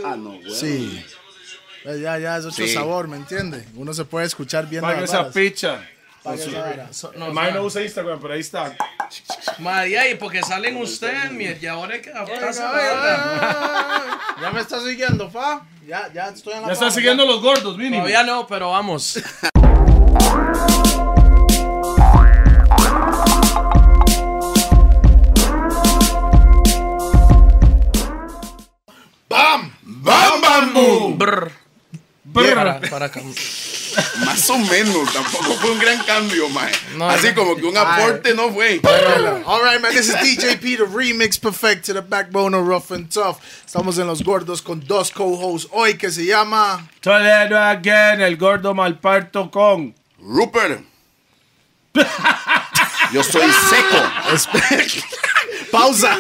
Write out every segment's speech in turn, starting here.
Ah, no, güey. Sí. Ya es otro sabor, ¿me entiende? Uno se puede escuchar bien. Paga esa picha. No, Mae no usa Instagram, pero ahí está. Madre, porque salen ustedes, y ahora hay que adaptarse. Ya me está siguiendo, fa. Ya estoy en la Ya está siguiendo los gordos, mínimo. Todavía no, pero vamos. ¡Bam! ¡Bam, bam, boom! Brr. Para Más o menos, tampoco fue un gran cambio, man. No, Así no. como que un aporte no fue. All right, man, this is DJ P, the remix perfect to the backbone of Rough and Tough. Estamos en Los Gordos con dos co-hosts hoy que se llama... Toledo again, el gordo malparto con... Rupert. Yo soy seco. Pausa.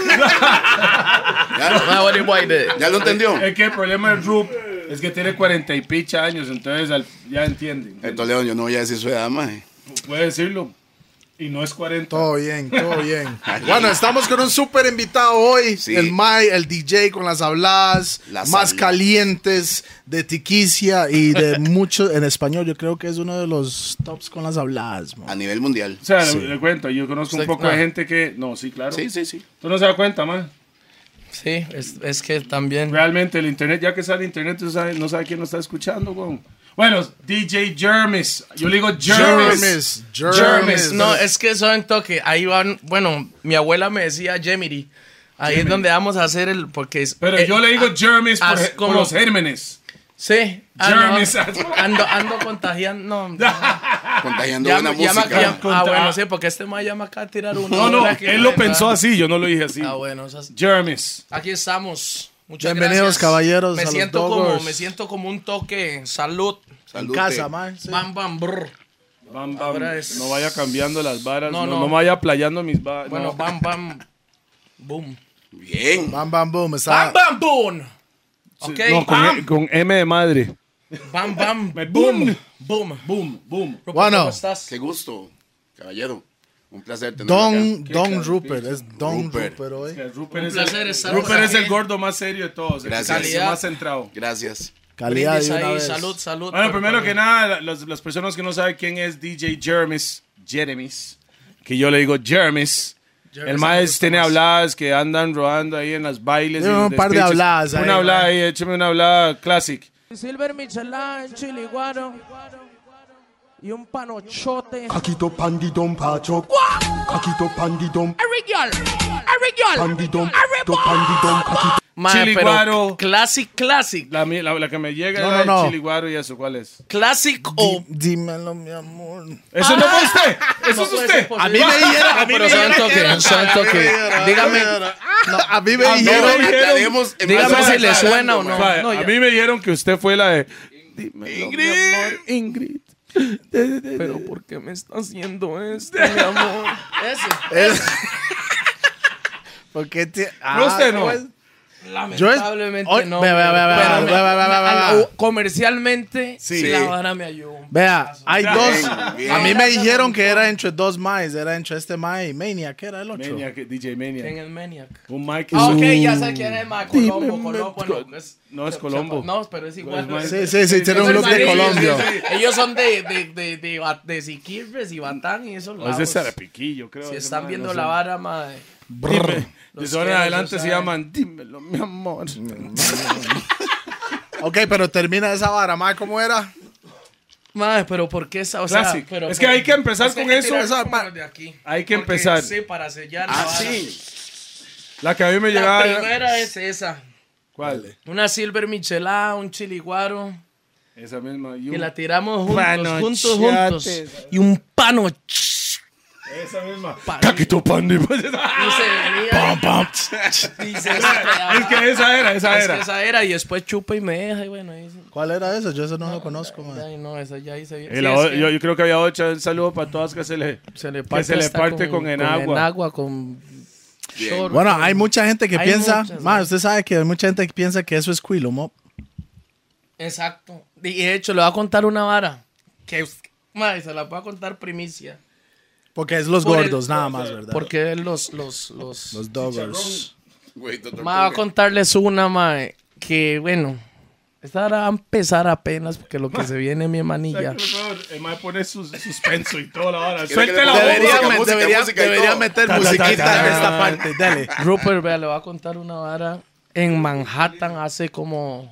¿Ya lo entendió? Es que el problema es Rup es que tiene 40 y picha años, entonces ya entienden. Toledo, yo no voy a decir su edad, man. Puede decirlo. Y no es 40. Todo bien, todo bien. Bueno, estamos con un súper invitado hoy. Sí. El Mai, el DJ con las habladas más calientes de Tiquicia y de mucho en español. Yo creo que es uno de los tops con las habladas, man. A nivel mundial. O sea, le cuento, yo conozco un poco de gente que... No, sí, claro. Sí. Tú no se das cuenta, man. Sí, es que también. Realmente el internet, ya que sale internet, no sabe quién lo está escuchando, weón. Bueno, DJ Jermis. Yo le digo Jermis. Jermis. No, es que eso en toque. Ahí van. Bueno, mi abuela me decía Jemiri. Ahí es donde vamos a hacer el. Porque es, Pero yo le digo Jermis por los gérmenes. Sí. Jermis. No, ando contagiando. No. Contagiando buena música. Bueno, sí, porque este ma llama acá a tirar uno. No, él lo pensó así, yo no lo dije así. Bueno. Jermis. Aquí estamos. Muchas Bienvenidos, gracias. caballeros. Me a siento los Doggers. me siento como un toque. Salud. En casa, man. Sí. Bam, bam, brr. Bam, bam. Ahora es- No vaya cambiando las varas. No, No, no. vaya playando mis varas. Bueno, no. bam, bam. Boom. Bien. Bam, bam, boom. Bam, bam, boom. Ok. No, con M de madre. Bam, bam. Boom. Boom. Boom, boom. Rupert, Bueno. ¿cómo estás? Qué gusto, caballero. Un placer tenerlo acá. Don Rupert. Es Don Rupert. Rupert hoy. Rupert Un placer estar Rupert por es el aquí. gordo más serio de todos. Gracias. El que está más centrado. Gracias. Calidad Brindis de una ahí. vez. Salud, salud. Bueno, por primero favor. que nada, las personas que no saben quién es DJ Jermis, que yo le digo Jermis. El maestro tiene habladas que andan rodando ahí en las bailes. Tiene y un par de speeches. habladas ahí, Una hablada man. ahí, échame una hablada classic. Silver Michelin, chiliguaro y un panochote. Kakito pandidom pacho. Kakito pandidom Arigol, pandidom. To pandidom kakito. Mae, Chiliguaro. pero classic. La que me llega No, es la no, no. de Chiliguaro y eso, ¿cuál es? Classic o... Dímelo, mi amor. ¡Eso no fue usted! ¡Eso No es puede usted! ser posible. No, pero son toque. Dígame, A mí me no, dijeron. no, Aclaremos en dígame más si le aclarando, suena o man. no. Vaya, No, a ya. mí me dijeron que usted fue la de... Ingrid. Pero ¿por qué me está haciendo esto, mi amor? Ese. ¿Por qué te.? No, usted no. ¿cómo es? Lamentablemente Oye, no. vea, pero vea. comercialmente, Sí. la vara me ayudó. Vea, hay Bien, dos. bien. A mí me dijeron que era entre dos Mice. Era entre este Mae y Maniac. ¿Qué era el otro? Maniac, DJ Maniac. ¿Quién es Maniac? Un Mike. Ah, ok, ya sé quién es Mae. Colombo. No es Colombo. No, pero es igual. Pues, Sí, tiene un look de Colombia. Ellos son de Siquirres y Batán y esos No, lados. es de Sarapiquillo, creo. Si ese están man, viendo no la sé. vara, Mae. Dime. De Los ahora en que adelante no se saben. llaman Dímelo, mi amor. Ok, pero termina esa vara, Mae, ¿cómo era? Mae, pero ¿por qué esa? O sea, Classic. pero Es que hay que empezar con eso. De aquí. Hay que Porque, empezar. Sí, para sellar la Ah, vara. sí. La que a mí me La llegaba. primera es esa. ¿Cuál? Una Silver Michelin, un chiliguaro. Esa misma. Y la tiramos juntos. Panochates. Y un pano. Esa misma. Caquito Pandi. Y se venía. Y se Es que esa era. Es que esa era. Y después chupa y me deja. Y bueno, ahí se- ¿Cuál era eso? Yo eso no lo conozco, Mae. Ay, no, esa ya hice bien. Y Sí, la es o- que yo creo que había ocho. Un saludo para todas que se le parte hasta con enagua. enagua, con short, Bueno, con- hay mucha gente que Hay piensa. muchas, Mae, ¿no? usted sabe que hay mucha gente que piensa que eso es Quilo, ¿no? Exacto. Y de hecho, le voy a contar una vara. Que madre, se la voy a contar primicia. Porque es los Por el- gordos, nada más, ¿verdad? Porque los Los Doggers. Güey, doctor Ma, voy a Conga. contarles una, mae, que, bueno, esta va a empezar apenas porque lo que se viene, mi manilla. El mae pone suspenso y toda la hora. ¿Quiere que Suelte le la ponga voz. música, música y Debería todo? meter musiquita en esta parte. Dale. Rupert, vea, le voy a contar una vara en Manhattan hace como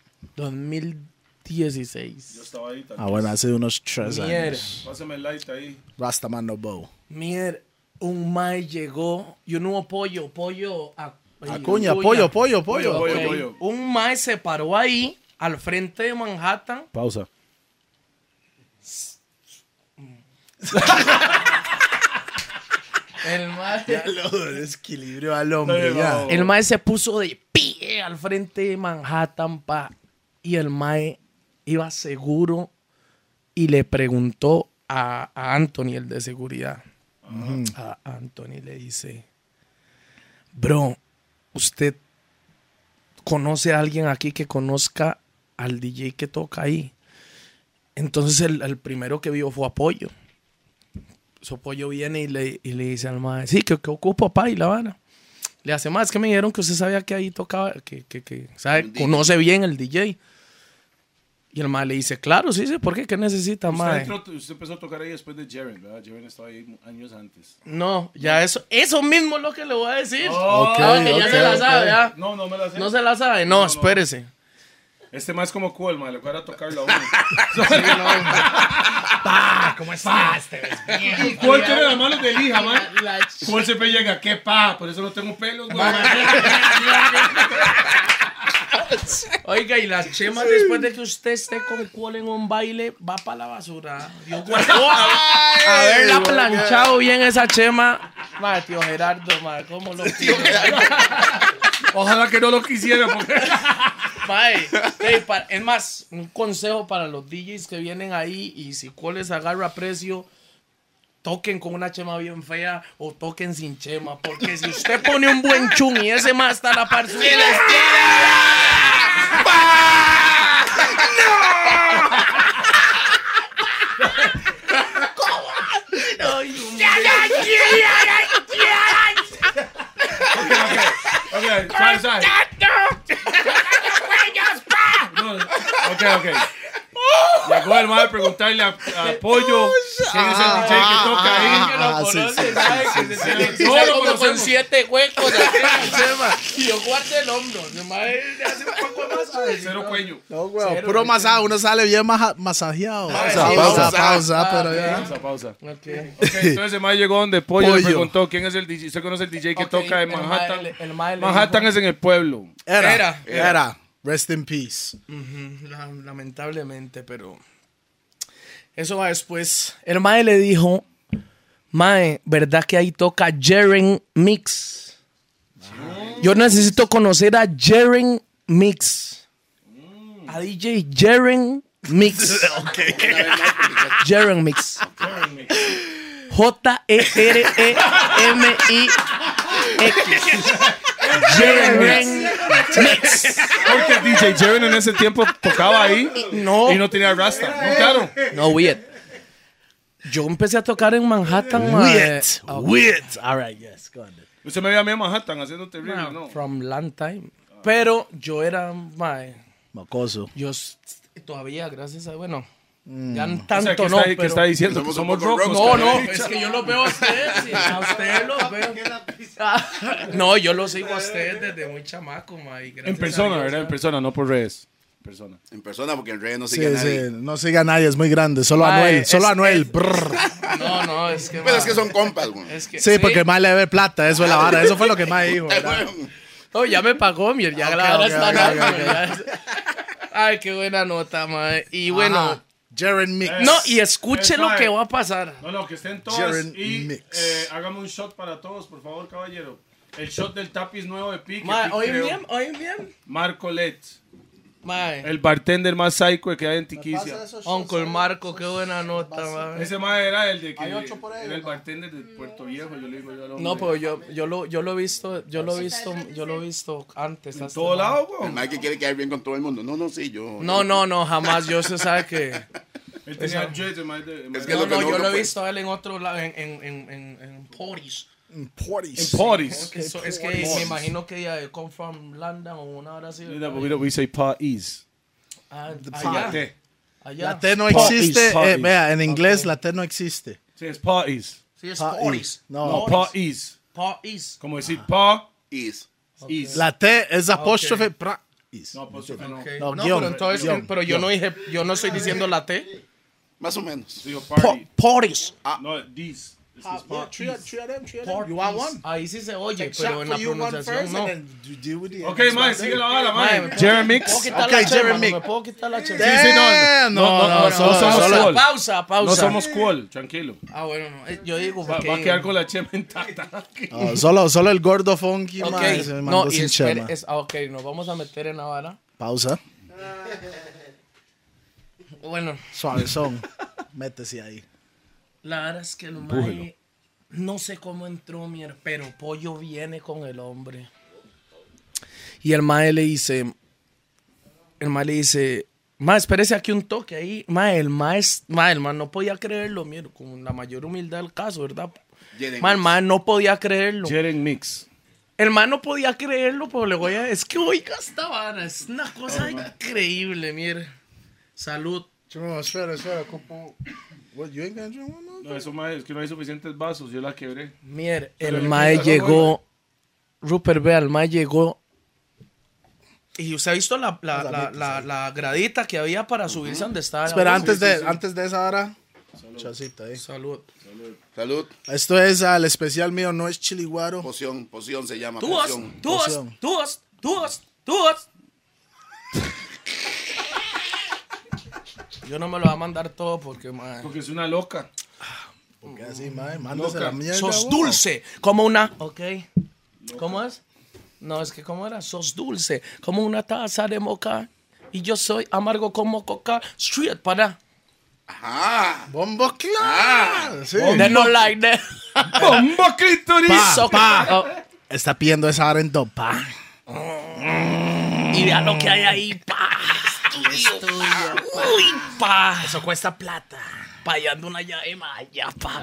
2016. Yo estaba ahí también. Ah, bueno, hace unos 3 Mierda. años. Pásame el light ahí. Rastaman no bow. Mier, un mae llegó, yo no hubo pollo. Acuña, pollo. Pollo. Un mae se paró ahí, al frente de Manhattan. Pausa. El mae, Desequilibrio al hombre, No, ya. no. el mae se puso de pie al frente de Manhattan, y el mae iba seguro y le preguntó a Anthony, el de seguridad. A Anthony le dice, bro, ¿usted conoce a alguien aquí que conozca al DJ que toca ahí? Entonces el primero que vio fue Apoyo. Su Apoyo viene y le dice al mae, sí, que ocupo, papá, y la vara. Le hace más, que me dijeron que usted sabía que ahí tocaba, que sabe, conoce bien el DJ. Y el mae le dice, claro, sí, ¿por qué? ¿Qué necesita, mae? Usted empezó a tocar ahí después de Jaren, ¿verdad? Jaren estaba ahí años antes. No, ya eso mismo es lo que le voy a decir. Ok, que ya se la sabe, ¿ya? No me la sé. ¿No se la sabe? No, espérese. Este más como cool, man. Le voy a tocarlo a uno. ¿Cómo está? Cool tiene las manos de lija, man. Cool siempre llega, ¿qué pa? Por eso no tengo pelos, güey. Oiga, y las chemas después de que usted esté con Cole en un baile, va para la basura. Dios guardó. Haberla planchado bien esa chema. Madre, tío Gerardo, madre, ¿cómo lo quiero? Ojalá que no lo quisiera, porque... Mae, es más, un consejo para los DJs que vienen ahí y si Cole les agarra precio, toquen con una chema bien fea o toquen sin chema, porque si usted pone un buen chun y ese más está a la par suya, Suave. Ok. Llegó el mal a preguntarle a Pollo quién es el DJ que toca ahí. Todos lo conocen con 7 huecos de chema y yo guardé el hombro. Hace poco más. Cero cuello. No, güey, puro masaje, uno sale bien masajeado. Pausa, pero ya. Pausa. Ok, Entonces el mae llegó donde Pollo le Pollo. preguntó quién es el DJ. ¿Usted conoce el DJ que toca en Manhattan? el mae le Manhattan dijo- es en el pueblo. Era. Rest in peace. Lamentablemente, pero eso va después. El mae le dijo, mae, ¿verdad que ahí toca Jaren Mix? Yo necesito conocer a Jaren Mix. A DJ Jaren Mix. Jaren Mix. J-E-R-E-M-I-X. Jaren Mix. Porque DJ Jaren en ese tiempo tocaba ahí No. y no tenía rasta. No, claro. No, weird. Yo empecé a tocar en Manhattan. mae. Weird. All right, yes, go on. Usted me veía a mí en Manhattan haciendo terrible, ¿no? From long time. Pero yo era, mae, Mocoso. todavía, gracias a, bueno, ya O tanto sea, ¿qué no, está, ¿qué pero... está diciendo? Somos Que somos un poco rocos. No, cabrón. es que yo los veo a ustedes, sí, a ustedes los veo. No, yo los sigo a ustedes desde muy chamaco, mae. y gracias En persona, a Dios, ¿verdad? En persona, no por redes. Persona. En persona, porque en redes no Sí, sigue a nadie. sí, no siga a nadie, es muy grande. Solo Mae, Anuel, solo es- Anuel. es- brr. No, es que... Pero es mae, que son compas, güey. es que- Sí, porque más le debe plata, eso es la vara. Eso fue lo que más dijo. ¿verdad? No, ya me pagó, ya Ok, la vara ok, está ok, normal, ok. ya. Ay, qué buena nota, mae. Y bueno... Ajá. Jaren Mix. No, y escuche Es lo mae. que va a pasar. No, que estén todas. Jaren Y Mix. hágame un shot para todos, por favor, caballero. El shot del tapiz nuevo de Pique. Mae, Pique ¿oyen creó. bien? ¿Oyen bien? Marco Let. Mae. El bartender más psycho que hay en Tiquicia. Uncle Marco, qué buena nota, mae. Ese mae era el de que Hay 8 por ahí, era el ¿no? bartender de Puerto Viejo, yo le digo yo al hombre. No, pero yo lo he visto antes. En hasta todo ahora. lado, El güey. Mike quiere quedar bien con todo el mundo. No, sí, yo. No, jamás. Yo se sabe que. Él tenía dreads, el mae de- Es que No, lo que yo nunca lo he fue. visto a él en otro lado, en parties. Parties. In parties. Eso es que me imagino que ella come from London o una hora así. Yeah, but we say parties. Allá. Allá. La T no Parties, existe. parties. Vea, en inglés la T no existe. Sí, es parties. Sí, es Parties. parties. No, No, parties. Parties. Como decir pa, Is. is. la T es apóstrofe. No, apóstrofe no. Okay. No, No, guión, pero entonces, guión, pero yo no dije, yo no estoy diciendo la T. Más o menos. Digo party. Parties. No, these. This is Three of them. Parties. You want one? Ahí sí se oye, Shot pero en la for you one pronunciación first, no. and then you deal with the Ok, next man, one. sigue la bala, Mae, man. ¿me Jeremix. puedo quitar Ok, la chema? Jeremy. ¿Me puedo quitar la chema? Sí, no. No somos Pausa, cool. pausa. No somos cool, tranquilo. Ah, bueno, no. Yo digo Va porque... a quedar con la chema intacta. Solo el gordo funky, Ok, man, se no, mandó y sin espere, chema. ok, nos vamos a meter en la vara. Pausa. Bueno, Suavezón. Métese ahí. la verdad es que el mae, no sé cómo entró, pero Pollo viene con el hombre. Y el mae le dice, mae, espérese aquí un toque ahí. Mae, el mae no podía creerlo, mira, con la mayor humildad del caso, ¿verdad? Mae, el mae no podía creerlo. Jeren Mix. El man no podía creerlo, pero le voy a... Es que oiga esta vara, es una cosa increíble, mire. Salud. Espera, ocupo... What, you ain't gonna drink one more? No, eso mae, es que no hay suficientes vasos, yo la quebré. Mire, el mae llegó... Rupert, vea, el mae llegó... Y usted ha visto la gradita que había para subirse donde estaba. Espera, antes de esa hora... Chacita ahí. Salud. Salud. Esto es el especial mío, no es chiliguaro. Poción se llama. Tú vas. Yo no me lo voy a mandar todo porque, mae... Porque es una loca. Porque así, mae, mándese la mierda. Sos vos. dulce, como una... Ok. ¿Cómo es? No, es que ¿cómo era? Sos dulce, como una taza de moca. Y yo soy amargo como coca. Street, para. Ajá. Bombo claro. Sí. They no like that. ¡Bomba clítoris! Oh, Está pidiendo esa hora en dopa. y vea lo que hay ahí, pa. Uy, pa. Eso cuesta plata. Payando una llave maya, pa.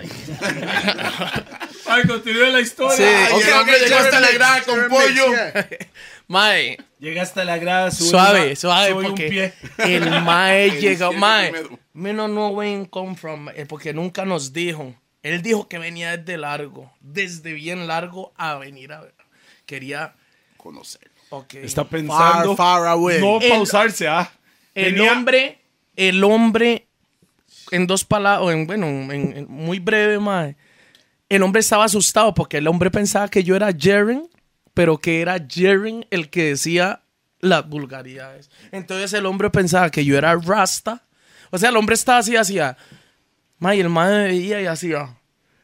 Ay, continúa la historia. Sí. Ay, Ok, hombre, llegó hasta la grada con pollo. Mae, llega hasta la grada, suave, soy un porque pie. el mae llega, Siempre mae, primero. me no know where come from, porque nunca nos dijo. Él dijo que venía desde bien largo a venir a ver. Quería, Conocerlo. ok. Está pensando Far away. no pausarse, El Venía- hombre, en dos palabras, en muy breve, mae. El hombre estaba asustado porque el hombre pensaba que yo era Jeren, pero que era Jeren el que decía las vulgaridades. Entonces el hombre pensaba que yo era Rasta. O sea, el hombre estaba así, hacía. Mae, y el mae veía y hacía.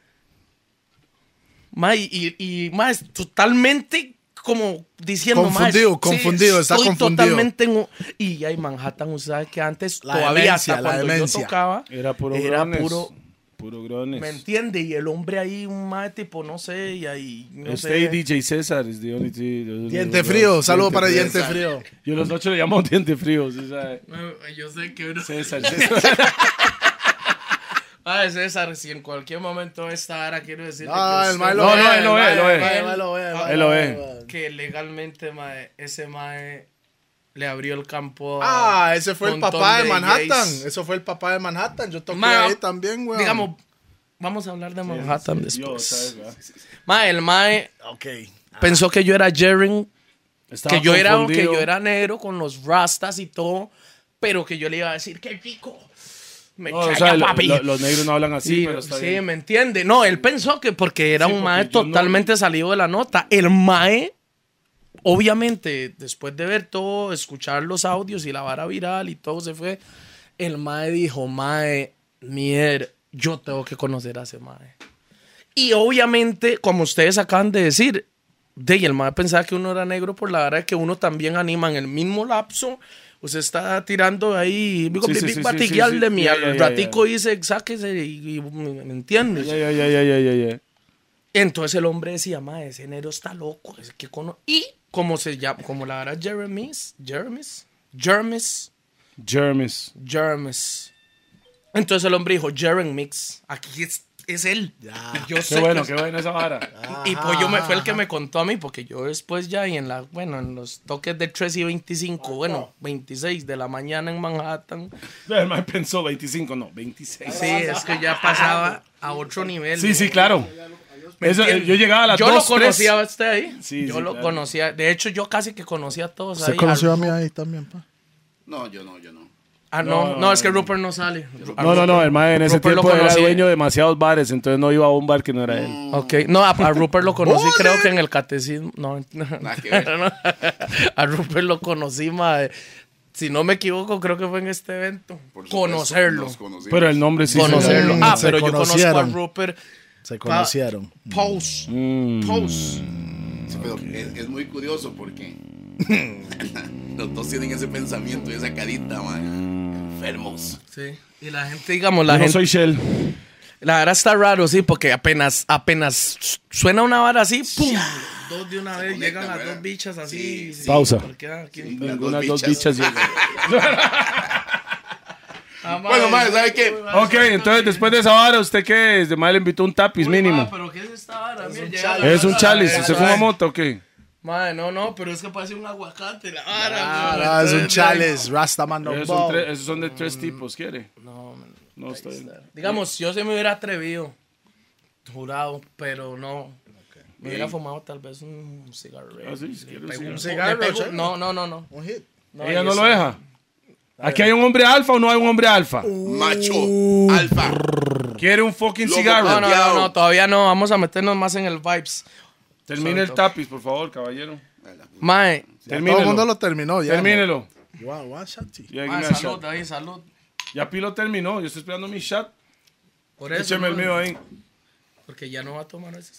Mae, y mae, totalmente como diciendo, Confundido, mae, confundido, está estoy confundido. Totalmente y hay Manhattan, usted sabe que antes La todavía demencia, hasta la cuando demencia. yo tocaba Era puro grones. Puro grones. ¿me entiende? Y el hombre ahí, un mae tipo, no sé, y ahí, no Este sé. DJ César es the only Diente frío, saludo para Diente frío. Yo los 8 le llamo Diente frío, ¿sí sabe? Yo sé que uno... César. Ah, César, si en cualquier momento esta hora quiero decirle Ah, que el mae usted- lo No, ve, él lo ve, él lo ve. el mae lo ve, el mae Él lo ve. ve. que legalmente, mae, ese mae le abrió el campo Ah, ese fue el montón papá de Manhattan. gays. Eso fue el papá de Manhattan. Yo toqué Mae, ahí también, weón. Digamos, vamos a hablar de Manhattan Yo, después. ¿sabes? ¿verdad? Mae, el mae Ok. pensó que yo era Jeren, Estaba que yo confundido. era negro con los rastas y todo, pero que yo le iba a decir, qué rico. Me No, o chaya, sea, papi. los negros no hablan así, Sí, pero está sí, bien. me entiende. No, él pensó que porque era Sí, un porque mae yo no- totalmente salido de la nota. El mae, obviamente, después de ver todo, escuchar los audios y la vara viral y todo se fue, el mae dijo, mae, mier, yo tengo que conocer a ese mae. Y obviamente, como ustedes acaban de decir, el mae pensaba que uno era negro por la vara que uno también anima en el mismo lapso. Usted está tirando ahí, digo, Sí, sí, big sí, batigueal sí, sí. de mí. Ya, Al ya, ya, ratico dice, sáquese y ¿me entiendes? Ya. Entonces el hombre decía, mae, ese negro está loco. Es que y como se llama, como la era Jermis. Entonces el hombre dijo, Jeren Mix. Aquí es él. Yo Qué sé bueno, que qué bueno esa vara. Y Pollo fue el que me contó a mí, porque yo después ya en los toques de 3 y 25, 26 de la mañana en Manhattan. El man pensó 25, no, 26. Sí, es que ya pasaba a otro nivel. Sí, claro. Eso, entiendes? yo llegaba a las 2, Yo lo 3. conocía a usted ahí. Sí, yo sí, lo claro. conocía. De hecho, yo casi que conocía a todos ¿Se ahí. conoció a mí ahí también, pa? No, yo no. No, es que Rupert no sale. No, el man en ese Rupert lo tiempo era conocí. dueño de demasiados bares, entonces no iba a un bar que no era él. Ok, no, a Rupert lo conocí creo que en el catecismo. No, que ver. no. A Rupert lo conocí, mae. Si no me equivoco, creo que fue en este evento. Por supuesto, Conocerlo. nos conocimos. Pero el nombre sí. Conocerlo. Sí, Ah, se pero yo conozco a conocieron. Rupert. Se conocieron. Post. Sí, pero es muy curioso porque los dos tienen ese pensamiento y esa carita, man. Enfermos. Sí. Y la gente, digamos, Yo no soy Shell. La verdad está raro, sí, porque apenas suena una vara así, ¡pum! Dos de una vez, conectan, llegan las ¿verdad? dos bichas así. Sí. Pausa. porque, aquí. Unas dos bichas llegan. Bueno, man, ¿sabe qué? Ok, entonces después de esa vara, ¿usted qué es? De mal le invitó un tapiz mínimo. ¿Pero qué es esta vara? Es un chalice. ¿Usted fuma moto o qué? Madre, no, pero es que parece un aguacate la vara. Ah, es un chales. Rastaman no ball. Esos son de 3 tipos, ¿quiere? No, está bien. Digamos, yo se me hubiera atrevido, jurado, pero no. Me hubiera fumado tal vez un cigarro. Ah, sí, si quiere un cigarro. Un cigarro, chévere. No. Un hit. Ella no lo deja. ¿Aquí hay un hombre alfa o no hay un hombre alfa? Macho, alfa. ¿Quiere un fucking Loco, cigarro? No, todavía no. Vamos a meternos más en el vibes. Termine el tapiz, por favor, caballero. Mae, Todo el mundo Termínelo. lo terminó ya. Termínelo. Wow, shati. Ya, give mae, me a salud, shot. ahí, salud. Ya Pi lo terminó. Yo estoy esperando mi shot. Por eso. Écheme el mae, mío ahí. Porque ya no va a tomar ese.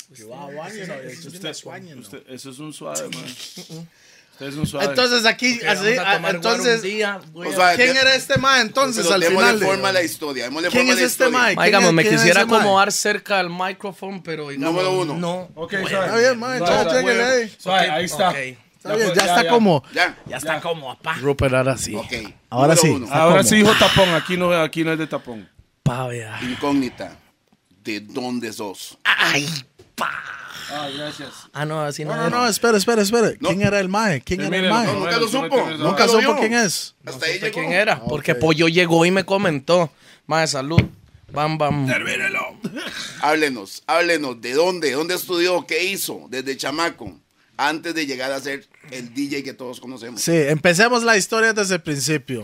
Usted, eso es un suave, man. Usted es un suave. Entonces aquí, así, entonces, O sea, ¿quién era este ma entonces Pero al démosle final? forma a la historia. Démosle ¿Quién forma a es la este historia. ma? Digamos, me ¿Quién es quisiera ese mae? acomodar cerca al micrófono, pero digamos. Número uno. No. Ok, Está bien, ma, entonces lléguele ahí. Suave, ahí está. Ok. Está bien, ya está como. Ya. Ya está como papá. Rupert, ahora sí. Ok. Ahora Número sí. uno. Ahora ¿Cómo? sí dijo tapón. Aquí no es de tapón. Pa, vea. Incógnita. ¿De dónde sos? Ah, gracias. Ah, no, así no. No, espere. ¿Quién era el mae? ¿Quién era el Termínelo, mae? no, Nunca lo tú no supo. tienes Nunca lo supo vio. quién es. Hasta ahí ¿De llegó. quién era? Porque Pollo llegó y me comentó. Mae, salud. Bam. Háblenos. ¿De dónde? ¿Dónde estudió? ¿Qué hizo? Desde chamaco. Antes de llegar a ser el DJ que todos conocemos. Sí, empecemos la historia desde el principio.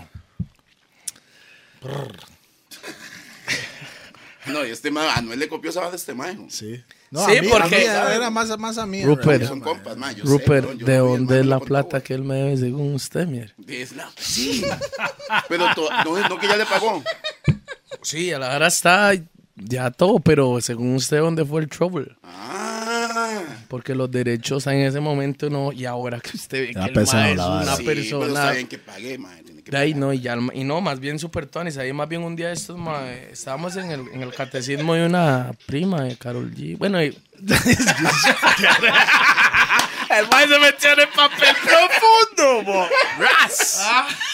No, y este man, Anuel le copió esa de este man. Sí. No, Sí, a mí, porque- era más a mí. en Rupert. realidad, Son mae. compas, man. Yo Rupert, sé, yo ¿de no vi, dónde man, es me la contó, plata güey. que él me debe según usted, mire? Sí. Pero no que ya le pagó. Sí, a la hora está ya todo, pero según usted, ¿dónde fue el trouble? Ah. Porque los derechos en ese momento no, y ahora que usted ve que Ya el pesado mae es la vara. una Sí, pero persona. está bien que pagué, man. Tiene que De ahí pagar. no, y no, más bien super tonis. Ahí más bien un día estos, mae, estábamos en el catecismo de una prima de Karol G. Bueno, y... el mae se metió en el papel profundo, bo. ¡Ras!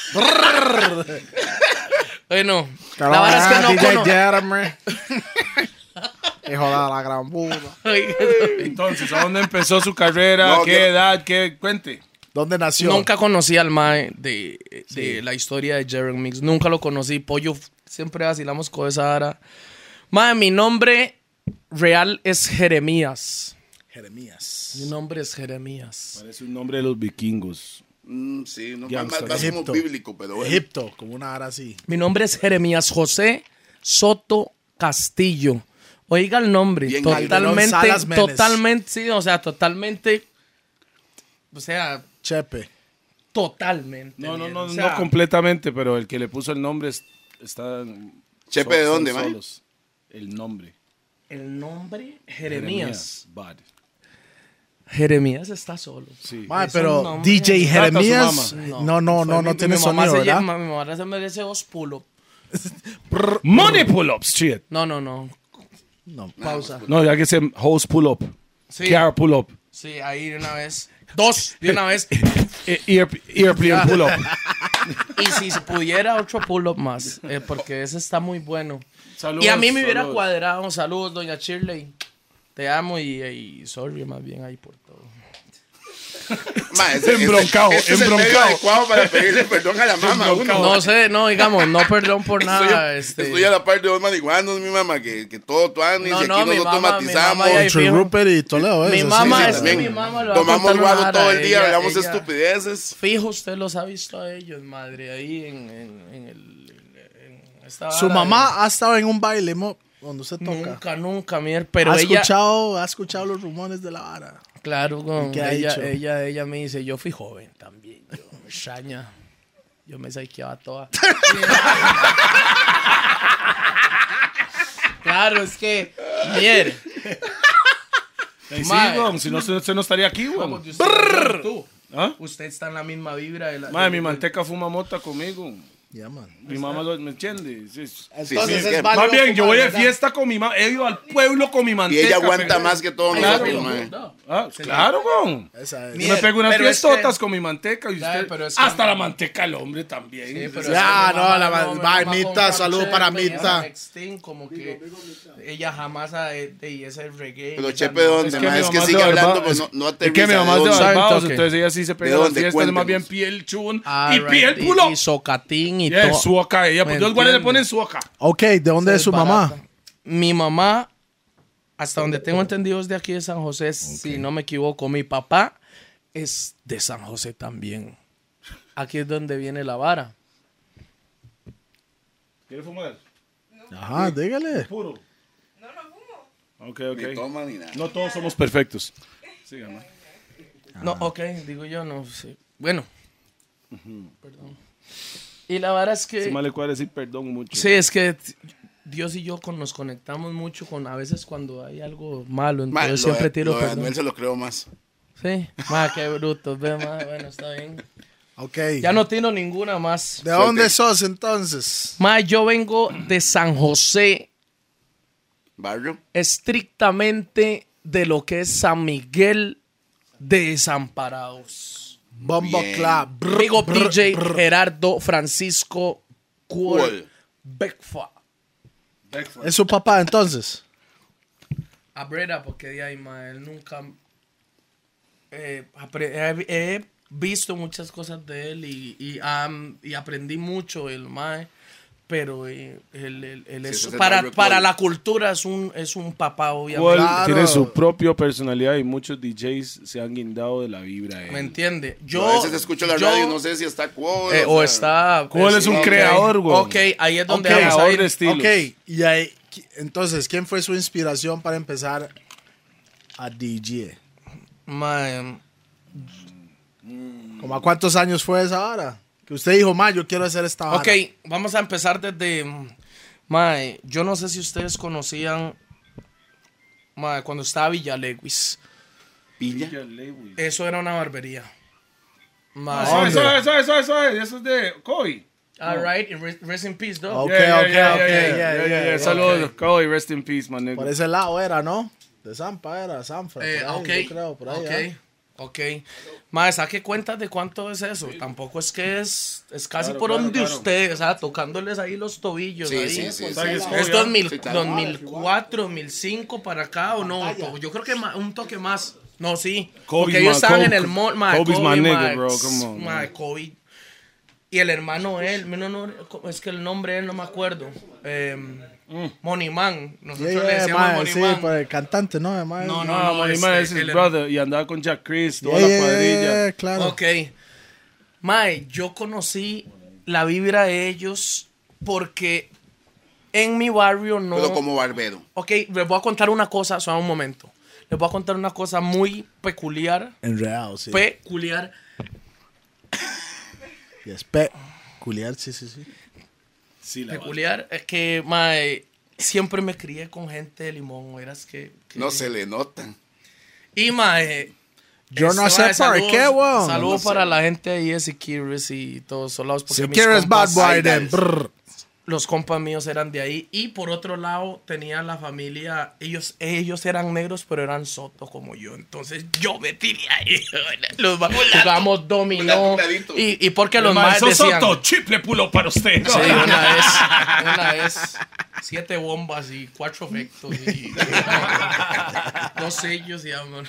Bueno, la verdad es que no conozco. Jeremy. Hijo de la gran puta. Entonces, ¿a dónde empezó su carrera? No, ¿Qué yo- edad? ¿Qué? Cuente. ¿Dónde nació? Nunca conocí al mae de la historia de Jeremy Mix. Nunca lo conocí. Pollo, siempre vacilamos con esa ara. Mae, mi nombre real es Jeremías. Jeremías. Mi nombre es Jeremías. Parece un nombre de los vikingos. Sí, no, Gangsta. más como Egipto. bíblico, pero bueno. Egipto, como una ara así. Mi nombre es Jeremías José Soto Castillo. Oiga el nombre. Bien, Calderón Salas Menes. Totalmente, sí, o sea, totalmente. O sea, Chepe. totalmente. No, bien, no o sea, completamente, pero el que le puso el nombre está... Chepe, ¿de son dónde, man? solos. El nombre. El nombre Jeremías. Bad. Jeremías está solo. Sí. Mae, Es pero un nombre. DJ Trata a su Jeremías. mamá. No tiene Mi mamá sonido, se ¿verdad? llama- Mi mamá se merece dos pull-up. Money pull-ups, shit. No. No. Pausa. No, ya que se host pull-up. Sí, Car pull-up. sí, ahí de una vez. Dos, de una vez. Airplane pull-up. Y si se pudiera, otro pull-up más. Porque ese está muy bueno. Saludos, Y a mí me hubiera saludos. cuadrado. Saludos, doña Shirley. Te amo y sorry más bien ahí por todo. Ma, Embroncado, ese es el medio embroncado. adecuado para pedirle perdón a la mamá. Uno. No sé, no, digamos, no perdón por nada. Estoy a la par de dos marihuanos, mi mamá, que todo tuanis, y aquí mi nosotros mamá matizamos. ya- Entre fijo. Rupert y Toledo, Mi eso, mamá sí, es sí, que también. mi mamá lo va a Tomamos contar una guaro vara. todo el día, hablamos ella- estupideces. Fijo, usted los ha visto a ellos, madre, ahí en esta Su vara mamá ha estado en un baile donde usted toca. Nunca, mier, pero ¿Ha ella... escuchado los rumores de la vara? Claro, con ¿Qué ha dicho? ella me dice, yo fui joven también, yo me extraña, yo me saqueaba toda. Claro, es que, mier, Ahí sí, Mae. weón, si no, usted no estaría aquí, weón. como que usted, tú, ¿Ah? usted está en la misma vibra de la... Madre, mi manteca fuma mota conmigo. Ya, man. Mi mamá ¿me entiende? Sí. Sí, Entonces sí, es que- válido Más bien, yo voy de fumar, fiesta con mi mamá. He ido al pueblo con mi Y manteca. ella aguanta pero- más que todos Claro. nosotros, mae. Claro, weón. Esa es. Yo me pego unas pero es fiestotas que- con mi manteca y Claro, usted. pero es que- Hasta la manteca el hombre también. Sí, pero Ya, es que mi no, mamá la mi va, mamá Mita, compra saludo Chepe para y Mita. esa Nextin, como que ella jamás ha y ese reggae. Pero esa Chepe, ¿de mierda. dónde? que mae? mi Es que mamá sigue es de hablando, Barbados. pues no Es que mi aterriza. mamá es de ¿De dónde? Barbados, toque. entonces ella sí se ¿De pega las dónde? fiestas, es más bien Cuéntenos. piel chun Ah, y right, piel pulo. y socatín y Yeah, todo. suoca ella, pues ¿Me los guares le entiende? ponen suoca. Ok, ¿de dónde es su mamá? Barata. Mi mamá, hasta donde tengo entendido, es de aquí de San José, si no me equivoco. Mi papá es de San José también. Aquí es donde viene la vara. ¿Quiere fumar? Ajá, dígale. Puro. No, Ok, Ni ok. toma ni nada. No todos somos perfectos. Síganme. No, ok, digo yo, no sé. Bueno. Perdón. Y la vara es que... Si mal le puede decir perdón mucho. Sí, es que Dios y yo nos conectamos mucho con a veces cuando hay algo malo, Ma, entonces siempre tiro lo de perdón. Anuel se lo creo más. Sí, ma, qué brutos, ve, ma, bueno, está bien. Ok. Ya no tiro ninguna más. ¿De dónde sos entonces? Ma, yo vengo de San José, ¿Barrio? estrictamente de lo que es San Miguel de Desamparados. Bombo Bien. Club. Brr, Big up brr, DJ brr. Gerardo Francisco Cool Cool. Beckfa. ¿Es su papá entonces? A Breda, porque de ahí, ma, él nunca... he visto muchas cosas de él y aprendí mucho el mae, pero él es, ese es el para barrio la cultura es un papá, Cual obviamente. Claro. tiene su propia personalidad y muchos DJs se han guindado de la vibra. de él. ¿Me entiende? Yo a veces escucho la radio y no sé si está Cual. o está... Cual es un ok, creador, güey. Ok, ahí es donde Ok, vamos a Creador ir. de estilos. Ok, y ahí, entonces, ¿quién fue su inspiración para empezar a DJ? Mae, ¿Como a cuántos años fue esa hora? Que usted dijo, ma, yo quiero hacer esta vara. ok, vamos a empezar desde... Mae, yo no sé si ustedes conocían... Mae, cuando estaba Villa Lewis. Pilla. Eso era una barbería. Mae. Eso es de Kobe. All right, y rest in peace, dog. Ok, yeah. Saludos, Kobe, rest in peace, man. Por ese lado era, ¿no? De Zampa era, Sanfra. Ok, yo creo, por ahí, ok. Mae, saque cuentas de cuánto es eso. Tampoco es que es casi Claro, por claro, donde claro. usted, o sea, tocándoles ahí los tobillos. Sí, ahí. sí, sí. Es 2000, Sí, claro. 2004, 2005 para acá o no. Yo creo que un toque más. No, sí. Kobe's Porque ellos my- estaban Kobe- en el mall. Mae, Kobe's my Kobe, nigga, mae, bro, come on, man. mae, Kobe. Y el hermano él, es que el nombre de él no me acuerdo. Money Man. Nosotros le decíamos mae, Money sí, Man. por el cantante, ¿no? Mae, No, No, Money Man es his brother y andaba con Jack Chris, toda yeah, la cuadrilla. claro. Ok. Mae, yo conocí la vibra de ellos porque en mi barrio no... Pero como barbero. Ok, les voy a contar una cosa, solo un momento. Les voy a contar una cosa muy peculiar. Enredado, sí. Peculiar. Yes, peculiar, sí. Sí, la Peculiar. Es que, mae, siempre me crié con gente de Limón. Verás que... No se le notan. Y, mae... Yo no sé mae, por qué, weón. Saludos para la gente ahí de Siquirres y todos esos lados. porque Si mis quieres bad compas- boy, then. Brr. los compas míos eran de ahí. Y por otro lado, tenían la familia. Ellos eran negros, pero eran soto como yo. Entonces yo me tiré ahí. Jugamos dominó. Y porque los más decían... Soto, triple pulo para usted. Sí, una vez 7 bombas y 4 efectos. Y 2 sellos y vámonos.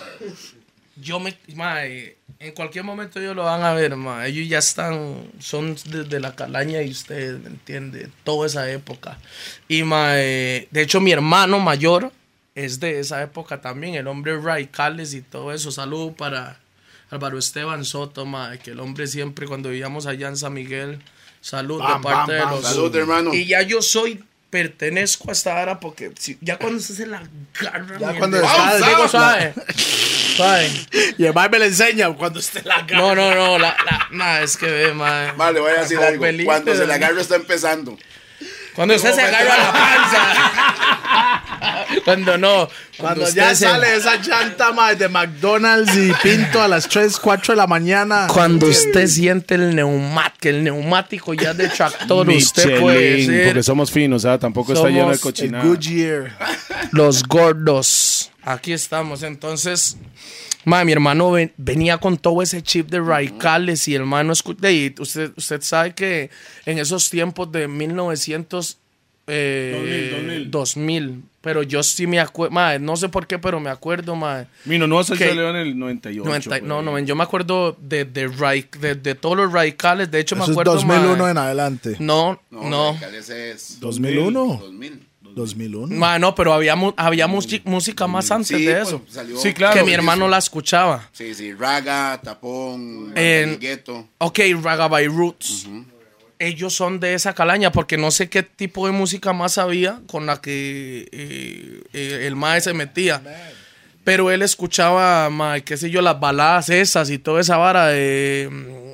En cualquier momento ellos lo van a ver, ellos ya son desde la calaña y ustedes, ¿me entienden? Toda esa época. Y de hecho mi hermano mayor es de esa época también, el hombre Raicales y todo eso. Saludo para Álvaro Esteban Soto, que el hombre siempre cuando vivíamos allá en San Miguel, salud de parte de los... Salud, hermano. Y ya yo pertenezco a esta área porque ya cuando usted se la agarra, ya cuando está, digo, ¿sabe? Y el mae me le enseña cuando usted la agarra. No, es que ve, mae. Vale, voy a decir algo. Cuando se la agarra está empezando. Cuando usted se agarra la panza. Cuando ya sale esa llanta, mae, de McDonald's y Pinto a las 3, 4 de la mañana. Cuando usted siente el neumático ya de tractor, usted puede decir... Porque somos finos, tampoco está lleno de cochinada. El Goodyear. Los gordos. Aquí estamos, entonces... mi hermano venía con todo ese chip de Raicales y hermano y usted sabe que en esos tiempos de 2000, pero yo sí me acuerdo, no sé por qué, pero me acuerdo, Mino, no se salió en el 98. Yo me acuerdo de todos los Raicales, de hecho me acuerdo, es 2001 en adelante. No. Raicales es 2001. 2001. No, pero había música más antes de eso. Sí, claro. Que mi hermano la escuchaba. Sí, Raga, Tapón, Gueto. Ok, Raga by Roots. Ellos son de esa calaña porque no sé qué tipo de música más había con la que el mae se metía. Pero él escuchaba, qué sé yo, las baladas esas y toda esa vara de...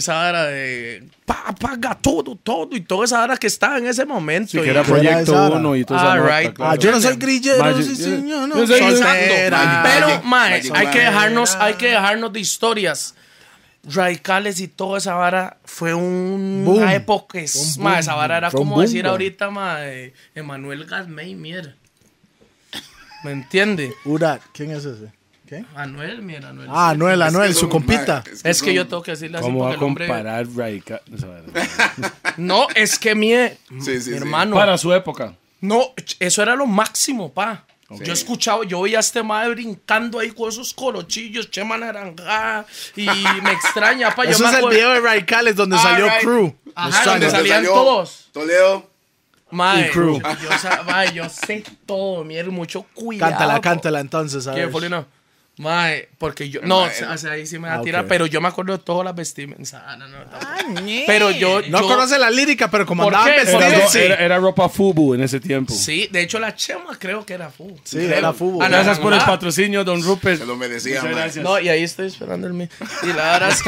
paga todo y toda esa vara que estaba en ese momento. Sí, que era Proyecto 1 y todo eso. Right. Claro. Yo no soy grillero, yo no soy soltera. Pero, hay que dejarnos de historias. Raicales y toda esa vara fue una época. Esa vara era como decir ahorita, Emanuel Gasmey, mierda. ¿Me entiende? Urat, ¿quién es ese? ¿Qué? Anuel, mira, Anuel. Anuel, su compita. Es que yo tengo que decirle así. ¿Cómo va a porque el hombre... comparar Raika? No, es que mi hermano. Para su época. No, eso era lo máximo, pa. Okay. Yo escuchaba, yo veía a este madre brincando ahí con esos colochillos, Chema Naranja, y me extraña, pa. Eso es el video de Raicales donde salió Crew. Ajá, donde salían todos. Toledo. Mae, yo sé todo, mierda, mucho cuidado. Cántala entonces, a ver. ¿Qué, Folino? Mae, porque yo... No, ahí sí me va a tirar, pero yo me acuerdo de todas las vestimentas. Pero yo... No conoce la lírica, pero como andaban vestidos... Era ropa FUBU en ese tiempo. Sí, de hecho la Chema creo que era FUBU. Sí, era FUBU. Gracias por el patrocinio, don Rupert. Se lo merecía, gracias. No, y ahí estoy esperando el mío. Y la verdad es que...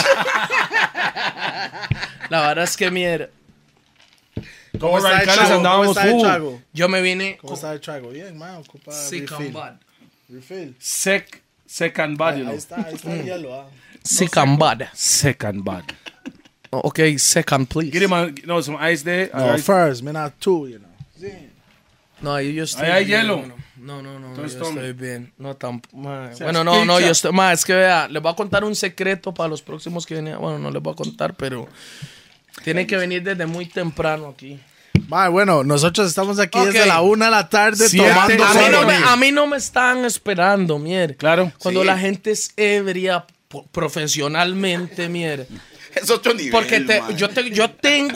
La verdad es que mierda. ¿Cómo está el trago? Yo me vine... ¿Cómo está el trago? Bien, man, ocupa refill. Sec and bad, you know. Ahí está el hielo. Sick and bad. Sec and bad. Ok, second, please. Get him some ice there. No, first, me not two, you know. Sí. No, ahí yo estoy... Ahí hay hielo. No, yo estoy bien. No, tampoco. Bueno, no, yo estoy... Es que vea, les voy a contar un secreto para los próximos que venían. Bueno, no les voy a contar, pero... Tienen que venir desde muy temprano aquí. Bueno, nosotros estamos aquí desde la 1 de la tarde tomando a mí no me están esperando, mierda. Claro. Cuando la gente es ebria profesionalmente, mierda. Es otro nivel. Porque yo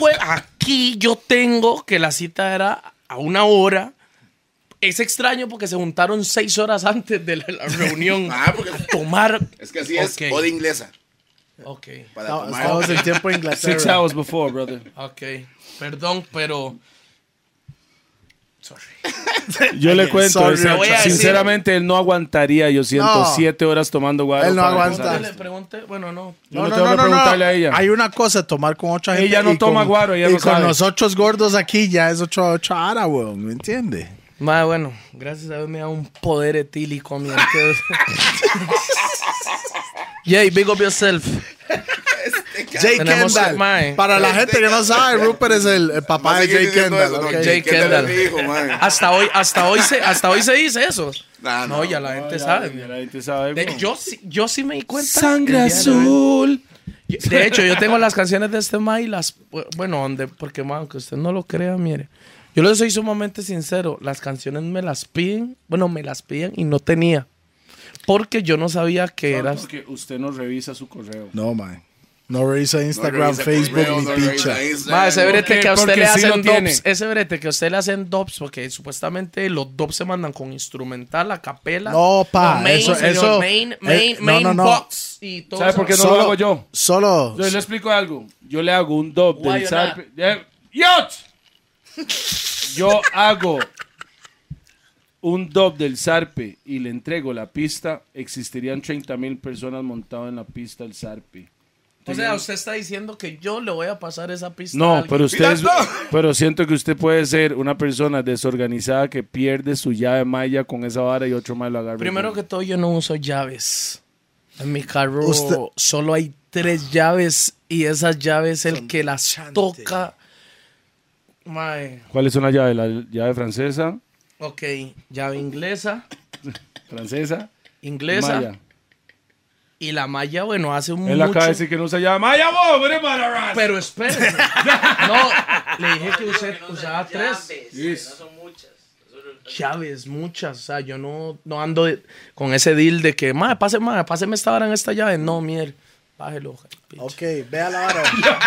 tengo que la cita era a 1 hora. Es extraño porque se juntaron 6 horas antes de la reunión. Porque tomar. Es que así es, boda inglesa. Ok. Estamos en tiempo de Inglaterra. 6 hours before, brother. Ok. Perdón, pero... Sorry. Yo le cuento, sinceramente, decir... él no aguantaría, yo siento, 7 horas tomando guaro. Él no aguanta. Le pregunté, bueno, no. Yo no tengo que preguntarle a ella. Hay una cosa, tomar con otra gente. Ella no toma guaro, ella no sabe. Y con nosotros gordos aquí ya es otra ara, weón, ¿me entiendes? Bueno, gracias a Dios me da un poder etílico, mierda. Yay, big up yourself. Jay Tenemos Kendall. mae. Para la gente que no sabe, Rupert es el papá de Jay Kendall. ok. Jay Kendall. es mi hijo, mae. Hasta hoy se dice eso. Nah, No, ya la gente sabe. Ya la gente sabe. De- bro. yo sí me di cuenta. Sangre el día de hoy. azul. De hecho, yo tengo las canciones de este mae y las... Bueno, porque, man, aunque usted no lo crea, mire. Yo le soy sumamente sincero. Las canciones me las piden. Bueno, me las piden y no tenía. Porque yo no sabía que era... Porque usted no revisa su correo. No, man. No revisa Instagram, revisa Facebook correo, ni no picha. revisa Instagram. Ma, ese brete que a usted Porque le sí hacen lo tiene. dubs, ese brete que a usted le hacen dubs, porque supuestamente los dubs se mandan con instrumental, a capela. No, pa, con main, eso- señor, eso- main, no. box y todo ¿Sabe eso. por qué no lo hago yo? Solo. Yo le explico algo. Yo le hago un dub Why del you Sarpe. ¡Yot! Yo hago un dub del Sarpe y le entrego la pista. Existirían 30,000 personas montadas en la pista del Sarpe. O sea, usted está diciendo que yo le voy a pasar esa pista a No, alguien. pero usted es, pero siento que usted puede ser una persona desorganizada que pierde su llave malla con esa vara y otro más lo agarra. Primero que todo, yo no uso llaves. En mi carro Usted- solo hay 3 llaves y esas llaves el que las chante. toca. Mae. ¿Cuál es una llave? La llave francesa, Ok, llave francesa, inglesa. maya. Y la malla, bueno, hace un Él mucho... acaba de decir que no usa llave maya, vos, eres mararas. Pero espérese. No, le dije que usted usaba 3 llaves, muchas. O sea, yo no ando con ese deal de que, páseme esta hora en esta llave. No, mier, bájelo. Picha. Ok, vea la vara.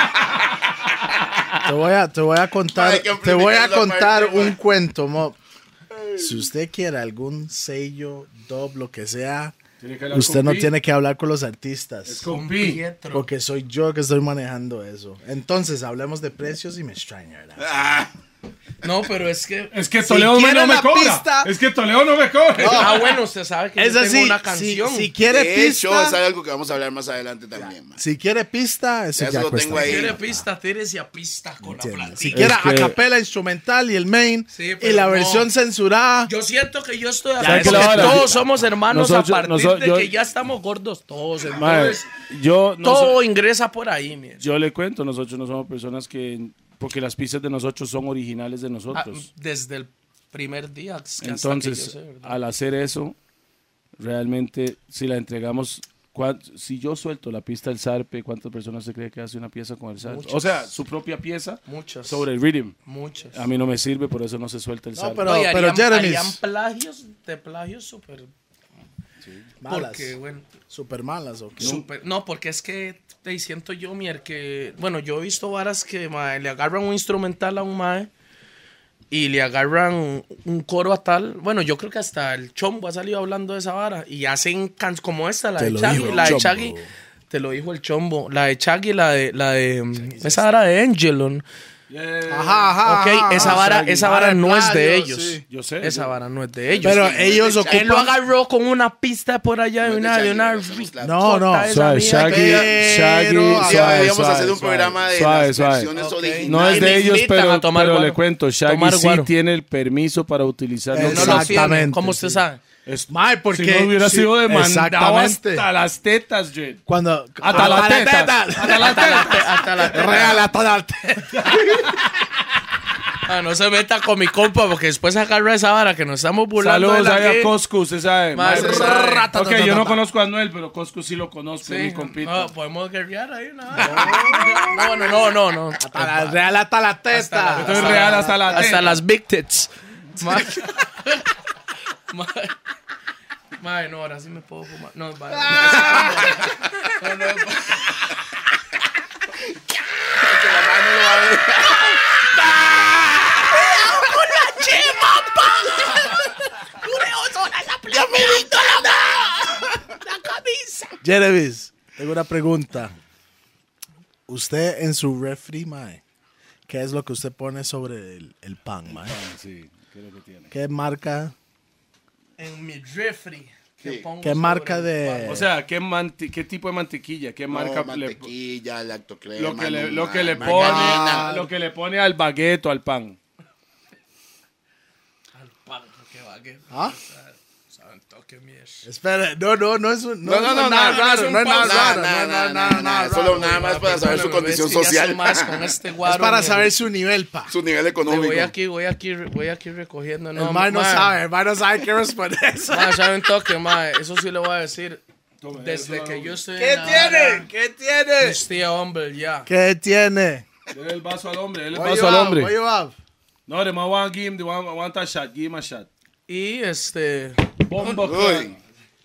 te voy a contar, Hay que te voy a amplificar esa contar parte, un man. cuento, mo. Si usted quiere algún sello, dub, lo que sea, Tiene que hablar usted con no Pi. tiene que hablar con los artistas. Con Pi. Pietro. Porque soy yo que estoy manejando eso. Entonces, hablemos de precios y me extraña, ¿verdad? Ah, No, pero es que... Es que Toledo quiere no me la cobra. pista- Es que Toledo no me cobra. Ah, bueno, usted sabe que Es yo así, tengo una si, canción. si quiere de hecho, es pista, algo que vamos a hablar más adelante también, man. si quiere pista, eso Ya ya se lo cuesta. tengo ahí. Si quiere pista, tírese a pista con la ¿Entiendes? plata. Si quiere Es que- a capela instrumental y el main Sí, y pero la no. versión censurada. Yo siento que yo estoy ¿Sabe acá qué porque la vara? todos somos hermanos Nosotros- a partir nosotros- de yo- que ya estamos gordos todos. Mae, Entonces, yo no todo soy- ingresa por ahí, mire. yo le cuento, nosotros no somos personas que... Porque las pistas de nosotros son originales de Ah, nosotros. desde el primer día. que hasta Entonces, que yo sé, ¿verdad? al hacer eso, realmente, si la entregamos... Si yo suelto la pista del Sarpe, ¿cuántas personas se cree que hace una pieza con el Sarpe? Muchas. O sea, su propia pieza Muchas. sobre el rhythm. Muchas. A mí no me sirve, por eso no se suelta el No, Sarpe. pero- No, y harían Jeremis. plagios de plagios súper... Malas. Porque, bueno, Super malas, ¿o qué? no, porque es que te siento yo, mier, que... Bueno, yo he visto varas que mae, le agarran un instrumental a un mae y le agarran un coro a tal... Bueno, yo creo que hasta el Chombo ha salido hablando de esa vara y hacen como esta, la Te de lo Chaggy. dijo el La de Chombo. Chaggy, te lo dijo el Chombo. La de Chaggy, la de esa vara de Angelon. Ajá, Ok, ajá, esa ajá. esa vara Ah, no es de plagio, ellos. sí. Yo sé. Esa vara no es de ellos. Pero ellos Él lo ocupan... agarró con una pista por allá de No es de una... De Shaggy, una hacemos claro. No, no. corta esa Suave, mierda Shaggy, que- Shaggy, Pero- suave, Deberíamos suave, hacer un suave, programa de suave, las suave. versiones Ok. originales. No es Y de me ellos, invitan pero, a tomar pero guaro. le cuento, Shaggy Tomar sí guaro. tiene el permiso para utilizar No lo Exactamente, tiene, ¿cómo usted sí. sabe? Mae, porque... si no hubiera sí, sido demandado exactamente. hasta las tetas, Jed. Cuando... Hasta las tetas. Hasta las tetas. Hasta la Real, hasta la teta. Ah, no se meta con mi compa porque después agarra esa vara que nos estamos burlando. Saludos de la ahí que- a Coscu, usted sabe. Mae, Mae, se sabe. Ok, yo no conozco a Noel, pero Coscu sí lo conozco, Sí, mi compita. no, podemos guerrear ahí, ¿no? No. Hasta la real, hasta la teta. Esto es real hasta la Hasta teta. las big tits. Mae, no, ahora sí me puedo fumar. No, vale. No. Jeremis, tengo una pregunta. Usted en su refri, mae, ¿qué es lo que usted pone sobre el pan, mae? Sí, ¿qué es lo que tiene? ¿Qué marca? En mi refri. Sí. ¿Qué marca de...? O sea, ¿qué tipo de mantequilla? ¿Qué marca No, le mantequilla, lactocrema. lo que le margarina. pone, lo que le pone al bagueto, al pan? Al pan, que va, que... ¿Ah? Espera, no es un. No, no, nada no, raro. No es nada raro. nada. Solo nada más para saber su condición social. Más con este Es guaro, para man. saber su nivel, pa. Su nivel económico. Voy aquí recogiendo. El man no sabe qué responder. Ma, ¿sabe un toque, ma? Eso sí le voy a decir. Desde que yo estoy ¿Qué en la vara, tiene? ¿Qué tiene? estoy humble ya. ¿Qué tiene? Dele el vaso al hombre, dele el What vaso you al have? hombre. What you have? No, the man want give him want a shot. Give him a shot. Y Bomba. Uy.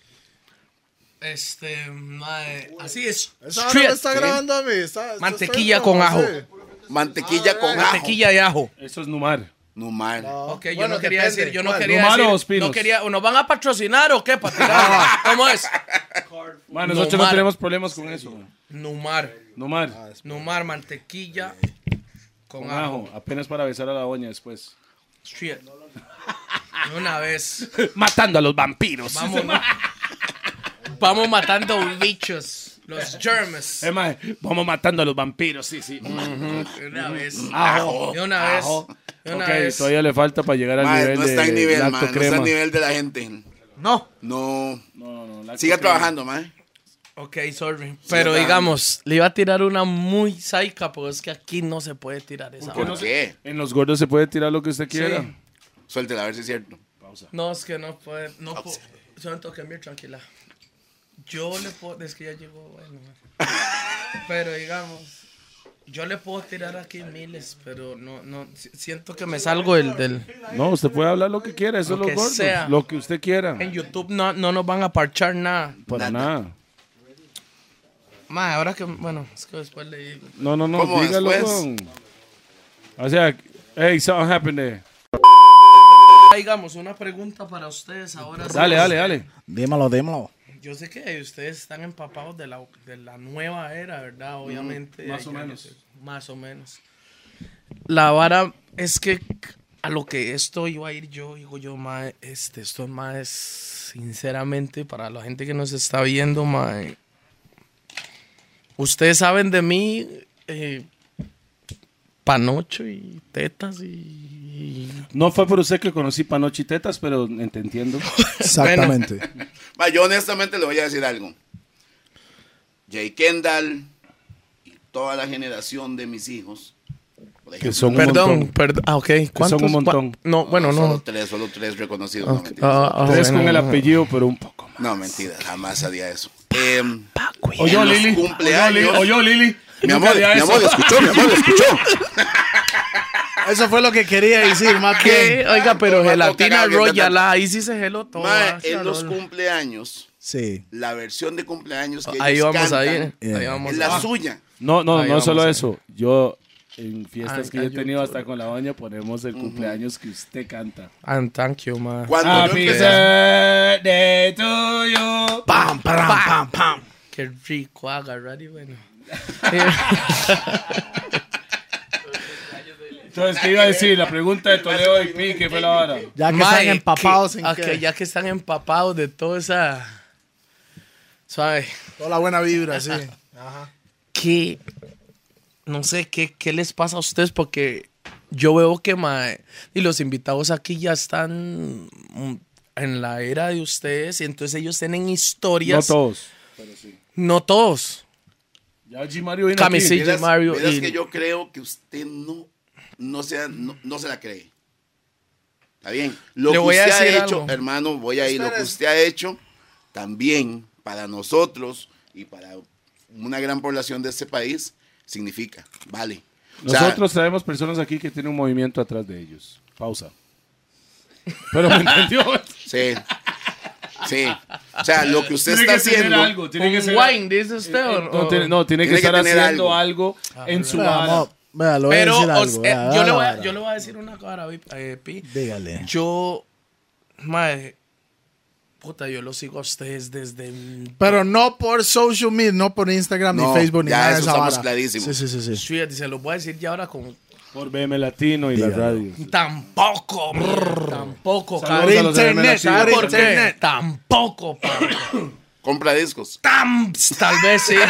mae, así es. ¿Esa no Street. está grabando a mí? Mantequilla está con como ajo. así. Mantequilla con ajo. Mantequilla y ajo. Eso es Numar. No, man. Ok, yo Bueno, no quería depende. decir, yo no ¿Cuál? quería ¿Numar o decir, Ospinos? no quería, ¿nos van a patrocinar o qué? Para tirar. ¿Cómo es? Man, nosotros no Numar. tenemos problemas con eso. Man. Numar. Numar. Numar, mantequilla con Con ajo. ajo. Apenas para besar a la doña después. Street. De una vez. Matando a los vampiros. Vamos matando bichos. Los germs. Mae, vamos matando a los vampiros, sí. De una vez. Ajo. De una vez. De una Ok, vez. todavía le falta para llegar al Man, nivel no está en de nivel, lacto man. No está crema. en nivel de la gente. No. No. No, lacto Siga crema. trabajando, man. Ok, sorry. Pero digamos, le iba a tirar una muy saica, pero es que aquí no se puede tirar esa. ¿Por vara. qué? En los gordos se puede tirar lo que usted quiera. Sí. Suéltela a ver si es cierto. No, es que no puede. No puedo. Solo toque bien, tranquila. Yo le puedo. Es que ya llegó. Bueno, pero digamos. Yo le puedo tirar aquí miles, pero no. Siento que me salgo del. No, usted puede hablar lo que quiera, eso Lo es que los gordos. sea. Lo que usted quiera. En YouTube no nos van a parchar nada. Para nada. Ma, ahora que. Bueno, es que después le digo. No, ¿Cómo dígalo. después? Con... O sea, hey, something happened there. Digamos, una pregunta para ustedes ahora. Dale. Dímelo. Yo sé que ustedes están empapados de la nueva era, ¿verdad? Obviamente. más o menos. Más o menos. La vara es que a lo que esto iba a ir yo, digo yo, mae, esto más sinceramente, para la gente que nos está viendo, mae, ustedes saben de mí, panocho y tetas y... No fue por usted que conocí Panoche y Tetas, pero te entiendo. Exactamente. Ma, yo honestamente le voy a decir algo. Jay Kendall y toda la generación de mis hijos. Por ejemplo, Que son un Perdón, montón. ok. son un montón. No, bueno, no. Solo tres reconocidos. No, Ok, mentira. Tres bueno, con el bueno. apellido, pero un poco más. No, mentira, jamás haría eso. Oyó en los Lili. cumpleaños. Oyó Lili. Mi amor, escuchó. Eso fue lo que quería decir, más ¿Qué? bien. Oiga, pero No, gelatina cagado, royal, bien, ahí sí se geló todo. Ma, ah, en los Charol. cumpleaños, Sí. la versión de cumpleaños que Ahí ellos vamos a cantan ir. Ahí vamos es a la ir. suya. No Ahí no solo vamos a eso. Yo, en fiestas Ah, que yo he tenido YouTube. hasta con la doña, ponemos el cumpleaños que usted canta. And thank you, man. Cuando yo Happy empecé, birthday to you. Pam, pam, pam. Qué rico, agarrar y bueno. Entonces, ¿qué iba a decir? La pregunta de Toledo y Pi, ¿qué fue la vara? Ya que Mae, están empapados en ok, ya que están empapados de toda esa... ¿Sabe? toda la buena vibra, sí. ¿Qué? No sé, ¿qué les pasa a ustedes? Porque yo veo que, mae, y los invitados aquí ya están en la era de ustedes y entonces ellos tienen No historias. todos. No todos. Ya G. Mario vino Camisilla. aquí. Sí, Mario, vieras y- que yo creo que usted no se la cree. Está bien. Lo Le que voy a usted ha decir hecho, algo. hermano, voy a ir. Lo que Espera. usted ha hecho también para nosotros y para una gran población de este país significa, vale. O sea, Nosotros traemos personas aquí que tienen un movimiento atrás de ellos. Pausa. Pero me entendió. sí. Sí. O sea, lo que usted Tiene está que tener haciendo. algo. Tiene que ¿Un ser wine, dice usted? No, tiene que Tiene que estar tener haciendo algo en su Vea, vara. amor, vea, le voy a Pero decir o algo. sea, vea, yo, vea le voy la a, vara. yo le voy a decir una cosa, Pi. Dígale. Yo, mae, puta, yo lo sigo a ustedes desde... Pero no por social media, no por Instagram, No, ni Facebook, ni ya nada de eso esa estamos vara. clarísimos. Sí. Street, se los voy a decir ya ahora con... Por BM Latino y la Dígalo. radio. Tampoco, tampoco, Saludos cabrón. a los de BM Internet, Latino. ¿Por internet. qué? Tampoco, padre. Compra discos. Tal vez sí.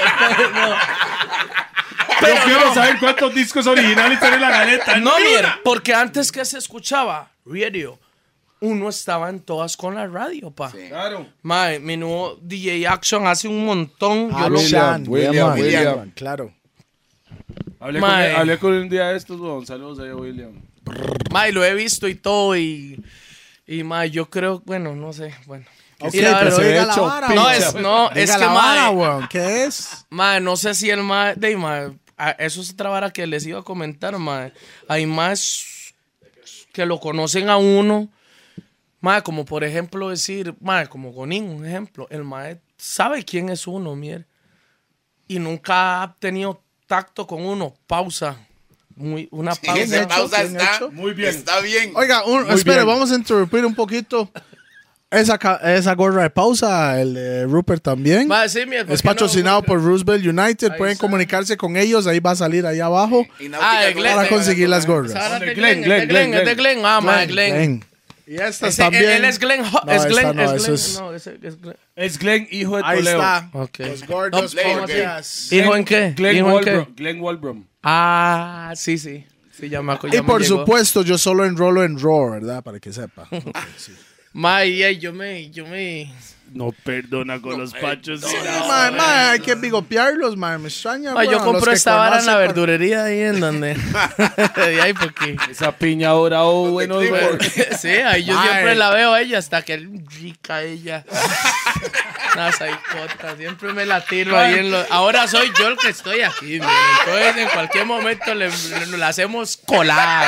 Pero quiero saber cuántos discos originales tiene la galeta. No, mira, porque antes que se escuchaba radio, uno estaba en todas con la radio, pa. Sí. Claro. Mae, mi nuevo DJ Action hace un montón. Yo lo- William. Claro. Hablé con un día de estos, weón. Saludos ahí a William. Mae, lo he visto y todo y mae, yo creo, bueno, no sé, bueno. Ok, Mira, pero se ve diga la hecho vara, pincha. No, weón. es Diga que la vara, mae, weón. ¿Qué es? mae, no sé si el mae, eso es otra vara que les iba a comentar, mae. Hay más que lo conocen a uno, mae, como por ejemplo decir, mae, como Gonín, un ejemplo, el mae sabe quién es uno, mier, y nunca ha tenido tacto con uno. Pausa. Una Sí, pausa. esa pausa bien está hecho. Muy bien. Está bien. Oiga, espere, vamos a interrumpir un poquito. Esa gorra de pausa, el de Rupert también. Mae, sí, mier, ¿por Es qué no? patrocinado por Roosevelt United. Ahí Pueden está. comunicarse con ellos. Ahí va a salir ahí abajo Y Náutica de Glenn, para conseguir las gorras. Sara De de Glenn, Glenn, es de Glenn, Glenn, es de Glenn. Glenn. Ah, mae, Glenn. Y estas Ese- también. Él es Glenn. No, Es esta Glenn. no, Es eso Glenn. es- No, ese es Glenn. Es Glenn, hijo de Ahí Toledo. está. Ok. Los gordos Glenn, podcast. ¿Hijo en qué? Glenn ¿Hijo en qué? Walbrom. Glenn Walbrom. Ah, sí, sí. Sí, ya me acuerdo. Y por supuesto, yo solo enrolo en Raw, ¿verdad? Para que sepa. Mae, yo me... No perdona con los pachos. Hay que bigopearlos, man. Me extraña. Mae, yo weón, los compro que esta vara en la conocen, verdurería ahí en donde... de ahí porque... Esa piña ahora, bueno. Sí, ahí yo Mae. siempre la veo a ella hasta que rica ella. Una saicota, siempre me la tiro ahí en los... Ahora soy yo el que estoy aquí, miren. Entonces en cualquier momento le hacemos colar.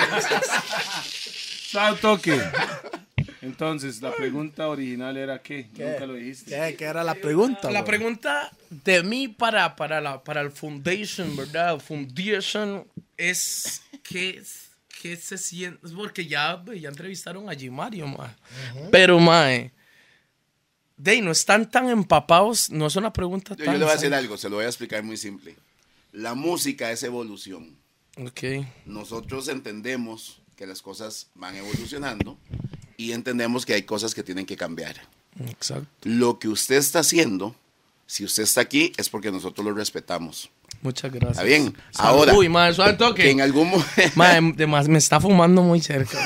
Sal toque. Entonces, la pregunta original era ¿qué? Nunca lo dijiste. ¿Qué era la pregunta? La weón? pregunta de mí para el Foundation, ¿verdad? El Foundation es ¿qué se siente? Es porque ya entrevistaron a Jimario, mae. Pero, mae, no están tan empapados. No es una pregunta Yo tan... le voy a decir algo, se lo voy a explicar muy simple. La música es evolución. Ok. Nosotros entendemos que las cosas van evolucionando y entendemos que hay cosas que tienen que cambiar. Exacto. Lo que usted está haciendo, si usted está aquí, es porque nosotros lo respetamos. Muchas gracias. ¿Está bien? Salud. Ahora, Uy, mae, suave toque. que en algún momento... Mae, me está fumando muy cerca.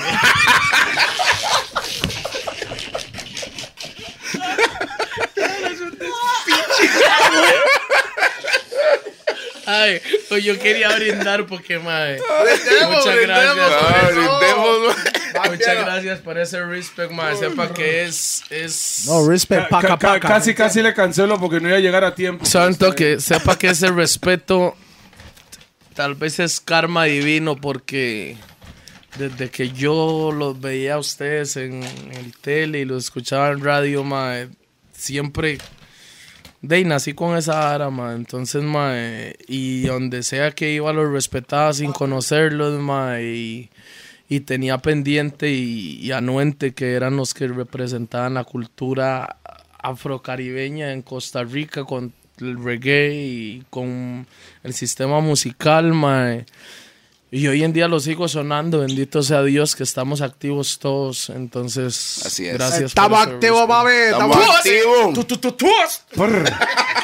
Ay, pues yo quería brindar porque, mae. Muchas gracias. Muchas gracias por ese respect, mae. Sepa que es... No, respect, paca, paca. Casi le cancelo porque no iba a llegar a tiempo. Santo, que sepa que ese respeto tal vez es karma divino porque desde que yo los veía a ustedes en el tele y los escuchaba en radio, mae, siempre nací con esa vara, mae. Entonces, mae, y donde sea que iba los respetaba sin conocerlos, mae, y tenía pendiente y anuente que eran los que representaban la cultura afrocaribeña en Costa Rica con el reggae y con el sistema musical, mae. Y hoy en día lo sigo sonando, bendito sea Dios que estamos activos todos. Entonces, Así es. gracias. Estamos por ese activos, respeto. babe. Estamos activos.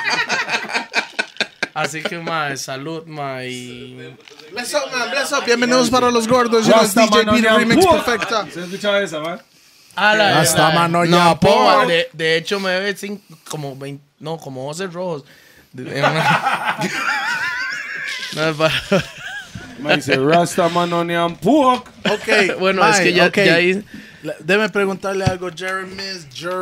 Así que, mae, salud, mae. y- Bless up, man. Bless up. Bienvenidos para los gordos. Y Ya los está, DJ mano, Beat ya. Remix ¡Pua! perfecta. ¿Se escuchaba esa, va? Ya está, mano, ya, No, por. po, de hecho, me ve como 20, no, como 12 rojos. No, es para- Me dice Rasta Manonian Puok. Ok. Bueno, mae, es que ya, ok. ya ahí... Déjeme preguntarle algo. Jeremías.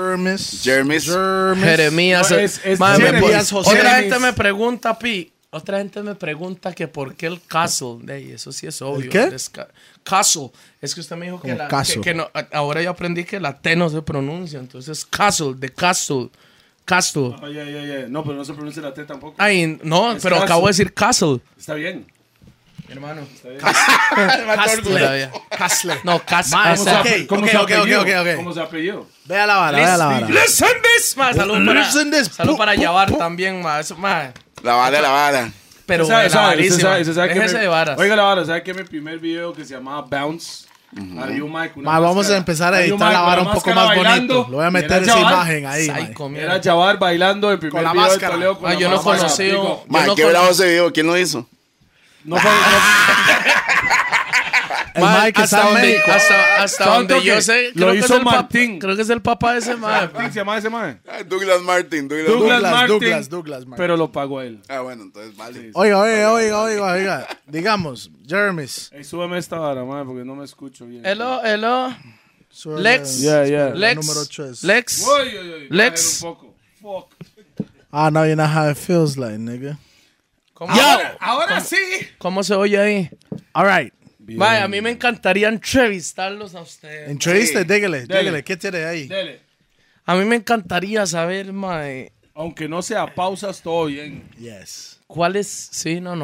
Jeremías. No, es Mae, Jeremías José. Otra Jeremías. gente me pregunta, Pi. Otra gente me pregunta que por qué el castle. Ey, eso sí es obvio. qué? Castle. Es que usted me dijo que, Como castle. que no, ahora yo aprendí que la T no se pronuncia. Entonces, castle, de castle. Castle. No, pero no se pronuncia la T tampoco. Ay, no, Es pero castle. acabo de decir castle. Está bien. Hermano. Castle. Castle. No, castle. Mae, Esa- ok. ¿Cómo se ok, apellido? ok. ¿Cómo se apellido? Vea la vara, vea la vara. Listen this, ma. Salud para, Listen this. salud para Pu, pu, Yavar pu. también, ma. Eso, ma. La vara. Pero Usted sabe, la varísima. usted sabe que Déjese de varas. Oiga la vara, ¿sabe que mi primer video que se llamaba Bounce? Había un mic, una Ma, vamos máscara. a empezar a Había un editar mic la con vara un poco máscara más bailando, bonito. Le voy a y meter era esa Jabbar. imagen ahí, mae. Psycho, mierda. Era Jabbar bailando el primer Con la video máscara. de Toledo con Ah, la yo no máscara. conocí. Digo, Mae, no qué con- bravo ese video. ¿Quién lo hizo? No fue... El Mae, mae que está en México. hasta donde yo sé, Lo creo que es hizo el papá- Martín. creo que es el papá de ese mae. ¿Quién se llama ese mae? Douglas Martin. Douglas Martin. Douglas, Martin. Pero lo pagó él. Ah, bueno, entonces vale. Oiga. Digamos, Jeremy's. Ey, súbeme esta vara, mae, porque no me escucho bien. Hello. Súbele Lex. Yeah. la Lex. número 3. Lex. Uy. Lex. Un poco. Fuck. Now you know how it feels like, nigga. Ahora sí. ¿Cómo se oye ahí? All right. Mae, a mí me encantaría entrevistarlos a ustedes. Entrevista, Sí. dígale. Dele. ¿Qué tiene ahí? Dele. A mí me encantaría saber, mae, Aunque no sea pausas, todo bien. Yes. cuál es... Sí, no.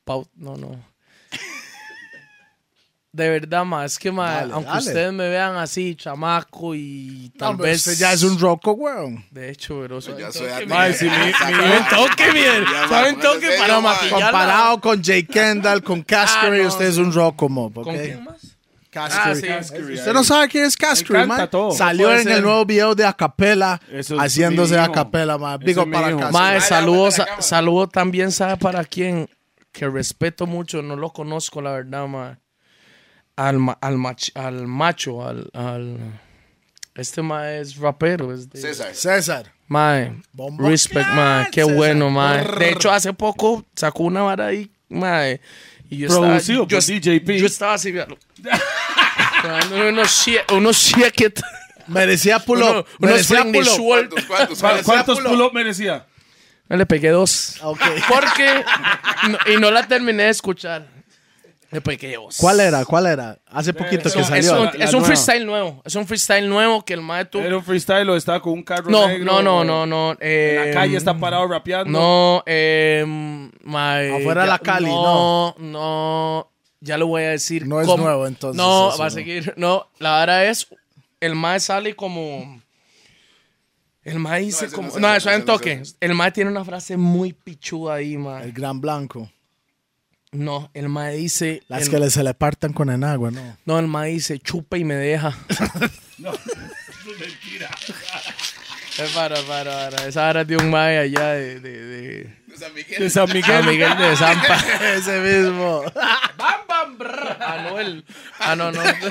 De verdad, mae, es que, mae, Dale, aunque dale. ustedes me vean así, chamaco, y tal Hombre, vez... usted ya es un roco, weón. De hecho, pero... Ya suave soy toque, Mae, si mae. mi Suave toque, mierda. Ya, Suave mae, toque póngase para serio, mae. maquillar. Comparado con Jay Kendall, con Caskery, no, usted es un roco, mo. ¿Con ¿ok? quién más? Caskery. Caskery. Usted no sabe quién es Caskery, encanta man. todo. Salió Puede en ser. el nuevo video de Acapella, Eso es haciéndose mi hijo. Acapella, man. Big Eso up es para mi hijo. Caskery. Mae, Dale, saludos, dale, cámara. saludo también, ¿sabe para quién? Que respeto mucho, no lo conozco, la verdad, mae. Al macho. Este mae es rapero. Es de, César. mae, Bomba respect, clan, mae, qué César. bueno, mae. De hecho, hace poco sacó una vara ahí, mae. Y yo Producido estaba, por DJP. Yo estaba así, véalo. unos shit, Merecía pull up. unos Merecía Britney pull up. Schwartz. ¿Cuántos pull-up merecía? Le pegué 2. Ok. Porque, y no la terminé de escuchar. Le pegué 2. ¿Cuál era? Hace poquito que eso- salió. la Es un nueva. freestyle nuevo. Es un freestyle nuevo que el maestro. ¿Era un freestyle o estaba con un carro No. negro? No. En la calle está parado rapeando. No, Afuera de la Cali, no. Ya lo voy a decir. No es cómo- nuevo, entonces, No, eso, va a ¿no? seguir. No, la verdad es. El mae sale como. El mae dice ese como. no es No, ese, eso es ese en no es toque. ese. El mae tiene una frase muy pichuda ahí, mae. El gran blanco. No, el mae dice. Las que se le partan con enagua, ¿no? No, el mae dice chupa y me deja. Para. Esa era de un mae allá de San Miguel. De San San Miguel. Miguel de Zampa. Ese mismo. Anuel. No.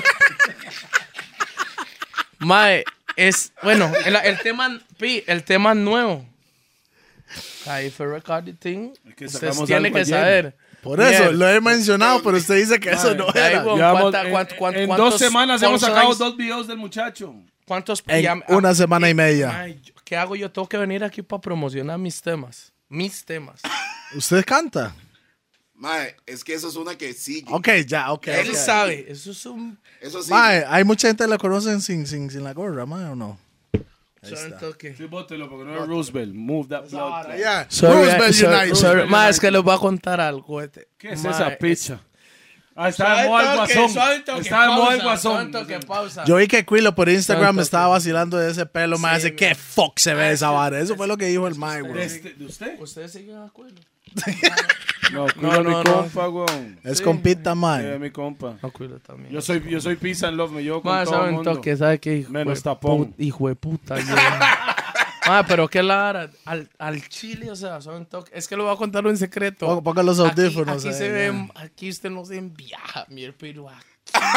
Mae, es. Bueno, el tema nuevo. Ahí fue recording thing. que Ustedes sacamos tienen algo que ayer. saber. Por eso, Mierda. lo he mencionado, pero usted dice que eso no ahí, era. bueno. Llevamos- en ¿Cuántos 2 semanas hemos sacado likes? 2 videos del muchacho. ¿Cuántos? En ya- una semana y media. Ay, ¿qué hago? Yo tengo que venir aquí para promocionar mis temas. ¿Usted canta? Mae, es que eso es una que sigue. Ok, ya, ok. Él ok. sabe. Eso es un. Eso sí. Mae, hay mucha gente que la conocen sin la gorra, mae, ¿o no? Sí, bótelo porque no es Roosevelt. Move that blood. Yeah. Sorry, Roosevelt United. Roosevelt mae, es United. que les voy a contar algo. ¿Qué es Mae, esa picha? Ah, está de Suave moda el toque, guasón. suave toque, Está de moda el pausa, guasón. suave toque, pausa. Yo vi que Quilo por Instagram Santo. estaba vacilando de ese pelo, mae. Dice, ¿qué fuck se ve esa vara? Eso fue lo que dijo el mae, ¿De, güey. ¿De usted? ¿Ustedes siguen de acuerdo? No, cuida no, mi no. compa, weón. Es compita, Cuida mae. mi compa. No, cuido también. Yo soy peace and love, me llevo con Mae, todo el saben mundo. toque, ¿sabe qué? Hijo Menos de tapón. Hijo de puta. Pero qué lara. Al chile, o sea, saben toque. Es que le voy a contar un secreto. Ponga los audífonos. Aquí ahí, se ya. ve, aquí usted no se enviaja, mier, pero aquí.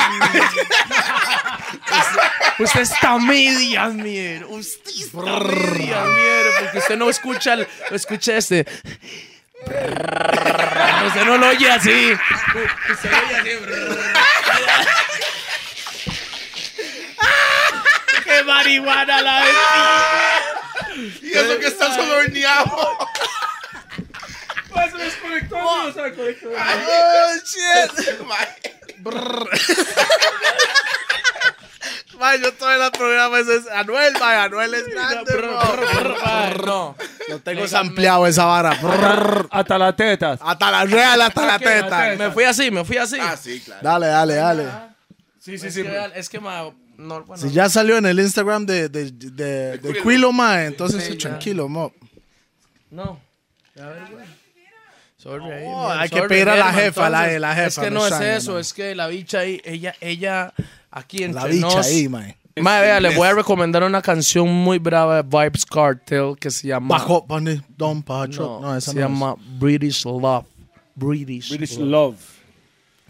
usted está a medias, mier. Usted está a medias, mier. Porque usted no escucha este. Usted no lo oye así. Usted lo oye así. ¡Qué marihuana la Y eso que está solo horneado. Se desconectó, no se desconectó. Oh, shit. Mae, yo estoy en el programa. Ese es Anuel, mae. Anuel es grande, bro. No. Lo tengo ampliado esa vara. Brrr. Hasta las tetas. Hasta la real, hasta la teta. Me fui así. Ah, sí, claro. Dale. Sí. Es que no, bueno, Si ya salió en el Instagram de Quilo, mae, entonces Sí, ya. tranquilo, mo. no. A ver, güey. Sorry, ahí, Oh, man. hay que Sorry, pedir a la Herman, jefa, entonces, la jefa. Es que me no es extraña, eso, mae. es que la bicha ahí, ella aquí entre La bicha nos. ahí, mae. Mae, vea, le voy a recomendar una canción muy brava de Vibes Cartel que se llama. Bajo, pone, Don Pacho. No, esa se no llama British Love. British British Love. love.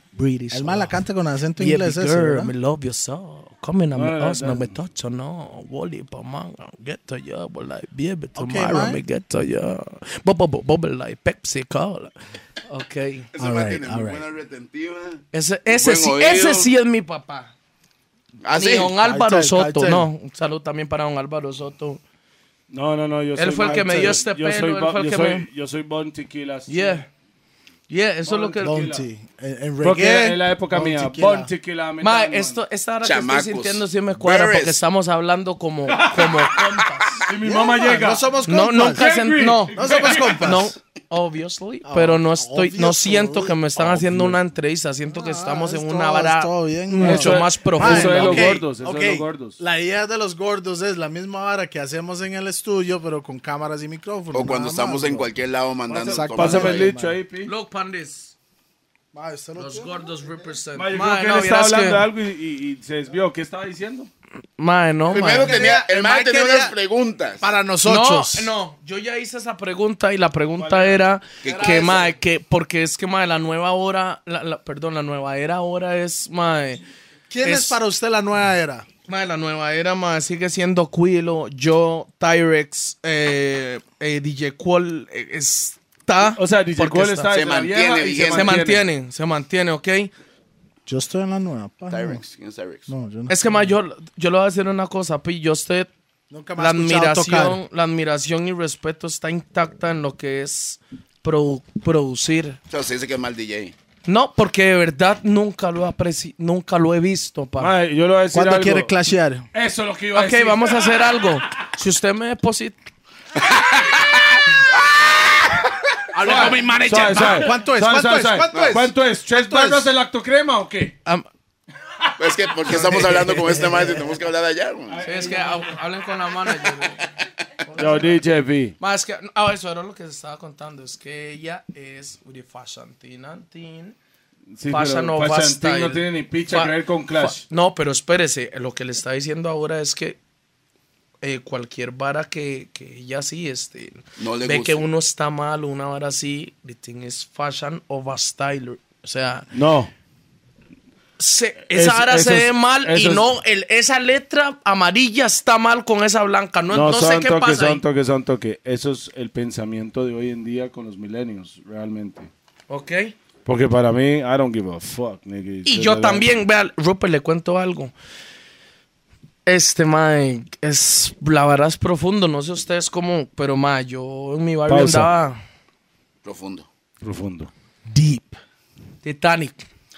British. El man la canta con acento Yeah, inglés big ese, girl, ¿verdad? me love you so. Come in, No, us, no me touch, no. Wally, pa man, get to you, but like, baby, Okay, tomorrow man. me get to you. Bubble like Pepsi Cola. Okay. Ese All man right, tiene all muy right. buena retentiva. Ese oído. sí es mi papá. Ah, Ni sí. don Álvaro Cartel, Soto, cartel. no. Un saludo también para don Álvaro Soto. No, yo soy Él fue el que me dio este yo pelo, soy él fue el que me... Yo soy Bon Tequila. Yeah, eso es lo que... Bounty. En Porque reggae. en la época Bon mía, Tequila. Bon Tequila. me Ma, dan, man. esta hora Chamacos. que estoy sintiendo sí me cuadra Beres. porque estamos hablando como compas. Y mi mamá Yeah, llega. No somos No, compas. nunca Henry. no. No somos compas. No, obviously, pero no obviously. siento que me están haciendo una entrevista, siento que estamos en una vara Todo bien. mucho Eso- más Eso profunda. es de los Ok, gordos, eso ok. es de los gordos. La idea de los gordos es la misma vara que hacemos en el estudio, pero con cámaras y micrófonos. O cuando nada estamos más, en bro. cualquier lado mandando Exacto. tomas Pásame ahí. el dicho ahí, pi. Look, Pandis, Ma, ¿usted lo los tiene? gordos represent. Ma, yo Ma, creo que no, él estaba vieras hablando de que- algo y se desvió. ¿Qué estaba diciendo? Ma, no, Primero ma. tenía, el el man man tenía quería- unas preguntas. Para nosotros. No, yo ya hice esa pregunta y la pregunta era que, ma, que porque es que, ma, la nueva hora, la nueva era ahora es, ma, ¿Quién es para usted la nueva era? ma, la nueva era, ma, sigue siendo Quilo, yo, Tyrex, DJ Qual, está. O sea, DJ porque Cole está Se desde la mantiene vieja y vigente. se mantiene, ¿ok? Yo estoy en la nueva. pa, Tyrex, ¿quién es Tyrex? No, yo no. Es que, ma, yo le voy a decir una cosa, pi, yo usted, Nunca me ha escuchado tocar. la admiración y respeto está intacta en lo que es producir. O sea, se dice que es mal DJ. No, porque de verdad nunca lo he visto, pa. Ma, yo le voy a decir ¿Cuándo algo. quiere clashear? Eso es lo que iba a Ok, decir. vamos a hacer algo. Si usted me deposita... Hablo con mi manager. Suave, suave. ¿Cuánto es? Suave, ¿Cuánto suave, es? suave. ¿Cuánto es? ¿Cuánto es? ¿Tres ¿Cuánto barras es? de lactocrema o qué? Es que, ¿por qué estamos hablando con este man si tenemos que hablar de allá, man? Sí, es que hablen con la manager. Yo, DJ V. Más que... eso era lo que se estaba contando. Es que ella es de Fashion Teen. Sí, Fashion pero Nova Fashion Team Style. no tiene ni picha que ver con Clash. No, pero espérese. Lo que le está diciendo ahora es que cualquier vara que ella sí No le ve gusta. que uno está mal, una vara así, the thing is fashion over style. O sea, No. esa vara se eso es- ve mal y eso es- no, esa letra amarilla está mal con esa blanca. No sé son qué toques, pasa. son toques. Eso es el pensamiento de hoy en día con los millennials, realmente. Ok. Porque para mí, I don't give a fuck, nigga. Y yo también, vea, Rupert, le cuento algo. Mae, la verdad es profundo, no sé ustedes cómo, pero mae, yo en mi barrio Pausa. andaba Profundo. Profundo. Deep. Titanic.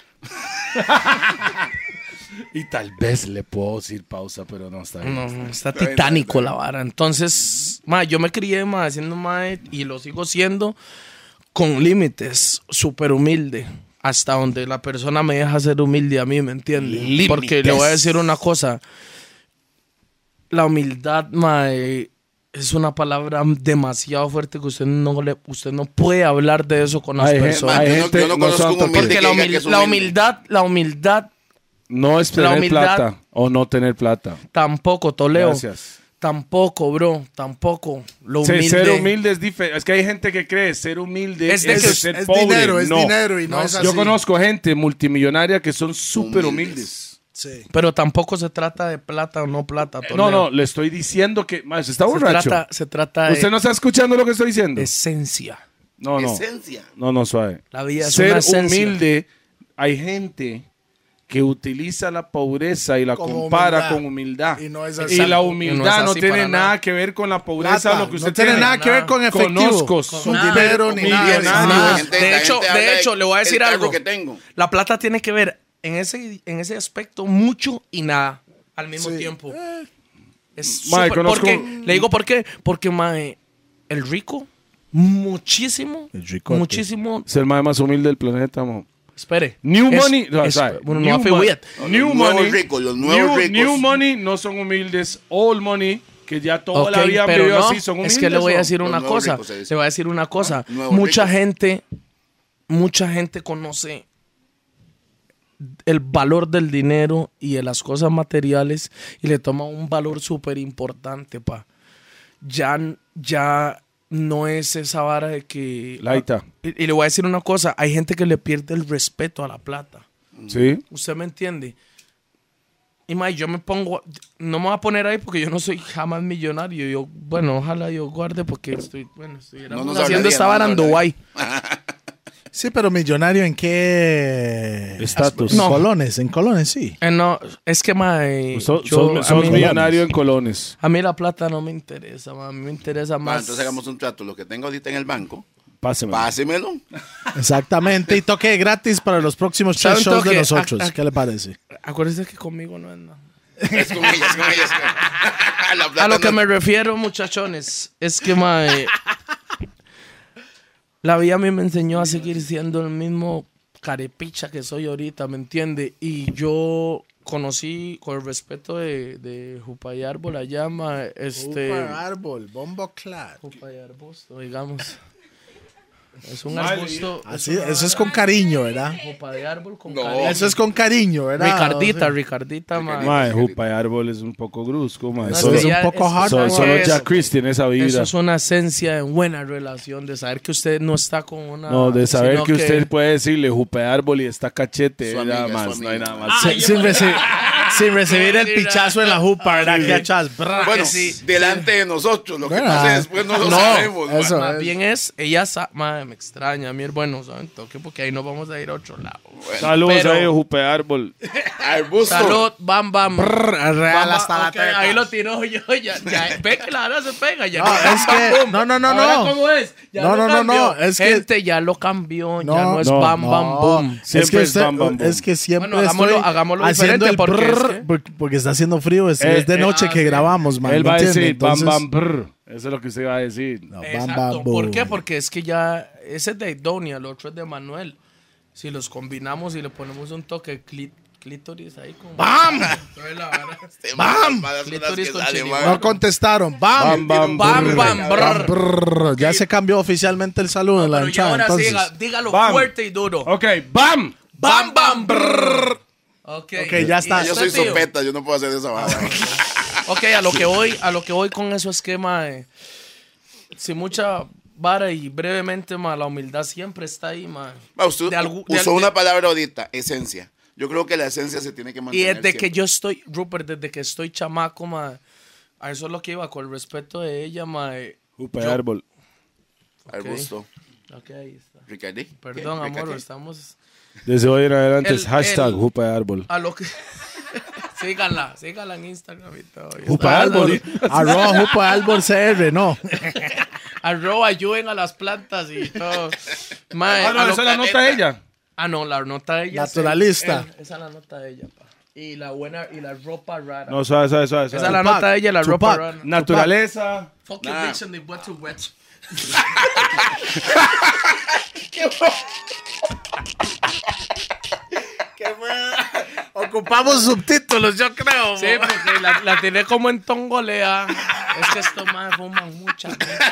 Y tal vez le puedo decir pausa, pero no está bien. No, está titánico la vara. Entonces, mae, yo me crié, mae, siendo mae, y lo sigo siendo con límites, súper humilde. Hasta donde la persona me deja ser humilde a mí, ¿me entiende? Porque le voy a decir una cosa. La humildad, mae, es una palabra demasiado fuerte que usted no puede hablar de eso con las Hay personas. hay yo no- gente, yo no conozco son un humilde toques. Porque que diga que es la humilde. humildad No es la tener humildad- plata o no tener plata. tampoco, Toledo. Gracias. Tampoco, bro, tampoco. Lo Sí, humilde. ser humilde es diferente. Es que hay gente que cree ser humilde Es es, de que ser es pobre. dinero, es No. dinero y no es así. Yo conozco gente multimillonaria que son súper Humildes. humildes. Sí. Pero tampoco se trata de plata o no plata, Toledo. No, le estoy diciendo que... Más, está borracho. Se trata de ¿Usted no está escuchando lo que estoy diciendo? esencia. No. Esencia. No, suave. La vida es Ser una esencia. humilde, hay gente que utiliza la pobreza y la Como compara humildad. con humildad. Y no es así. Y la Y no humildad es no así tiene para nada nada. que ver con la pobreza, Plata, lo que usted no tiene nada que ver con efectivo. Conozco, Con súper dinero ni nada. millonario. nada. La De hecho, gente habla le voy a del decir carro algo. que tengo. La plata tiene que ver en ese aspecto mucho y nada al mismo tiempo. Es Mae, súper- conozco- porque, le digo por qué. Porque, mae, el rico, muchísimo, El ricote. muchísimo. Es el mae más humilde del planeta, mo. Espere. New money, no, es- sorry. bueno, New no fue mo- weird. New Los nuevos money, ricos, los nuevos ricos. New money no son humildes. Old money, que ya toda la Ok, vida pero vivió no, así, son humildes. es que le voy a ¿no? decir Los una nuevos cosa. ricos se dice. Le voy a decir una cosa. Nuevos Mucha ricos. gente conoce el valor del dinero y de las cosas materiales y le toma un valor súper importante, pa. Ya no es esa vara de que... Laita. Y le voy a decir una cosa, hay gente que le pierde el respeto a la plata. Sí. ¿Usted me entiende? Y mae, yo me pongo, no me voy a poner ahí porque yo no soy jamás millonario. Yo, bueno, ojalá yo guarde porque estoy No nos haciendo esta vara en Dubái. Sí, pero millonario ¿en qué Estatus? No. En colones, sí. No, es que mae, Sos a mí- millonario en colones. a mí la plata no me interesa, mae, a mí me interesa Bueno, más. entonces hagamos un trato. Lo que tengo ahorita en el banco, Pásemelo. pásemelo. Exactamente. Y toque gratis para los próximos 3 ¿Saben shows de toque? nosotros. ¿Qué le parece? Acuérdese que conmigo no es nada. Es con ella, es con ella. La plata A lo que no- me refiero, muchachones, es que mae, la vida a mí me enseñó a seguir siendo el mismo carepicha que soy ahorita, ¿me entiende? Y yo conocí, con el respeto de Jupay Árbol, allá, mae, árbol, bombo clad. Jupay Arbusto, digamos. Es un Vale. arbusto. Así, eso es con cariño, ¿verdad? Jupa de árbol con No. cariño. Eso es con cariño, ¿verdad? Ricardita, mae. Mae, Jupa de Árbol es un poco brusco, mae. No, Eso es un ya- poco hard. Solo eso- Jack Chris tiene esa Eso vibra. es una esencia en buena relación, de saber que usted no está con una... No, de saber sino que usted puede decirle Jupa de Árbol y está cachete. Su nada amiga, más, su no hay amiga. nada más. Sin recibir el pichazo en la jupa, ¿verdad? Que achas. Bueno, delante de nosotros. Lo que Bueno, pase después no lo sabemos. man. eso. Más bien es, ella madre, me extraña, a mí es bueno, ¿saben? Toque, porque ahí nos vamos a ir a otro lado. Saludos Pero- a ellos, Jupa de Árbol. Arbusto. Salud, bam, bam. Real Bam, hasta la ok, teta. ahí lo tiró yo, ya, ve que la vara se pega, ya. No, es que. No. Ahora, ¿cómo es? Ya No, lo no, cambió. no, es que- Gente, ya lo cambió, ya No, no es no, bam, bam, boom. Es Siempre que, es bam, bam, boom. es que siempre Bueno, hagámoslo- estoy hagámoslo haciendo diferente el porque es brrr, porque está haciendo frío. Es de noche que sí. grabamos, man. Él ¿me va a entiende? decir bam, Entonces- bam, brr. Eso es lo que usted va a decir. No, bam, Exacto. bam, ¿Por boom. qué? Porque es que ya ese es de Idonia, el otro es de Manuel. Si los combinamos y le ponemos un toque clítoris ahí con... ¡Bam! ¡Bam! Clítoris con chile. No contestaron. ¡Bam! Bam, bam, Bam, brr. bam, brr. Brrr. Ya se cambió oficialmente el saludo en la Pero ya hinchada. ahora sí, Entonces, dígalo Bam. fuerte y duro. Ok, bam. Bam, bam, brr. Ok, ya está. ¿Y Yo usted, soy tío? sopeta, yo no puedo hacer esa vara. Ok, a lo que voy con eso es que, mae, sin mucha vara y brevemente, mae, la humildad siempre está ahí, mae. Usted De algún- usó de- una palabra ahorita, esencia. Yo creo que la esencia se tiene que Y mantener desde que siempre. yo estoy, Rupert, desde que estoy chamaco, mae, a eso es lo que iba, con el respeto de ella, mae. Jupa de Árbol. Arbusto. Ok, ahí está. Ricardi. Perdón, ¿Qué? amor, Ricardi. estamos Desde hoy en adelante es El- hashtag el- Jupa de Árbol. a lo que... síganla en Instagram y todo. Jupa de árbol. Arroba Jupa de árbol CR, no. Arroba, ayuden a las plantas y todo. Mae, Ah, no, a lo esa es la que- nota de ella. Ah, no, la nota de ella. Naturalista. Esa es la nota de ella, pa. Y la buena, y la ropa rara. No, suave. Esa es la Tupac, nota de ella, la ropa Tupac. rara. Naturaleza. Fucking Nah. bitch and they wet to wet. Ocupamos subtítulos, yo creo. Sí, porque la tiré como en tongolea. Es que estos más fuman mucha.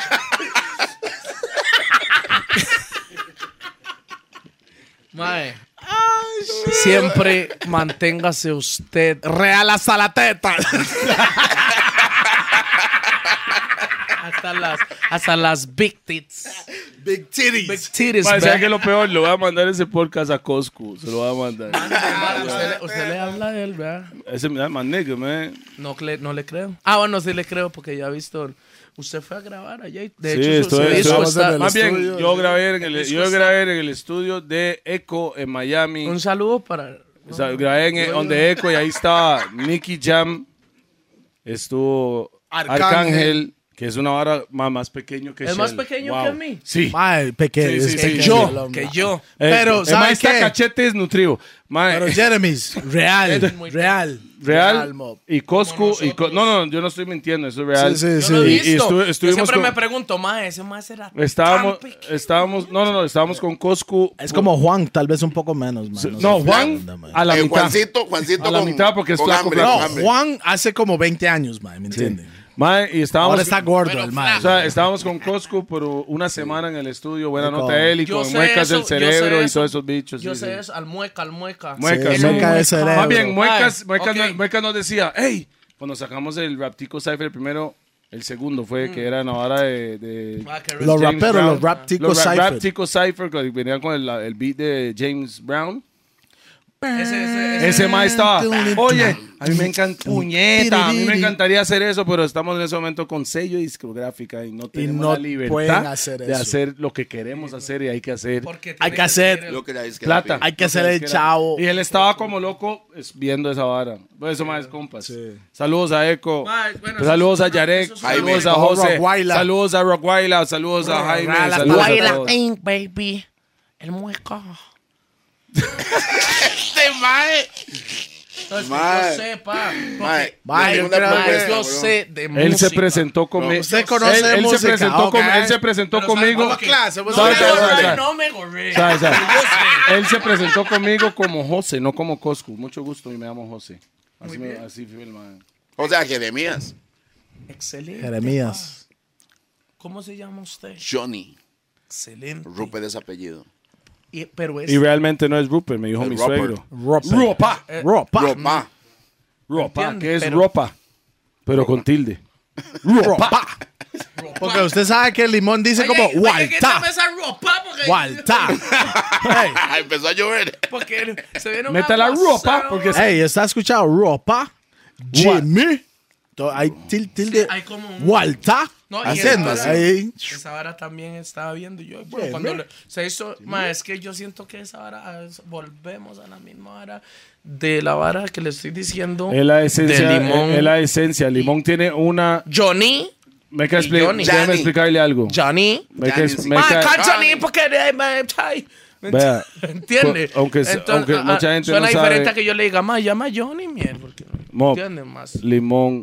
Mae. Siempre manténgase usted Real hasta la teta. hasta las big tits. Big titties. Big titties, Mae, ¿sabe man. qué es lo peor? Le voy a mandar ese podcast a Coscu. Se lo voy a mandar. Usted le habla a él, ¿verdad? Ese my nigga, man. No le creo. Ah, bueno, sí le creo porque ya he visto. Usted fue a grabar allá. Y de Sí, hecho, su estoy- disco estoy- está- el Más bien, estudio, yo sí. grabé en el estudio de Echo en Miami. Un saludo para. O sea, grabé en donde Echo y ahí estaba Nicky Jam. Estuvo Arcángel, que es una vara más pequeño que ¿Es más Shell. pequeño Wow. que mí? Sí. Mae, pequeño. Sí, sí, es sí, pequeño sí. el hombre. Que yo. Pero, ¿sabe está qué? cachete desnutrido. Mae, Pero Jeremy's, real. Muy- real. mob. Y Coscu. Como nosotros. No, yo no estoy mintiendo, eso es real. Sí, Yo sí, lo he sí. Y visto. Yo estuvimos siempre con- me pregunto, mae, ese mae será. Estábamos con Coscu. Es como Juan, tal vez un poco menos, man. No, sé. Juan man. a la mitad. Juancito A la con- mitad porque es con flaco, hambre, flaco. con No, hambre. Juan hace como 20 años, man, ¿me entiende? Mae, y estábamos. Ahora está gordo el man. O sea, estábamos con Coscu por una semana en el estudio. Buena Rico. nota de él y Yo con sé muecas eso, del yo sé cerebro y eso. todos esos bichos. Yo sí, sé sí. eso, al mueca. Muecas, Sí, sí. mueca de cerebro. Más bien, Muecas, Ay, ok. Muecas nos decía, hey, cuando sacamos el Raptico Cypher, el primero, El segundo fue que era en la vara de Los James raperos, Brown. los Rap Tico Los Cypher. Rap Tico Cypher, que venían con el beat de James Brown. Ese mae estaba, oye, a mí me encanta, puñeta, a mí me encantaría hacer eso, pero estamos en ese momento con sello y discográfica y no tenemos no la libertad pueden hacer de eso. hacer lo que queremos hacer y hay que hacer Hay que hacer Lo que la disquera plata. pide. Hay que hacer el chavo. Y él estaba como loco viendo esa vara. Pues eso más compas. Saludos a Eco. Saludos a Yarek. Saludos a José. Rockweiler. Saludos a Rockweiler. Saludos a Jaime. Saludos a todos. baby. El mueco. Este mae. Yo sé, pa. Mae, Mae, yo tengo una yo creo propuesta, que- Yo bro. sé de música. Él se presentó conmigo. Usted conoce de él música, se presentó ok. él se presentó conmigo. Vamos a clase, vamos a ¿Sabe, clase. sabe, sabe? No me gorré. ¿Sabe? Él se presentó conmigo como José, no como Coscu. Mucho gusto y me llamo José. Así fue el man. O sea, Jeremías. Excelente. Jeremías. pa. ¿Cómo se llama usted? Johnny. Excelente. Rupert es apellido. Pero es... Y realmente no es Rupert, me dijo Es mi Rupert. suegro. Ropa. Ropa. Ropa. Ropa, ¿Entiende? que es Pero- ropa, pero con tilde. Ropa. Porque usted sabe que el limón dice como Walta. esa ropa porque... Walta. Hey, Empezó a llover. Porque se viene un Meta la aguacero. ropa, porque hey, ¿está escuchado? Ropa. Jimmy. Hay tilde. hay como un- Walta. No, y Haciendo entonces- ahí. Esa vara también estaba viendo yo. Bueno, cuando se hizo, es que yo siento que esa vara, volvemos a la misma vara de la vara que le estoy diciendo. es la esencia. de limón. Es la esencia. Limón tiene una. Johnny. Me que Johnny. déjeme explicarle algo. Johnny. Me que- Johnny, me que- Can't Johnny porque... Vea, ¿Entiende? aunque mucha gente suena no sabe- diferente a que yo le diga, llama Johnny, miel. Porque, Mo, ¿entiendes? Más. Limón,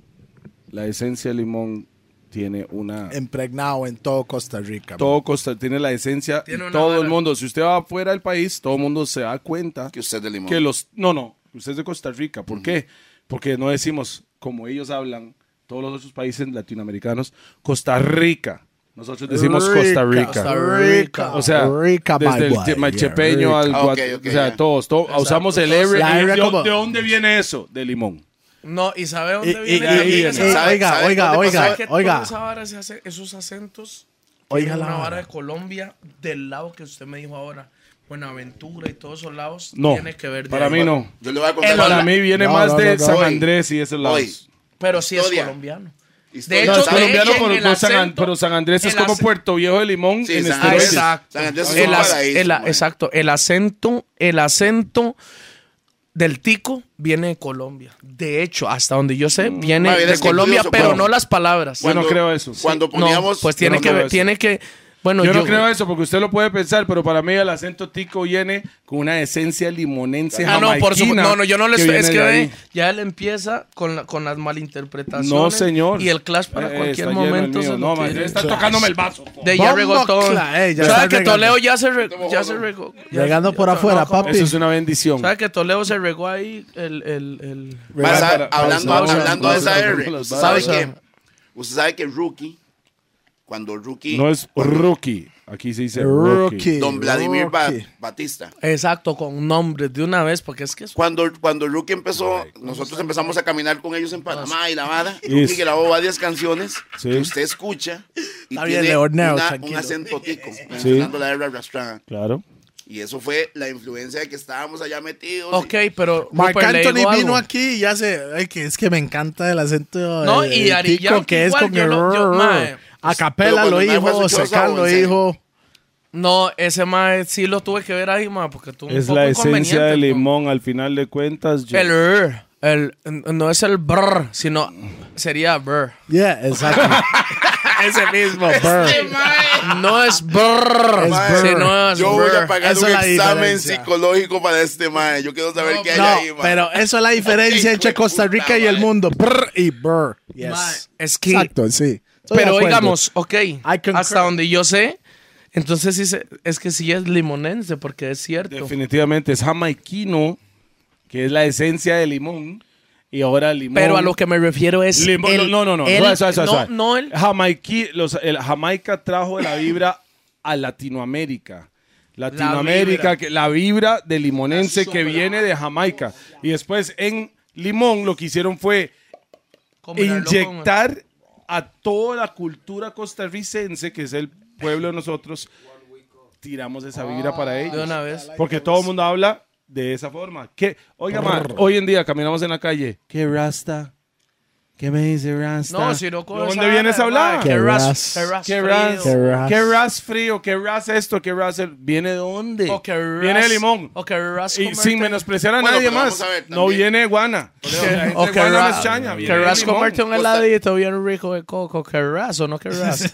la esencia de limón tiene una. Impregnado en todo Costa Rica. Todo Costa tiene la esencia. Tiene Y una todo el vara. mundo. Si usted va afuera del país, todo el mundo se da cuenta Que usted es de Limón. que los. No. Usted es de Costa Rica. ¿Por qué? Porque no decimos como ellos hablan, todos los otros países latinoamericanos, Costa Rica. Nosotros decimos Costa Rica. Costa Rica. O sea, Rica, my desde boy. el machepeño Yeah, al Rica. guat- Ok, o sea, ya. todos usamos el R. La R ¿De como- dónde viene eso? De limón. No, ¿y sabe dónde Y- viene? ahí también viene. esa vara? ¿Sabe dónde Oiga, pasó? oiga, Que oiga. toda esa vara se hace, esos acentos, Oiga tiene la una vara. vara de Colombia del lado que usted me dijo ahora. Buenaventura y todos esos lados No, tiene que ver de para ahí. mí no. Yo le voy a contar. Para mí viene No, más no, de no, San no. Andrés y esos lados. Hoy. Pero sí es Historia. colombiano. Historia. De No, hecho, es colombiano, en el acento- pero San Andrés es el como ac- Puerto Viejo de Limón Sí, en San esteroides. Andrés. Exacto. San Andrés es El un ac- paraíso, el- man. exacto. El acento del tico viene de Colombia. De hecho, hasta donde yo sé, viene Ma, de es que Colombia, curioso, pero bueno. no las palabras. Yo no creo eso. Cuando poníamos. No, pues tiene no que creo ver, eso. tiene que... Bueno, Yo no creo eso porque usted lo puede pensar, pero para mí el acento tico viene con una esencia limonense Ah, no, por supuesto. jamaiquina No, yo no le que estoy. Es viene que de ve, ahí. ya él empieza con las malinterpretaciones. No, señor. Y el clash para cualquier está lleno el momento. mío. se No, lo man, quiere. está tocándome el vaso. De ya Bombo regó todo. ya está ¿Sabe que regando. Toledo ya se regó? Regando por afuera, papi. Eso es una bendición. ¿Sabe que Toledo se regó ahí el... Más, Para- hablando pausa, hablando de esa pausa, R. pausa, ¿Usted sabe pausa. qué? Usted sabe que Rookie, cuando Rookie. No es rookie. Aquí se dice Rookie. rookie. Don Vladimir Rookie. Batista. Exacto, con nombres de una vez, porque es que... Cuando Rookie empezó, nosotros empezamos a caminar con ellos en Panamá y la vara. Yes. Rookie grabó varias canciones Sí. que usted escucha y Está bien, tiene Leonel, un tranquilo. acento tico, mencionando la R arrastrada. Claro. Y eso fue la influencia de que estábamos allá metidos. Ok, pero... Marc Rupert, le digo Anthony vino algo. aquí y ya sé, ay, que es que me encanta el acento No, de y Ari tico, Yankee que es igual, con yo el no- yo, mae, a pero capela cuando lo el mae fue dijo, a su choza, Secan ¿o lo en serio? dijo. No, ese mae sí lo tuve que ver ahí, mae, porque tuvo un Es poco la esencia inconveniente de con- limón al final de cuentas. yo- no es el brr, sino sería brr. Yeah, exacto. Ese mismo, bird. No es brr, Es sino es Yo voy a brr. pagar Eso un es la examen diferencia. psicológico para este mae. Yo quiero saber qué hay No, ahí, mae. pero eso es la diferencia entre Costa Rica y el mundo. Brr y brr. Yes. Mae, es que, Exacto, sí. Estoy de pero acuerdo. digamos, ok, concur. hasta donde yo sé, entonces sí es que sí es limonense, porque es cierto. Definitivamente es jamaiquino, que es la esencia de limón. Y ahora limón. Pero a lo que me refiero es Limón, el- no. el- Suave. no el El Jamaica trajo la vibra a Latinoamérica. vibra. La vibra de limonense que viene de Jamaica. Y después en Limón lo que hicieron fue combinarlo con- inyectar a toda la cultura costarricense, que es el pueblo de nosotros, tiramos esa vibra para ellos. De una vez. Porque todo el mundo habla de esa forma. Oiga, hoy en día caminamos en la calle. ¿Qué rasta? ¿Qué me dice rasta? No, si no con ¿Dónde vienes a hablar? ¿Qué ras? ¿Qué ras frío? ¿Qué ras esto? ¿Qué ras ¿Viene de dónde? O que ras, Viene de limón. O que ras Y sin menospreciar a nadie pero más. vamos a ver, No también. viene de guana. O que guana no ras. es chaña. Que ras comerte un heladito bien rico de coco. Que ras o no que ras.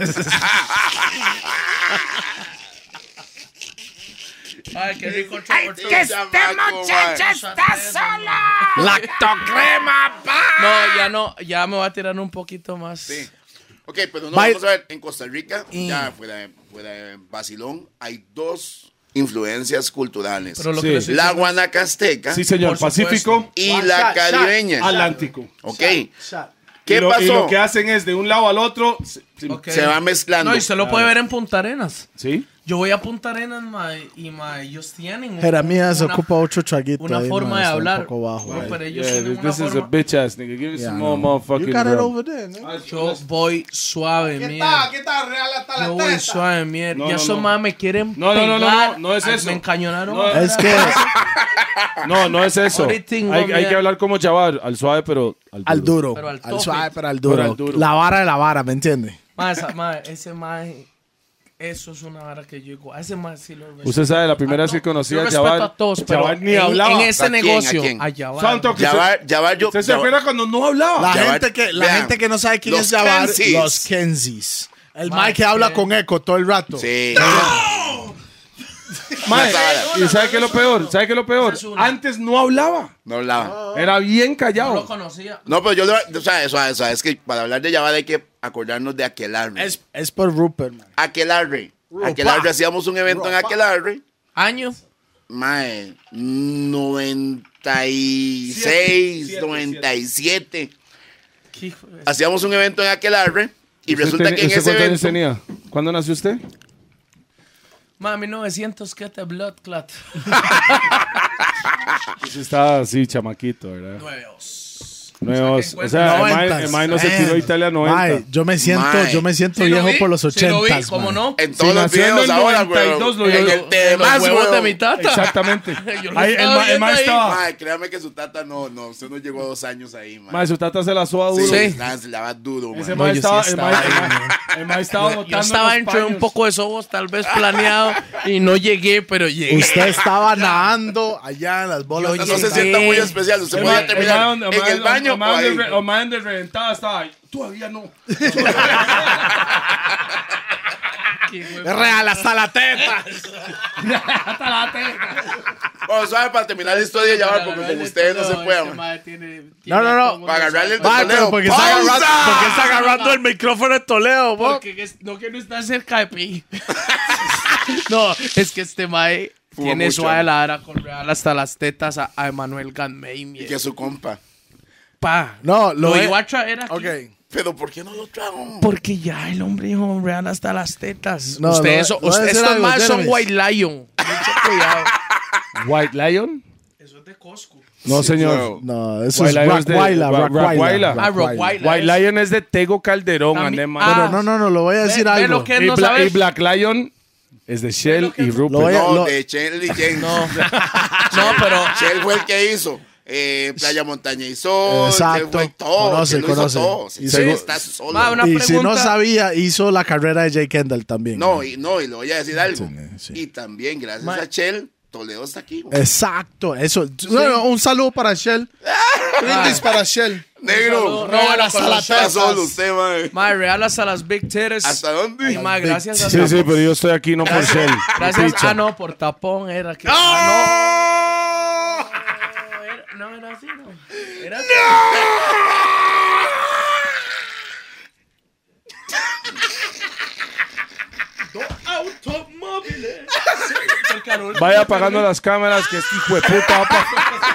Ay, qué rico. Que este muchacho está sola. ¡Lactocrema, pa! No, ya no. Ya me voy a tirar un poquito más. Sí. Ok, pero no, vamos a ver, en Costa Rica, ya fuera de vacilón, hay 2 influencias culturales. Pero lo Sí. que les La guanacasteca Sí, señor. Por supuesto. Pacífico, y la caribeña. Atlántico. Ok. Shot. ¿Qué Y lo pasó? que hacen es de un lado al otro. Ok. Se va mezclando. No, y se lo puede ver en Punta Arenas. ¿Sí? Yo voy a Punta Arenas, y ellos tienen Jeremías ocupa 8 traguitos. una ahí, forma de está un hablar. poco bajo, No, ahí. pero ellos Yeah, tienen una this is a forma. bitch ass nigga. Give me Yeah, some no. more motherfucking You got it rum. over there, ¿no? Yo voy suave, mierda. está? Real hasta Yo voy suave, mierda. No, ya no, esos no. más me quieren No, no, no, no, pegar. no es Ay, eso. Me encañonaron. No, ahora. Es que No es eso. Ahorita tengo Hay miedo. que hablar como chaval, al suave, pero al duro. Pero al al tope. suave, pero al Pero duro. al duro. La vara de la vara, ¿me entiendes? Ese más, eso es una vara que yo digo. A ese más sí lo respeto. Usted sabe, la primera vez que conocí Yo a respeto Jabal, a todos, pero Jabal ni en, hablaba. en ese ¿A quién? negocio, ¿A quién? a Jabal. Santo, que Jabbar, yo. ¿Usted se acuerda cuando no hablaba? La, Jabbar, gente, que, la vean, gente que no sabe quién los es Jabbar, Kenzies. los Kenzies. El Mae, Mike que habla que- con eco todo el rato. Sí. Mae, No, ¿y sabe qué es lo peor? ¿Sabe qué es lo peor? Esa es una. Antes no hablaba. No hablaba. Era bien No lo callado. conocía. No, pero o sea, es que para hablar de Jabbar hay que acordarnos de Aquelarre. Es por Rupert, man. Aquelarre. Rupa. Aquelarre, hacíamos un evento en Aquelarre. Año. Mae, 96, 97. ¿Qué hijo de- Hacíamos un evento en Aquelarre y resulta que en ¿Usted ese cuántos años evento... tenía? ¿Cuándo nació usted? Ma, 1900, ¿qué te blood clot? Usted estaba así, chamaquito, ¿verdad? Nuevos. Nuevos. O que sea, Noventas. el mae no se tiró Italia 90. Mae, yo me siento Mae. viejo por los 80. ¿Cómo no? En todos los nació en videos el ahora, 92, güey. lo En vio- el de Los más, huevos güey. de mi tata. Exactamente. Yo lo Ahí, estaba el mae viendo ahí. estaba. Mae, créame que su tata no, usted no llegó 2 años ahí, mae. Mae, su tata se la soba duro. Sí, nada, se la va duro, Ese mae. mae yo sí estaba, estaba el mae estaba botando Yo estaba los entre un paños. poco de sobos, tal vez planeado, y no llegué, pero llegué. Usted estaba nadando allá en las bolas. No de se Santa- sienta muy especial. Usted El puede mae- terminar el mae- en el baño o ahí. O mae donde reventaba estaba ahí. Todavía no. Es real hasta la teta. Bueno, suave para terminar la historia ya, va, porque con ustedes no se puede, mae. No. Para agarrarle el Mae, pero Toledo. porque está, ¡Pausa! agarrando, porque está agarrando el micrófono de Toledo, bo. Porque que no está cerca de pi. No, es que este mae Fuma tiene mucho. suave la vara con real hasta las tetas a Emanuel Ganmey. Y que es su compa. Pa. No, Lo es- iba a traer aquí. Ok. Pero ¿por qué no lo trago? Porque ya el hombre dijo real hasta las tetas. No, ustedes lo voy a decir estos algo, más son Jeremy. White Lion. Mucho cuidado. White Lion. Eso es de Costco. No, señor. No, eso White es Lion es de- Rockweiler. Rockweiler. Ah, Rockweiler. White Lion es de Tego Calderón, También- ande, Ah, man. Pero no, lo voy a decir Ve algo. lo que Y, no Bla- sabes. y Black Lion es de Shell y Rupert. Lo voy a- No, lo- de Shell y James. No, pero Shell fue el que hizo Playa, Montaña y Sol. Exacto. Shell fue todo. Conoce, Shell lo hizo conoce. todo. Y Shell segu- está solo. Ma, una Y si no pregunta. sabía, hizo la carrera de Jay Kendall también. No, y le voy a decir algo. Sí. Y también, gracias Ma- a Shell, Toledo está aquí. güey. Exacto, eso. No, un saludo para Shell. Brindis para Shell. Negro. Robert hasta la Está solo usted, mae. mae, real hasta las Big Titties. ¿Hasta dónde? Y mae, gracias a Sí, sí, pero yo estoy aquí no por Shell. Gracias. Picha. Ah, no, por tapón era que. No, era así, no. Era así. Vaya apagando las cámaras que este hijo de puta va pa-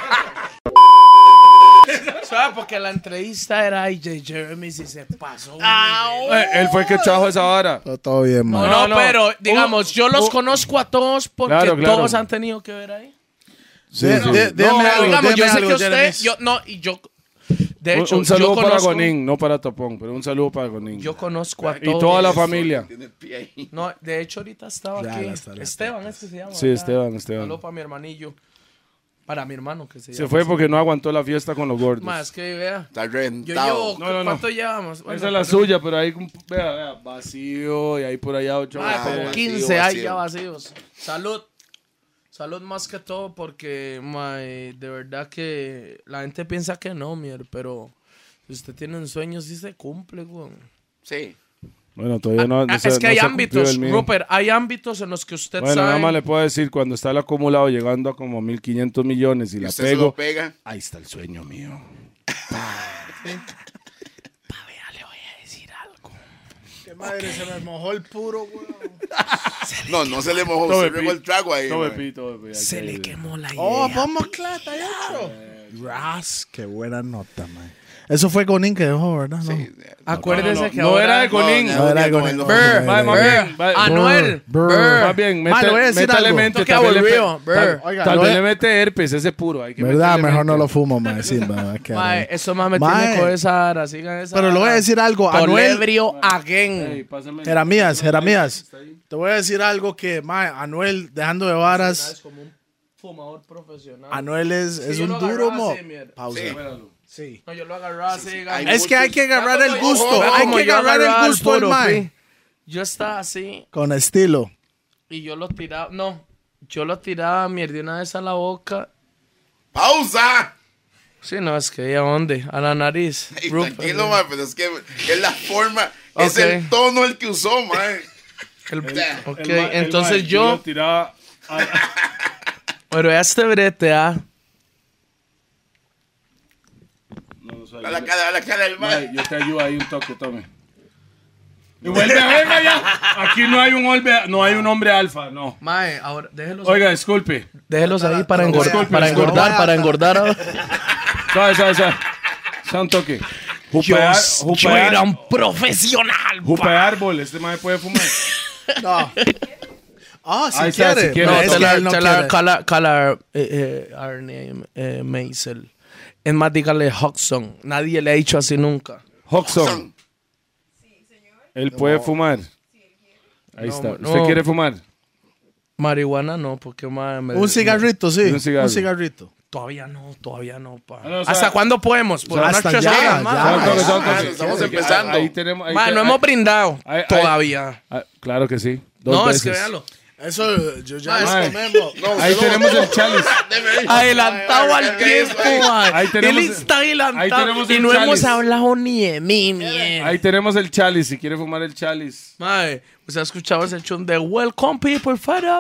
¿Sabes? Porque la entrevista era AJ Jeremy si se pasó. Él fue el que trajo esa vara. Todo bien, man. No, no. pero digamos, yo los conozco a todos porque Claro, claro. todos han tenido que ver ahí. Sí, sí. Dime No, algo, digamos, dime yo sé algo, que usted, Jeremy. yo, no, y yo, De hecho, un saludo yo para conozco- Gonín, no para Topón, pero un saludo para Gonín. Yo conozco a Y todos. toda la familia. Tiene el pie ahí. No, de hecho, ahorita estaba Ya, aquí. la está, la Esteban, es que se llama. Sí, ¿verdad? Esteban. Saludo para mi hermanillo. Para mi hermano, que se llama. Se fue porque no aguantó la fiesta con los gordos. Más que vea. Está Yo reventado. llevo. No. ¿Cuánto llevamos? Bueno, Esa es la suya, pero ahí, vea, vacío y ahí por allá 8 mae, como vacío, 15 hay vacío. ya vacíos. Salud. Salud más que todo porque, mae, de verdad que la gente piensa que no, pero si usted tiene un sueño, sí se cumple, güey. Sí. Bueno, todavía no, Es que no hay se cumplió ámbitos, el mío. Rupert, hay ámbitos en los que usted Bueno, sabe. nada más le puedo decir, cuando está el acumulado llegando a como 1.500 millones y Y la usted se lo pego, pega. ahí está el sueño mío. Vea, le voy a decir algo. Qué madre, se me mojó el puro, weón. No se le mojó. Tome, Se regó el trago ahí. Tome, mae. pi, tome, pi, ahí Se está le ahí. quemó la idea. Oh, vamos, clata, ya, Ras, qué buena nota, man. Eso fue Gonin que dejó, ¿verdad? No. Sí, Acuérdese que no ahora... era de Gonín. No era de no, Gonin. no, Brr, no, Mae, más bien, va- Anuel. Brr. Brr. Más bien, Ma, le voy a decir métale algo. mente, Toque tal vez le aburrido, pe- brr. tal- Oiga, tal lo vez voy- le mete herpes, ese puro. Hay que ¿Verdad? meterle Mejor mente. no lo fumo, man. Sí, me va a quedar Mae, ahí. eso más me Mae. tiene con esa vara, sigan esa Pero le voy a vara. decir algo. Anuel, Tolebrio Ey, again. pásame- Jeremías, te voy a decir algo que, mae, Anuel, dejando de varas, como un fumador profesional. Anuel es yo un lo duro, agarraba mo. así, mierda. Pausa. Sí. Sí. No, yo lo agarraba así. Hay Es que hay que agarrar el Como yo- gusto. Vea Hay como que yo agarrar agarraba el gusto del puro, mae. pi. Yo estaba así Con estilo. y yo lo tiraba. No, yo lo tiraba mierda una vez a la boca. ¡Pausa! Sí, no, es que ¿a dónde? A la nariz. Ey, Rupert. tranquilo, mae, pero es que es la forma, es Ok. el tono el que usó, mae. Ok, El ma- el entonces ma- yo. lo tiraba a- Pero este brete, A la cara del mae. Mae, yo te ayudo ahí un toque, tome. Y vuelve, venga ya. Aquí no hay un hombre alfa, no. Mae, ahora déjelos, Oiga, disculpe. déjelos ahí para engordar. Disculpe, Para disculpe. engordar, para engordar. Suave. Sea un toque. Yo era Jupe un profesional. árbol. Este mae puede fumar. No. Ah, si Ahí está, quiere. si quiere. No, No, es te que él no quiere. Color our name, Maisel. Es más, dígale Hodgson. Nadie le ha dicho así nunca. Hodgson. Él puede fumar. Ahí está. no. ¿Usted quiere fumar? Marihuana no, porque mae, Un cigarrito, sí. Un cigarro. Un cigarrito. Todavía no, pa. no, o sea, ¿Hasta cuándo podemos? Por hasta unas 3 ya, horas ya. más. Sea un toque, sea un Ah, toque. estamos empezando. Ahí tenemos. ahí Mae, te- no ahí- hemos brindado ahí- todavía. Claro que sí. Dos No, veces. es que véalo. Eso, yo ya Mae. les comemos. Ahí tenemos el chalice. Adelantado al tiempo, mae. Ahí tenemos- Él está ahí adelantado. tenemos Y el no hemos chalice. hablado ni de mí, mierda. Ahí tenemos el chalice. Si quiere fumar el chalice. Mae, ¿usted ha escuchado ese chum de Welcome People Fed Up?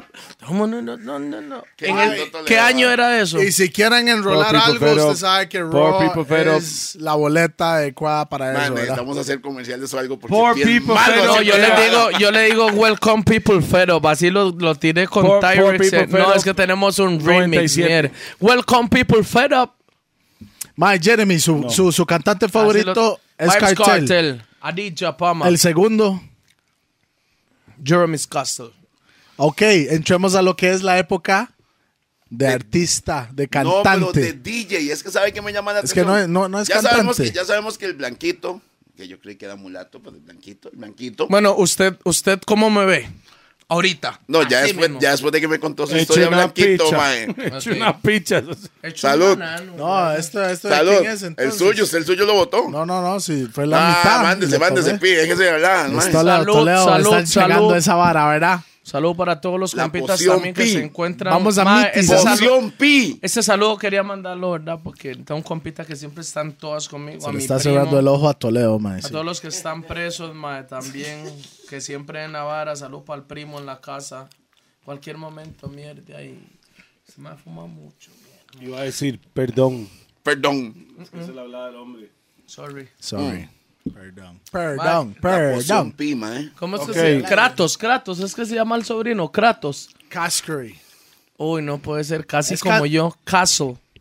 No. ¿Qué año era eso? Y si quieren enrolar Poor people algo, fed usted up. sabe que Poor people fed Raw up. es la boleta adecuada para eso, Man, ¿verdad? necesitamos hacer comerciales o algo porque Poor el pie es people malo fed No, así, yo pero- le digo Welcome People Fed Up. Así lo tiré con Poor Tyrex. people fed No, up. es que tenemos un remix. 97. mierda. Welcome People Fed Up. Mae, Jeremy, su cantante favorito es Vibes Cartel. Adidja Pama. El segundo. Jeremy's Castle. Ok, entremos a lo que es la época de artista, de No, cantante. pero de DJ, es que sabe que me llama la Es que atención. no es ya sabemos cantante. ya sabemos que el blanquito, que yo creí que era mulato, pero el blanquito. Bueno, ¿usted cómo me ve? Ahorita. No, ya Así después, mismo. ya después de que me contó su Eche historia una blanquito, picha. mae. Eche una picha. Hecho Salud. un banano. No, esto de Salud. quién es entonces. El suyo lo votó. No, sí, fue la mitad. Mándese, Le pide, déjese de hablar, mae. Toledo, Salud, están llegando salud. esa vara, ¿verdad? Salud para todos los La compitas poción también que Pi. se encuentran. Vamos a Mae, meeting. Poción Pi. ese saludo quería mandarlo, ¿verdad? Porque tengo un compita que siempre están todas conmigo. Se a le mi está primo, cerrando el ojo a Toledo, mae. a sí. todos los que están presos, mae, también, que siempre en Navarra. Salud para el primo en la casa. Cualquier momento, mierda, ahí. Se me ha fumado mucho. mierda. Iba a decir perdón. Perdón. Se le hablaba del hombre. Sorry. Sorry. Perdón. La poción Perdón. Pi, mae. ¿Cómo es Ok. que se llama? Kratos, es que se llama el sobrino, Kratos. Caskery. Uy, no puede ser, casi Es como ca- yo, Castle.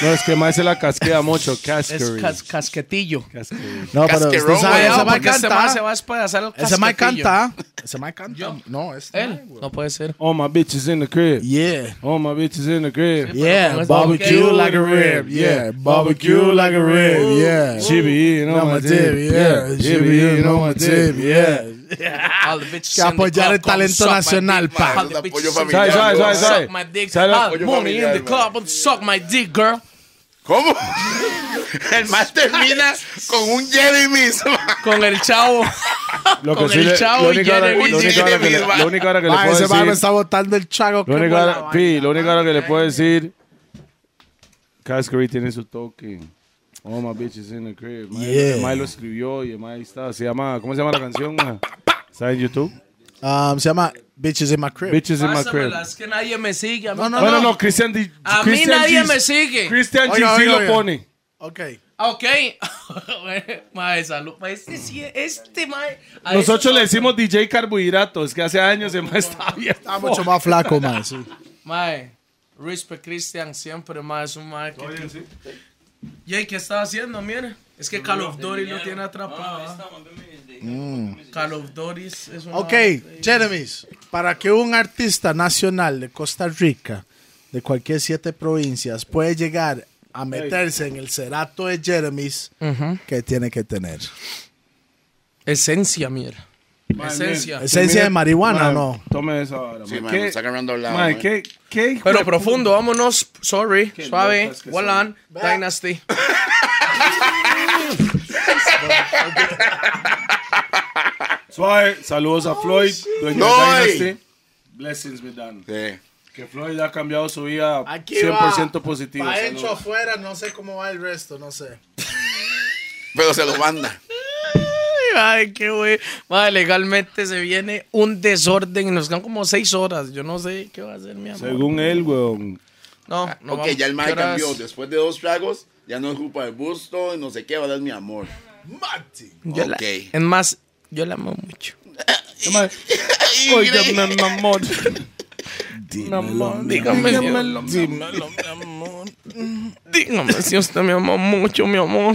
No, es que más se la casquea mucho. Es Casquery. casquetillo. No, pero usted Casquerón, sabe, weón, ese mae Porque este man se canta. va a despedazar el Ese mae casquetillo. canta. Ese mae canta. No, es Él. No puede ser. All my bitches in the crib. Yeah. All my bitches in the crib. Yeah, con barbecue ese- like a rib. Yeah, barbecue like a rib. Yeah. Chibi, you know No, my my tip. tip, yeah. Chibi, you know my tip. yeah. All the bitches Que in the apoyar club el come talento suck my nacional, dick, pa. man. All the Es bitches apoyo in the familiar, ¿Sabe, weón. sabe? Suck my dick. ¿Sabe? All Apoyo money in the familiar, club and suck my dick, girl. ¿Cómo? El más termina con un Jeremy's. Con el chavo. Lo que Con sí el le- chavo lo y único ahora- Jeremy. lo único ahora que le- lo único ahora que le Mae, puedo ese mae me decir. está botando el chago. Lo único ahora- Pi, lo único ahora que le puedo decir. Casquery tiene su toque. Oh, my bitches in the crib. Yeah. El mae lo escribió y el mae ahí está. Se llama, ¿cómo se llama la canción? mae? ¿Está en YouTube? Se llama Bitches in My Crib. Bitches in my crib. Pásamela, es que nadie me sigue. A mí, Bueno, no, Christian D. a mí Christian nadie G- me sigue. Christian G Oiga, sí oiga, lo oiga. pone. Ok. Ok. Mae, salud. Mae, este mae. a Nosotros ese- le decimos DJ Carbohidrato. Es que hace años el mae está bien. Está mucho más flaco, mae. Sí. Mae, respect Christian siempre, mae, es un mae que... Jay, ¿qué está haciendo? Mire, es que Call of Duty lo tiene atrapado. ¿ah? Call of Duty es una... Ok, Jeremy's, para que un artista nacional de Costa Rica, de cualquier 7 provincias, pueda llegar a meterse en el cerato de Jeremy's, ¿qué tiene que tener? Esencia, mira. Esencia. ¿Esencia de marihuana o Mae, no? Tome esa ahora. Sí, mae. man, ¿Qué- me está agarrando al lado. mae, man. ¿qué hijo Pero de profundo, vámonos. Sorry, suave. locas que Well son. on. Dynasty. Suave, saludos a Floyd, dueño No, de Dynasty. Blessings me dan. Sí. Que Floyd ha cambiado su vida Aquí 100% positivo. Va Saludos. hecho afuera, no sé cómo va el resto, no sé. Pero se lo manda. Ay, qué güey. Madre, legalmente se viene un desorden y nos quedan como 6 horas. Yo no sé qué va a hacer mi amor. Según él, weón. No, no Ok, vamos. ya el mae ¿Qué horas? cambió. Después de 2 tragos, ya no es culpa del busto y no sé qué, va a dar mi amor. Yo la- Ok. es más, yo la amo mucho. Oiga, mi amor. Dígame, Dígamelo. dímelo, mi amor. Dígame si usted me ama mucho, mi amor.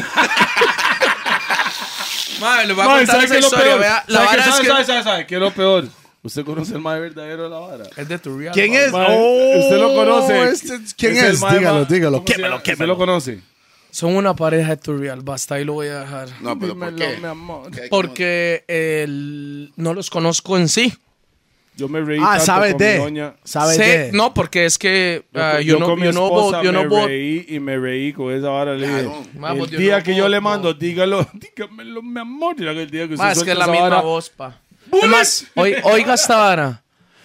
Madre, le voy a Mae, contar ¿sabe esa qué es lo historia. peor? Vea, la ¿Sabe qué- vara es sabe- que... sabe qué es lo peor? Usted conoce el mae verdadero de la vara. Es de tu real. ¿Quién es? Mae, usted lo conoce. ¿Quién el es? mae Dígalo, más- dígalo. ¿cómo se llama? ¿Usted lo conoce? Son una pareja de tu real. Basta, ahí lo voy a dejar. No, pero ¿por Dímelo, qué? mi amor. ¿Qué hay que Porque no los conozco en sí. Yo me reí Ah, tanto sabe con mi de. doña. Sabe Sé- de. no, porque es que Yo con mi esposa yo no me voy. reí y me reí con esa vara. Le dije, Claro. Vamos, el yo día no que yo voy, le no. mando, dígamelo, mi amor. Y el día que usted Más que suelta la esa misma vara, voz, pa. Además, oiga esta vara.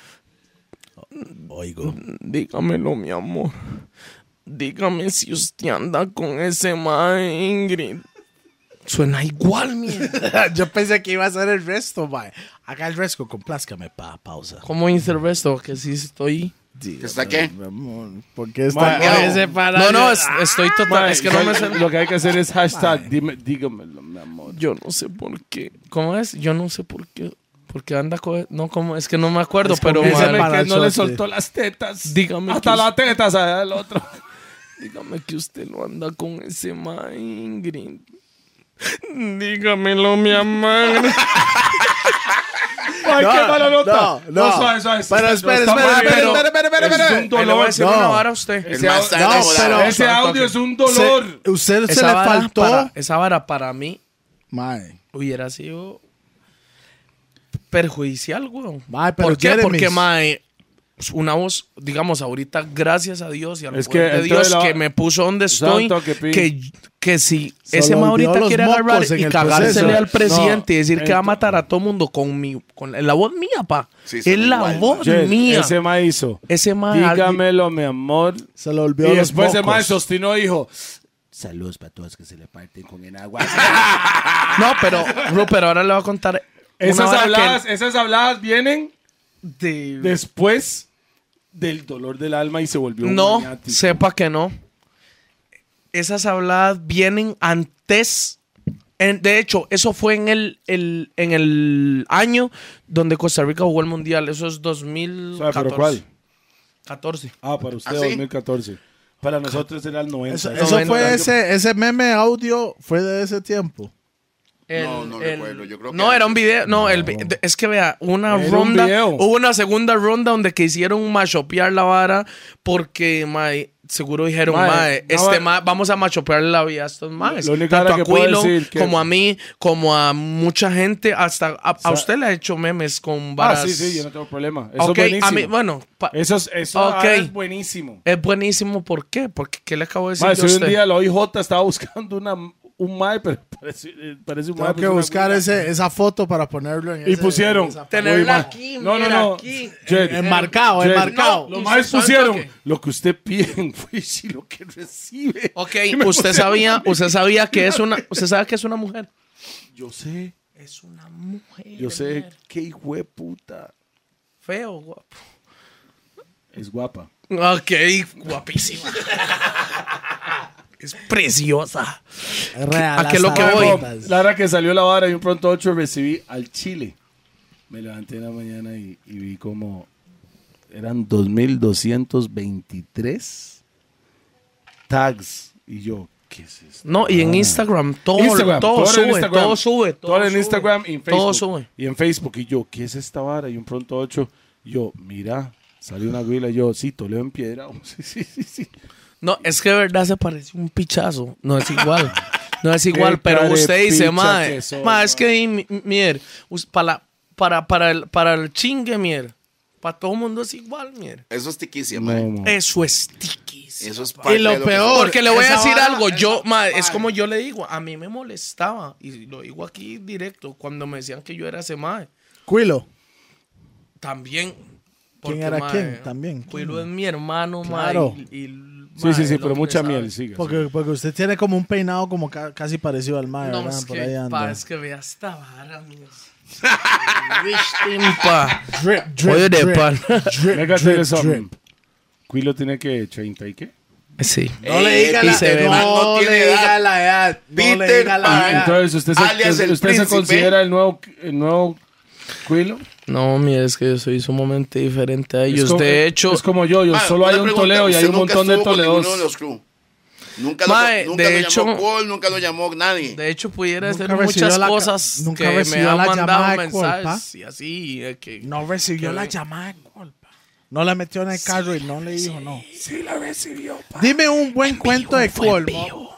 Oigo. Dígamelo, mi amor. Dígame si usted anda con ese mae, Ingrid. Suena igual, mierda. Yo pensé que iba a ser el resto, mae. Haga el resto, complázcame, pausa. ¿Cómo hice el resto? Que sí estoy... ¿Que está qué? Mi amor, ¿por qué está Mae, No, no, estoy total... Mae, es que no me sé... Lo que hay que hacer es hashtag, dígamelo, mi amor. Yo no sé por qué. ¿Cómo es? Yo no sé por qué. Porque anda con... No, ¿cómo? Es que no me acuerdo, Es pero... como ese Dígame para que el no le chote. soltó las tetas. Dígame Hasta que la teta, ¿sabes? El otro. Dígame que usted no anda con ese mae, Ingrid. Dígamelo, mi amor. Ay, qué mala nota. no. Suave. Pero espere, Está muy bien. espere. Es un Le voy a dolor. decir No. una vara a usted. El más está no, enamorado. pero- Ese audio es un dolor. Usted se Esa le vara faltó. esa vara para mí Mae. hubiera sido perjudicial, weón. Mae, pero ¿Por qué? Jeremy's. Porque, mae, una voz, digamos, ahorita, gracias a Dios y al Es poder que de Dios entonces que me puso donde estoy, Santo que que si Se ese le mae olvidó ahorita los quiere mocos agarrar en y el cagársele proceso. al presidente y decir que va a ento- matar a todo mundo con la voz mía, pa. Sí, es son la igual, voz Jen, mía. ese ma hizo. Ese mae... Dígamelo, mi amor. Se le olvidó Y los después el ma mocos. sostinó y dijo, Saludos para todos que se le parten con el agua. No, pero, Rupert, ahora le voy a contar una esas vara esas habladas vienen que... después del dolor del alma y se volvió un No, maniático. sepa que no. Esas habladas vienen antes. De hecho, eso fue en el año donde Costa Rica jugó el Mundial. Eso es 2014. ¿Sabe, pero cuál? 14. Ah, para usted, ¿Ah, sí? 2014. Para nosotros era el 90. Eso fue ese meme audio, fue de ese tiempo. No recuerdo. Yo creo que no, era un video. No, es que vea, una Era un ronda. video. Hubo una segunda ronda donde quisieron machopear la vara porque, mae, seguro dijeron, Mae, mae, vamos a machopear la vida a estos maes. Lo único Tanto ahora a que puedo Quilo, decir que- como a mí, como a mucha gente. Hasta a usted le ha hecho memes con varas. sí, yo no tengo problema. Eso Ok, es buenísimo. a mí, bueno. Eso Ok. ahora es buenísimo. Es buenísimo, ¿por qué? Porque, ¿qué le acabo de decir Mae, yo a si usted? un día la OIJ estaba buscando un mae, pero parece un mae. Tengo que buscar esa foto para ponerlo en Y ese- pusieron. esa- Tenerla Uy, mae. aquí, No, mira, no. aquí. Jed, enmarcado, Jed, enmarcado. Los Y maes se soltó pusieron que- lo que usted pide en Wish y lo que recibe. Ok, Y me usted pusieron- sabía que es una, usted sabe que es una mujer. Yo sé, Es una mujer. yo sé. Qué hijo de puta. Feo, guapo. Es guapa. Ok, guapísima. Es preciosa. Es real. ¿A qué es lo hasta que voy? las patas. La hora que salió la vara y un pronto 8 recibí al Chile. Me levanté en la mañana y vi como eran 2,223 tags. Y yo, ¿qué es esto? No, y en Instagram todo, Instagram, todo todo en sube, Instagram. todo sube. Todo en sube. Instagram y en Facebook. Todo sube. Y en Facebook. Y yo, ¿qué es esta vara? Y un pronto 8, yo, mira, salió una güila y yo, sí, Toledo en piedra. Sí. No, es que de verdad se parece un pichazo. No es igual. No es igual, Qué pero usted dice, carepicha mae, que sos, mae, es que, mier, para el chingue, mier, para todo el mundo es igual, mier. Eso es tiquicia, mae. No, Eso es tiquis. Eso es parte Y lo de que peor, Porque le voy a esa decir vara- algo, yo, esa- mae, es mae. como yo le digo, a mí me molestaba, y lo digo aquí directo, cuando me decían que yo era ese mae. Quilo. También. ¿Quién era quién? También. Quilo es mi hermano, Claro. mae. Sí, pero mucha miel, sigue. Porque usted tiene como un peinado como casi parecido al mae, No, ¿verdad? es Por ahí que, anda. pa, es que vea esta vara, mío. Timpa. Drip, Oye, de drip, pan. drip, Venga, drip, tienes drip. Quilo tiene que 30 y qué. Sí. No le diga la se ve, no no tiene le diga edad. la edad. No le Peter diga la Pan. edad. Entonces, alias el ¿usted se príncipe. considera el nuevo Quilo? No, mira, es que yo soy sumamente diferente a ellos. Es como- De hecho, es como yo Mae, solo una hay un pregunta, Toledo y hay usted un nunca montón de estuvo con Toledos. ninguno de los crew. Nunca Mae, lo de hecho- llamó Paul, nunca lo llamó nadie. de hecho pudiera Nunca ser recibió muchas la ca- cosas nunca que me recibió han la mandado llamada de mensajes culpa. y así. Que, No recibió que la ve- llamada de culpa. No la metió en el carro y no le dijo no. Sí, la recibió, pa. Dime un buen cuento de colmo.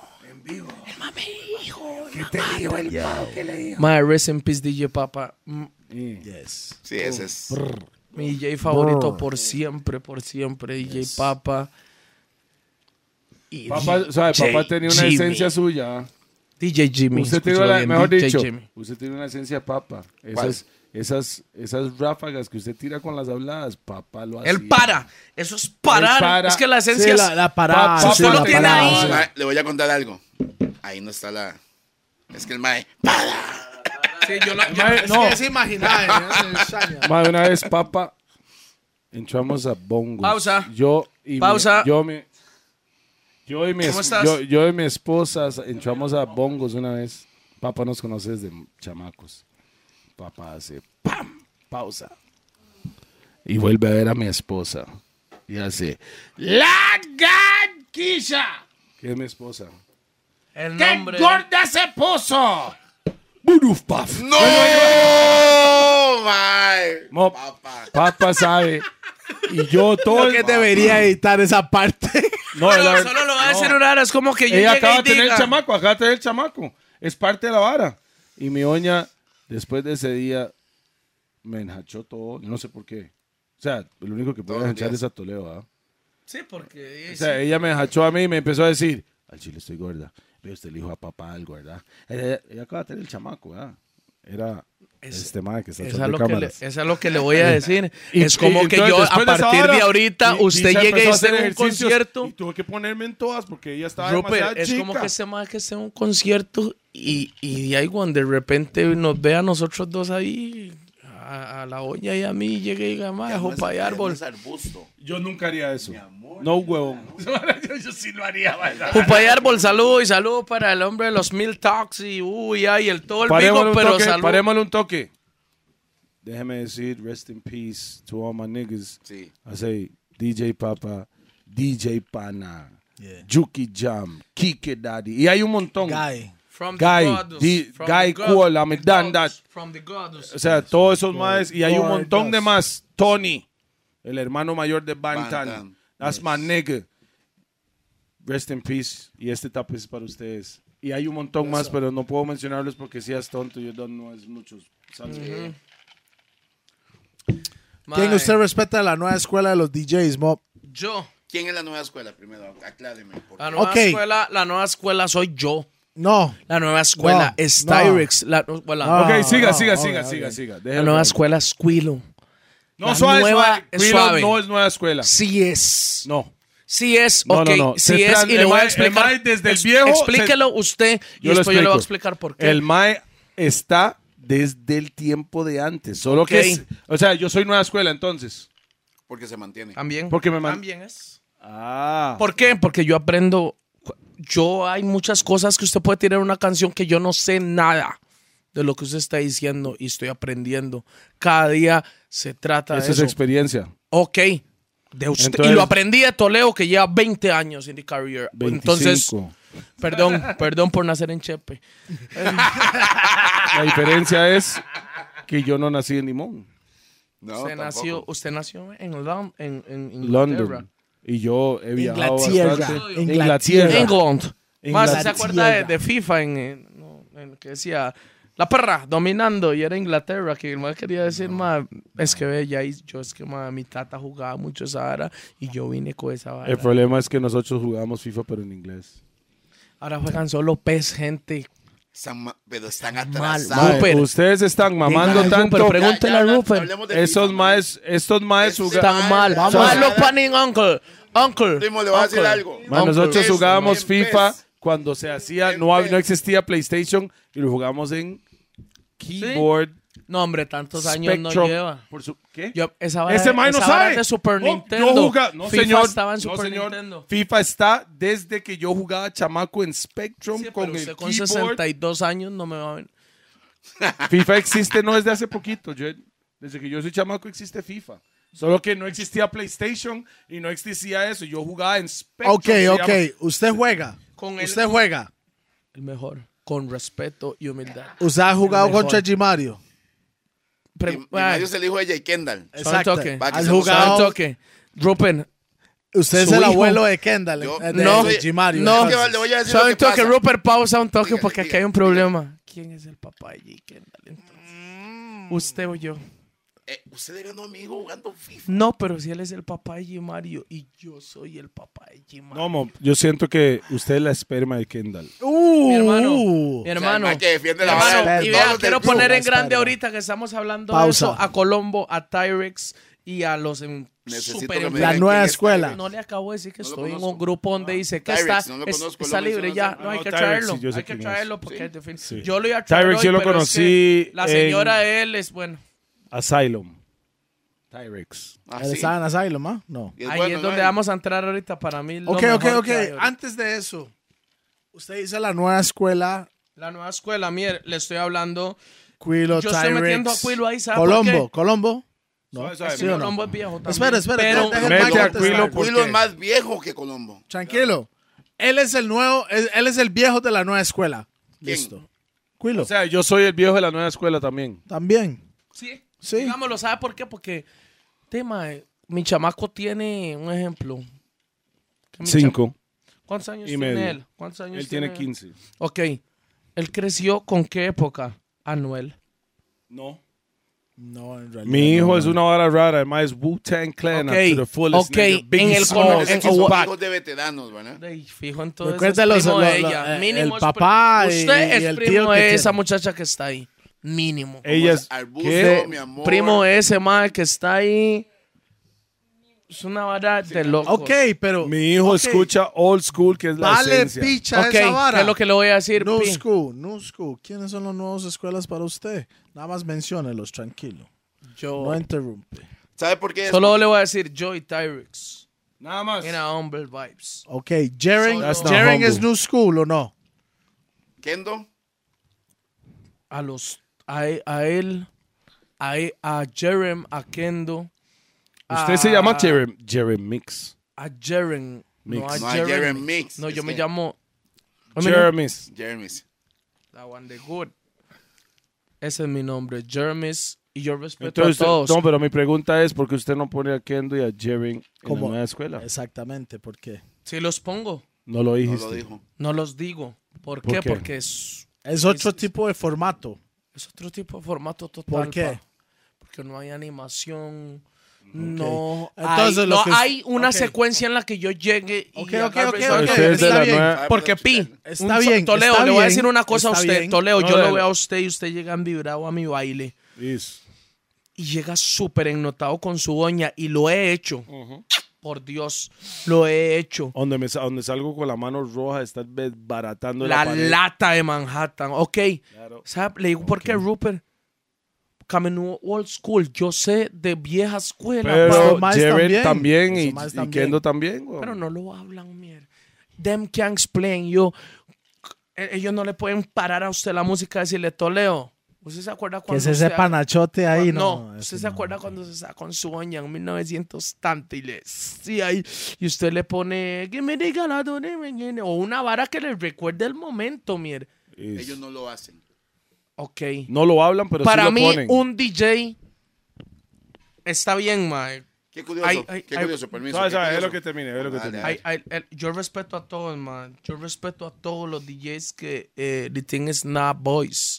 My rest in peace, DJ Papa. Yes. Sí, ese es. Mi DJ favorito por siempre, DJ Papa. Y Papá, ¿sabe? DJ Papá tenía una Jimmy. esencia suya. DJ Jimmy. Usted tiene escúchalo una, bien, mejor DJ dicho, Jimmy. usted tiene una esencia papa. ¿Cuál? Esas ráfagas que usted tira con las habladas, papá lo hace. Él para. Eso es parar. Él para. Es que la esencia Sí, es... la parada. Papá, sí, usted lo la tiene parada, ahí. sí. Mae, le voy a contar algo. Ahí no está la. Es que el mae. Sí, yo la- Mae, Es no, que es imaginar. mae, una vez, papá, entramos a Bongos. Pausa. Yo y Pausa. Yo y mi ¿Cómo es- estás? yo y mi esposa entramos a Bongos una vez. Papá nos conoce desde chamacos. Papá hace ¡pam! Pausa. Y vuelve a ver a mi esposa. Y hace ¡La ganquilla! ¿Qué es mi esposa? El nombre... gorda se puso! ¡Buruf, paf! ¡No! Mae. Mo- Papá. Papá sabe. Y yo todo Creo que debería editar esa parte. No, Solo, la- solo lo voy a no. decir una hora. Es como que yo Ella llegue acaba y de tener diga... el chamaco, Es parte de la vara. Y mi doña, después de ese día, me enjachó todo. No sé por qué. O sea, lo único que puede Todos los enjachar días. es a Toledo, ¿ah? Sí, porque... O sea, ella me enjachó a mí y me empezó a decir, al chile estoy gorda. Ve usted le dijo a papá algo, ¿verdad? Ella acaba de tener el chamaco, ¿verdad? Era este madre que está Eso atrás es, de lo que le, cámaras. eso es lo que le voy a decir. Y- es como y que entonces, yo, a después de esa partir de vara, ahorita, y usted se llegue empezó y a esté hacer en un ejercicios concierto. Y tuve que ponerme en todas porque ella estaba demasiado Rupert, es como chica. que ese más que esté en un concierto y de ahí cuando de repente nos ve a nosotros dos ahí, a la olla y a mí, llegue y diga, más, Jupa y árbol. Es arbusto. Yo nunca haría eso. No huevo. Yo sí lo haría. Jupa y árbol, salud y salud para el hombre de los Mil Talks y uy, ay, el todo el pico, pero salud. Parémosle un toque. Déjeme decir, rest in peace to all my niggas. Sí. I say, DJ Papa, DJ Pana. Yuki Jam, Kike Daddy. Y hay un montón. Guy. From Guy, goddess, from Guy the Cool, I'm done that. From the goddess. O sea, todos esos más. Y hay un montón Gordas. de más. Tony, el hermano mayor de Bantan. Bantan. That's my nigga. Rest in peace. Y este tap es para ustedes. Y hay un montón más, pero no puedo mencionarlos porque si es tonto, yo no es muchos. ¿Quién Mae, usted respeta de la nueva escuela de los DJs, Mo? Yo. ¿Quién es la nueva escuela? Primero, acláreme. La nueva escuela soy yo. No. La nueva escuela No, es no. Tyrex. Ok, siga. La nueva escuela es Squilo. No, La suave, nueva suave. es Quilo suave. no es nueva escuela. Sí es. No. Sí es, No, ok. no. Sí Se es, tran- y le el voy a mae- explicar. el mae desde el viejo Explíquelo usted y Yo lo después yo le voy a explico. explicar por qué. El Mae está desde el tiempo de antes. Solo Ok. que o sea, yo soy nueva escuela entonces. Porque se mantiene. También. Porque También es. Ah. ¿Por qué? Porque yo aprendo. Hay muchas cosas que usted puede tirar en una canción que yo no sé nada de lo que usted está diciendo y estoy aprendiendo. Cada día se trata Esa de es eso. experiencia. Ok. De usted. Entonces- Y lo aprendí de Toledo, que lleva 20 años en the career. 25. Entonces, perdón por nacer en Chepe. La diferencia es que yo no nací en Limón, No, Usted nació en Inglaterra. London. Y yo he viajado Inglaterra. bastante. Inglaterra. England. Más Inglaterra. se acuerda de FIFA en que decía la perra dominando y era Inglaterra, que el más quería decir más es que ve ya mi tata jugaba mucho esa vara y yo vine con esa vara. El problema es que nosotros jugamos FIFA pero en inglés. Ahora juegan solo PES, gente. Pero están Mal. atrasados. Rupert. Ustedes están mamando Dígale, tanto. Rupert, pregúntele a Rupert. Hablemos de Estos FIFA, maes Eso jugaban. Están mal. Vamos. Malo panning uncle. Primo, le voy a decir algo. Nosotros Eso, jugábamos en FIFA PES. cuando se hacía, En no PES. existía PlayStation y lo jugamos en keyboard. No, hombre, tantos años no Spectrum. lleva. ¿Qué? Esa vara, Ese mae no esa vara sabe. es de Super No, Nintendo. Yo jugaba, no, FIFA señor. estaba en No, Super señor. Nintendo. FIFA está desde que yo jugaba chamaco en Spectrum Sí, con pero el usted con keyboard. 62 años no me va a ver. FIFA existe no desde hace poquito. Desde que yo soy chamaco existe FIFA. Solo que no existía PlayStation y no existía eso. Yo jugaba en Spectrum. Ok, se ok. llama. Usted juega. Con Usted juega. El mejor. Con respeto y humildad. Usted ha jugado mejor. contra G Mario. Y Mario es el hijo de Jay Kendall. Exacto. toque. Va, que Has se lo jugado. Sabe toque. Rupert. Usted es Su el hijo. abuelo de Kendall. Yo- de no, G Mario. no. Es que entonces. le voy a decir Sabe lo un que toque, pasa. Rupert, pausa un toque Diga, porque aquí diga, hay un problema. ¿Quién es el papá de J. Kendall entonces? ¿Usted o yo? Usted le ganó a mi hijo jugando FIFA. No, pero si él es el papá de G. Mario y yo soy el papá de G. Mario. No, mo, yo siento que usted es la esperma de Kendall. Mi hermano. Uh. Mi hermano. el man que defiende la Hermano, vara de y todos vea, los quiero del club. poner en Espera. grande ahorita que estamos hablando Pausa. de eso a Colombo, a Tyrex y a los Necesito super que me La digan nueva quién es escuela. Tyrex. No le acabo de decir que No lo estoy en conozco. un grupo donde dice que Tyrex, está, no lo es- conozco, está lo libre mencionó ya, hace- no hay No, que Tyrex, traerlo, sí, yo sé hay que quién es. traerlo porque Sí. es difícil. Sí. Yo lo iba a traer Tyrex hoy, yo lo pero es que conocí la en- señora de él es bueno. Asylum. Tyrex. Ah, ¿Él sí. estaba en Asylum, ah? No. Y es Ahí bueno, es ¿no? donde vamos a entrar ahorita para mí. lo Ok, mejor ok. que hay ahorita. Antes de eso, usted dice la nueva escuela, La nueva escuela, mire, le estoy hablando. Quilo, Yo estoy Tyrex, metiendo a Quilo ahí, ¿sabe por qué? Colombo, Colombo. Suave, suave. ¿Sí o no? Colombo es viejo también. Espera, Pero, deja el Mete Mike a contestar. Quilo por- Quilo es qué? más viejo que Colombo. Tranquilo. Él es el nuevo, él es el viejo de la nueva escuela. ¿Quién? Listo. Quilo. O sea, yo soy el viejo de la nueva escuela también. También. sí, Sí. digámoslo, ¿sabe por qué? Porque, mi chamaco tiene un ejemplo. Que mi 5. ¿Cuántos años y tiene medio. él? ¿Cuántos años Él tiene 15. Ok. Él creció con qué época? Anuel. No. No, en realidad. Mi hijo no, es no. una vara rara. Además, Wu-Tang Clan Ok, up to the fullest. ok, nigga. Biggie en el Smalls, cono- Es en- que son o- hijos de veteranos, ¿verdad? Ey, fijo, entonces Recuerda es los- primo lo- de lo- ella. el Mínimo es papá y- Usted y es el tío primo que de esa tiene. muchacha que está ahí. Mínimo. Ella es... Arbusto, ¿qué? mi amor. Primo de ese mae que está ahí. Es una vara de loco. Ok, pero. Mi hijo ok. escucha old school, que es la Vale esencia. picha Ok, esa vara. ¿qué es lo que le voy a decir? New Pi? School, New School. ¿Quiénes son las nuevas escuelas para usted? Nada más menciónelos, tranquilo. Yo No interrumpe. ¿Sabe por qué? solo le voy a decir Joy Tyrex. Nada más. Era Humble Vibes. Ok, Jaren, That's not Jaren humble. es New School o no? Kendo. A él, a Jerem, a Kendo. Usted se llama Jerem Mix. A Jeren. Mix. No a No a Jeremy. Jeremy Mix. No, Es yo me que- llamo... Jeremy's. Jeremy's. La one de good. Ese es mi nombre, Jeremy's. Y yo respeto Entonces, a todos. no, pero mi pregunta es, ¿por qué usted no pone a Kendo y a Jerry en la ¿Cómo? nueva escuela? Exactamente, ¿por qué? Si los pongo, No lo No dijiste. lo dijo. no los digo. ¿Por ¿Por qué? qué? Porque es Es otro tipo de formato. otro tipo de formato total. ¿Por qué? pa. Porque no hay animación. No, Entonces, hay, lo no que- hay una ok. secuencia en la que yo llegue y Ok, agarre ok, esa- ok, Usted es de está la bien. nueva- Porque Pi, Está un bien, Toledo, está le voy a bien, decir una cosa a está usted. bien. Toledo, No, yo dale. lo veo a usted y usted llega vibrado a mi baile. Is. Y llega súper ennotado con su doña y lo he hecho. Por Dios, lo he hecho. Donde salgo con la mano roja, estás baratando La pared. lata de Manhattan. Ok. Claro. ¿Sabe? Le digo, ¿por qué Rupert? Camino old school. Yo sé de vieja escuela. Pero Los más Jerry también. también Los y, más y también. Kendo también. Güey. Pero no lo hablan, mierda. Them can't explain. Ellos no le pueden parar a usted la música y decirle, Toledo. ¿Usted se acuerda Que cuando es ese usted- panachote ahí, No, no. usted eso se no. acuerda cuando se está con su doña en 1900 tanto y le decía y usted le pone "Give me the galado de mañana", o una vara que le recuerde el momento, mire. Is. Ellos no lo hacen. Ok. No lo hablan, pero Para sí lo mí, ponen. un DJ está bien, mae. Qué curioso. Qué curioso, permiso. Sabe, qué sabe, es curioso. lo que termine, es lo que Dale, termine. dale. Yo respeto a todos, man. Yo respeto a todos los DJs que the thing is not boys.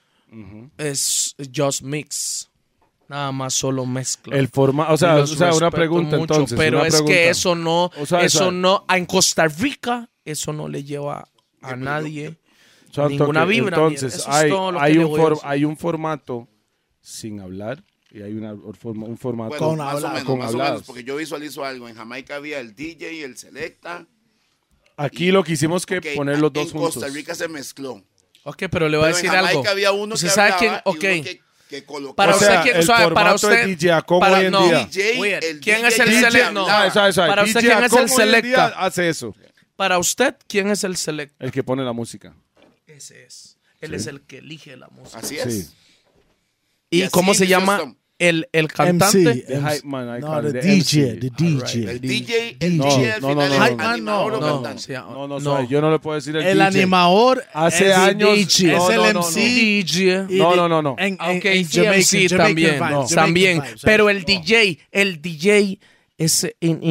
Es just mix. Nada más solo mezcla. El forma, o Y sea, los una respeto pregunta mucho, entonces. pero una es pregunta. que eso no, O sea, eso o sea, no, en Costa Rica, eso no le lleva a nadie Santo, ninguna que vibra. Entonces, mira. Eso es hay, todo lo que hay, le un voy a decir. hay un formato sin hablar y hay un formato Bueno, Con más o habladas. menos, con más o habladas. menos, porque yo visualizo algo. En Jamaica había el DJ y el Selecta. Aquí lo que hicimos que Ok, poner los dos en juntos. Costa Rica se mezcló. Ok, pero le voy a Pero decir en Jamaica algo. había uno ¿Usted que sabe hablaba quién? y Ok. uno que colocaba. Para O sea, usted, ¿quién, el suave, para formato de usted, DJ a cómo para- hoy en no, día. DJ, Weird. el ¿Quién DJ es el que select? hablaba. No, Para usted, ¿quién es el selecta? Hace eso. Para usted, ¿quién es el selecta? El que pone la música. Ese es. Él es el que elige la música. Así es. Sí. ¿Y así cómo se inició llama esto. el cantante? The hype man, I No, call the it, DJ, MC. the DJ. El DJ, el No, DJ al no, final no, es no, no. animador o No, cantante. sí, No, suave, yo no le puedo decir El DJ. animador Hace es años- el DJ, no, es no, el no, MC. DJ. y No, de- no, no. En, Ok, en DMC Jamaican también, vibes, Jamaican también. vibes, Pero ¿sabes? el DJ es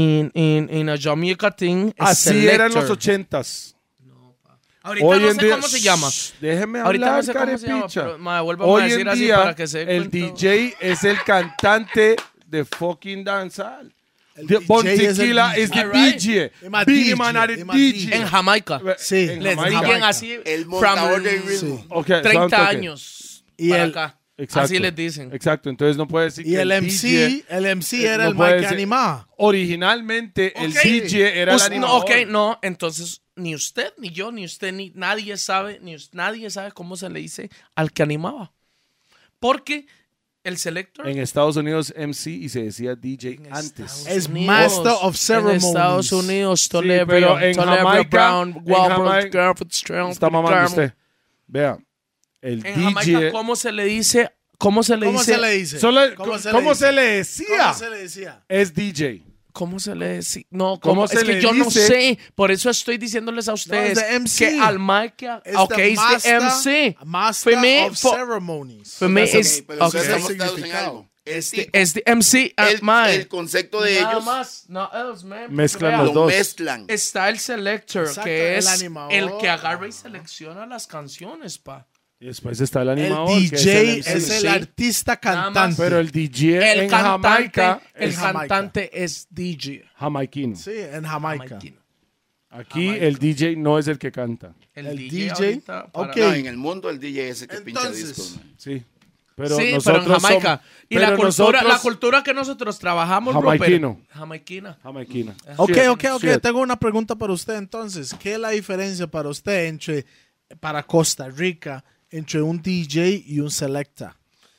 en a Jamaica thing. es Así era en los selector. 80s. Ahorita Hoy no en sé día, cómo se llama. Déjeme Ahorita hablar, no sé cómo se llama, carepicha. pero vuélvame a Hoy decir en así día, para que se dé el cuenta. DJ es el cantante de fucking dancehall. The DJ Bon es el Tequila DJ. is the Alright. DJ. Ima Big DJ, man are the ima DJ. En Jamaica. Sí, En Les Jamaica. digan así. El montador from del ritmo. Sí. Ok, 30 son toque. años. Y para el- acá. Exacto. Así les dicen. Exacto, entonces no puede decir Y que el MC, el MC era no el puede Mike que ser- animaba. Originalmente el Ok. DJ era el No, animador. ok, no, entonces ni usted, ni yo, ni usted, ni nadie sabe, nadie sabe cómo se le dice al que animaba. Porque el selector En Estados Unidos MC y se decía DJ en antes. Estados Es Unidos, Master of en Ceremonies. Estados Unidos, Toledo, pero en Jamaica- Brown, en Walbert, Jamaica- Garfield, Strong, Está mamando Garfield. usted. Vea, el En DJ... Jamaica, ¿cómo se le dice? ¿Cómo se le ¿Cómo dice? se le dice? ¿Cómo se dice? le decía? ¿Cómo se le decía? Es DJ. ¿Cómo se le dice? No, ¿Cómo ¿cómo? se Es que le yo no dice? sé. Por eso estoy diciéndoles a ustedes the MC. que al Mike... Es Ok, the es the MC. Master For me, of for- Ceremonies. for me, That's it's- Ok, pero ok. ustedes Ese estamos dados en significado. algo. El Es tipo, the MC at Mike. el concepto de Nada ellos más, no else, man. Mezclan Vea, los lo dos. mezclan. Está el selector, Exacto, que el es animador. el que agarra y selecciona las canciones, pa. Y después está el El animador, que DJ es es el el MC. artista Nada más. cantante. Pero el DJ El en cantante, Jamaica el es Jamaica. cantante es DJ. jamaiquino. Sí, en Jamaica. Jamaiquino. Aquí el DJ no es el que canta. El DJ, DJ, ahorita para- ok. No, en el mundo el DJ es el que pincha Entonces, discos. man. Sí. Pero sí, nosotros pero en Jamaica. somos- Y pero la cultura, nosotros- la cultura que nosotros trabajamos, Jamaiquino. Rupert, jamaiquina. Jamaiquina. Ok, Shit, ok. shit. Tengo una pregunta para usted entonces. ¿Qué es la diferencia para usted para Costa Rica, entre un DJ y un selecta?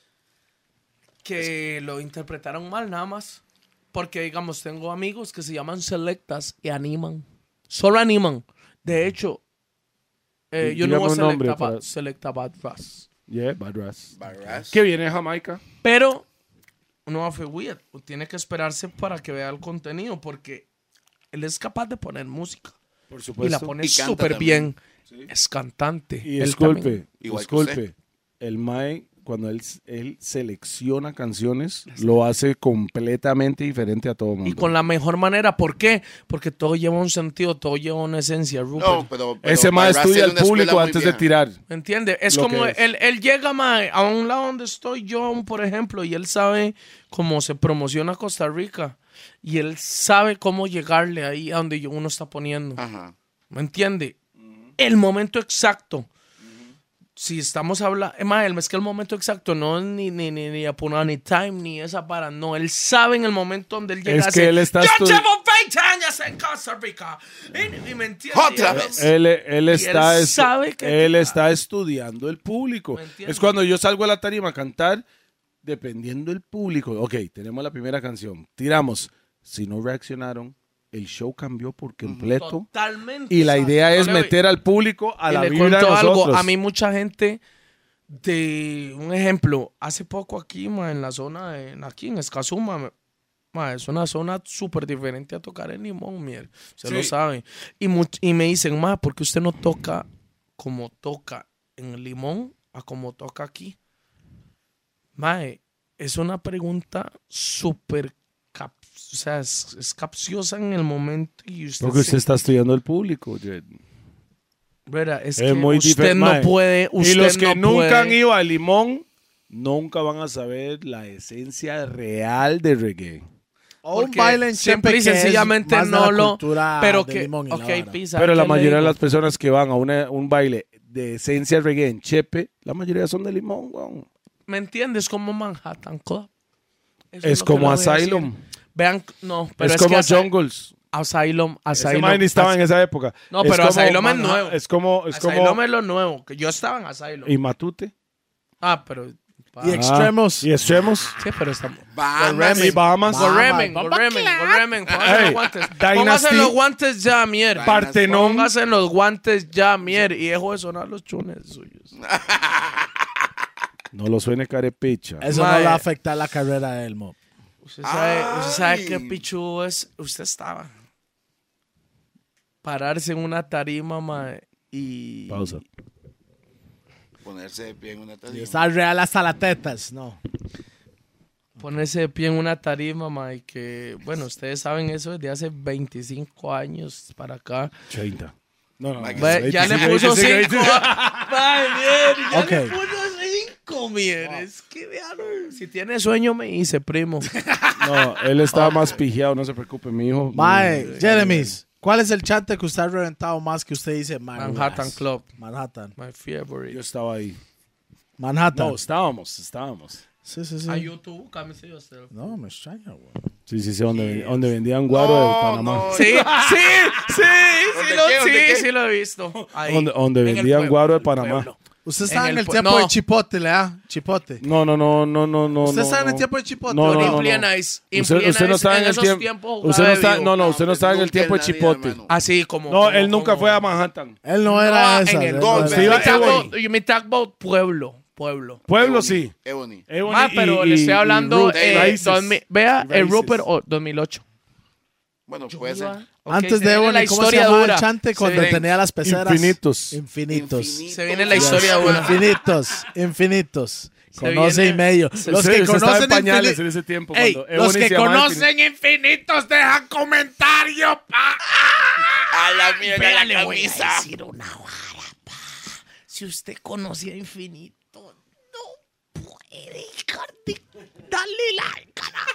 Que lo interpretaron mal nada más. Porque, digamos, tengo amigos que se llaman selectas y animan. Solo animan. De hecho, yo no Dígame voy a un nombre selecta, para- selecta Bad Ras. Yeah, Bad Ras. Barras. Que viene de Jamaica. Pero, no fue weird. Tiene que esperarse para que vea el contenido. Porque él es capaz de poner música. Por Y supuesto. la pone Y canta súper también. bien. Es cantante. Y Él disculpe, también. Igual que disculpe. El Mae, cuando él selecciona canciones, lo hace completamente diferente a todo el mundo. Y con la mejor manera. ¿Por qué? Porque todo lleva un sentido, todo lleva una esencia, Rupert. No, pero Ese Mae Barras estudia tiene al una escuela público muy antes de vieja. tirar. ¿Me entiendes? Es Lo como que es. él llega, mae, a un lado donde estoy yo, por ejemplo, y él sabe cómo se promociona Costa Rica. Y él sabe cómo llegarle ahí a donde uno está poniendo. Ajá. ¿Me entiende? El momento exacto. Si estamos hablando, es que el momento exacto no es ni Apunani Time, ni esa para. No, él sabe en el momento donde él llega. Es que él está Yo llevo 20 años en Costa Rica. Y me entiende. Otra vez. Él está, él sabe que- él está estudiando el público. ¿Me entiendes? Es cuando yo salgo a la tarima a cantar, dependiendo del público. Ok, tenemos la primera canción. Tiramos. Si no reaccionaron, el show cambió por completo. Totalmente. Y la idea es No le- meter al público a y la le vibra de cuento nosotros. algo. A mí mucha gente un ejemplo, hace poco aquí, en la zona, aquí en Escazú, es una zona súper diferente a tocar en Limón, mier. Usted lo sabe. Y me dicen, ¿por qué usted no toca como toca en Limón a como toca aquí? Es una pregunta súper o sea, es capciosa en el momento. Y Porque usted está estudiando el público. ¿Verdad? Es Es que muy usted diferente, no mae. puede. Y Usted los que no nunca puede. han ido a Limón, nunca van a saber la esencia real de reggae. O un Porque baile en simple Chepe y que es sencillamente más de no la lo. cultura Pero de que. Limón y la Ok, vara. pisa. Pero la ¿qué le mayoría de digo? las personas que van a un baile de esencia reggae en Chepe, la mayoría son de Limón, weón. ¿Me entiendes? Como Manhattan Club. Eso Es lo que como le voy a Asylum. decir. Vean, no, pero Es es, como que Jungles. Asylum. Ese man ni estaba en esa época. No, Es pero como Asylum es Manha- nuevo. Es como... Asylum es lo nuevo. Que yo estaba en Asylum. Y Matute. Pero. Y Extremos. Y Extremos. Sí, pero estamos. Bahamas. Y Bahamas. Gorremen. Póngase los guantes. Dynasty. Póngase los guantes ya, mier. Partenón. Póngase los guantes ya, mier. Y dejo de sonar los chunes suyos. No lo suene carepicha. Eso no Mae. le va a afectar la carrera de él, Mo. Usted sabe qué pichu es. Usted estaba. Pararse en una tarima, mae, y. Pausa. Ponerse de pie en una Y tarima. está real hasta las tetas, no. Ponerse de pie en una tarima, mae, que. Bueno, ustedes saben eso desde hace 25 años para acá. 30. No. Mae, Ya le 25, puso 25. 5. Mae, mier, ya Ok. le puso 5, mier. Es que vean. Si tiene sueño, me dice, primo. No, él estaba más pijeado, no se preocupe, mi hijo. Mae, Jeremys, ¿cuál es el chante que usted ha reventado más que usted dice? "Man, Manhattan relax"? Club. Manhattan. My favorite. Yo estaba ahí. Manhattan. No, estábamos. Sí, sí, sí. A YouTube, cámese usted. No, me extraña, güey. Sí, donde vendían guaro de Panamá. Sí, qué? sí lo he visto. Ahí. Donde En el vendían pueblo, guaro de el Panamá. pueblo. Usted está En en el el pu- tiempo no. de Chipote, ¿verdad? Chipote. No. ¿Usted está en el no. tiempo de Chipote? No, ¿o no, no, no. Inflianice. Usted no estaba en el esos tiempo. tiempos Usted no está, jugaba de usted no estaba en el tiempo de Chipote. Así como. No, como- él nunca como- fue a Manhattan. Él no era esa. en el él no Gold, era Se iba esa. a Ebony. Me talk about pueblo. Pueblo sí. Ebony. Ebony Pero y- le estoy y hablando. Roots, Raíces. Vea, Y el Raíces. Rupert 2008. Bueno, puede ser. Ok, Antes se de viene la Ebony, ¿cómo se historia llamaba dura. el chante cuando Se- tenía las peceras? Infinitos. Infinitos. Se viene la historia dura. Infinitos. Conoce viene- y medio. Usted- Los que usted estaba conocen en pañales Infinitos. en ese tiempo. Ey, cuando los Ebony que se llamaba conocen Infinitos, dejan comentario, pa. A la mierda Vea, la le voy a camisa. decir una vara, pa. Si usted conocía Infinito, no puede dejar de darle like, carajo.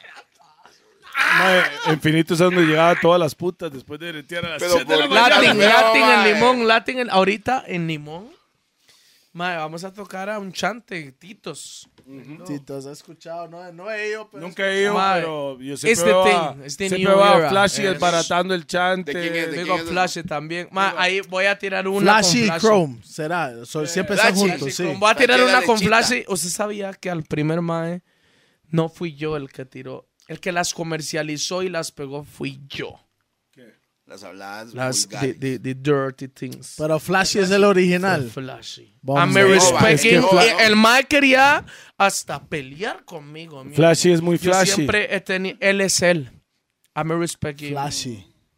Mae, Infinitos es donde llegaban todas las putas después de bretear a las Pero 7 de la por mañana. Latin en mae. Limón, ahorita en Limón. Mae, vamos a tocar a un chante, Titos. Titos, he escuchado, no he ido, pero Nunca he ido, Mae, pero yo it's siempre the veo thing, a, it's the siempre new veo a era. Flashy Es- desbaratando el chante. ¿De quién es? ¿De Big quién up es? Flash también. Mae, ahí voy a tirar una Flashy y con Flashy. Chrome, será. Siempre están Flashy, juntos, sí. Voy a tirar Flashy una la con lechita. Flashy. ¿Usted sabía que al primer mae no fui yo el que tiró? El que las comercializó y las pegó fui yo. Las habladas Las vulgares. the dirty things. Pero Flashy es el original. Flashy. Vamos A me a ver. respecting. Es que El mae quería hasta pelear conmigo. mira. Flashy es muy Yo flashy. siempre he tenido. Él es él. A me respecting. Flashy.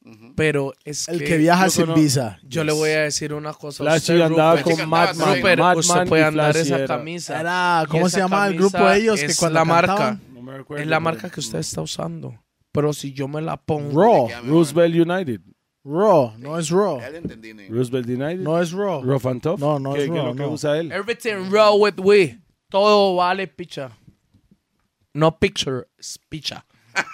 Pero es El que viaja sin visa. Yo le voy a decir una cosa. Flashy Usted, andaba Rupert, con Madman. Rupert, usted Madman puede y andar Flashy esa era. camisa. Era, Y ¿cómo esa se llama el camisa grupo de ellos que es cuando la marca. cantaban? No me recuerdo. Es la marca que usted está usando. Pero si yo me la pongo... Raw. Roosevelt United. Raw. No es Raw. Ya le entendí, negro. Roosevelt United. No es Raw. Rough and Tough. No, no ¿Qué es es Raw, lo que no. usa él? Everything raw with we. Todo vale picha. No picture, es picha.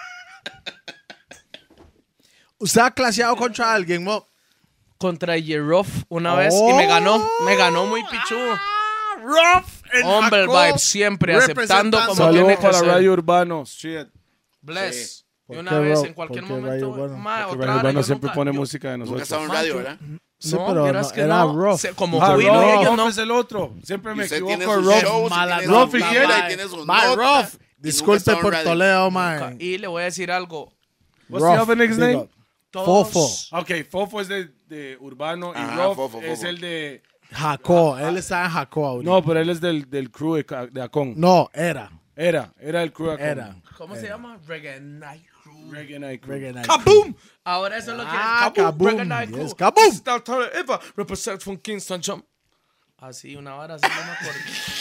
¿Usted ha claseado contra alguien, mo? Contra Yeroff una vez y me ganó muy pichudo. Rough. Hombre, el vibe siempre aceptando como Saludos tiene que para ser. Radio Urbano. Shit. Bless. ¿Por Y qué una vez, Rock? en cualquier ¿Por qué momento, Radio Urbano? ma, Que otra Radio hora, Urbano yo siempre nunca- pone yo- música de Nunca nosotros. estaba en Ma, radio, yo- ¿verdad? Sí, No, pero vieras no, que era no. Rough. Como Ah, Julio y ellos Rough no. es el otro. Siempre Y me usted equivoco. tiene sus Rough. shows, mala y tiene nota, su gira, mae. y tiene sus Mae, notas, Rough. y nunca Disculpe estaba en por radio. Toledo, man. Y le voy a decir algo. What's the other nigga's Big name? up. Todos- Fofo. Ok, Fofo es de Urbano y Ajá, Rough Fofo, es Fofo. el de... Jacó. Él está en Jacó ahorita. No, pero él es del crew de Acon. No, era. Era el crew de Acon. Era. ¿Cómo se llama? Reggae Night Crew. Reggae Night Crew. Reggae Night. ¡Kaboom! Ahora eso es lo que Ah, es. ¡Kaboom! kaboom. Reggae Night Crew. Yes, kaboom. This is the alternative ever. Represent from Kingston Jump. Así, una vara, así no me acuerdo.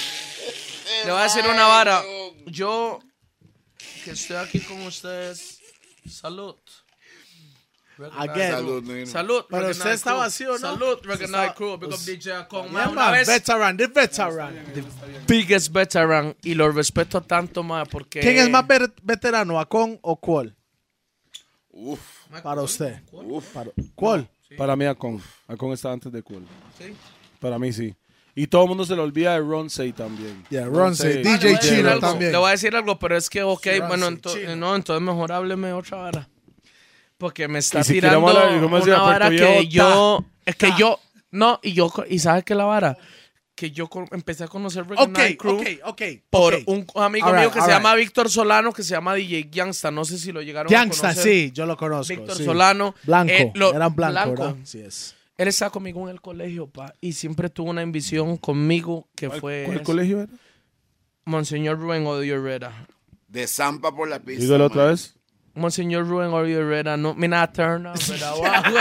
Le voy a decir una vara. Yo, que estoy aquí con ustedes, salud. Reggae Night Again. Crew. Salud, negro. Salud. Pero Reggae usted Night está Crew. vacío, ¿no? Salud, Reggae Está- Night Crew. Big up DJ Akon. Yeah, Man, una man, vez, veteran, the veteran. biggest veteran. Y lo respeto tanto, más porque... ¿Quién es más veterano, Acon o cuál? Uf, Para usted. uf. ¿Cuál? Para mí Acon. Acon está antes de Cool. Sí. Para mí sí. Y todo el mundo se le olvida de Ronsey también. Yeah, Ronsey, Le DJ voy a decir Chino algo, también. Le voy a decir algo, pero es que, ok, Ronsey, bueno, Chino. no, entonces mejor hábleme otra vara. Porque me está Y si tirando queremos hablar, ¿cómo decía? una vara Puerto que Viejo, yo... Es que yo... No, y ¿sabes qué la vara? Que yo empecé a conocer Reggae Ok, Night Crew ok. por ok. un amigo All mío right, que all se right. llama Víctor Solano, que se llama DJ Gangsta. No sé si lo llegaron Gangsta, a conocer. sí, yo lo conozco. Víctor sí. Solano. Blanco, eran Blanco. blanco, ¿verdad? Sí es. Él estaba conmigo en el colegio, pa, y siempre tuvo una ambición conmigo que fue ¿Cuál colegio era? Monseñor Rubén Odio Herrera. De Zampa por la pista. Dígalo otra man. vez. Monseñor Rubén Odio Herrera, no, me not turn up, pero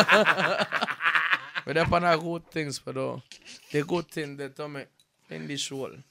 pero es para good things, pero the good thing de tome en visual.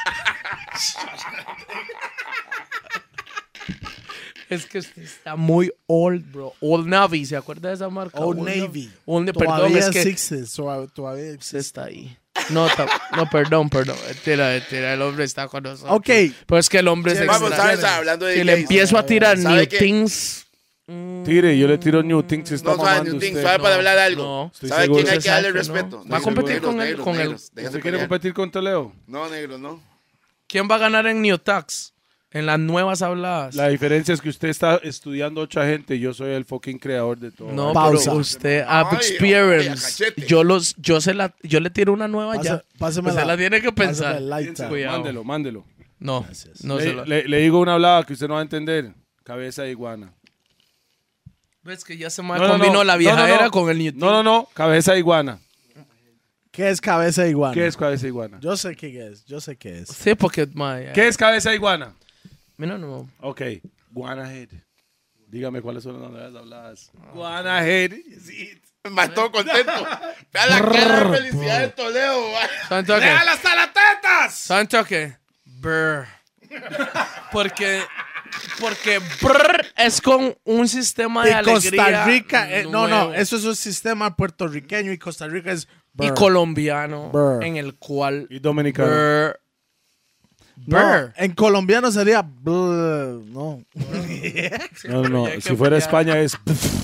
Es que usted está muy old, bro. Old Navy, ¿se acuerda de esa marca? Old Navy. Perdón, Todavía es que existe. Todavía usted existe. está ahí. No, perdón. Mentira, el hombre está con nosotros. Ok. Pero es que el hombre se Vamos, extraña. ¿sabes? Hablando de Si le gays. empiezo a tirar ¿Sabe new qué? things... Tire, yo le tiro New Things. Se está No, suave, mamando New Thing, usted. suave para hablar algo. no. Estoy ¿Sabe seguro. quién hay que darle Exacto, no. respeto? Va a competir con él, con el- Déjate ¿Usted quiere pelear. competir contra Leo? No, negro, no. ¿Quién va a ganar en New Tax? En las nuevas habladas. La diferencia es que usted está estudiando a otra gente y yo soy el fucking creador de todo. No, Pausa. pero usted, Ay, experience. ay, cachete. Yo le tiro una nueva ya. Pásame Usted la tiene que pensar. Pásame el lighter. Cuidado. Mándelo. No, no se la... Le digo una hablada que usted no va a entender. Cabeza de iguana. ¿Ves que ya se me combinó la viejadera con el New Tax? No. Cabeza de iguana. ¿Qué es cabeza de iguana? ¿Qué es cabeza de iguana? Yo sé qué es. Yo sé qué es. Sí, porque... ma, ¿Qué es cabeza de iguana? Mira, no. Ok. Guana head. Dígame cuáles son las nuevas habladas. Guana head. Sí. Me mató contento. Vea la cara de felicidad de Toledo, man. ¿Saben qué? ¡Léala hasta las tetas! ¿Saben qué? Brr. Porque brr es con un sistema de Y alegría. Costa Rica, no, nuevo. eso es un sistema puertorriqueño y Costa Rica es Y brr. colombiano, Brr. en el cual Y dominicano. brr. No, Brr. en colombiano sería blr, no. No. Ya hay que Si fuera cambiar. España es...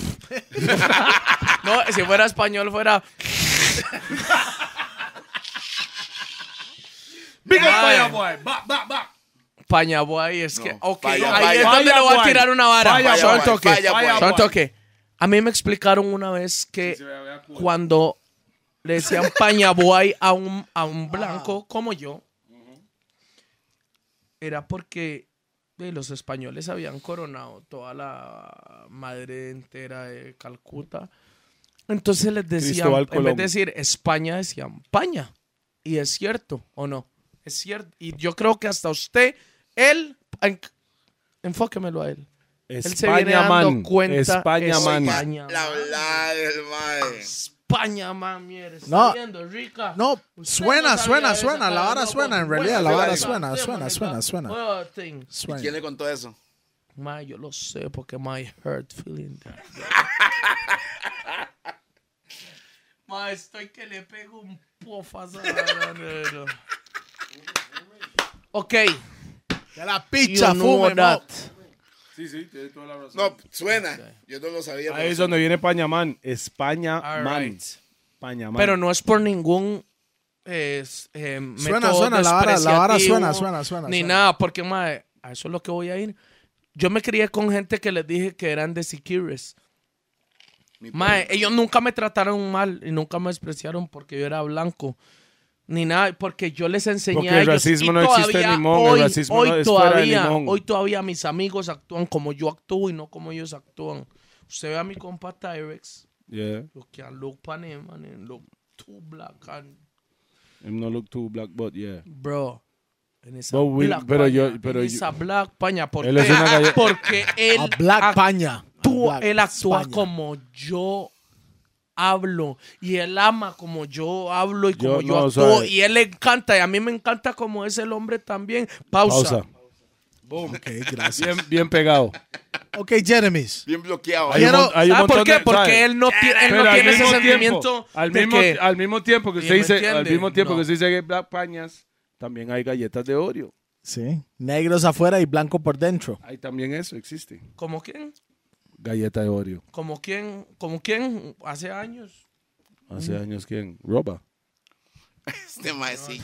No, si fuera español fuera. Big up Ay. Fireboy. Va. Pañaboy, es que. No, Ok, Falla ahí es Boy. donde le voy a Falla tirar una vara. Falla Son Boy, toque. Falla Boy. Son toque. A mí me explicaron una vez que cuando le decían pañaboy a un blanco como yo, era porque los españoles habían coronado toda la madre entera de Calcuta. Entonces les decían, Cristóbal en vez Colón. de decir España, decían paña. Y es cierto, ¿o no? Es cierto. Y yo creo que hasta usted, enfóquemelo a él. Él se viene España, dando man. cuenta. España, man. España, La man. verdad del mae. España, man, mierda. ¿Está No. viendo, rica? No, Usted suena, no sabía esa, la cara, vara no, suena, en pues, realidad, la bueno, vara sí, suena, sí, suena, manita. suena, suena. Well, thing. ¿Y Suena. quién le contó eso? Ma, yo lo sé porque my hurt feeling that. Ma, estoy que le pego un pofazo. Ok. Que la picha You know fume, that. mo. Sí, tiene toda la razón. No, suena. Yo no lo sabía. Ahí es donde viene España, man. España, All man. right. España, man. Pero no es por ningún método suena, la vara despreciativo, suena. ni nada, porque ma, a eso es lo que voy a ir. Yo me crié con gente que les dije que eran de Siquirres. Mae, ellos nunca me trataron mal y nunca me despreciaron porque yo era blanco. Ni nada, porque yo les enseñé Porque a el ellos. racismo y no existe todavía en Limón, el racismo no es fuera de Limón. Hoy todavía mis amigos actúan como yo actúo y no como ellos actúan. Usted ve a mi compa Tyrex. Yeah. You can look pan him and look too black and Him no look too black, but yeah. bro. En esa But we- black pero paña, yo- pero en yo- esa black paña. ¿Por Él qué? es una galle- Porque él A Black Paña. Black él actúa España. como yo hablo y él ama como yo hablo y como yo no, actúo suave. y él le encanta y a mí me encanta como es el hombre también. Pausa. Pausa. Ok, gracias. Bien pegado. Ok, Jeremy's. Bien bloqueado. Hay un Quiero- mon- hay un ¿Sabe por montón qué? de- Porque ¿sabe? él no tiene Pero al ese mismo sentimiento tiempo, al de mismo, que... al mismo tiempo que ¿Sí usted me dice, entiende? al mismo tiempo No. que usted dice que hay Black Pañas, también hay galletas de Oreo. Sí. Negros afuera y blanco por dentro. Hay también eso, existe. ¿Como quién? Galleta de Oreo. ¿Como quién? ¿Como quién? Hace años. Hace años, ¿quién? Roba. Este maecillo.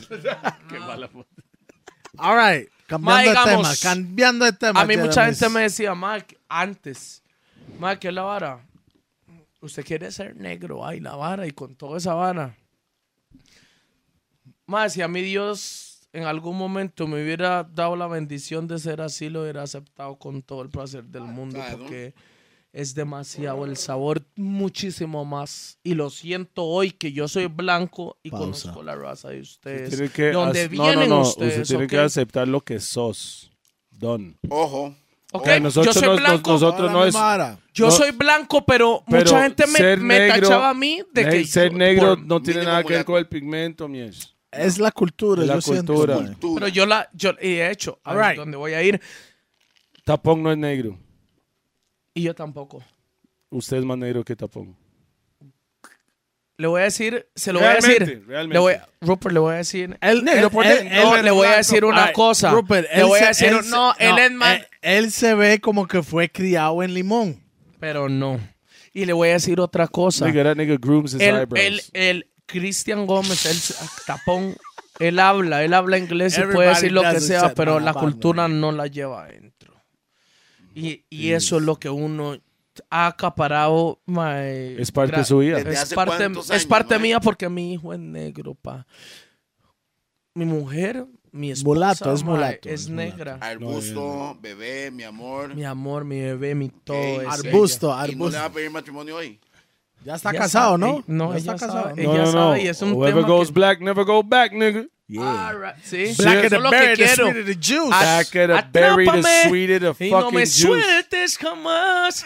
All right. Cambiando Ma, de tema. digamos, Cambiando de tema. A mí mucha Jeremy's. gente me decía, Mike, antes, Mike, ¿qué es la vara? Usted quiere ser negro, ay, la vara, y con toda esa vara. Más, si a mí Dios en algún momento me hubiera dado la bendición de ser así, lo hubiera aceptado con todo el placer del mundo, claro. porque es demasiado el sabor, muchísimo más. Y lo siento hoy que yo soy blanco y Pausa. conozco la raza de ustedes. Tiene que ¿De dónde no, vienen no, ustedes? Usted tiene ¿ok? que aceptar lo que sos. Don. Ojo. Ok, Que nosotros yo soy no- blanco. nosotros no es... Yo no- soy blanco, pero pero mucha gente ser me negro- tachaba a mí de que ser yo- negro por- no tiene mínimo nada que ver mulato. con el pigmento, mies. Es la cultura, Es la yo siento. cultura. mae. pero yo y de hecho, All ahí es right. donde voy a ir Tapón no es negro. y yo tampoco. Usted es más negro que Tapón. Le voy a decir, se lo voy a decir. Realmente. Rupert, le voy a decir. Él- Negro él- por él- dentro. No, él- le voy a blanco. decir una Ay, cosa. Rupert, le voy a se- decir, se- no, él es más. él se ve como que fue criado en Limón. Pero no. Y le voy a decir otra cosa. Nigga, that nigga grooms his eyebrows. El Cristian Gómez, tapón, él habla inglés y puede Everybody decir lo que does sea, except pero Bad la Bunny. cultura no la lleva adentro. Y eso es lo que uno ha acaparado. Es parte de su vida. ¿Desde Es hace parte, cuántos es años, parte mae? mía porque mi hijo es negro, pa. Mi mujer, mi esposa, Mulato, es mae, mulato, es es mulato. negra. Arbusto, bebé, mi amor. Mi amor, mi bebé, mi todo. Ok. es Arbusto, ¿Y no arbusto. le va a pedir matrimonio hoy? Ya está Ella casado, sabe, ¿no? no, Ya ella está casado. sabe. ¿no? Ella No, no, sabe, no. y es un Whoever tema goes que- black never go back, nigga. Yeah. All right, sí. Black Eso of the es lo berry, que the quiero. sweet of the juice. Back of the berry, the Atrápame sweet of the y no fucking me juice. sueltes jamás.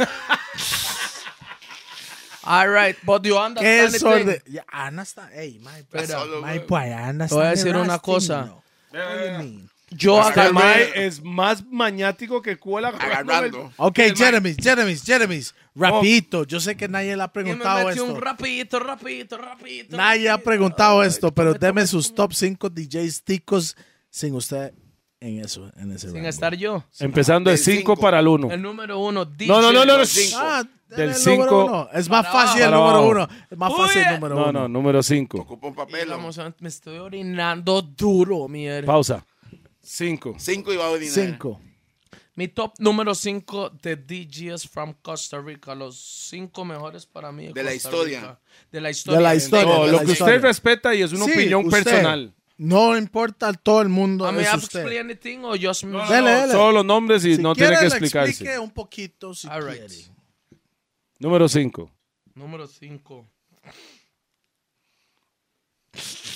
All right, but you ¿Qué understand es the thing. orden? Ya, Ana está. Ey, my Solo, my güey. boy, Ana Te voy a está decir una nerasting, cosa. no. What do you mean? Yo Este agarré... mae es más mañático que Cuela Agarrando. Ok, Jeremy's, rapidito. Yo sé que nadie le ha Y me preguntado metí un esto. rapidito. Nadie ha preguntado esto, pero deme sus top 5 DJs ticos sin usted en eso, en ese Sin rango. estar yo. Empezando de Del 5 cinco. para el 1. El número uno, DJ. No. Los cinco. Ah, Del el 5 número uno. Es más fácil el para número abajo. 1. Es más fácil el Uy, número No, 1. no, número 5. Ocupa un Y papel. vamos a- me estoy orinando duro, mierda. Pausa. 5. 5 y va a orinar. 5. Mi top número 5 de DJs from Costa Rica. Los 5 mejores para mí De la Costa historia. Rica. De la historia. De la historia. No, de lo la que historia. usted respeta y es una Sí, opinión usted. personal. No importa todo el mundo, I mean, I es have to usted. explain anything or just me? Dele. Solo los nombres y Si no tiene quiere, que le explicarse. explique un poquito si All right. quiere. Número 5. Número 5.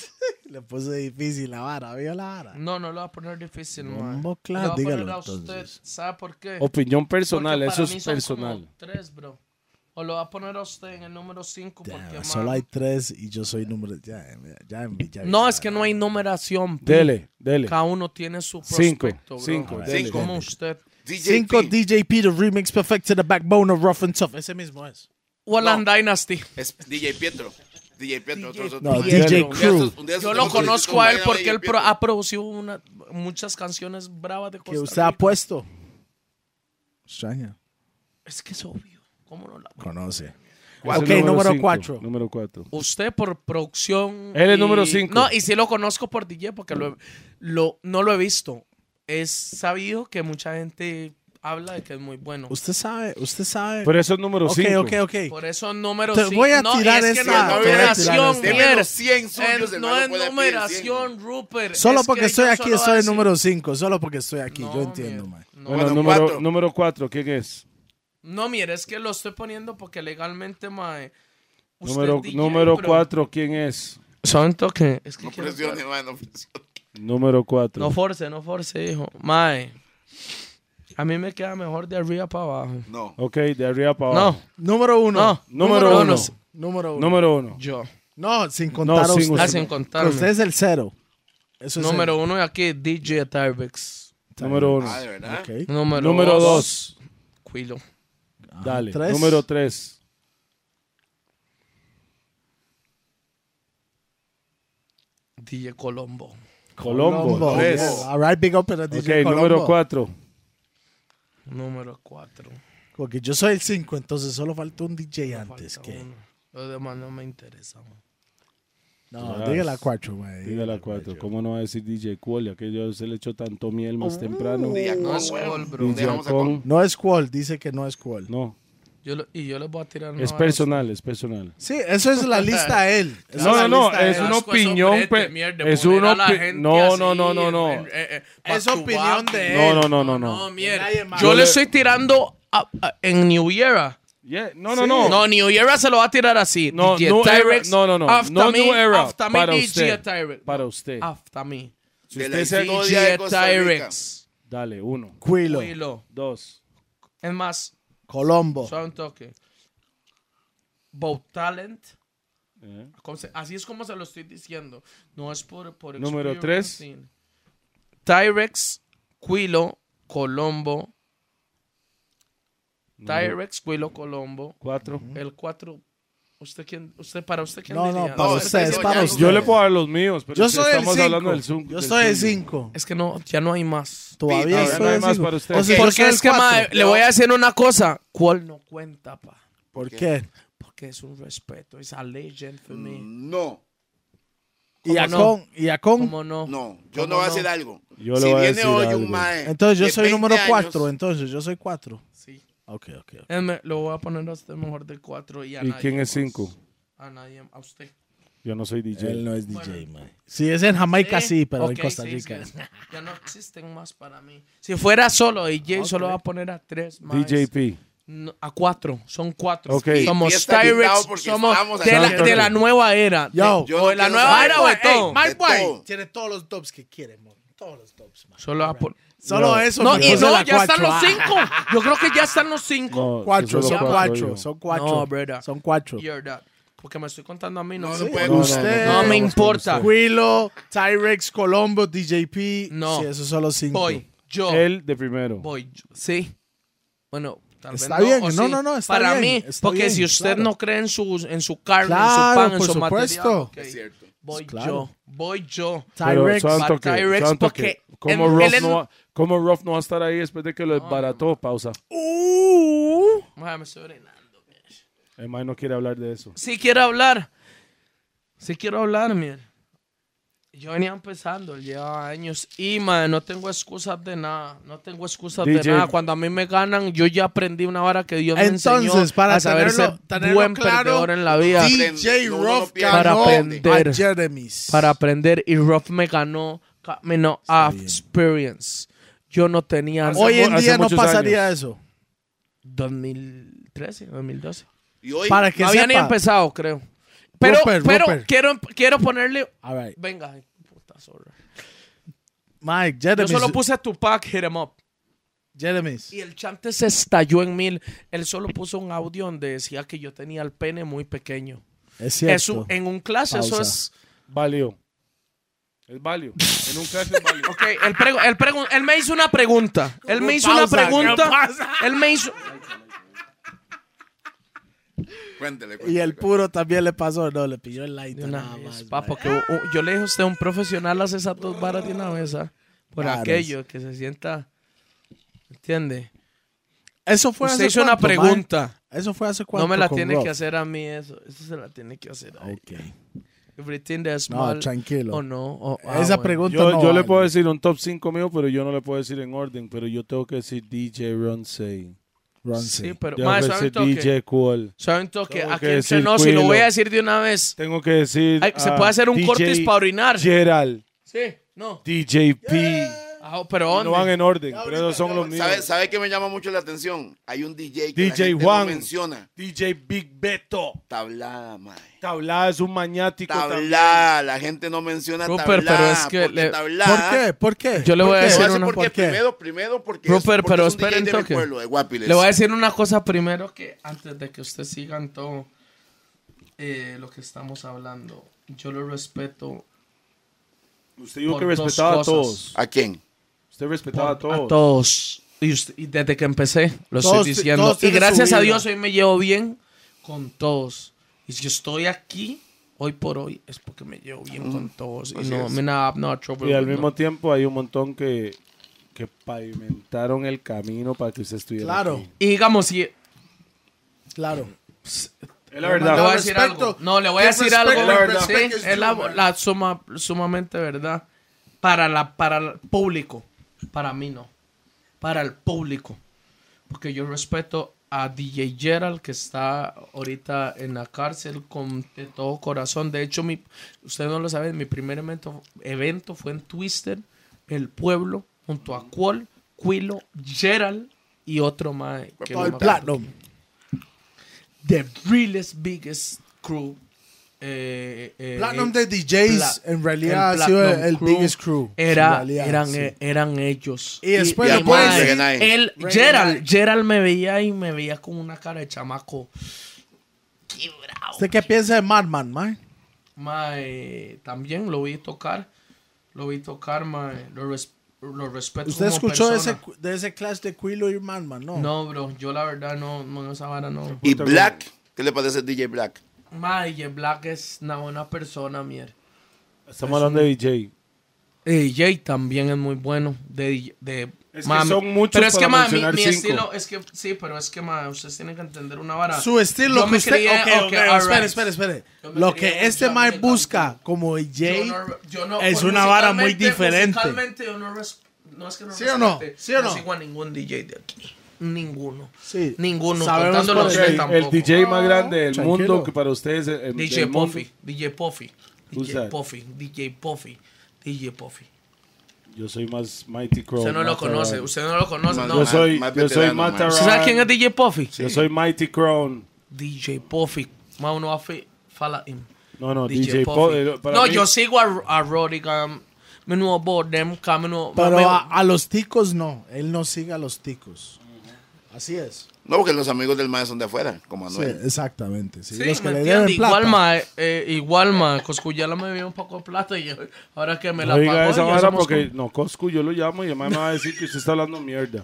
Le puse difícil la vara, ¿vio la vara? No, no lo voy a poner difícil, man. Bombo claro, Le voy a poner dígalo, a usted. entonces. ¿Sabe por qué? Opinión personal, Porque eso para mí es son personal. como 3, bro. O lo va a poner a usted en el número 5 porque, Damn, man, solo hay 3 y yo soy número... Ya no, es que no hay numeración. Dele, dele. Cada uno tiene su 5, prospecto, bro. 5, dele, Es como dele. usted. 5 DJP, the remix perfect to the backbone of Rough and Tough. Ese mismo es. Walland Dynasty. Es DJ Pietro. DJ Pietro. No, DJ DJ Crew. Yo lo conozco a él porque él ha producido muchas canciones bravas de Costa Que usted ha Rica. puesto. Extraña. Es que es obvio. ¿Cómo no la Conoce. Es Ok, el número cinco, 4. Número 4. Usted por producción. Él es y- número 5. No, y sí lo conozco por DJ porque no lo he visto. Es sabido que mucha gente habla de que es muy bueno. Usted sabe. Pero eso es número 5. Ok. Por eso número Te 5. voy a tirar es que esa- no es te voy a tirar numeración, esta. Deme mierda. los 100 suyos, No hermano, es puede pedir numeración, Rupert. Solo Es porque que estoy yo aquí, solo voy a soy el decir- número 5. Solo porque estoy aquí. No, Yo entiendo, mierda. man. No, Bueno, Bueno, número 4, ¿quién es? no, mire, es que lo estoy poniendo porque legalmente, mae. usted Número es DJ, 4, ¿quién es? ¿Saben toque? Es que No quiero- presione, man, no presione. Número 4. No force, hijo. Mae. A mí me queda mejor de arriba para abajo. No. Ok, de arriba para abajo. No, Número 1. no. Número 1. Número 1. Número 1. Yo. No, sin contar a sin usted. usted. Sin contarme. Usted es el 0. Eso es Número 1 y aquí DJ Tyrex. Número 1. Ah, de verdad. Ok. dos, Número 2. Quilo. Dale. 3. Número 3. DJ Colombo. Colombo. 3. Yeah. All right, big up in a Ok, DJ número Colombo. 4. Número 4. Porque yo soy el 5, entonces solo falta un DJ antes. que Los demás no me interesan. No, diga la 4, man. Diga la 4. ¿Cómo no va a decir DJ Qualia? Que yo se le echó tanto miel más temprano. No es Qual, bro. DJ Dejamos a Con. No es Qual, dice que no es Qual. No, Yo les voy a tirar una es vara. personal, es personal. Sí, eso es la lista de él. Esa No, la no, lista de es él. una Asco ese opinión, hombrete, mierda, es poner una a la opi- gente no, así, no, no, no, no. Es pa' opinión tu de No, él. no, no, no, No, no. mierda. Nadie más. Yo Yo le le- estoy tirando en New Era. Yeah, no, no, no. No, New Era se lo va a tirar así. No, DJ New Era, Tyrex, no, no, no. After No me, New Era, After me, para DJ usted. Tyrex. Para usted. After me. Si De la usted se... historia de DJ Costa Rica. Tyrex. Dale, 1, Quilo, Quilo. 2. Es más, Colombo. suave un toque. Both Talent. Así es como se lo estoy diciendo. No es por Número experience. Tyrex, Quilo, Colombo. Tyrex, Quilo, Colombo. 4. El 4. ¿Usted quién No, diría? para No, usted, es yo para ya- usted. Yo le puedo dar los míos, pero Yo es que soy el estamos hablando 5. del Yo soy el cinco. 5. Es que no, ya no hay más. Todavía Ahora soy no hay el más 5. para usted. Entonces, yo Porque soy el es que, 4. mae, le voy a decir una cosa. ¿Cuál no cuenta, pa? ¿Por qué? Porque es un respeto. Es a legend for me. No, Y a no? con, y a con. ¿Cómo no? no. Yo ¿Cómo no voy a no? decir algo. Yo le Si voy a viene decir hoy algo. un mae. Entonces yo de soy 20 número años, 4. Entonces yo soy 4. Sí. Ok. Lo voy a poner a usted mejor del 4 y a ¿Y nadie quién es más. 5? A nadie, a usted. Yo no soy DJ. Él no es DJ, man. Si es en Jamaica, sí, pero en Ok, Costa sí, Rica. sí. Ya no existen más para mí. Si fuera solo DJ, solo va a poner a 3 más. DJP. No, a 4. Son 4. Ok. Somos Fiesta quitado Tyrex. porque Somos estamos de aquí. de la nueva era. Yo. Yo O de la quiero nueva saber. era o de todo. Mike De todo. White tiene todos los dubs que quiere, man. Todos los dubs, man. Solo va a poner. Solo No. eso. No, me y puse no, la ya están 4. los 5. Yo creo que ya están los 5. No, 4, solo son cuatro 4. yo. Son 4. No, brother. Son 4. You're that. Porque me estoy contando a mí, no, No me se importa. puede. Usted, No me importa. Quilo, Tyrex, Colombo, DJP. No. Sí, esos son los 5. Voy, yo. Él de primero. Voy, yo. Sí. Bueno, tal vez Está no. bien. o No, sí. no, está Para bien, mí, está porque bien, si usted claro. no cree en su carne, Claro, en su pan, en por su supuesto. material, ok. Es cierto. Voy Claro. Voy yo. Pero, Tyrex. santo que, Tyrex, santo porque que, ¿cómo él Ruff es- ¿cómo Ruff no va a estar ahí después de que lo desbarató? Pausa. Me estoy orinando. El man no quiere hablar de eso. Si quiero hablar. Mira. Yo venía empezando, lleva años y, man, no tengo excusas de nada. No tengo excusas de DJ. nada. Cuando a mí me ganan, yo ya aprendí una vara que Dios me enseñó Entonces, para a saber ser tenerlo buen claro, perdedor en la vida. DJ No, uno Ruff pierde. Para ganó aprender. a Jeremy's. Para aprender y Ruff me ganó. Me no experience. Yo no tenía Hoy en hace día no muchos pasaría eso. 2013, 2012. Y hoy, Para que No había ni sepa. empezado, creo. Pero, Rupert. quiero ponerle... All right. Venga. Puta zorra. Mike, Yo Jeremy. solo puse Tupac, Hit 'Em Up. Jeremy. Y el chante se estalló en mil. Él solo puso un audio donde decía que yo tenía el pene muy pequeño. Es cierto. Eso, en un clase, eso Pausa. es... Válido. Es válido. En un caso es válido. Ok, él me hizo una pregunta. Él me hizo una Pausa, pregunta. ¿qué pasa? Él me hizo... Cuéntele. Y el puro también le pasó. No, le pilló el light. De una nada vez, más. pa, porque yo le dije a usted, un profesional hace esas dos varas de una vez, ¿ah? Por Varas. aquello, que se sienta... ¿Entiende? Eso fue Usted hace hizo una cuánto, Mike? pregunta. Eso fue hace cuánto. No me la con tiene Rob? que hacer a mí eso. Eso se la tiene que hacer a Ok. ella. Everything that's No, small tranquilo. o no. Esa bueno. pregunta Yo, no yo le vale. puedo decir un top 5 mío, pero yo no le puedo decir en orden. Pero yo tengo que decir DJ Ronsey. Ronce. Sí, pero Tengo más que suave decir un toque. DJ Cool. Suave un toque. Tengo Aquí que entre decir nos, si lo voy Quilo. a decir de una vez. Tengo que decir. Ay, se puede hacer un DJ cortis para orinar. Gerald. Sí, no. DJ P. Pero No van ¿dónde? en orden, pero esos son los míos. ¿Sabe qué me llama mucho la atención? Hay un DJ que DJ la gente Juan. no menciona. DJ Big Beto. Tablada, mae. Tablada es un maniático también. Tablada. La gente no menciona Rupert, tablada. pero es que porque le- tablada- ¿Por qué? ¿Por qué? Yo le voy a ¿Por qué? decir Te voy a decir una- por qué. ¿por qué? Primero porque Rupert, porque pero es un DJ espera un de mi toque. pueblo, de Guapiles. Le voy a decir una cosa primero que antes de que usted siga en todo lo que estamos hablando. Yo lo respeto Usted dijo Por que dos respetaba a cosas. todos. ¿A quién? Usted respetaba a todos. a todos. Y desde que empecé, lo Todos- estoy diciendo. todos Y tienen gracias su a vida. Dios hoy me llevo bien con todos. Y si estoy aquí, hoy por hoy, es porque me llevo bien con todos. Y Así no, es. me nada, no trouble Y al with mismo no. tiempo hay un montón que pavimentaron el camino para que usted estuviera Claro. aquí. Y digamos, si Claro. Es la le verdad. voy a decir Respeto. algo. No, le voy a Que decir respect- algo. la verdad. Sí, respect is es true, man. sumamente verdad. Para el público. Para mí no. Para el público. Porque yo respeto a DJ Gerald, que está ahorita en la cárcel con de todo corazón. De hecho, ustedes no lo saben, mi primer evento fue en Twister, El Pueblo, junto a Qual, Quilo, Gerald y otro más. que Todo no el me acuerdo. Platinum. The realest biggest crew. Platinum de DJs en realidad el ha sido Platinum el Crew biggest crew. en realidad, sí. Eran ellos. Y después Y le puedes además, decir- Regenay. Él, Gerald me veía y me veía con una cara de chamaco. Quebrado. ¿Usted qué piensa de Madman, man? También lo vi tocar. Lo respeto. ¿Usted como escuchó persona. de ese clash de Quilo y Madman? No. No, bro. Yo la verdad no esa vara no. ¿Y Black? ¿Qué le parece DJ Black? Mae, Black es una buena persona, mierda. Estamos hablando de DJ. DJ también es muy bueno. Es Es que son muchos Pero es para que, ma, mencionar mi 5. estilo, es que, sí, pero es que, ma, ustedes tienen que entender una vara. Su estilo Yo que me usted... crié- ok, ok, all right. espere. Yo me Lo crié que en este Jamaica, Mike busca como DJ Yo no- es pues, una vara muy musicalmente- diferente. Musicalmente yo no es que no ¿Sí o no? respete, ¿Sí o no? sigo a ningún DJ de aquí. Ninguno. Sí. Ninguno. Sabemos Contándolo a por usted qué. El tampoco. DJ más grande del Tranquilo. mundo que para ustedes es DJ del mundo. Puffy. DJ Puffy. Who's DJ that? Puffy. DJ Puffy. DJ Puffy. Yo soy más Mighty Crow. Usted no lo Mataran. conoce. Usted no lo conoce. Más- No. Yo soy más yo soy veterano, man. Mataran. ¿Usted sabe quién es DJ Puffy? Yo soy Mighty Crown. DJ Puffy. Más uno hace fala him. No, DJ DJ Puffy. Puffy. No, yo sigo a Rodigan. Me no them, camino. Pero a los ticos no. Él no sigue a los ticos. Así es. No, porque los amigos del maestro son de afuera, como Sí, Manuel. exactamente. Sí, Sí, los que me le entiende. deben plata. Igual, ma, Coscuyala me dio un poco de plata y yo, ahora que me la No diga pagó, esa ya vara somos porque no, Coscu yo lo llamo y además me va a decir que usted está hablando mierda.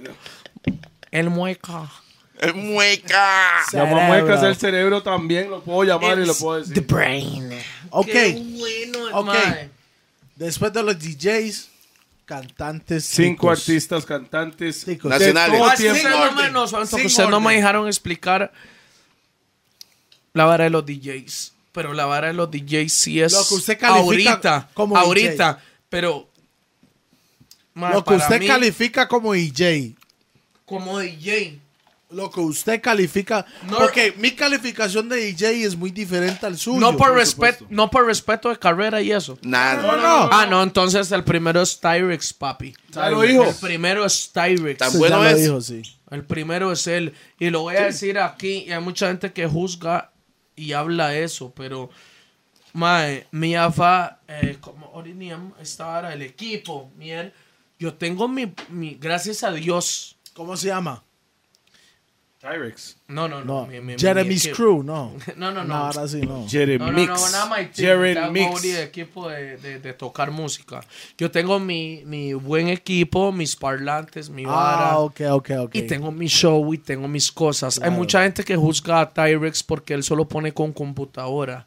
el mueca. ¡El mueca! Llamo a muecas el cerebro también, lo puedo llamar y lo puedo The decir. brain. Ok. Qué bueno, Ok. mae. Después de los DJs, cantantes. 5 ticos. artistas, cantantes. Ticos. Nacionales. de todo Ah, sí, tiempo. usted no me, orden, no, suave un toque, sin usted no me orden. dejaron explicar la vara de los DJs. Pero la vara de los DJs sí es Lo que usted califica ahorita, como ahorita, pero ma, Lo que para usted mí, califica como DJ. como DJ. Lo que usted califica. No- Porque mi calificación de DJ es muy diferente al suyo. No por respeto de carrera y eso. Nada. No. Ah, no, entonces el primero es Tyrex, papi. Ya lo dijo. El primero es Tyrex. Tan Sí, bueno ya lo es. dijo, sí. El primero es él. Y lo voy a decir aquí, y hay mucha gente que juzga y habla eso, pero mae, mi afa, como Oriniam, esta hora, el equipo, mier, yo tengo mi, gracias a Dios. ¿Cómo se llama? Tyrex. No. No, mi Jeremy's equipo. Crew, no. No. Ahora sí, no. Jeremix. No, nada más Jeremix. de equipo de tocar música. Yo tengo mi buen equipo, mis parlantes, mi vara. Ok. Y tengo mi show y tengo mis cosas. Hay mucha gente que juzga a Tyrex porque él solo pone con computadora.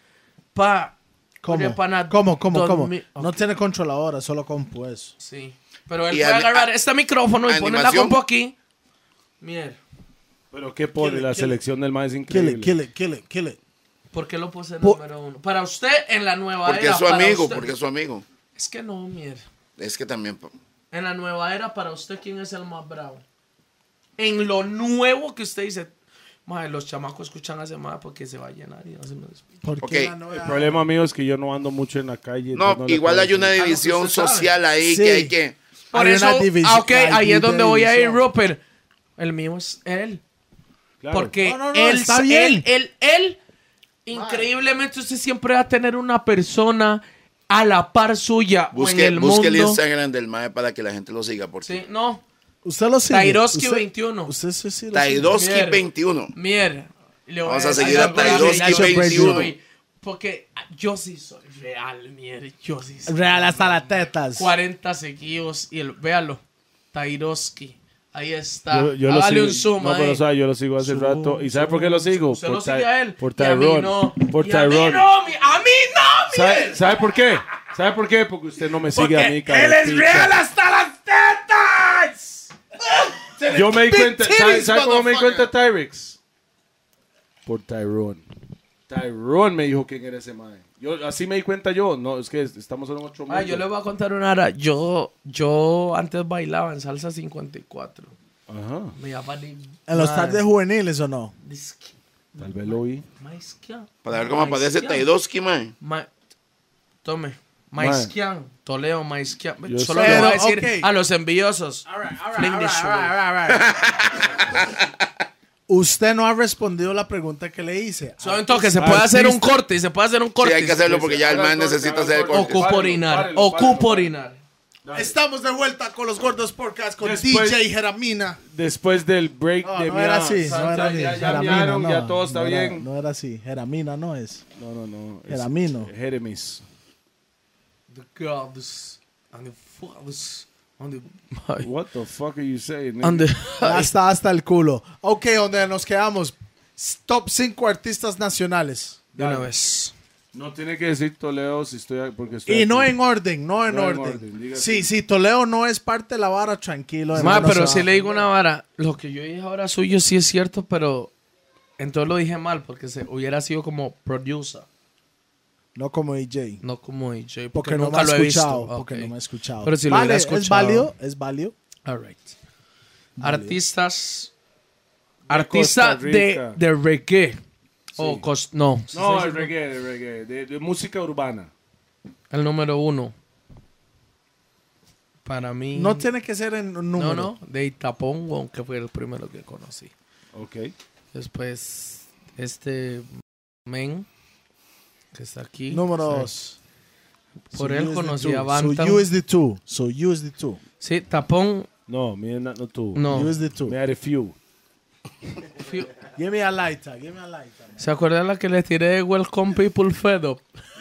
Oye, pana, ¿Cómo? dormir- No tiene controladora, solo compu eso. Sí. Pero él Y puede agarrar este micrófono y poner la animación. compu aquí. Mierda. Pero qué pone la selección del más Kill increíble. it. ¿Por qué lo puse número 1? Para usted en la nueva Porque era. es su para amigo, usted- porque es su amigo. Es que no, mierda. Es que también. En la nueva era, para usted, ¿quién es el más bravo? En lo nuevo que usted dice, madre, los chamacos escuchan a ese madre porque se va a llenar y no se me despide. ¿Por Ok. qué la El nueva- problema mío es que yo no ando mucho en la calle. No, entonces le igual puedo hay una decir. división usted sabe. social ahí Sí. que hay que. Por Hay eso, una división- ok, ahí es donde voy a ir, división. Roper. El mío es él. Claro. Porque No, él está bien. Él, increíblemente, usted siempre va a tener una persona a la par suya o en el Busque el mundo. Instagram del MAE para que la gente lo siga. Porque Sí, no. Usted lo sigue. Tairoski Usted- 21. Usted sí lo sigue. Taidoski Mierda. 21. Mierda. Le voy Vamos a a decir seguir a algo Taidoski así. 21. Soy- Porque yo sí soy real, mierda. Yo sí soy Real hasta las tetas. 40 seguidos y véalo. Tairoski. Ahí está. Yo lo Hágale sigo. un zoom No, ahí. pero o sea, yo lo sigo hace rato. ¿Y sabe por qué lo sigo? Usted lo sigue a él. Por Y a mí Tyrone. no. Por Y a mí Tyrone. no, a mí no, mierda. ¿Sabe por qué? ¿Sabe por qué? Porque usted no me sigue a mí, Porque él es real hasta las tetas. Yo me di cuenta. ¿Sabe titties, cómo me di motherfucker. cuenta Tyrex? Por Tyrone. Tyrone me dijo quién era ese mae. Así me di cuenta yo. No, es que estamos en otro mundo. Yo le voy a contar una hora. Yo antes bailaba en salsa 54. Ajá. Me llamaban ¿En los tardes juveniles o no? Tal vez lo vi. Para ver cómo aparece Taidoski, MAE. Tome. Mae. Maizquian. Toledo, Maizquian. Yo Solo sé. le voy a Pero, decir ok. a los envidiosos. Fling the sugar. Usted no ha respondido la pregunta que le hice. Solo un toque, se puede hacer un corte y se puede hacer un Sí, corte. hay que hacerlo porque ya el Haga MAE corte, necesita haga hacer el corte. corte. Ocupo orinar. Ocupo orinar. Estamos de vuelta con los Gordos Podcast con Después- DJ Jeramina. Después del break No, de no era Mia, así, no Santa, era así. Ya Jeramina, miaron, no, ya todo está no era- bien. No era así. Jeramina no es. No. es Jeramino. Jeremis. The gods and the fathers on the... What the fuck are you saying? On the... Ya está hasta el culo. Ok, donde nos quedamos. Top 5 artistas nacionales. De una vez. No tiene que decir Toledo si estoy porque estoy Y no aquí. en orden, no en No en orden. orden, diga Sí, así. sí, Toledo no es parte de la vara, tranquilo. Ma, hermano, pero se si va. le digo una vara, lo que yo dije ahora suyo sí es cierto, pero entonces lo dije mal porque se hubiera sido como producer, No como DJ. no como DJ. Porque no me nunca ha lo he visto. escuchado. Porque Ok. no me ha escuchado. Pero si lo Vale, hubiera es escuchado. válido, es válido. All right. Artistas Costa Rica. de reggae. O no. No, el reggae, de música urbana. El número 1. Para mí. No tiene que ser en un número. No, de Itapón, aunque fue el primero que conocí. Ok. Después, men que está aquí. Número Sí. 2. Por él conocí a So Bantam. you is the two. So you is the two. Sí, Tapón, No, me not no tú. no. You is the two. Me had a few. Give me a lighter. Give me a lighter. ¿Se acuerdan la que le tiré de Welcome People Fed Up?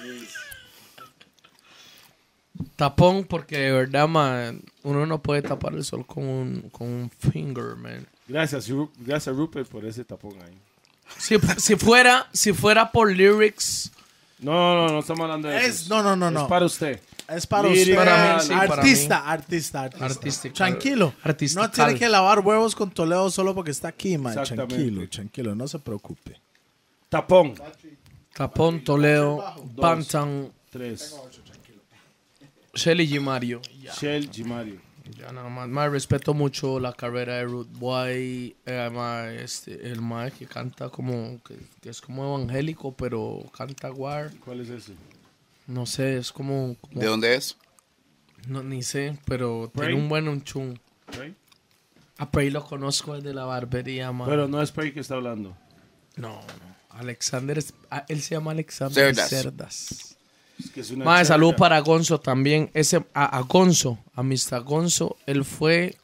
Tapón, porque de verdad, man, uno no puede tapar el sol con un finger, man. Gracias a Rupert por ese tapón ahí. Si fuera por lyrics, No estamos hablando de Es, eso. no. Es para usted. Es para Lírica, usted. para mí, sí, para artista. Artística. Tranquilo. Artistical. No tiene que lavar huevos con Toledo solo porque está aquí, man. Exactamente. Tranquilo. No se preocupe. Tapón. Tapón, Toledo, Bantam, 3. Shelly G. Mario. Shell Gimario. Ya nada más. Más respeto mucho la carrera de Rude Boy. El mae que canta como. Que es como evangélico, pero canta guar. ¿Cuál es ese? No sé, es como. ¿De dónde es? No, ni sé, pero Pray. tiene un buen unchun. Right? A Prey lo conozco desde la barbería, man. Pero no es Prey que está hablando. No. Alexander, él se llama Alexander Cerdas. Cerdas. Es que es una Mae, salud charla. para Gonzo también. A Gonzo, a Mr. Gonzo, él fue...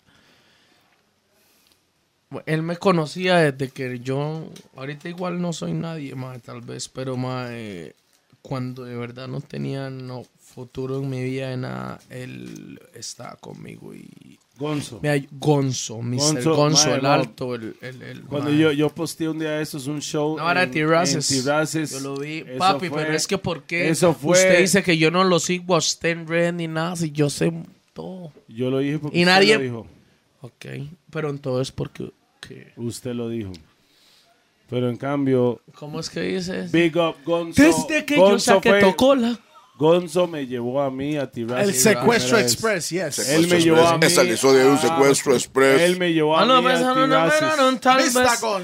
Él me conocía desde que yo... Ahorita igual no soy nadie, mae, tal vez. Pero, mae, cuando de verdad no tenía futuro en mi vida de nada, él estaba conmigo y... Gonzo. Mira, Gonzo, Mr. Gonzo, mae, el no. alto, Cuando mae. yo posteé un día de estos, un show. No, era Terraces. En Terraces. Yo lo vi. Eso Papi, fue- pero es que ¿por qué Eso fue. usted dice que yo no lo sigo a usted en red ni nada si yo sé todo? Yo lo dije porque Y usted nadie- lo dijo. Ok, pero entonces porque... ¿qué? Usted lo dijo. Pero en cambio, ¿Cómo es que dices? Big Up Gonzo. Desde que yo Gonzo saqué fue- Tocola. Gonzo me llevó a mí a Terraces. El secuestro la primera vez. express, yes. Él me llevó a mí. Esa le hizo de un secuestro express. Él me llevó a mí a Terraces.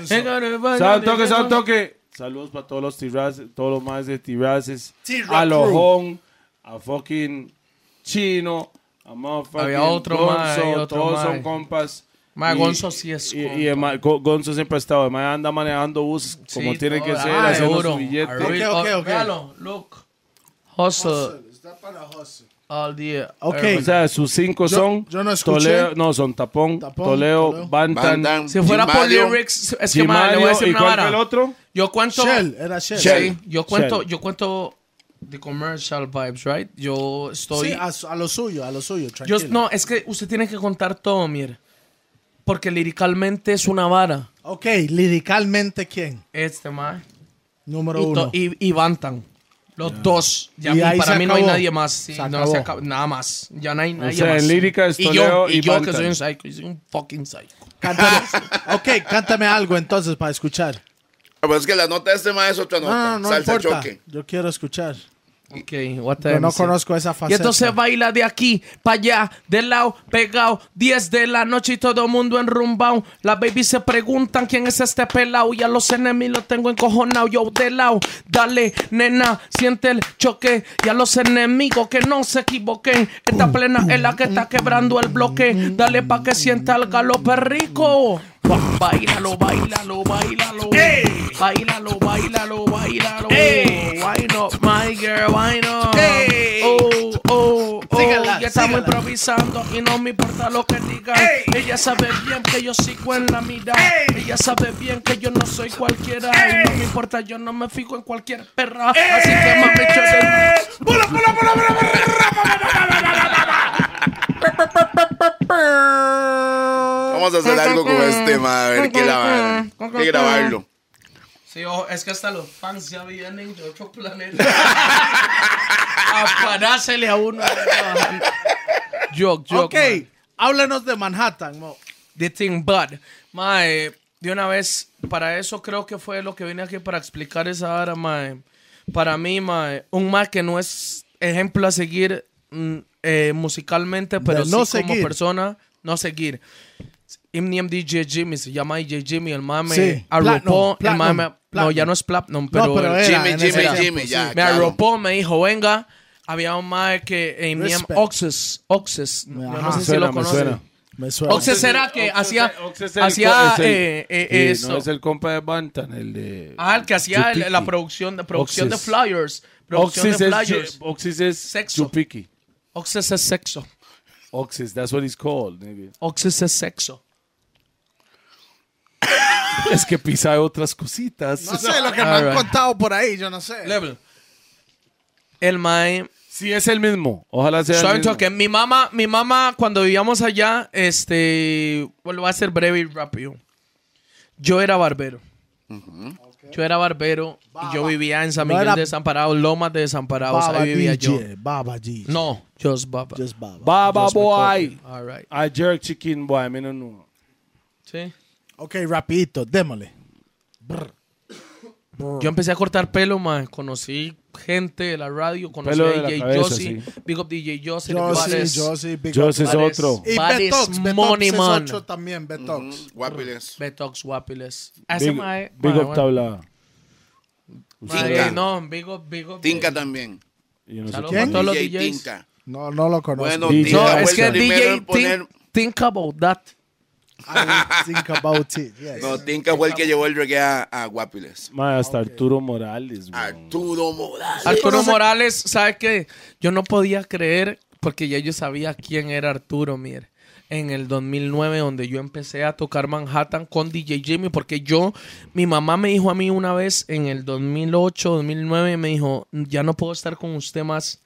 San toque, San toque. Saludos para todos los Terraces, todos los más de Terraces. T-Rock A crew. Lojón, a fucking Chino, a motherfucking Había otro más, Gonzo, y otro todos más. son compas. Ma, Y- Gonzo sí es Y, compa. y el Gonzo siempre ha estado. El mae anda manejando buses como Sí, tiene que todo, ser, ah, haciendo seguro. su billete. Ok. Véalo, look. Hustle all día. Ok. O sea, sus 5 son yo no escuché. Toledo, no, son Tapón, Tapón, Toleo, Toleo. Bantan, Bantan, Si fuera por Gimario, lyrics, es que ma, le voy a Gimario, decir ¿y una cuál fue vara. el otro? Yo cuento... Shell, era Shell. Sí, yo cuento, Shell. yo cuento the commercial vibes, right? Yo estoy... Sí, a lo suyo, yo, tranquilo. no, es que usted tiene que contar todo, mire. Porque liricalmente es una vara. Ok, liricalmente, ¿quién? Este, ma. Número Y, uno. y Bantan. Los dos. Ya Y ahí para se mí no hay acabó. nadie más. Sí, Se no, acabó. se acabó. Nada más. Ya no hay nadie sea, más. en lírica es y yo, Toledo y y yo que Bantan. soy un psycho. Soy un fucking psycho. Ok, cántame algo entonces para escuchar. Pero es que la nota de este ma es otra nota. No Salsa importa. choque. Yo quiero escuchar. Ok, what the Yo no MC. conozco esa Y faceta. entonces baila de aquí para allá, de lado, pegado, 10 de la noche y todo mundo enrumbado. Las babies se preguntan quién es este pelao. Y a los enemigos los tengo encojonado. Yo de lado, dale, nena, siente el choque. Y a los enemigos que no se equivoquen. Esta plena es la que está quebrando el bloque. Dale pa' que sienta el galope rico. Bailalo, bailalo, bailalo. Bailalo, bailalo, bailalo. Why not, my girl? Why not? Oh, oh, oh. Sígala, Ya estamos sígala. improvisando y no me importa lo que digan. Ella sabe bien que yo sigo en la mirada. Ella sabe bien que yo no soy cualquiera. Y no me importa, yo no me fijo en cualquier perra. Así que mami, Vamos a hacer algo con este ma. A ver qué la hay que grabarlo. sí, ojo, es que hasta los fans ya vienen de otro planeta. A parársele a uno. Joke, Ok, man. háblanos de Manhattan, Mo. The Thing Bad. Mae, de una vez, para eso creo que fue lo que vine aquí para explicar esa vara, mae. Para mí, mae, un mae que no es ejemplo a seguir musicalmente, pero De no sí como seguir. persona, no seguir. Eminem DJ Jimmy, se llama DJ Jimmy, el mae Sí, me arropó, el mae me... No, Platinum. ya no es Platinum, pero... pero el- era Jimmy, en Jimmy, ese tiempo, Jimmy, sí. ya. me claro. arropó, me dijo, venga. Había un mae que Eminem Respect. Oxes, yo no Ajá. sé si Suena, lo me conocen. suena. Me suena. Oxes era que hacía Oxes es el hacía co- es el- sí, eso. no es el compa de Bantan, el de... El que hacía Chupiki. la producción de Oxes. flyers. Producción Oxys de es, flyers. Oxys es Sexo. Chupiki. Oxes es sexo. Oxys, that's what he's called, nigga. Oxes es sexo. Es que pisa otras cositas. No sé lo que me han Alright. contado por ahí, yo no sé. Level. El mae. Sí, es el mismo. Ojalá sea Suave el mismo. toque. Mi mamá, cuando vivíamos allá, bueno, va a ser breve y rápido. Yo era barbero. Yo era barbero y yo vivía en San No Miguel era- de Desamparados, Lomas de Desamparados. Baba Ahí vivía yo. DJ, Baba G. No, just Baba. Just Baba. Baba Just me boy. copy. All right. I jerk chicken boy. A mí no. Sí. Ok, rapidito, démosle. Yo empecé a cortar pelo, man. Conocí gente de la radio, conocí Pelo a de la DJ cabeza, Josie, sí. Big Up DJ Josie, Josie, Big Josie Up. es Bares. otro. Y Bares Betox, Money Betox es Man. otro también, Betox. Guapiles. Betox, Guapiles. Ese mae, Big mae, up tabla. Tinka. No, Big Up. Tinka también. Yo no sé Saludos quién. para todos los DJ DJs. Tinka. No lo conozco. Bueno, DJ. No, Tinka es fue que el primero DJ en poner... think about that. I would think about it, yes. No, Tinka fue el que llevó el reggae a Guapiles. Mae, hasta Arturo Morales, weón. Arturo Morales. Arturo Morales, ¿sabe qué? Yo no podía creer, porque ya yo sabía quién era Arturo, mire. En el 2009, donde yo empecé a tocar Manhattan con DJ Jimmy, porque mi mamá me dijo a mí una vez en el 2008, 2009, me dijo, ya no puedo estar con usted más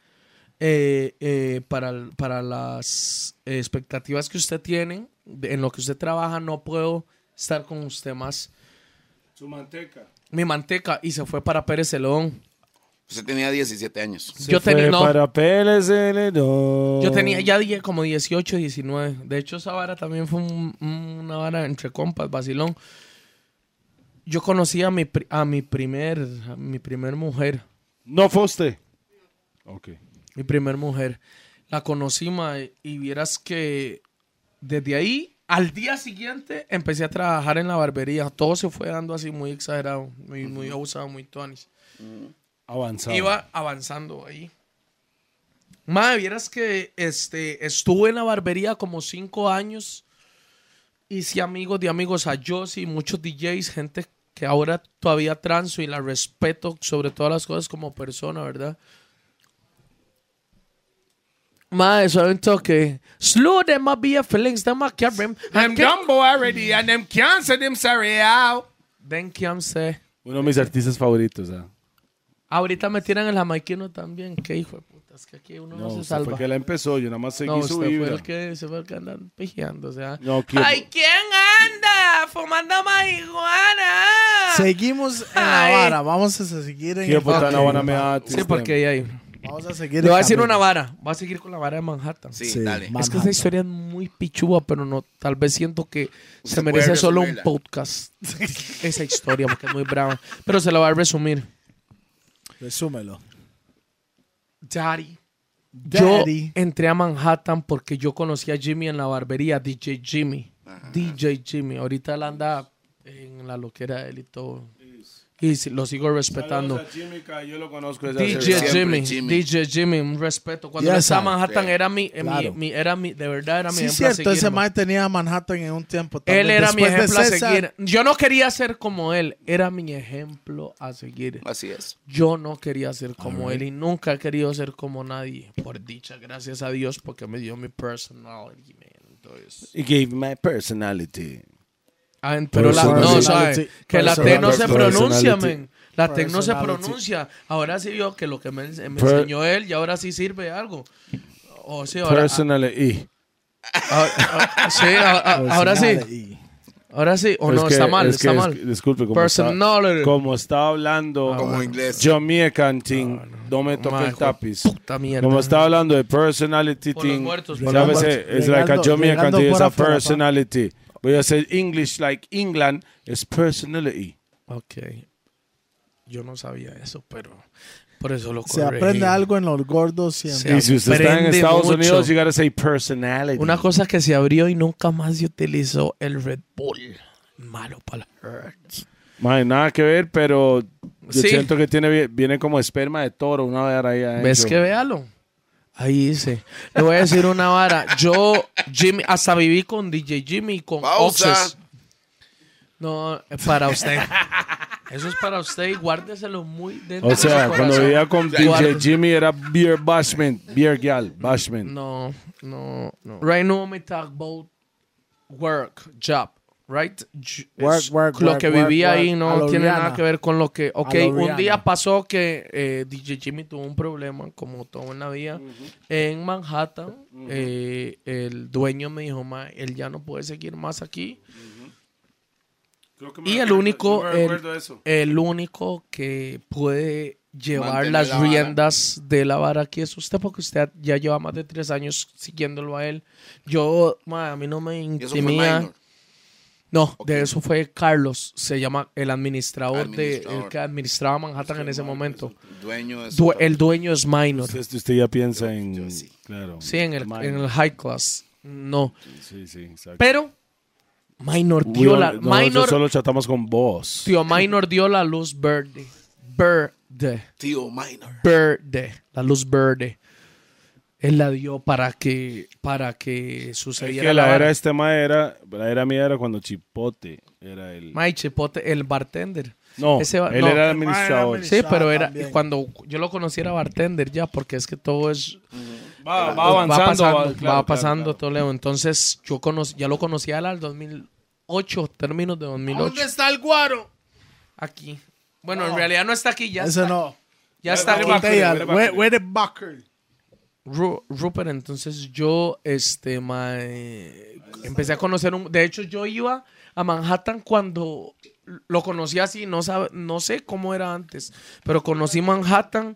para las expectativas que usted tiene, en lo que usted trabaja, no puedo estar con usted más. Su manteca. Mi manteca, y se fue para Pérez Celedón. Usted tenía 17 años. Yo tenía, no. Para PLCL2. Yo tenía ya como 18, 19. De hecho, esa vara también fue una vara entre compas, vacilón. Yo conocí a mi primer mujer. ¿No fue usted? Ok. Mi primer mujer. La conocí, ma, y vieras que desde ahí, al día siguiente, empecé a trabajar en la barbería. Todo se fue dando así muy exagerado, muy abusado, muy tonis. Avanzado. Iba avanzando ahí. Madre, vieras que estuve en la barbería como 5 años. Hice amigos de amigos a Josie, muchos DJs, gente que ahora todavía transo y la respeto sobre todas las cosas como persona, ¿verdad? Madre, eso es un toque. Slow them up, be a feelings, them a cabrim. I'm Dumbo already, and them cancer, them sorry out. Then Kiam say. Uno de mis artistas favoritos, Ahorita me tiran el jamaiquino también. Qué hijo de puta, es que aquí uno no se usted salva. fue que la empezó, yo nada más seguí No, su usted vibra. fue el que anda pijeando, o sea. No, ¿quién? ¡Ay, quién anda fumando marihuana! Seguimos en la Ay. vara. Vamos a seguir en ¿Qué el puta camino. no van a mear? Sí, porque ahí. Vamos a seguir Le voy a el decir camino. una vara. Voy a seguir con la vara de Manhattan. Sí, Sí, dale. Es que Manhattan. esta historia es muy pichuda, pero no, tal vez siento que Usted se merece puede solo un resumirla. podcast. Esa historia, porque es muy brava. Pero se la voy a resumir. Resúmelo. Daddy. Daddy. Yo entré a Manhattan porque yo conocí a Jimmy en la barbería, DJ Jimmy. DJ Jimmy. Ahorita él anda en la loquera de él y todo. Y lo sigo respetando. Yo lo conozco desde hace DJ Siempre Jimmy, Jimmy. DJ Jimmy, un respeto. Cuando Ya él estaba en sabe. Manhattan Sí. era de verdad era mi Sí, ejemplo a cierto. Ese seguir, man. man tenía Manhattan en un tiempo. tal Él vez era mi después de ejemplo a César. seguir. Yo no quería ser como él, era mi ejemplo a seguir. Así es. Yo no quería ser como él y nunca he querido ser como nadie. Por dicha, gracias a Dios, porque me dio mi personality, man. Entonces, He gave my personality. pero no, Personality. ¿sabes? Que la T no se Personality. pronuncia, men. La T no se Personality. pronuncia. Ahora sí yo que lo que me enseñó él y ahora sí sirve algo. O sí, ahora, Personality. sí, ahora sí. Personality. Ahora sí. O Es no, que- está mal, es que está es- mal. Disculpe, Personality. como estaba hablando Como inglés. John Canting, no me toque Mae, el tapiz. Puta mierda. Como estaba hablando de personality Por los thing, muertos, por ¿sabes? los It's muertos. like a John Llegando Canting is por a afuera, pa. personality. Voy a hacer English like England is personality. Ok. Yo no sabía eso, pero por eso lo Se corregí. aprende algo en los gordos siempre. Se Y si usted está en aprende Estados mucho. Unidos, you gotta say personality. Una cosa que se abrió y nunca más se utilizó, el Red Bull. Malo para la Hertz. Mae, nada que ver, pero yo Sí. siento que viene como esperma de toro, una vara ahí adentro. ¿Ves que véalo? Ahí dice. Le voy a decir una vara. Yo, Jimmy, hasta viví con DJ Jimmy y con Pausa. Oxes. No, es para usted. Eso es para usted y guárdeselo muy dentro O de su sea, cuando corazón. vivía con DJ Guarde- Jimmy era beer bashment, beer gal, bashment. No. Right now me talk about work, job, right? Work, lo work, que work, vivía work. ahí A no lo tiene Rihanna. nada que ver con lo que... Ok, A lo un Rihanna. día pasó que DJ Jimmy tuvo un problema, como todo en la vida, en Manhattan. El dueño me dijo, ma, él ya no puede seguir más aquí. Y el único, el único que puede llevar Mantener las la vara. riendas de la vara aquí es usted, porque usted ya lleva más de 3 años siguiéndolo a él. Yo, ma, a mí no me Y eso fue intimida. minor. No, Ok. de eso fue Carlos, se llama el administrador, Administrador. el que administraba Manhattan en ese momento. Dueño de El dueño es minor. Usted ya piensa en... yo sí. Claro. Sí, en el Minor. high class. No. Sí, exacto. Pero minor dio la Nosotros solo chatamos con vos. tío minor dio la luz verde. Tío minor. Verde, la luz verde. él la dio para que Es sucediera que la la era vara. de este mae era, la era mía era cuando Chipote era el... Mae, Chipote, el bartender. No, Ese va- él no. era el El mae era administrador. administrador. Sí, pero era También. cuando yo lo conocí era bartender ya, porque es que todo es Va avanzando. va pasando claro. todo leo. Entonces ya lo conocía al 2008, términos de 2008. ¿Dónde está el guaro? Aquí. Bueno, en realidad no está aquí, ya Ese está. no. Ya está aquí. Botella. Bucker. Where the Bucker? Rupert, entonces yo empecé a conocer de hecho yo iba a Manhattan cuando lo conocí así, no sé cómo era antes, pero conocí Manhattan,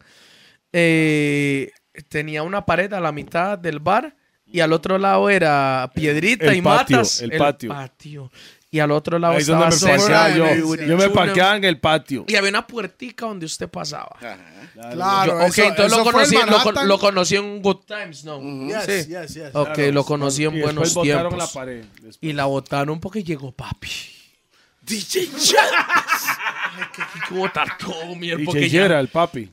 tenía una pared a la mitad del bar y al otro lado era piedrita El y patio, matas, el patio. y al otro lado Ahí es donde estaba me parqueaba César yo. y Yo me Junior. parqueaba en el patio. Y había una puertica donde usted pasaba. Claro, Ok, entonces eso fue en Manhattan. lo conocí en Good Times, ¿no? Yes, Sí. yes. Ok, lo conocí en Y buenos después botaron tiempos. la pared. Después. Y la botaron porque llegó papi. DJ Chat. Ay, que botar todo, mierda. Y Porque Cheyera, el papi.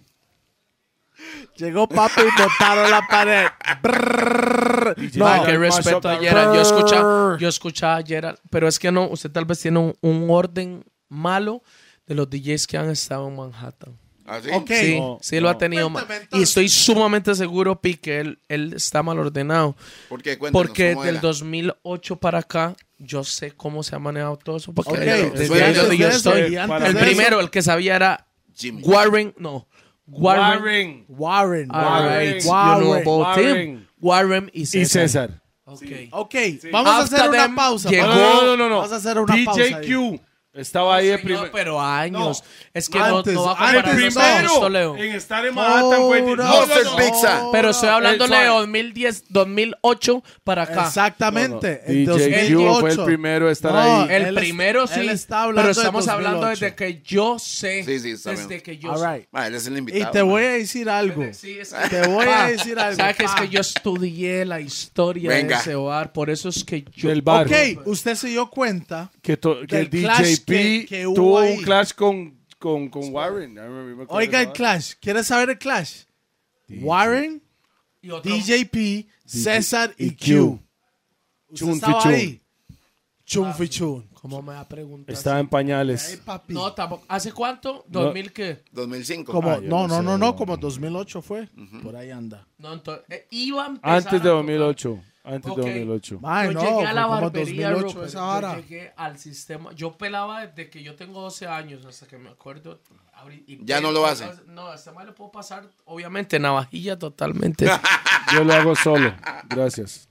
Llegó papi y botaron la pared. Brrrr. No, Ay, qué el respeto mashup a de- Gerald. Yo escuchaba a Gerald. Pero es que no, usted tal vez tiene un orden malo de los DJs que han estado en Manhattan. ¿Ah, sí? Ok. Sí, No, sí lo ha no. tenido Cuéntame, mal. Y entonces. estoy sumamente seguro, Pi, que él está mal ordenado. ¿Por qué? Cuéntanos, Porque ¿cómo del era? 2008 para acá, yo sé cómo se ha manejado todo eso. Porque Ok, desde después ahí de donde yo eso estoy, y antes para el de primero, el que sabía era Jimmy. Warren. Warren. Warren. All right. Warren. You know about Warren. him. Warren y Y César. César. Ok. Ok, vamos a After hacer una them pausa. llegó- No. Vamos a hacer una DJ pausa ahí. Q. Estaba ahí de Señor, primero. pero años. Es que Antes, no va a antes, comparar El eso con esto, Leo. primero en estar en Manhattan fue... Hold No, up. Monster Pizza. Pero estoy hablando de suave. 2010, 2008 para acá. Exactamente. No, En DJ Q 2008. fue el primero a estar No, ahí. El Él primero él sí, está hablando pero de estamos hablando 2008. desde que yo sé. Sí, está bien. desde que yo All sé. right. Ah, él es el Y invitado. te voy a decir algo. Sí, es que- Te voy a decir algo. ¿Sabes que es Pa. que yo estudié la historia Venga. de ese bar? Por eso es que yo... Del bar. Ok, usted se dio cuenta. Que del el clash DJP que hubo tuvo ahí. un clash con Warren. Oiga el clash. ¿Quieres saber el clash? Warren, y otro- DJP, César y y Q. Q. ¿Usted Chun estaba fi chun. ahí? Chun fi chun. ¿Cómo me va a preguntar? Estaba en Ay, pañales. papi. No, tampoco. ¿Hace cuánto? ¿2000 qué? 2005. Como, yo no, no no, sé, no, no. como 2008 fue. Por ahí anda. No, entonces... iba a empezar Antes de a tocar. 2008. Antes Ok. de 2008. Ay, Yo no, llegué a la fue como barbería, 2008 Rupert. esa Yo vara. llegué al sistema. Yo pelaba desde que yo tengo 12 años hasta que me acuerdo. Y Ya no lo hace. No, a este mal le puedo pasar, obviamente, navajilla totalmente. Yo lo hago solo. Gracias.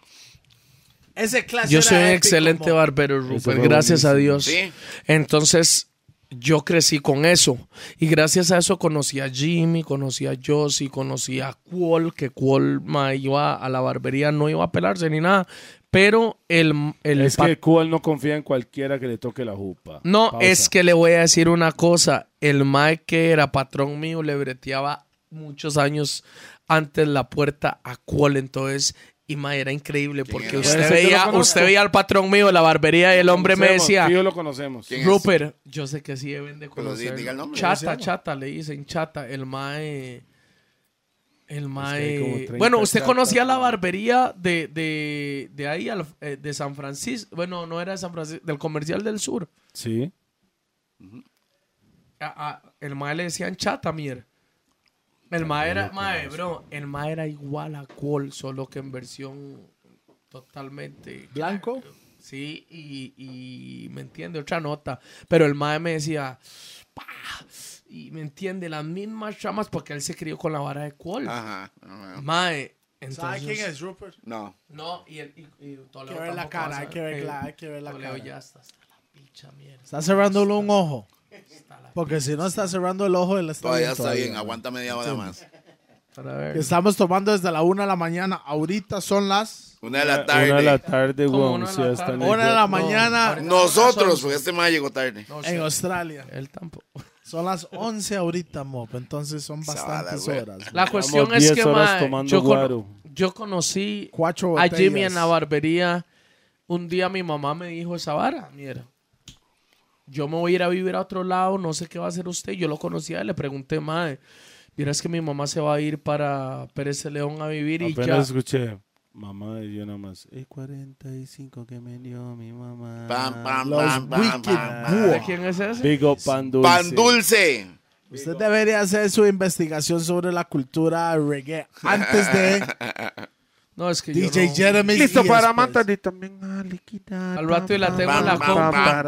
Ese clash Yo era soy un épico, excelente mo. barbero, Eso Rupert. fue Gracias a buenísimo. Dios. Sí. Entonces, yo crecí con eso. Y gracias a eso conocí a Jimmy, conocí a Josie, conocí a Qual, que Qual iba a la barbería, no iba a pelarse ni nada. Pero Es que Cual no confía en cualquiera que le toque la jupa. No, Pausa. es que le voy a decir una cosa. El mae que era patrón mío le breteaba muchos años antes la puerta a Qual. Entonces, y mae era increíble porque era? usted Puede ser que lo veía, conozco. usted veía al patrón mío de la barbería y el hombre me decía, Yo lo conocemos. ¿Quién es? Rupert, yo sé que sí deben de Pero conocer. diga el nombre. Chata, le dicen Chata. El mae... El mae... hay como 30 bueno, usted chatas, conocía la ¿no? barbería de ahí, de San Francisco. Bueno, no era de San Francisco, del Comercial del Sur. Sí. El mae le decían Chata, mierda. El mae era, mae, bro, el mae era igual a Cole, solo que en versión totalmente... ¿Blanco? Sí, y me entiende, otra nota. Pero el mae me decía, "Pa", y me entiende, las mismas chamas porque él se crió con la vara de Cole. Ajá. Ajá. Mae, ¿Sabe entonces... quién es Rupert? No. No, y Toledo Hay que ver la tampoco cara, va a hay que saber. ver hay que ver la Toledo cara. ya está hasta la picha, mierda. Está cerrándole un ojo. Porque si no está cerrando el ojo, él está Todavía bien. está todavía. bien. Aguanta media hora más. Para ver. Que estamos tomando desde la 1 de la mañana. Ahorita son las 1 de la Una de la tarde. tarde, ¿Cómo weón. una de Sí, la está en tarde? el 1 de la juego. mañana ahorita- Nosotros, porque este más llegó tarde. No, en sí, Australia. él tampoco. Son las 11 ahorita, Mop. Entonces son bastantes güey. horas. La cuestión Llevamos es 10 que, horas mae, tomando guaro. yo conocí 4 a botellas. Jimmy en la barbería. Un día mi mamá me dijo esa vara, mira. Yo me voy a ir a vivir a otro lado, no sé qué va a hacer usted. Yo lo conocía y le pregunté, madre, Vieras que mi mamá se va a ir para Pérez de León a vivir y Apenas ya. escuché. Mamá, y yo nada más. El 45 que me dio mi mamá. Pam, pam, Los pam, pam, Wicked pam, pam. ¿De Buah. quién es ese? Big up Pan Dulce. Pan dulce. Usted debería hacer su investigación sobre la cultura reggae antes de No, es que DJ yo no. Jeremy. Listo y para después. matar y también a liquidar. Al rato y la tengo en la Pam, compu.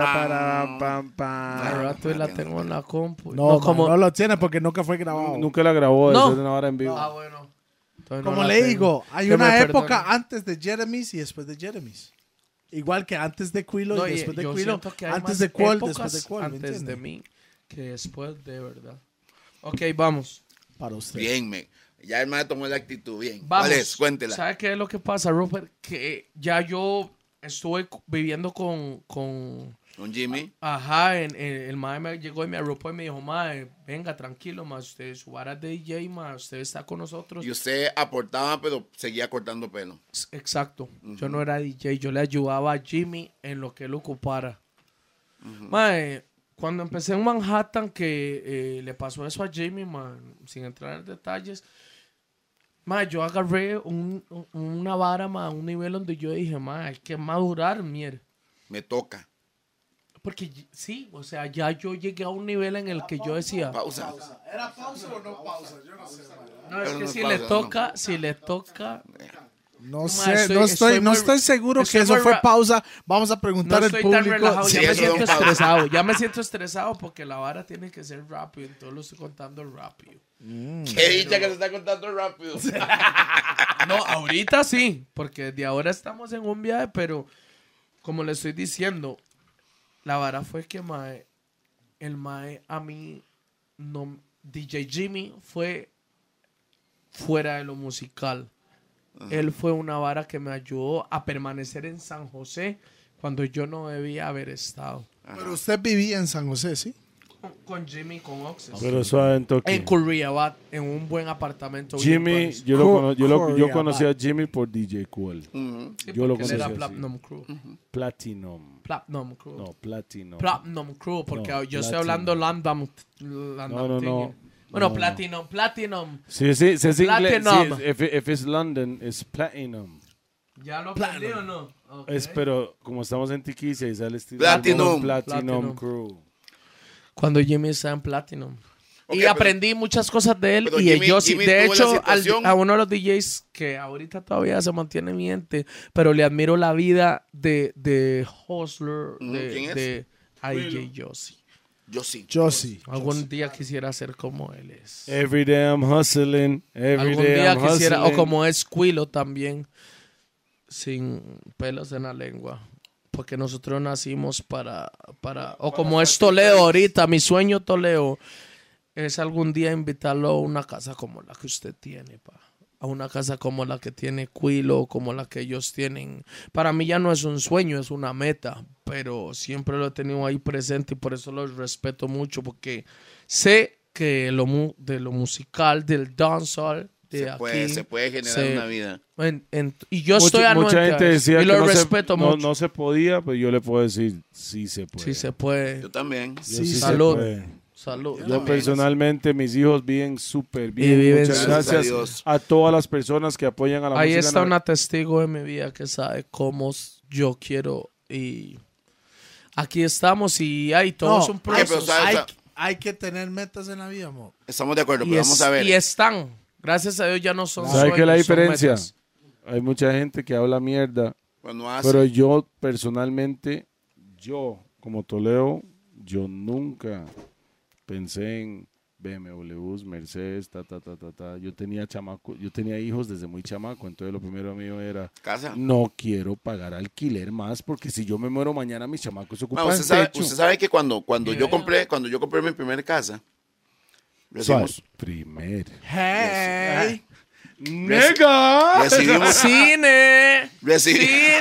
pam, Al rato y la tengo en la compu. No, como... no lo tiene porque nunca fue grabado. Nunca la grabó, No. eso es una hora en vivo. Ah, bueno. Entonces no Como la le tengo. digo, hay Que una me época perdone. antes de Jeremy's y después de Jeremy's. Igual que antes de Quilo No, y y después de yo Quilo. siento que hay Antes más de Qual, épocas después de Qual. ¿me antes entiende? de mí que después de verdad. Ok, vamos. Para usted. Bien, me. Ya el mae tomó la actitud. Bien. Vamos. ¿Cuál es? Cuéntela. ¿Sabe qué es lo que pasa, Rupert? Que ya yo estuve viviendo con Con Jimmy. ajá, el mae me llegó y me arropó y me dijo, mae, venga, tranquilo, mae, usted su vara de DJ, mae, usted está con nosotros. Y usted aportaba, pero seguía cortando pelo. Exacto. Yo no era DJ, yo le ayudaba a Jimmy en lo que él ocupara. Mae, cuando empecé en Manhattan, que le pasó eso a Jimmy, mae, sin entrar en detalles, mae, yo agarré una vara, mae, un nivel donde yo dije, mae, hay que madurar, mierda. Me toca. Porque sí, o sea, ya yo llegué a un nivel en el que yo decía, Pausa. ¿Era pausa o no pausa? Yo no sé. no, es Pero que no si pausa, le toca, si le toca, No Ma, sé, estoy no muy- estoy seguro estoy que eso muy fue ra- pausa. Vamos a no preguntar al estoy tan público. relajado, Sí, ya me eso siento no pasa. estresado, ya me siento estresado porque la vara tiene que ser rápido, entonces lo estoy contando rápido. Qué dicha que se está contando rápido. No, ahorita sí, porque de ahora estamos en un viaje, pero como le estoy diciendo, la vara fue que el mae a mí, no, DJ Jimmy fue fuera de lo musical. Él fue una vara que me ayudó a permanecer en San José cuando yo no debía haber estado. Pero usted vivía en San José, ¿sí? Con Jimmy, con Oxes. Pero suave en toque. En Curriabat, en un buen apartamento. bien Jimmy, nice. yo conocí a Jimmy por DJ Cool. Sí, yo lo porque él era conocí así. Platinum Crew. Platinum. Platinum Crew. No, Platinum. Platinum Crew, porque No, yo estoy Platinum. hablando Landam. No. Bueno, No. Platinum. Sí, sí, sí, es inglés. Platinum. Sí, if it's London, it's Platinum. ¿Ya lo aprendí o no? Ok. Pero como estamos en Tiquicia y sale estilo Platinum. Platinum Crew. Cuando Jimmy estaba en Platinum. Ok, Y pero- aprendí muchas cosas de él. pero Y Jimmy- yo sí, Jimmy de tuvo la hecho, situación- a uno de los DJs que ahorita todavía se mantiene miente, pero le admiro la vida de Hustler, ¿Quién es? de DJ Josie. Yo sí. Yo sí. Algún día quisiera ser como él es. Every day I'm hustling. Every Algún day día I'm quisiera, o hustling. como es Quilo también, sin pelos en la lengua. Porque nosotros nacimos para o como es Toledo ahorita, mi sueño Toledo es algún día invitarlo a una casa como la que usted tiene, pa. A una casa como la que tiene Quilo, como la que ellos tienen. Para mí ya no es un sueño, es una meta, pero siempre lo he tenido ahí presente y por eso los respeto mucho, porque sé que de lo musical, del dancehall, de Se puede generar se- una vida. y yo estoy Mucha anuente a gente eso, decía y que lo no respeto se, mucho. no se podía, pero yo le puedo decir, sí se puede. Sí se puede. Yo también. Yo Sí, se salud. puede. Salud. Yo personalmente, mis hijos viven súper Y bien. viven Muchas súper gracias bien. Dios. a todas las personas que apoyan a la Ahí música. está una testigo de mi vida que sabe cómo yo quiero y aquí estamos y hay todo No, es un pero proceso. ¿sabes? Hay que tener metas en la vida, amor. Estamos de acuerdo, Y, pero vamos a ver. y están. Gracias a Dios ya no son ¿Sabe qué es la sueños, son diferencia? metas. Hay mucha gente que habla mierda, Cuando hace. pero yo personalmente, yo como Toledo, yo nunca pensé en BMWs, Mercedes, ta. Yo tenía hijos desde muy chamaco, entonces lo primero mío era, Casa. no quiero pagar alquiler más, porque si yo me muero mañana, mis chamacos se ocupan Ma, del usted techo. sabe que cuando yo compré mi primera casa, recibimos, Suave. Primer. Hey. ¡Nega! recibimos, Cine. Cine.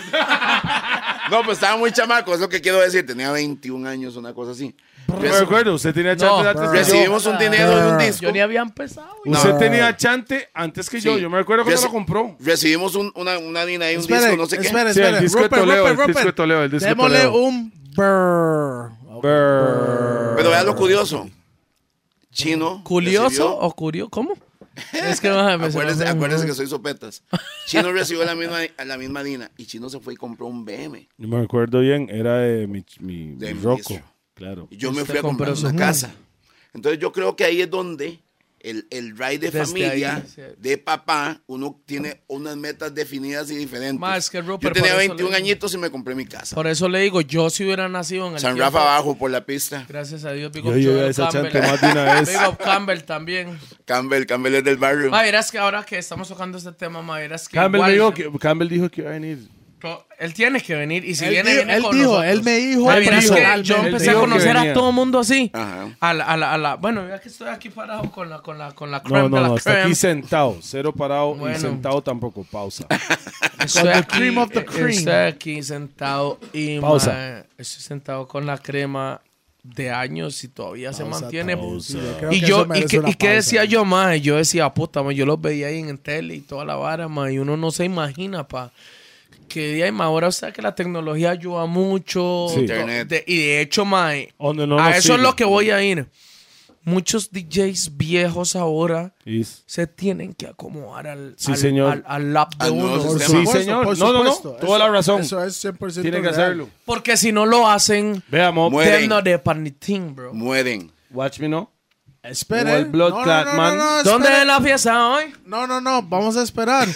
No, pues estaba muy chamaco, es lo que quiero decir. Tenía 21 años, una cosa así. Me acuerdo, usted tenía chante No, antes que yo. Recibimos un dinero de un disco. Yo ni había empezado. Usted tenía chante antes que yo. Sí. Yo me recuerdo cuando Reci- lo compró. Recibimos una harina y un Espere, disco, no sé qué. espere, Sí, el espere. disco de Rupert, Toledo, Rupert, el disco de Rupert. Toledo, el disco de Démosle Toledo. un brr. Pero vea lo curioso. Chino. ¿Curioso recibió- o curioso? ¿Cómo? Es que mae, me Acuérdese que soy sopetas. Chino recibió la misma Dina y Chino se fue y compró un BM. Yo me acuerdo bien, era de mi De Rocco. ministro. Claro. Y yo me Usted fui a comprar compró una su- casa. Entonces yo creo que ahí es donde el ride de Desde familia, ahí, sí. de papá, uno tiene unas metas definidas y diferentes. Ma, es que, Rupert, yo tenía por eso 21 le- añitos y me compré mi casa. Por eso le digo, yo si hubiera nacido en el San tiempo- Rafa abajo por la pista. Gracias a Dios, Big Yo Up llegué a Joel esa Campbell. chante más de una vez. Big Up Campbell también. Campbell es del barrio. Ma, verás que ahora que estamos tocando este tema, ma, verás que Campbell igual- dijo que iba a venir. Él tiene que venir y si Él viene, dijo- viene él con dijo, nosotros. él me dijo Ma, verás que personalmente. yo Él empecé a dijo que conocer a venía. todo mundo así. Ajá. Bueno, ya que estoy aquí parado con la No, creme de la está creme. aquí sentado. Cero parado Bueno. y sentado tampoco. Pausa. Estoy the aquí, cream of the cream. estoy aquí sentado y Pausa. ma, estoy sentado con la crema de años y todavía se Pausa, mantiene. pausa. Sí, yo creo Y que yo, eso merece una qué pausa. decía yo, ma? Yo decía, puta, ma, yo los veía ahí en tele y toda la vara, ma, y uno no se imagina, pa. Que día y ma, ahora o sea que la tecnología ayuda mucho. Sí. Internet. Y de hecho, ma, Donde no a nos eso es sigue. lo que voy a ir. Muchos DJs viejos ahora Is- se tienen que acomodar Sí, señor. al lap de Al uno. nuevo Por sistema. Sí, supuesto, señor. por No, supuesto. toda la razón. Eso es 100% Tiene que real. hacerlo. Porque si no lo hacen, Veamos. Mueren. then no de panitín, bro. Mueren. Watch me, ¿no? Espere. Como el Blood Clot Man. ¿Dónde espere. es la fiesta hoy? No, vamos a esperar.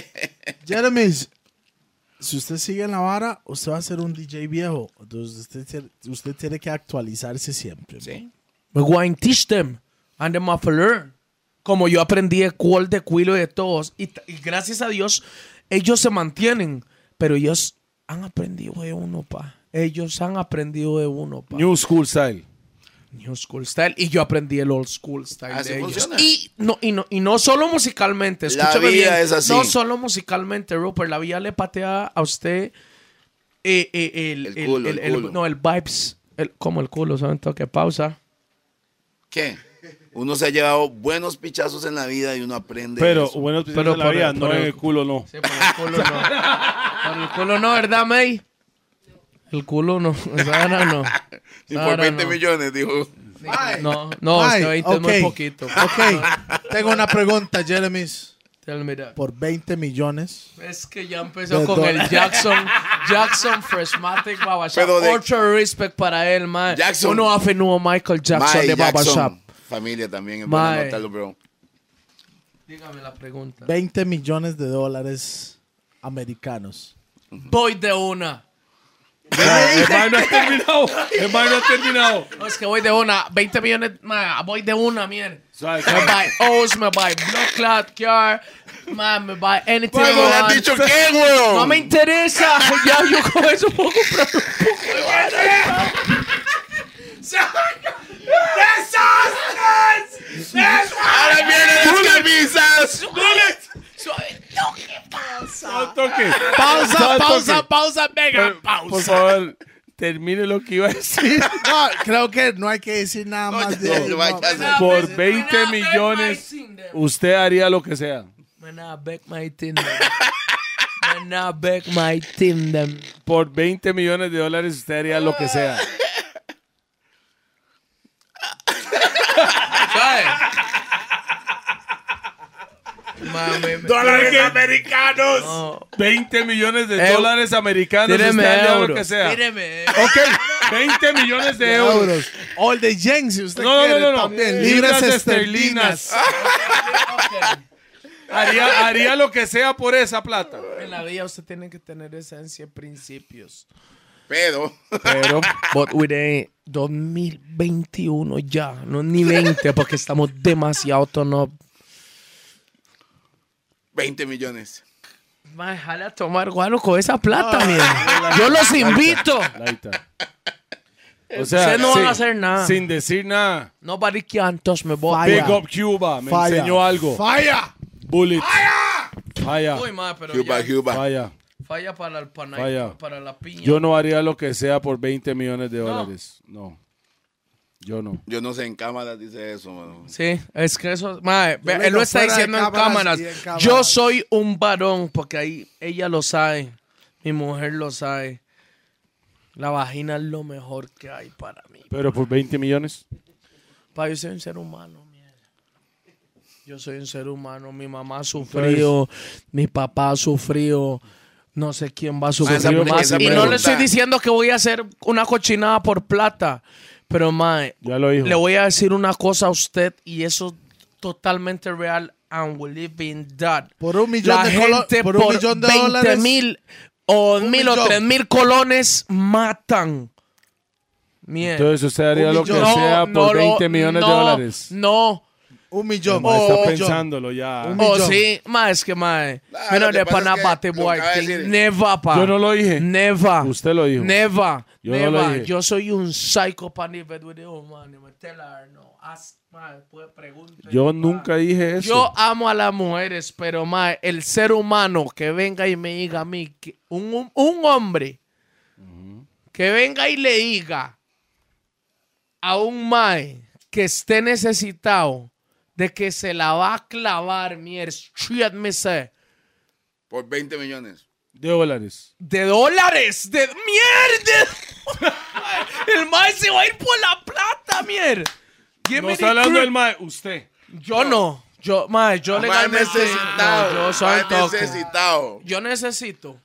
Jeremy, si usted sigue en la vara, usted va a ser un DJ viejo. Entonces usted tiene que actualizarse siempre. Sí. We're going to teach them and them have to learn. Como yo aprendí de Cuol, de Quilo y de todos. Y gracias a Dios, ellos se mantienen. Pero ellos han aprendido de uno, pa. Ellos han aprendido de uno, pa. New School Style. New School Style. Y yo aprendí el Old School Style Así de ellos. funciona. Y no solo musicalmente. La Escúchame vida bien. es así. No solo musicalmente, Rupert. La vida le patea a usted el culo. No, el vibes. Como el culo, ¿saben? Toque pausa. ¿Qué? Uno se ha llevado buenos pichazos en la vida y uno aprende. Pero eso. buenos Pero pisos de la por vida, el- no por en el- el culo, no. Sí, por el culo no. Por el culo no, ¿verdad, May? El culo no. Esa vara no. Y Esa por vara 20 no. millones, dijo. No, es Ay, que 20 es muy ok. poquito. Ok, tengo una pregunta, Jeremy. Tell me that. Por 20 millones. Es que ya empezó De con el dólares. Jackson Freshmatic Babashop. Pero de- Ultra respect para él, man. Jackson. Uno hace nuevo Michael Jackson Mae, de Babashop. Jackson. Familia también, es Mae. bueno anotarlo, bro. Dígame la pregunta. 20 millones de dólares americanos. Voy de una. Hermano, no ha terminado. Hermano, no ha terminado. No, es que voy de una. 20 millones, man, voy de una, mierda. Suave, Me buy O's, me buy Blood Clot Car, man, me buy anything ¿Cuándo I le has want. dicho qué, weón? No me interesa. Ya yo con eso puedo comprar un poco de vara. ¡Ahora vienen las camisas! No toque. Pausa, mega Por favor, termine lo que iba a decir. No, creo que no hay que decir nada más de no, ahí, no vaya a ser. Por 20 millones, usted haría lo que sea. Man, I beg my Tinder. Man, I beg my Tinder. Por 20 millones de dólares, usted haría lo que sea. ¿Sabes? Mami, ¡Dólares americanos! no. 20 millones de dólares americanos, Tíreme usted haría lo euros. que sea. Tíreme. Ok, 20 millones de euros. euros. O el de yen, si usted No, quiere. no, no, no. También. Libras Libras esterlinas. esterlinas. Haría lo que sea por esa plata. En la vida usted tiene que tener esencia y principios. Pero, Pero, But with 2021 ya, no ni 20 porque estamos demasiado tono. 20 millones. Déjale a tomar guano con esa plata, mierda. Yo los invito. laita. O sea, Ustedes no van a hacer nada. Sin decir nada. Nobody can touch me, boy. Falla. Big up Cuba, me Falla. enseñó algo. ¡Falla! Bullet. Falla. Uy, ma, pero Cuba, ya, Cuba. Falla. falla para el panay, Falla. para la piña. Yo no haría lo que sea por 20 millones de dólares. No. Yo no. Yo no sé, en cámaras dice eso, mano. Sí, es que eso, ma, le él digo lo está fuera de diciendo en cámaras cámaras. y en cámaras. Yo soy un varón, porque ahí ella lo sabe, mi mujer lo sabe. La vagina es lo mejor que hay para mí. Pero por 20 millones. Pa, yo soy un ser humano, mierda. Yo soy un ser humano. Mi mamá ha sufrido, mi papá ha sufrido. No sé quién va a sufrir más. Y no le estoy diciendo que voy a hacer una cochinada por plata. Pero, mae, Ya lo dijo. le voy a decir una cosa a usted y eso totalmente real. And we live in that. Por un millón La de gente por un por millón de 20 dólares. mil o Un 1,000 o millón. 3,000 colones matan. Mierda. Entonces usted haría Un lo que millón. sea por 20 millones de dólares. No. Un millón. Ma, está un millón. pensándolo ya. Un Oh, millón. sí. Ma, es que, mae. Ah, Mira, lo que de pasa pana es que bate lo boy. acaba de decir. Never, pa. Yo no lo dije. Never. Usted lo dijo. Never. Yo no Never. lo dije. Yo soy un psychopath with the man. Me tell her, no. Ask, ma, pues, pregunte. Yo nunca dije eso. Yo amo a las mujeres, pero mae, el ser humano que venga y me diga a mí, que un hombre que venga y le diga a un mae que esté necesitado de que se la va a clavar, mierda, shit me say, Por 20 millones. de dólares. de dólares, de mierda. El mae se va a ir por la plata, mierda. Give No me está the hablando crew. del mae, usted. Yo no. Yo, mae, yo Más legalmente necesitado. no, yo soy Más toque. necesitado. Yo necesito.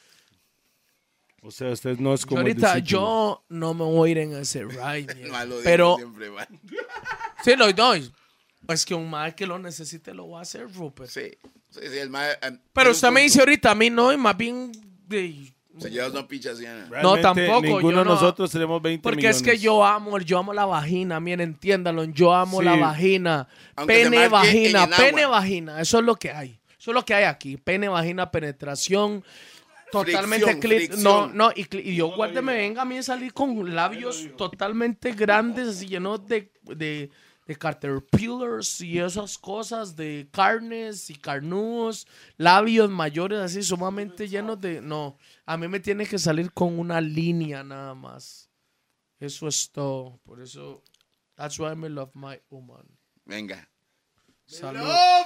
O sea, usted no es Yo como el ahorita discípulo. yo no me voy a ir en ese ride, mierda. Más lo digo Pero siempre, man. sí lo doy. Es que un mae que lo necesite lo va a hacer, Rupert. Sí. Sí, sí, el mae, Pero usted me dice ahorita a mí no, y más bien Se lleva una picha así. No, tampoco, Ninguno yo de no. nosotros tenemos 20 porque millones. es que yo amo la vagina, miren, entiéndalo, yo amo Sí. la vagina. Aunque se Pene, marque vagina, en el pene, agua. vagina, eso es lo que hay. Eso es lo que hay aquí, pene, vagina, penetración. Totalmente Fricción. y yo guarde me venga a mí a salir con labios totalmente grandes y llenos de caterpillars y esas cosas, de carnes y carnudos, labios mayores así sumamente llenos de... No, a mí me tiene que salir con una línea nada más. Eso es todo. Por eso, that's why I love my woman. Venga. Salud.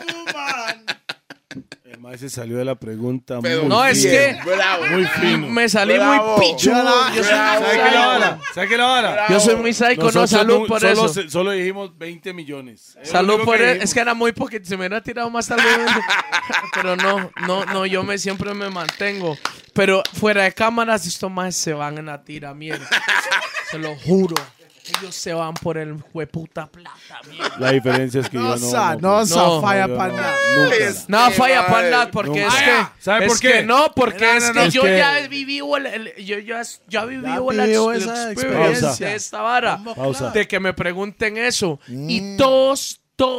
El mae se salió de la pregunta. Pero muy No, es bien. que Bravo. Muy fino. me salí Bravo. muy pichudo. Yo soy Bravo. muy ¿Sabe qué la psycho. vara? ¿Sabe qué la vara? Yo soy muy psycho, no, Nosotros salud por solo, eso. Solo dijimos 20 millones. Es lo Salud único por que eso. dijimos. Es que era muy poquito. Se me hubiera tirado más tarde. Pero no, yo siempre me mantengo. Pero fuera de cámaras, estos más se van a tira mierda. Se lo juro. Ellos se van por el hueputa plata, mierda. La diferencia es que yo No, No, falla yo para no. nada. Nunca. No, falla madre. para nada porque Nunca. es que... ¿Sabe es por qué? que no, porque es que Es yo que- ya he vivido yo ya viví Ya la vivió ex- esa experience experiencia. de esta vara. Pausa. De que me pregunten eso. Y todos,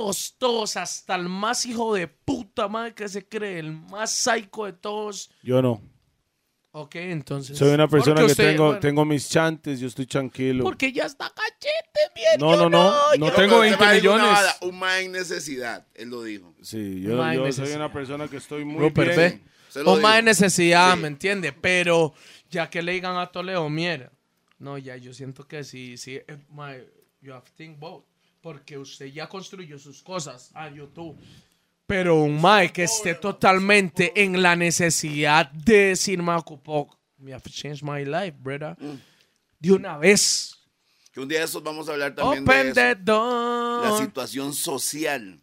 hasta el más hijo de puta madre que se cree, el más psycho de todos. Yo no. Ok, entonces. Soy una persona porque que usted- tengo, bueno, tengo mis chantes, yo estoy tranquilo. Porque ya está cachete, bien. No, no Yo tengo creo que 20 va a decir una millones. vara, un mae en necesidad. Él lo dijo. Sí, Mae, yo soy necesidad. una persona que estoy muy Rupert, bien. ve. Se lo O más de digo. necesidad, Sí. ¿me entiende? Pero ya que le digan a Toledo, mierda. No, ya yo siento que sí, you have to think both. Porque usted ya construyó sus cosas a YouTube. Pero un mae que esté totalmente en la necesidad de decir, me ocupó, me have changed my life, brother. De una vez. Que un día de estos vamos a hablar también Open de the eso. door. La situación social.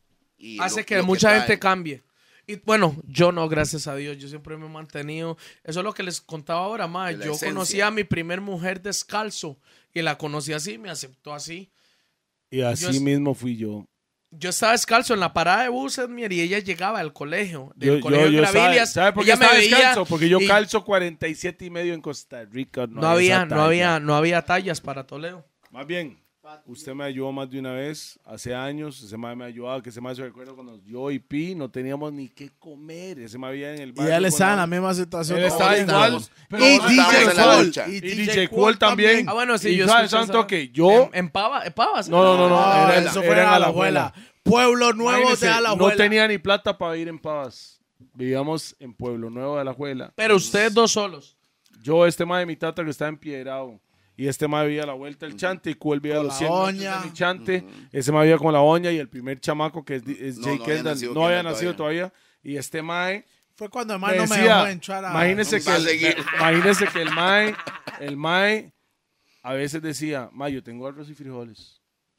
Y Hace lo- que lo mucha trae. gente cambie. Y bueno, yo no, gracias a Dios, yo siempre me he mantenido. Eso es lo que les contaba ahora, más. De la Yo esencia. conocí a mi primer mujer descalzo y la conocí así, me aceptó así. Y así Yo es- mismo fui yo. Yo estaba descalzo en la parada de buses, mierda, y ella llegaba al colegio. Yo, Del colegio de yo Gravillas. ¿sabe por qué ella me estaba veía descalzo? Porque yo y calzo 47 y medio en Costa Rica. no había, esa talla. no había tallas para Toledo. Más bien, usted me ayudó más de una vez, hace años, ese mae me ayudaba, que ese mae se recuerda cuando yo y Pi no teníamos ni qué comer, ese mae vivía en el Y barrio. él con está en la misma situación. Él que está nosotros igual. estamos. pero Y Todos estamos DJ en la Cole. lucha. Y DJ Cole también. Ah, bueno, sí, Y yo sabe, escuché tanto esa- que yo... En Pavas. No, Ah, era, eso era fue en a la abuela. Pueblo Nuevo Imagínese, de Alajuela. no tenía ni plata para ir en Pavas. Vivíamos en Pueblo Nuevo de Alajuela. Pero ustedes dos solos. Yo, este mae de mi tata que está empiedrado. Y este mae vivía a la vuelta del chante y Cuel vivía a Con los la 100 metros oña. de mi chante. Ese mae vivía con la oña y el primer chamaco que es No, Jay no había Kendall nacido no había Kendall nacido todavía. Y este mae Fue cuando el me man no me decía, dejó entrar a... imagínese Va a seguir. imagínese que el mae a veces decía, mae, yo tengo arroz y frijoles.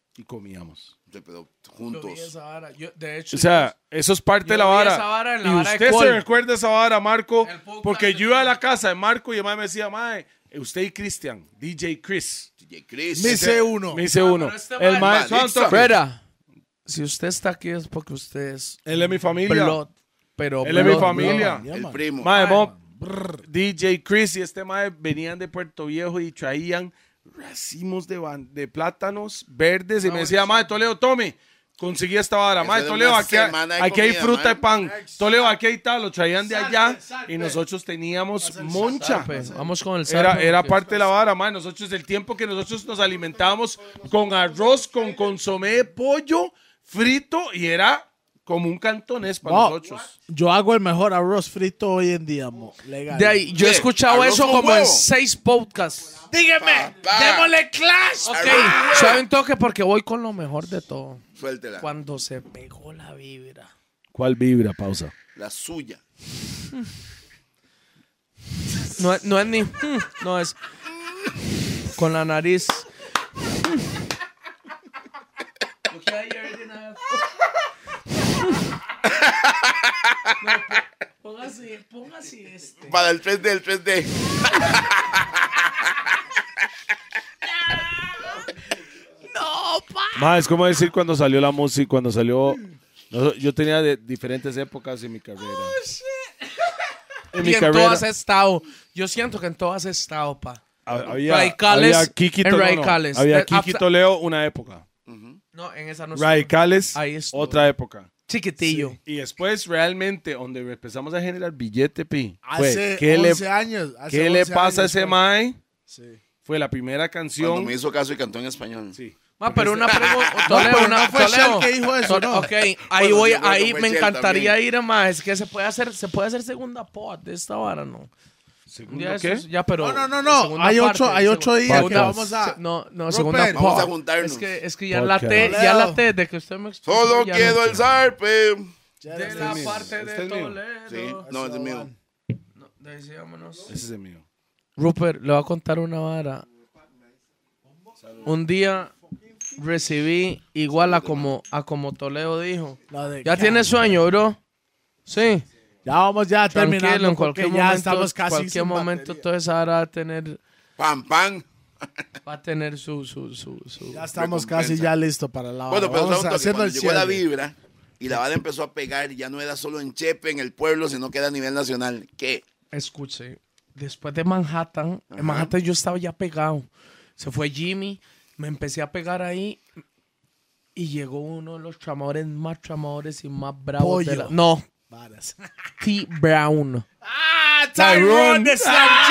y comíamos. Sí, pero Yo juntos. vi esa vara. De hecho, O sea, eso es parte yo de la vi vara. esa vara en la Y vara de usted se Col. recuerda esa vara, Marco, El podcast porque de yo iba a Col. la casa de Marco y el mae me decía, mae, usted y Cristian, DJ Chris. DJ Chris. Me hice uno. Me hice uno. pero este El mae- mae Malixa. Santo. Freda, si usted está aquí es porque usted es Él es mi familia. blood, pero Él es mi blood, familia. blood. El primo. Mae, DJ Chris y este mae venían de Puerto Viejo y traían racimos de plátanos verdes y me decía, mae, Toledo, tome. Conseguí esta vara. Eso Mae, era Toledo, una aquí, semana de aquí hay comida, fruta mae. de pan. Toledo, aquí hay tal. Lo traían de allá y nosotros teníamos moncha. Pues, vamos con el Era, sarpe, era porque- parte de la vara, mae. Nosotros, el tiempo que nosotros nos alimentábamos con arroz, con consomé de pollo frito y era como un cantonés para Wow. nosotros. Yo hago el mejor arroz frito hoy en día, legal. De ahí, yo he ¿Qué? escuchado ¿Arroz eso con como en huevo? 6 podcasts. Dígame, Papá. démosle clash. Ok, Arroz. suave un toque porque voy con lo mejor de todo. Suéltela. Cuando se pegó la vibra. ¿Cuál vibra? Pausa. La suya. No, no es ni... No es... Con la nariz. Póngase este. Para el 3D, el 3D. Más, es como decir cuando salió la música, cuando salió... Yo tenía diferentes épocas en mi carrera. En Y en todas he estado. Yo siento que en todas he estado, pa. Radicales, había Kiki en Toledo. Radicales. Había De- Kiki after- Toledo una época. No, en esa no estuve. Radicales Ahí estuve. otra época. Chiquitillo. Y después realmente donde empezamos a generar billete, pi, fue, Hace ¿qué 11 años. hace ¿qué le 11 pasa a años ese fue. mae? Sí. Fue la primera Cuando canción. me hizo caso y cantó en español. Sí. Ma, pero una pregunta. pero no fue Shell que dijo eso, ¿no? Ok, ahí Bueno, voy, sí, bueno, ahí fue me Shell encantaría también. ir más. Es que se puede hacer segunda pod de esta vara, ¿no? ¿Segundo Ya, qué? ya, pero No. segunda Hay parte, hay 8 días que Podcast. vamos a. No, Rupert, segunda pod. Vamos a juntarnos. Es que ya Podcast. la T de que usted me explicó, Solo ya quedó no el zarpe. de la parte Este de es mío. Toledo. Sí, no, es mío. No, decíamos. Ese es el mío. Rupert, le voy a contar una vara. Un día recibí igual a como Toledo dijo. La de ¿Ya Cali. tienes sueño, bro? Sí. Ya vamos ya Tranquilo, terminando en porque cualquier ya momento, estamos casi cualquier sin momento batería. toda esa vara va a tener su Ya estamos recompensa. casi ya listos para la Bueno, pero vamos pregunto que haciendo cuando el llegó la cierre. vibra y la bala empezó a pegar, ya no era solo en Chepe, en el pueblo, sino que era a nivel nacional. ¿Qué? Escuche, después de Manhattan, en Manhattan yo estaba ya pegado. Se fue Jimmy, me empecé a pegar ahí y llegó uno de los tramadores más tramadores y más bravos Pollo. de la... No, Varas. T. Brown. Tyrone de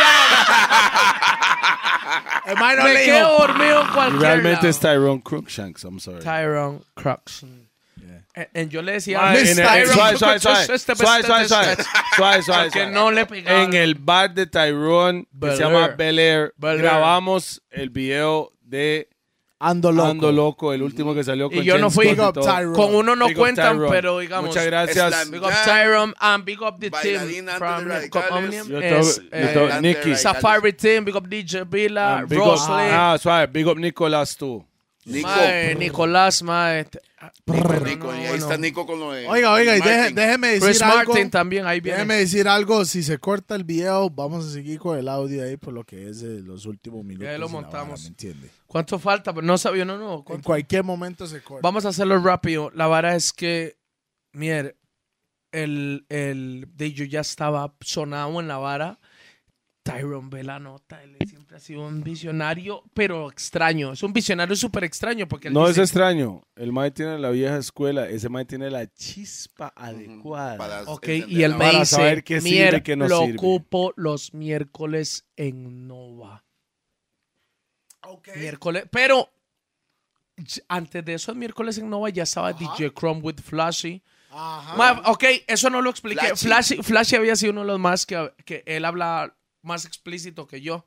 Hermano Me le quedo dijo, dormido en cualquier Realmente lado. es Tyrone Crookshanks, I'm sorry. Tyrone Crux. Y yo le decía... Mae, Miss en el- Tyrone suave, Crux, suave. Porque no le pegaba. En el bar de Tyrone, que Bel se llama Air. Bel Air, Bel Air. grabamos el video de Ando loco. Ando Loco, el último que salió con Y yo no James fui- Scott y Big up todo. Tyrone. Con uno no Big up cuentan, Tyrone. pero digamos... Muchas gracias. Slam Big up Jam, Tyrone and big up the team Bailarina from antes de Radicales. Omnium. Yo Es, tengo- yo tengo- Delante Nicky. de Safari Team, big up DJ Villa, Big up- Rosley, suave, Big up Nicolás tú. Nico. mae, Nicolás, mae, Nico, y ahí está Nico con lo de. Oiga, y Martin. déjeme decir Chris algo. Martin también, ahí Déjeme viene. decir algo. Si se corta el video, vamos a seguir con el audio ahí por lo que es de los últimos minutos. ahí lo de la montamos. vara, ¿me entiende? ¿Cuánto falta? Pero no sabía, no. En ¿cuánto? cualquier momento se corta. Vamos a hacerlo rápido. La vara es que, mier, el DJ ya estaba sonado en la vara. Tyrone ve la nota, él siempre ha sido un visionario, pero extraño. Es un visionario súper extraño porque él No es dice, extraño. El Mae tiene la vieja escuela. Ese Mae tiene la chispa adecuada. Para ok, entender y él la me Para dice, saber qué sirve mier, y qué no lo sirve. ocupo los miércoles en Nova. Miércoles, pero antes de esos miércoles en Nova ya estaba DJ Chrome with Flashy. Ajá. Ok, eso no lo expliqué. Flashy había sido uno de los más que él habla más explícito que yo.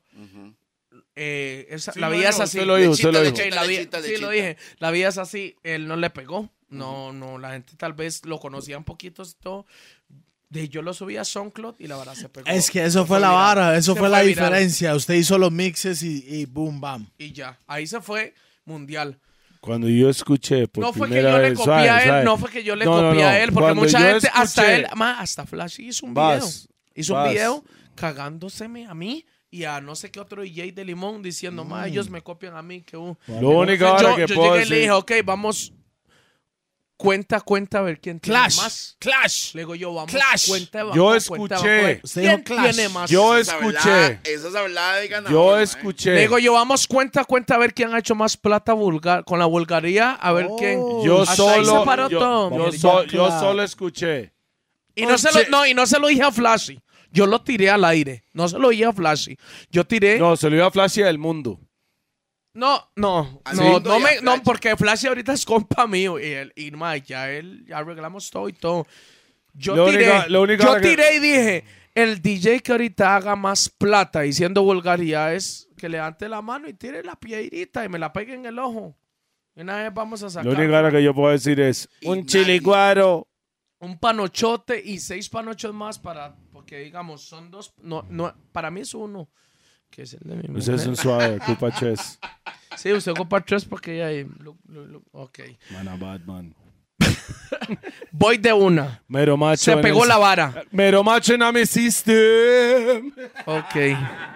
La vida es así. Usted lo dijo, usted lo dijo. Ok, la vida- Lechita, sí, lechita. lo dije. La vida es así. Él no le pegó. No, la gente tal vez lo conocía un poquito y todo. Yo lo subí a SoundCloud y la verdad se pegó. Es que eso fue la viral. vara, eso Se fue la viral. diferencia. Usted hizo los mixes y boom, bam. Y ya. Ahí se fue mundial. Cuando yo escuché por No fue que primera yo le vez, copié a suave, él, suave. no fue que yo le No, no, copié no. a él, porque Cuando mucha yo gente, hasta escuché- él, hasta Flash hizo un Vas, video. Hizo un vas. video cagándoseme a mí y a no sé qué otro DJ de Limón diciendo, ma, ellos me copian a mí. Que Lo único ahora que yo puedo llegué y le decir... dije, ok, vamos, cuenta, a ver quién tiene más. Clash. Le digo yo, vamos, Clash. cuenta, Yo vamos, escuché. cuenta, vamos a ver Usted dijo ¿Quién Clash. tiene más? Yo Esa escuché. hablada- Esa es hablada de ganador. Yo mae. escuché. Le digo yo, vamos, cuenta, a ver quién ha hecho más plata vulgar, con la vulgaría, a ver quién. Yo Hasta ahí solo... se paró yo- todo. yo solo escuché. Y no se lo dije a Flashy. Yo lo tiré al aire. No se lo dije a Flashy. Yo tiré. No, se lo iba a Flashy del mundo. No, Así no, porque Flashy ahorita es compa mío. Y Mike, ya arreglamos todo y todo. Yo Lo tiré. único- lo único yo ahora que- tiré y dije: el DJ que ahorita haga más plata diciendo vulgaridades, que levante la mano y tire la piedrita y me la pegue en el ojo. Y una vez vamos a sacar Lo único ahora que yo puedo decir es un chiliguaro. un panochote y 6 panochos más porque digamos, son 2. No, para mí es uno. Que es el de mi Usted es mujer. un suave, culpa chess. Sí, usted ocupa 3 porque ya hay. Ok. Man, a bad man. Voy de una. Mero macho. Se en pegó el- la vara. Mero macho en mi system. Ok.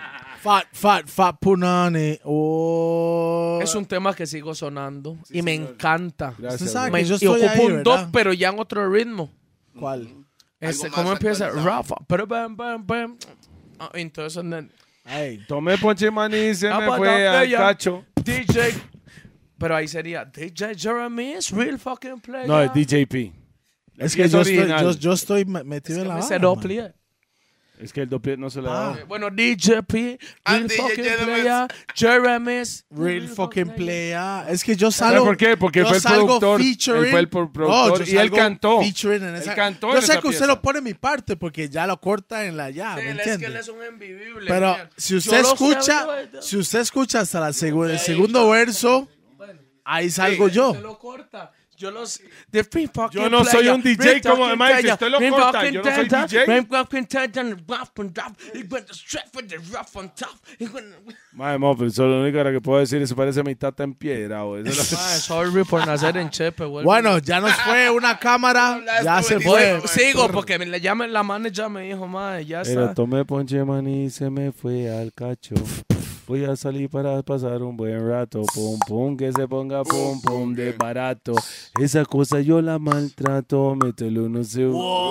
Fat Punani. Oh. Es un tema que sigo sonando y me encanta. Usted Gracias. sabe bro. que yo Y estoy ocupo ahí, un ¿verdad? dub, pero ya en otro ritmo. ¿Cuál? Algo ¿Cómo más empieza? actualizado. Rafa. Pero bam, bam, bam. Entonces, Ey. Tomé ponche maní y se Ah, me pues, fue no, al ya. cacho. DJ. Pero ahí sería DJ Jeremy is real fucking player. No, es DJP. Es que que es yo original. estoy metido en la Me vara, se man. doble. Es que el doble no se le da. Bueno, DJP, real DJ fucking Jeremy. player. Jeremy's Real fucking player. Es que yo ¿Sabe salgo. por qué? Porque yo fue el salgo productor. featuring. Él fue el productor yo y él salgo cantó. featuring en esa. Él cantó yo en sé esa que usted pieza. lo pone en mi parte porque ya lo corta en la llave. ¿me Es que él entiende? es un invivible. Pero man. si Yo usted lo sé, escucha, ¿verdad? si usted escucha hasta el segundo verso, ahí salgo yo. Se lo corta. Yo los. The free fucking Yo no soy player, un DJ real como fucking Mike, player, usted lo real corta, fucking yo no soy player, DJ. real fucking player, rough and tough. He went straight for the rough on top. He went- Madre, mo, pero eso lo único ahora que puedo decir es que parece mi tata en piedra. Eso es lo- Ah, sorry por nacer en Chepe, güey. Bueno, ya nos fue una cámara, ya se fue. Sigo porque me le llama la manager, me dijo, madre, ya Pero está. tomé ponche maní y se me fue al cacho. Voy a salir para pasar un buen rato. Pum, pum, que se ponga pum, pum de barato. Esa cosa yo la maltrato. Mételo, no sé.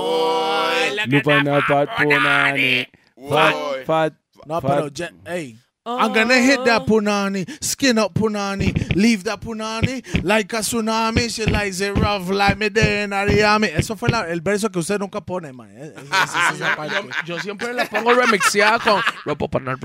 Lupana pat punani. Fat. No, pero, hey, I'm gonna hit that punani, skin up punani, leave that punani like a tsunami. She likes it rough like me day in Ariami. Eso fue el verso que usted nunca pone, man. Esa parte. Yo siempre la pongo remixeada con ropo panal.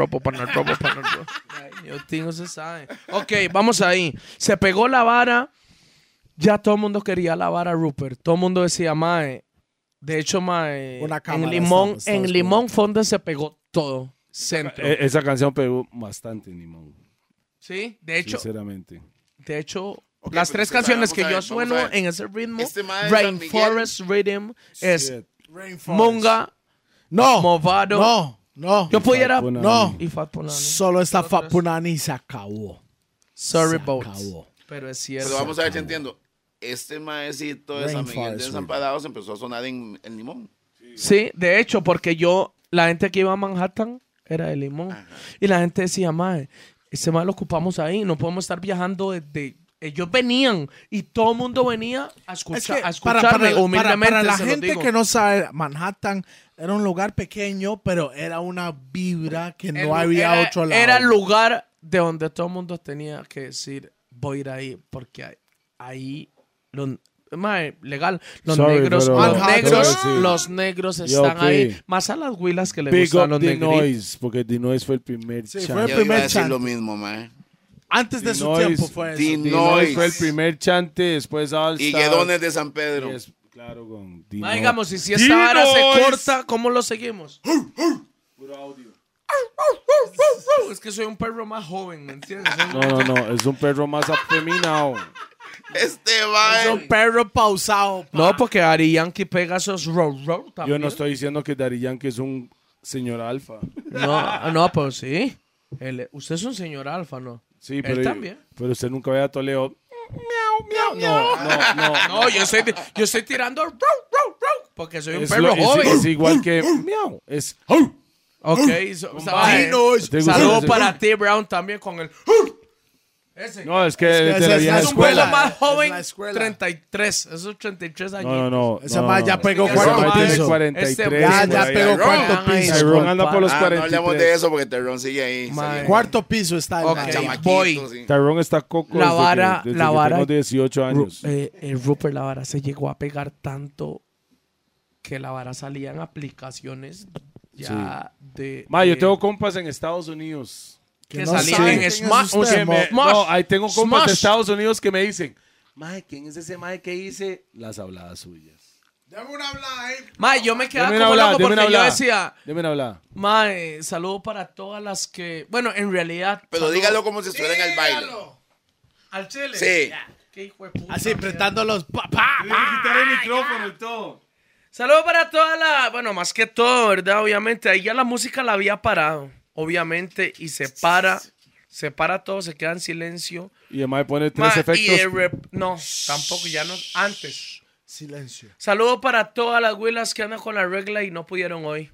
Ay, Dios tío, se sabe. Ok, vamos ahí. Se pegó la vara. Ya todo el mundo quería la vara Rupert. Todo el mundo decía, mae. De hecho, mae. Una cámara en Limón, estamos en Limón Fonda se pegó todo. Centro. Esa canción pegó bastante, Nimón. Sí, de hecho, Sinceramente. Ok, las pues, 3 canciones vamos que a yo ver, sueno vamos a ver. en ese ritmo, Este mae de San Rainforest Rhythm, es Shit. Munga, No, Movado. no. Yo pudiera. Fat Punani. No. Y Fat Punani. Solo esta Fat Punani se acabó. Sorry Se about. acabó. Pero es cierto. Pero vamos a ver si entiendo. Este maecito de San Miguel de Rainforest, Desamparados empezó a sonar en Limón. Sí, de hecho, porque la gente que iba a Manhattan era de Limón. Y la gente decía, mae, ese mae lo ocupamos ahí, no podemos estar viajando desde. Ellos venían y todo el mundo venía a Es escuchar, que a escucharme humildemente. para la se los gente digo. que no sabe, Manhattan era un lugar pequeño, pero era una vibra que no había Era- otro lado. Era el lugar de donde todo el mundo tenía que decir, voy a ir ahí, porque ahí, mae, legal, los Sorry, negros, pero- Manhattan. los negros Yo, están ok. ahí, más a las huilas que le Big gustan up los The negritos. Noise, porque The Noise fue el primer Sí, chant. fue el Yo iba primer a decir chant. lo mismo, mae. Antes de The su Noise, tiempo fue The eso. The Noise. Noise fue el primer chante, después All Y Star. Guedones de San Pedro. Y es- claro, con The Ma, Noise. digamos, y si esta vara se corta, ¿cómo lo seguimos? Es que soy un perro más joven, ¿me entiendes? No, es un perro más afeminado. Este Es mae. un perro pausado. pa. No, porque Ari Yankee pega esos row también. Yo no estoy diciendo que Daddy Yankee es un señor alfa. No, pero sí. Usted es un señor alfa, ¿no? Sí, Él pero, también. pero usted nunca vea a Toledo. No, yo estoy tirando row, porque soy un Es, perro joven. es igual que miau. Es Ok, saludos para T. Brown también con el... Ese. no, es que Es que de ese la es vieja Es un escuela. poco más Es joven, la escuela. 33. Esos 33 años. No. Ese mae ya pegó Ese cuarto mae piso. 43. Ya por ahí. pegó Tyrone. cuarto piso. Tyrone anda por los No hablemos de 43. eso porque Tyrone sigue ahí. Mae. saliendo. Cuarto piso está el Ok. mae. Chamaquito, voy. sí. Tyrone está coco La desde vara- que, desde la que vara- tengo 18 años. Rupert La Vara se llegó a pegar tanto que La Vara salía en aplicaciones ya de... Ma, yo de- tengo compas en Estados Unidos. que no salían saben en quién es Smash. usted, Smash. No, ahí tengo compas de Smash. Estados Unidos que me dicen, mae, ¿quién es ese mae que dice las habladas suyas? Dame una habla ahí. Mae, yo me quedaba Deme una como hablada, loco deme una porque yo hablada. decía, Deme una hablada. mae, saludo para todas las que... Bueno, en realidad... Pero saludo- dígalo como si estuviera en el baile. ¿Al chile? Sí. Ya, qué hijo de puta. Así apretando los quitar el micrófono y todo. Saludos para toda la... Bueno, más que todo, ¿verdad? Obviamente, ahí ya la música la había parado. Obviamente, y se para todo, se queda en silencio. Y el mae pone Ma, tres y efectos. no, tampoco, ya no, antes. Silencio. Saludos para todas las güilas que andan con la regla y no pudieron hoy.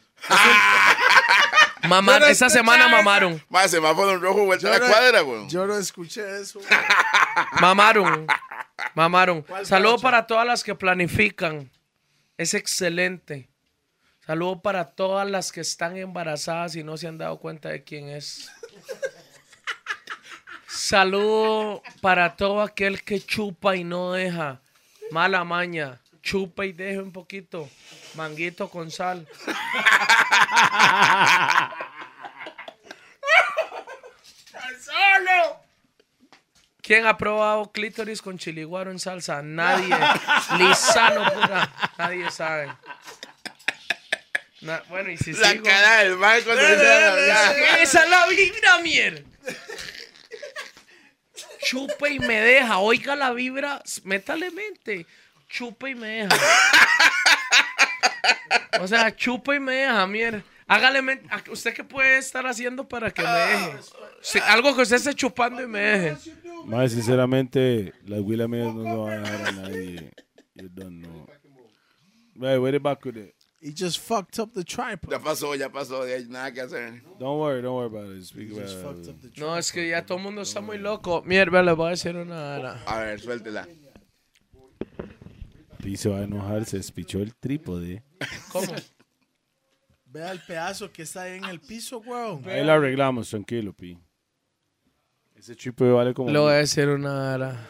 Mamá, esa semana mamaron. Más semáforo en rojo vuelta a la cuadra, güey. Yo no escuché eso. Mamaron. ¿Cuál Saludos fecha? para todas las que planifican. Es excelente. Saludos para todas las que están embarazadas y no se han dado cuenta de quién es. Saludos para todo aquel que chupa y no deja. Mala maña. Chupa y deja un poquito. Manguito con sal. ¿Quién ha probado clítoris con chiliguaro en salsa? Nadie. Lisano, puta. Nadie sabe. Bueno, y si La sigo... cara del man cuando dice la verdad. Esa es la vibra, mier. Chupa y me deja. Oiga la vibra, métale mente. Chupa y me deja. O sea, chupa y me deja, mier. Hágale mente. ¿Usted qué puede estar haciendo para que me deje? Sí, algo que usted esté chupando y me deje. Mae, sinceramente, las huilas mías no van a dejar a nadie. You don't know. Right, where the back with it? He just fucked up the tripod. Ya pasó, ya hay nada que hacer. Don't worry about it. Speak Just about fucked it. up the No, es que ya todo el mundo está muy loco. Mierda, le voy a decir una... A ver, suéltela. Pi se va a enojar, se despichó el trípode. ¿Cómo? Vea el pedazo que está ahí en el piso, weón. Ahí la arreglamos, tranquilo, Pi. Ese trípode vale como... Le voy a decir una...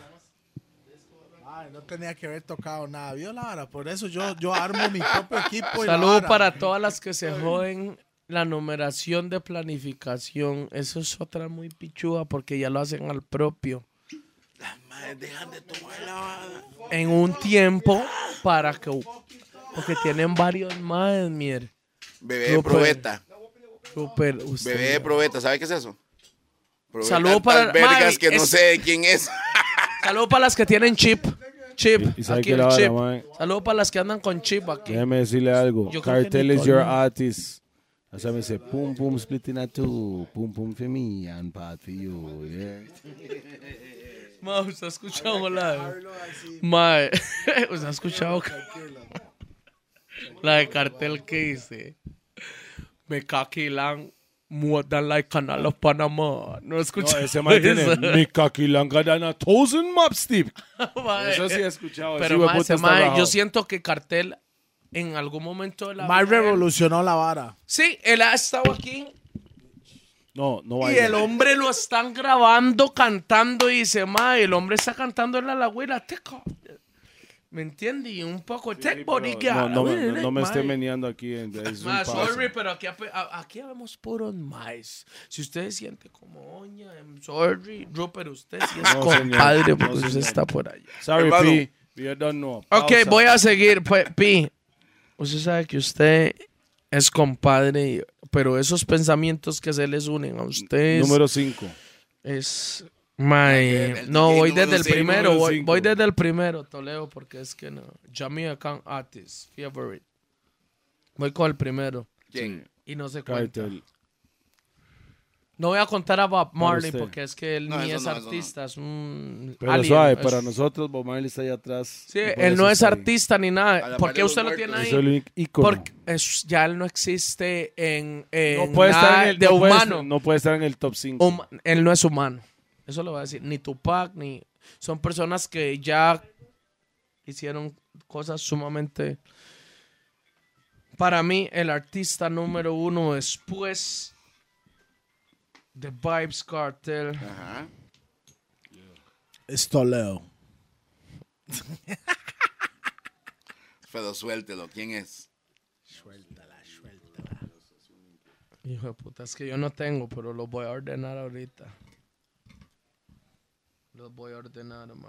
Ay, no tenía que haber tocado nada. ¿Vio la vara? Por eso yo armo mi propio equipo. Y la Saludos vara. para todas las que se joden la numeración de planificación. Eso es otra muy pichuda porque ya lo hacen al propio. Madre, dejan de tomar la vara. En un tiempo para que... Porque tienen varios más, mier. Bebé de Súper. probeta. Súper, usted. Bebé de probeta, ¿sabe qué es eso? Probeta Saludo tan para- vergas Mae, que no es- sé de quién es. Saludos para las que tienen chip. ¿Y sabe Aquí qué el la vara, chip. mae? Saludos para las que andan con chip aquí. Déjame decirle algo. Yo creo que Cartel ni is your todo, ¿no? artist. O sea, me dice, pum, pum, splitting a two. Pum, pum for me and part for you. Yeah. Ma, ¿usted ha escuchado la Mae, ¿usted ha escuchado la de cartel que dice? Me caquilan muerdan like Canal of Panamá. No he No, escuchado ese man tiene eso. mi kakilanga dan a 1000 mapstick. Mae. Eso sí he escuchado. Pero ese mae, hueputa ese está mae, rajado. yo siento que cartel en algún momento de la Más vida de él- revolucionó la vara. Sí, él ha estado aquí No y vaya. el hombre lo están grabando cantando y dice, mae, el hombre está cantando en la güera, ¿me entiendes? Y un poco, No me esté mae. meneando aquí. Es un Ma, paso. sorry, pero aquí vemos puros mais. Si usted se siente como oña, I'm sorry, Rupert, usted sí es No, compadre señor. porque No, usted señor. está por allá. Sorry, Hermano. P. We don't know. Ok, Pausa. voy a seguir. Pi, usted sabe que usted es compadre, pero esos pensamientos que se les unen a ustedes Número 5. es... Mae, El no, DJ voy número desde el cinco, primero, número voy, cinco. voy desde el primero, Toledo, porque es que no. Jamaican Artist, favorite. Voy con el primero. ¿Quién? Y no se cuenta. Cartel. No voy a contar a Bob Marley usted. porque es que él No, ni eso es no, eso artista, es un Pero alien. suave, Es- para nosotros Bob Marley está ahí atrás. Sí, y por él eso no es está ahí. artista ni A nada. la ¿Por par qué de usted los lo tiene muertos. Es ahí? el ícono. Porque ya él no existe en No puede estar nada en el, de no puede- humano. no puede estar en el top 5. Él no es humano. Eso lo voy a decir. Ni Tupac, ni... Son personas que ya hicieron cosas sumamente... Para mí, el artista número 1 después de Vibes Cartel. Ajá. Es Toledo. Pero suéltelo. ¿Quién es? Hijo de puta, es que yo no tengo, pero los voy a ordenar ahorita. Los voy a ordenar, man.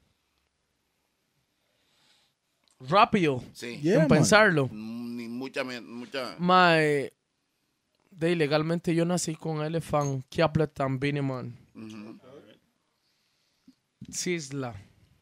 Rápido, Sí. Yeah, sin man. pensarlo. Ni mucha. Mae, de legalmente yo nací con Elephant, Kiapletan, Bineman. Sisla.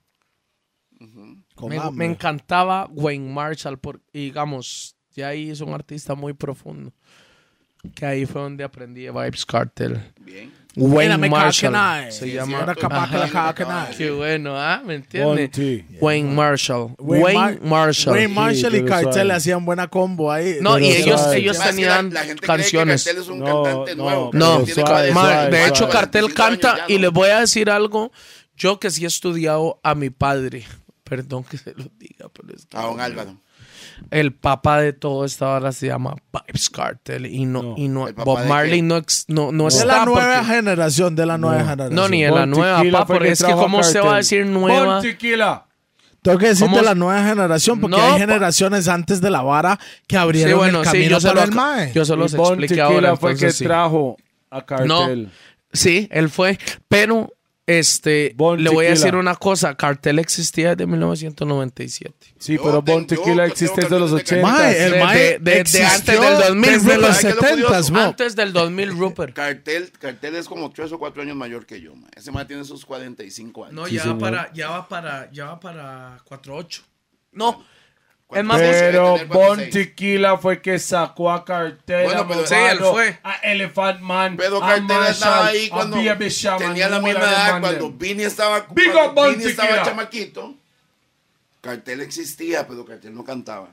Con Me hambre. encantaba Wayne Marshall, y digamos, ya ahí es un artista muy profundo. Que ahí fue donde aprendí de Vibes Cartel. Bien. Wayne Mírame, Marshall Kakenai. se Sí, llama. cierto. Capaz que la Ajá. Kakenai. Qué bueno, ¿ah? ¿Me entiendes? Bonti. Wayne Marshall. Wayne Wayne Marshall. Wayne Marshall y pero Cartel suave. hacían buena combo ahí. No, Pero y ellos, suave. ellos Más que tenían la gente canciones. cree que Cartel es un No, cantante no, nuevo. No, Cartel tiene suave, que- ma, suave, de suave. hecho Cartel 45 años canta ya, y ¿no? les voy a decir algo. Yo que sí he estudiado a mi padre, perdón que se lo diga, pero es que A don Álvaro. el papá de todo esta hora se llama Vibes Cartel y no, No. y no ¿El papá Bob de Marley qué? no de está la nueva porque- generación, de la nueva generación. no, ni de la Bon nueva, Tequila pa, fue porque que es que trajo cómo se va a Cartel. decir nueva. Bon Tequila. Tengo que decir ¿Cómo de es? la nueva generación, porque No, hay pa- generaciones antes de la vara que Sí, abrieron bueno, el sí, camino yo se para lo, el mae. yo se los Y Bon expliqué Tequila ahora, fue que entonces sí. trajo a Cartel. Sí, él fue, pero Bon le voy a Tequila. decir una cosa, Cartel existía desde 1997. Sí, Yo pero Bon tengo- Tequila yo existe tengo desde los canciones de 80. Mae, el De- mae de existió antes del 2000, desde los ¿Sabes qué es lo 70s, curioso? mo. Antes del 2000, Rupert. Cartel es como 3 o 4 años mayor que yo, man. Ese man tiene sus 45 años. No, Sí, ya, señor. va para 4-8. No, es más, Pero Tener Bon 46. Tequila fue que sacó a Cartel, Bueno, a pero- Sí, él Movado, fue. a Elephant Man, Pero a Cartel Marshall, estaba ahí a cuando B.A.B. Shaman, tenía la no misma era edad de cuando Mandem. Vini estaba, Big cuando up, Bon Vini estaba Tequila. chamaquito. Cartel existía, pero Cartel no cantaba.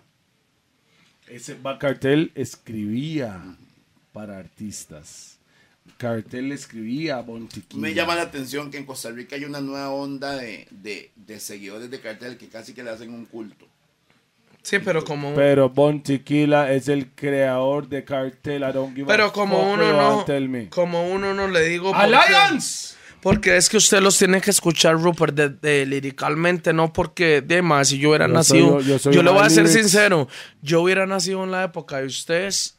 Cartel escribía para artistas. Cartel escribía a Bon Tequila. Me llama la atención que en Costa Rica hay una nueva onda de seguidores de Cartel que casi que le hacen un culto. sí, pero como Pero Bon Tequila es el creador de Cartel. I don't give a pero como fuck uno what you no, wanna tell me. como uno no le digo Alliance. porque es que usted los tiene que escuchar, Rupert, de liricalmente, no porque, de más, si yo hubiera Yo nacido, soy yo le voy a más ser lyrics. sincero, yo hubiera nacido en la época de ustedes,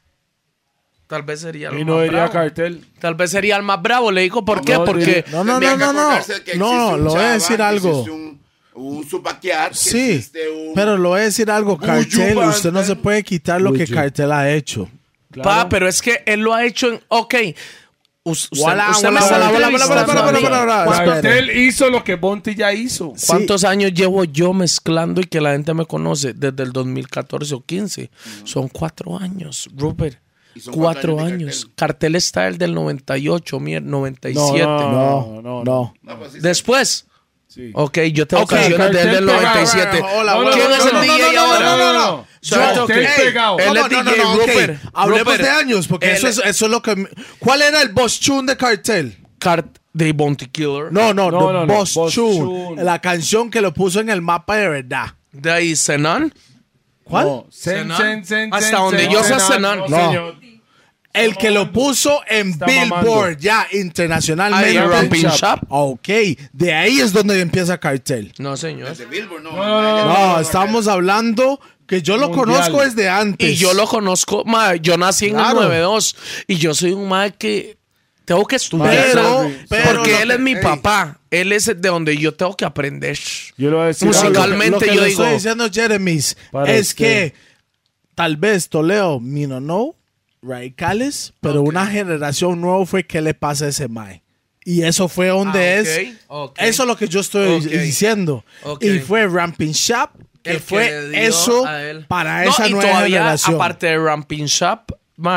tal vez sería el Y no más diría bravo. Cartel. Tal vez sería el más bravo, le digo, ¿por qué? no, Porque No, no, Tendría no, que no, no. acordarse que No, existe un lo voy a Chava, decir que algo. existe un Zupaquiat, que Sí, existe un... pero lo voy a decir algo. Cartel, Uyuban, usted no se puede quitar lo que Uyu. Cartel ha hecho. Pa, pero es que él lo ha hecho en... Ok. Usted Wala, me wala, está wala, wala, entrevistando wala, a mí. wala, wala, wala. Cartel hizo lo que Bonti ya hizo. Sí. ¿Cuántos años llevo yo mezclando y que la gente me conoce? Desde el 2014 o 15. Son 4 años, Rupert. Y son 4 4 años de años. Cartel está el del 98, 97. No, no. no. No, pues sí, Después. Sí. Ok, yo tengo Ok, canciones desde el Cartel pegado. 97. Hola, hola, ¿Quién no, es no, el no, DJ no, ahora? no. Cartel pegado. Él ¿Cómo? es DJ ok. Rupert. Hablemos Rupert. de años, porque Él- eso es lo que... ¿Cuál era el boss tune de Cartel? De Bounty Killer. No, No, the no, boss, Boss tune. Tune. La canción que lo puso en el mapa de verdad. De ahí Zenan. ¿Cuál? No. Zenan. Hasta donde yo sé Zenan. No, No. señor. El que lo puso en Está Billboard mamando. ya internacionalmente. Ahí, Ramping Shop. Ok, de ahí es donde empieza Cartel. No, señor. de Billboard, no. No, estamos hablando que yo lo Mundial. conozco desde antes. Y yo lo conozco, ma, yo nací en Claro. el 92 y yo soy un ma que tengo que estudiar. Pero porque lo él que- es mi ey. papá. Él es de donde yo tengo que aprender. Yo le voy a decir Musical- algo. Musicalmente lo que yo le digo- estoy diciendo, Jeremy, Para es usted. que tal vez Toledo, Mino no, radicales, pero una generación nueva fue que le pasa a ese mae. Y eso fue donde es. ok. Eso es lo que yo estoy Ok. diciendo. Ok. Y fue Ramping Shop, que El que fue le dio eso a él. para No, esa y nueva todavía, generación. aparte de Ramping Shop, ma,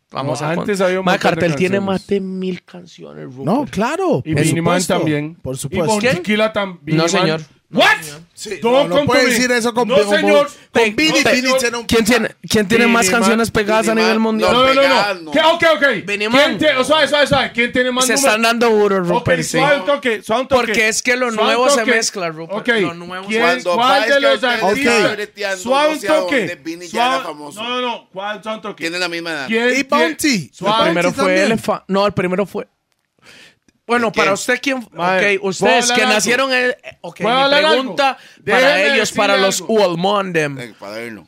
Vamos No, a antes había un Mae, montón de Cartel tiene canciones. más de 1000 canciones, Rupert. No, claro. Y por Beenie Man supuesto, también. Por Y supuesto. Bon ¿Quién? Tequila también. No, señor. ¿What? Sí, Don't no come puede to me. decir eso con No, señor. Con Beenie. No, Beenie señor. tiene un ¿Quién tiene más Beenie canciones Man, pegadas a Beenie nivel Man, mundial? No. Pegadas, no. ¿Qué? Ok. Beenie ¿Quién Man. tiene, suave. ¿Quién tiene más Se números? están dando duro, Ok, Rupert, sí. suave un toque. Porque es que lo Suave nuevo un se toque. mezcla, Rupert. Ok. Lo nuevo se Cuando ¿Cuál de Vice los Cartel está artistas? breteando, Suave no un sé a toque. dónde, Beanie ya era famoso. No. ¿Cuál suave un toque? Tiene la misma edad. ¿Quién Y tiene- Bounty. Suave. El primero Bounty fue también. Elephant. No, el primero fue. Bueno, ¿De quién? para usted, ¿quién? Mae, Ok, ustedes ¿puedo que hablar nacieron. Ok, ¿Puedo mi hablar pregunta algo? para Déjeme ellos, decirle para los algo. Uolmondem, Para verlo.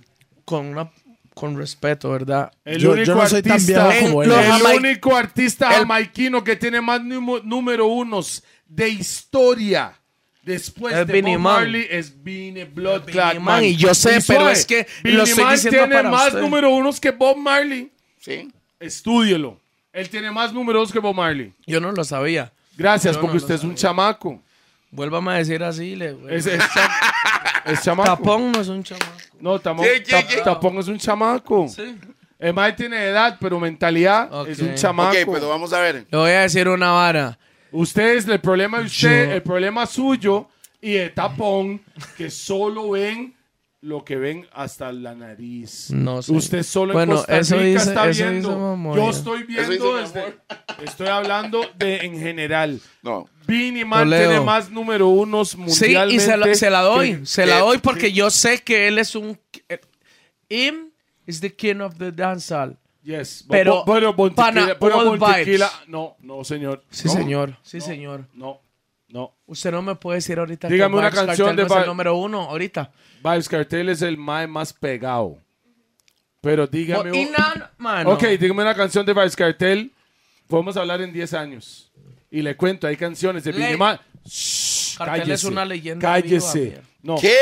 con respeto, ¿verdad? El Yo único no soy tan artista, viejo como él. el único artista El- jamaiquino que tiene más número unos de historia después Es de Beenie Bob Man. Marley es Beanie Blood Beenie Clot Man, Man. y yo sé, pero suave, es que Beenie lo estoy Man diciendo tiene para más usted. número unos que Bob Marley. Sí. Estúdielo. Él tiene más números que Bob Marley. Yo no lo sabía. Gracias, Yo porque no usted lo es un chamaco. Vuélvame a decir así. Es chamaco. Tapón no es un chamaco. No, ¿Qué? Tapón es un chamaco. Sí. El mae tiene edad, pero mentalidad Ok. es un chamaco. Ok, pero vamos a ver. Le voy a decir una vara. Ustedes, el problema de usted, Yo- el problema suyo y de Tapón, que solo ven lo que ven hasta la nariz. No sé. Usted solo Bueno, en Costa eso Rica dice- está eso viendo. dice mamá, Yo ya. estoy Eso viendo dice mi desde... Estoy hablando de en general. No. Beenie Man Toledo. tiene más número unos Sí, mundialmente. y se la doy. que- Se la doy porque yo sé que él es un... Him is the king of the dancehall. Yes. Pero, Bon pana, Tequila- pero all Bon Tequila- vibes. No, señor. Sí, No, señor. Sí, señor. No. Usted no me puede decir ahorita Dígame que una Vybz canción Kartel de no es el Vi- número uno ahorita. Vybz Kartel es el mae más pegado. Pero dígame... Y mano. Ok, dígame una canción de Vybz Kartel. Podemos hablar en 10 años. Y le cuento, hay canciones de Beenie Man. Shh, Cartel cállese, es una leyenda Cállese. viva, No. ¿Qué?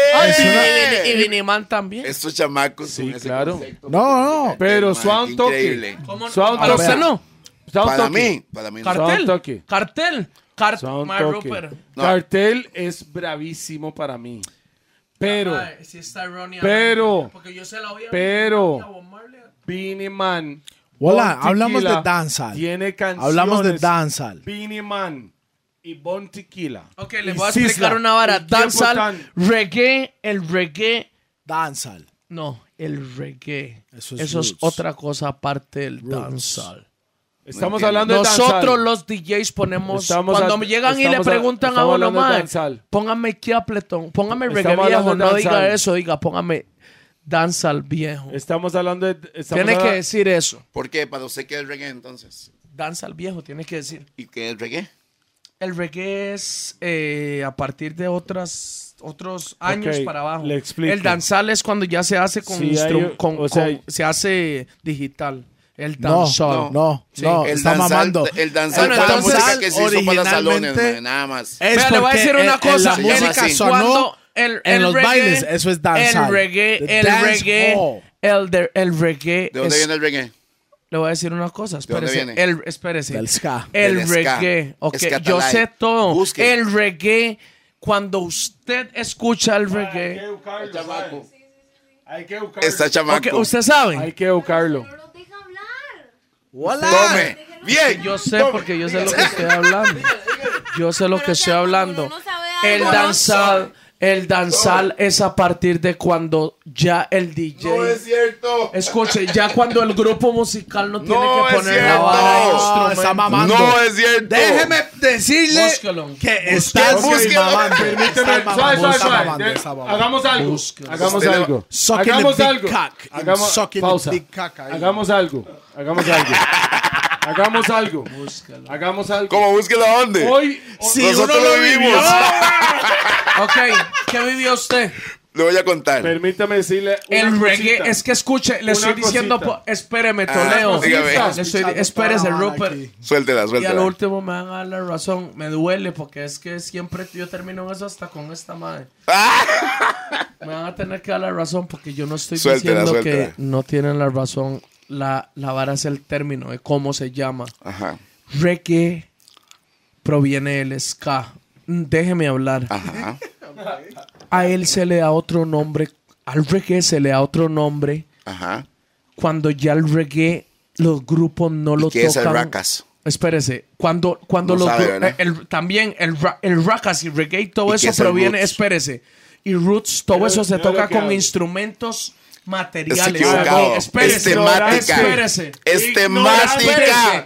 Y Beenie Man también. Estos chamacos. Sí, con ese claro. concepto. No. Pero Man, suave qué un toque. increíble. Suave un Para toque. usted no. Suave un Para toque. mí no. Suave un Cartel. toque. Cartel. Un My toque. Rupert. No. Cartel es bravísimo para mí. Pero Ay, sí está errónea. Pero- Porque yo se la oía. pero- a Bob Marley. Beenie Man. Hola, Bon hablamos Tequila de dancehall. Tiene canciones. Hablamos de dancehall. Beenie Man y Bon Tequila. Ok, les Y voy a explicar Sisla. una vara. El tiempo Dancehall, tan- reggae, el reggae. Dancehall. No, el reggae. Eso Eso es es roots. otra cosa aparte del dancehall. Estamos entiendo. hablando de Nosotros dancehall. los DJs ponemos... Estamos cuando a- me llegan y le estamos a- preguntan a estamos uno hablando de más, dancehall. póngame Capleton, póngame reggae Estamos viejo, hablando de no diga dancehall. eso, diga póngame dancehall viejo. Estamos hablando de... estamos Tiene que habla- decir eso. ¿Por qué? Para usted, ¿qué es reggae entonces? Dancehall viejo, tiene que decir. ¿Y qué es reggae? El reggae es a partir de otros años Ok, para abajo. le explico. El danzal es cuando ya se hace con, Sí, hay- o sea, se hace digital. El No, dancehall. no, Sí. no, El está mamando. El danzal Bueno, fue la entonces, música que se hizo para los salones, originalmente- man, nada más. Es Vea, le voy a porque decir una en cosa. la Se llama música así. sonó Cuando en los reggae- bailes, eso es dancehall. El reggae, The el dance reggae, hall. el reggae. ¿De dónde es- viene el reggae? Le voy a decir una cosa, dónde espérese. viene? Espérese. Del ska. El Del ska. reggae. Ok, Ska yo talay. sé todo. Busque. El reggae, cuando usted escucha el Hay que reggae. educarlo, Chamaco. ¿sabe? Hay que educarlo. Está chamaco. Ok, usted sabe. Hay que educarlo. No los deja hablar. Tome. Bien. Yo sé porque yo sé lo que estoy hablando. Yo sé lo Pero, que o estoy sea, cuando hablando. uno sabe El algo, danzal es a partir de cuando ya el DJ. No es cierto. Escuche, ya cuando el grupo musical no tiene No que es poner la cierto. vara de No, instrumento. está mamando. No es cierto. Déjeme decirle Búsquelo. que estás Búsquelo. mamando. Permíteme, Está suave, mamando, suave, está suave. mamando, está mamando. Hagamos algo. Búsquelo. Hagamos Usted le va- algo. Sucking the Hagamos big algo. cock. I'm Hagamos sucking the pausa. big cock ahí. Hagamos algo. Hagamos algo. Hagamos algo. Hagamos algo. ¿Cómo? Búsquelo a dónde? Hoy, Si Nosotros uno lo lo vivimos. vivió. Ok, ¿qué vivió usted? Le voy a contar. permítame decirle una El reggae, cosita. es que escuche, le estoy diciendo, cosita. espéreme, Toledo. dígame. Espérese, Rupert. Aquí. Suéltela, Y al suéltela. último me van a dar la razón. Me duele porque es que siempre yo termino en eso hasta con esta madre. Me van a tener que dar la razón porque yo no estoy Suéltela, diciendo suéltela. que no tienen la razón. La vara es el término de cómo se llama. Ajá. Reggae proviene del ska. Déjeme hablar. Ajá. A él se le da otro nombre. Al reggae se le da otro nombre Ajá. cuando ya el reggae los grupos no lo ¿Qué es el tocan. racas? Espérese, cuando No los sabe, gru- ¿verdad? también el racas y reggae, todo ¿Y eso qué es el proviene, roots? espérese, y roots, todo eso se yo toca lo que con hago. instrumentos Es materiales. equivocado. Espérese, Es temática. espérese. Es temática.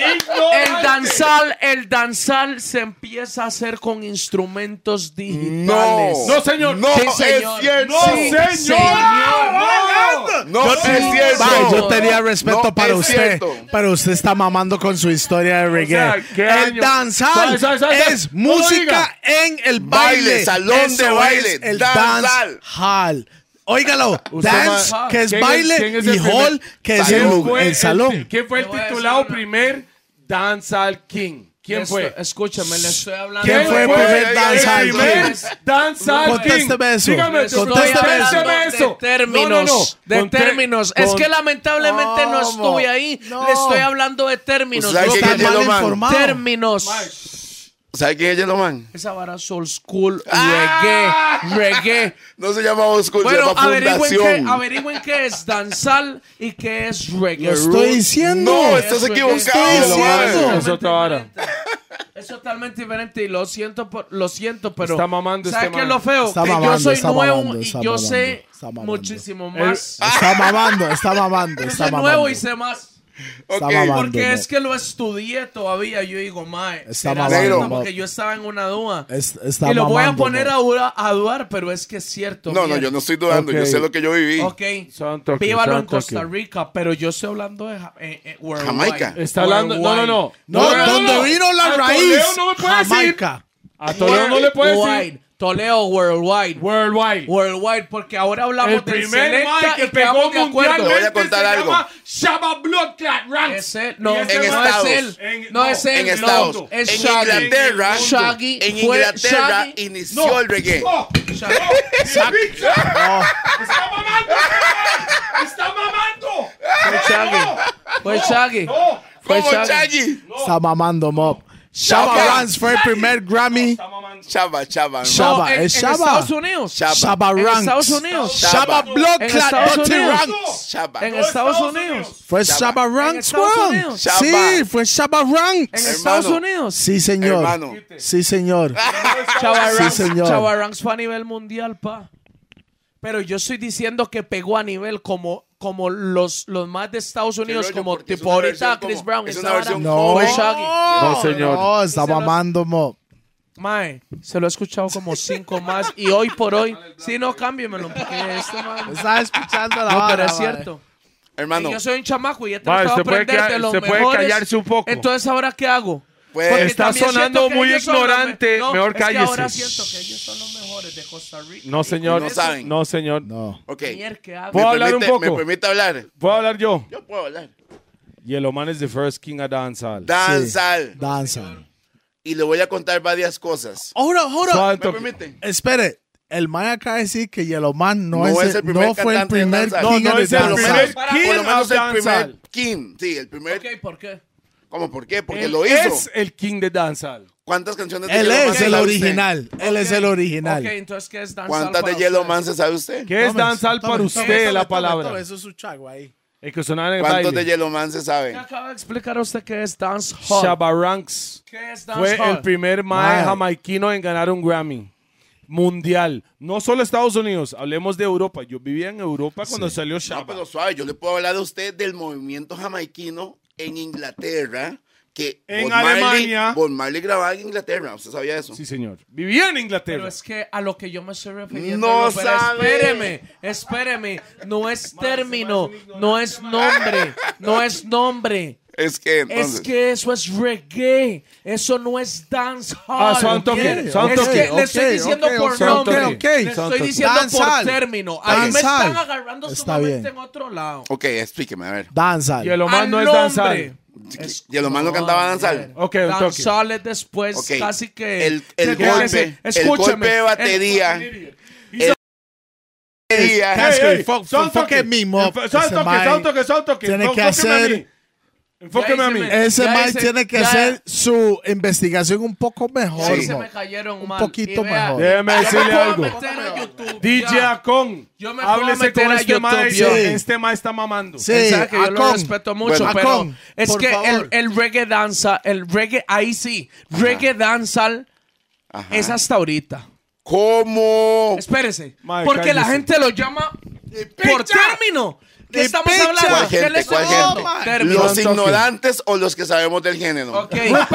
El danzal se empieza a hacer con instrumentos digitales. No, señor. No Sí, es señor. cierto. No, Sí, señor. No es cierto. Mae, yo No, tenía respeto no para es usted, cierto. pero usted está mamando con su historia de reggae. sea, ¿qué el año? danzal Suave. es No lo música diga. en el Baile, baile. salón de Eso baile, es el danzal. dancehall. Óigalo, Usted dance, ma- que es ¿quién baile, quién es y el primer- hall, que es salón? el, fue el salón. ¿Quién fue el Le voy a titulado decir una- primer Dancehall King? ¿Quién fue? Escúchame, le estoy hablando. ¿Quién fue el primer dancehall El primer king? Dancehall King. Contésteme eso. Dígame, Estoy Contésteme hablando eso. de términos. No, no, no. De Con términos. con- Es que lamentablemente no estuve ahí. No. Le estoy hablando de términos. ¿Usted sabe Los quién es Está mal Yellowman? informado. términos. ¿Sabe quién es Yellowman? Esa vara soul school, Ah. reggae. No se llama Old School, Bueno, se llama Fundación. averigüen qué es danzal y qué es reggae. Lo estoy diciendo. No, estás Eso, equivocado. estoy diciendo. man. Es otra vara. Es totalmente diferente y lo siento, pero Está mamando ¿sabes este qué es man. lo feo? Está que mamando, yo soy está nuevo mamando, y está yo mamando, sé está mamando. muchísimo más. Está mamando, está mamando, Yo está soy mamando. nuevo y sé más. Está Ok. mamando. Porque no. es que lo estudié todavía. Yo digo, mae, Está será mamando, cierto no. porque yo estaba en una duda. Está Y lo voy a mamando, poner no. a dudar, pero es que es cierto. No, no, bien. yo no estoy dudando. Yo Ok. sé lo que yo viví. Ok, Son toques, vívalo son en Costa toques. Rica, pero yo estoy hablando de worldwide. Jamaica. Está hablando. No, no, no. No, donde vino la A raíz. Toledo no me puede decir. Jamaica. A Toledo no le puede decir. Worldwide. Toledo worldwide. Worldwide. Worldwide, porque ahora hablamos El del primer Selecta man que y pegó quedamos de acuerdo. mundialmente Te voy a contar se algo. llama Shabba Bloodclad Ranks. Es él, no, Y ese En man- no es Estados. él, no es él, En no, Estados. es En Shaggy. Inglaterra. Shaggy En fue Inglaterra Shaggy. inició el reggae. No, Shaggy. está mamando. Está mamando. Fue Shaggy. Fue Shaggy. No, Fue ¿Cómo Shaggy. Shaggy? Está mamando, Mob. Shabba Shabba. Ranks fue el primer Grammy. está mamando. Chava, chava. Shabba, No, en es Shabba. Estados Unidos. Chava. Shabba En Ranks. Estados Unidos. Shabba En Blood En Clot Estados Dirty Unidos. Ranks. Chava. En Estados Unidos. Fue Shabba. Shabba En Ranks, Estados weón. Unidos. Shabba. Sí, fue Shabba En Ranks. Estados Hermano. Unidos. Sí, señor. Hermano. Sí, señor. Chava Sí, Ranks, señor. Chava Ranks fue a nivel mundial, pa. Pero yo estoy diciendo que pegó a nivel como los más de Estados Unidos, rollo, como porque es tipo una ahorita versión Chris como- Brown. es esa una vara versión No, fue Shaggy. No, señor. No, está mamando, Mob. Mae, se lo he escuchado como 5 más y hoy por hoy, si no, cámbiemelo, porque este man... Estaba escuchando la No, vara, pero es mae. cierto. Hermano, Y yo soy un chamaco y he Mae, tratado de usted puede aprender de quedar- los se puede mejores. callarse un poco. Entonces, ¿ahora qué hago? Pues, Porque está también sonando siento que muy ellos son los ignorante. no, Mejor es que cállese. ahora siento que ellos son los mejores de Costa Rica. No, señor. No saben. No, señor. No. ok. Mier, ¿qué hago? ¿Puedo hablar un ¿Me poco? permite hablar? ¿Puedo hablar yo? Yo puedo hablar. Yellowman is the first king of dancehall. Danzal. Danza. Y le voy a contar varias cosas. Hold Suave on. ¿Me toque. permite? Espere. El man acaba de decir que Yellowman no, No es es el primer no fue el cantante de primer danza. king No, no de es el danza. primer Para- king Por lo menos of el dancehall. primer king. Sí, el primer. Ok, ¿por qué? ¿Cómo? ¿Por qué? Porque Él lo hizo. es el king de dancehall. ¿Cuántas canciones de Él Yellowman es se el sabe usted? original. Él es el original. Ok, entonces, ¿qué es danzar ¿Cuántas de para Yellowman se sabe usted? ¿Qué es Tome, dancehall tome, para tome, usted tome, la tome, palabra? tome, eso es su chago ahí. El que sonaba en el ¿Cuántos de baile. Yellowman se usted? sabe? ¿Qué acaba de explicar a usted qué es dancehall? Shabba Ranks ¿Qué es fue dancehall? el primer mae Mae. jamaiquino en ganar un Grammy mundial. No solo Estados Unidos, hablemos de Europa. Yo vivía en Europa cuando salió No, Shabba. pero suave. Yo le puedo hablar a usted del movimiento jamaiquino en Inglaterra. Que En Bob Marley- Alemania. Bob Marley grababa en Inglaterra. ¿Usted sabía eso? Sí, señor. Vivía en Pero Inglaterra. es que a lo que yo me estoy refiriendo. No pero sabe. espéreme. No es término, no es nombre, no es nombre. Es que entonces. Es que eso es reggae. Eso no es dancehall. Ah, son toque, ¿ok? son Es toque. que le estoy diciendo por son nombre. toque, Le son estoy toque. diciendo Dancehall. por término. Ahí me Dancehall. están agarrando Está sumamente bien. en otro lado. Ok, explíqueme, a ver. Danza. Yellowman Al no es nombre. dancehall. Yellowman no cantaba danzal. Ok, un toque. Dancehall es después Ok. casi que... El que- golpe, el golpe de batería. Casco, Hey, hey, fuck son fuck toque. it me, Mob. Son Ese toque, mae son toque, son toque. tiene que Tóqueme a hacer- mí. Enfóqueme a mí. Ese Ya man hice- tiene que ya- hacer su investigación un poco mejor. Ahí se mo. me cayeron Un mal. poquito Y vea, mejor. Déjeme yo me decirle puedo algo. meter a YouTube, DJ ya. Acon, Yo me puedo háblese meter con a este YouTube, mae. sí. Este mae está mamando. Sí, Sabe que yo lo Acon. respeto mucho, Bueno, pero Acon, es por que favor. el reggae danza, el reggae, ahí sí, reggae danzal Ajá. es hasta ahorita. ¿Cómo? Espérese, Mae, porque la cállese. gente lo llama por término. ¿Qué Y estamos picha. hablando? ¿Cuál ¿Qué gente? le estoy ¿Cuál diciendo? gente? Término. ¿Los ignorantes o los que sabemos del género? Ok.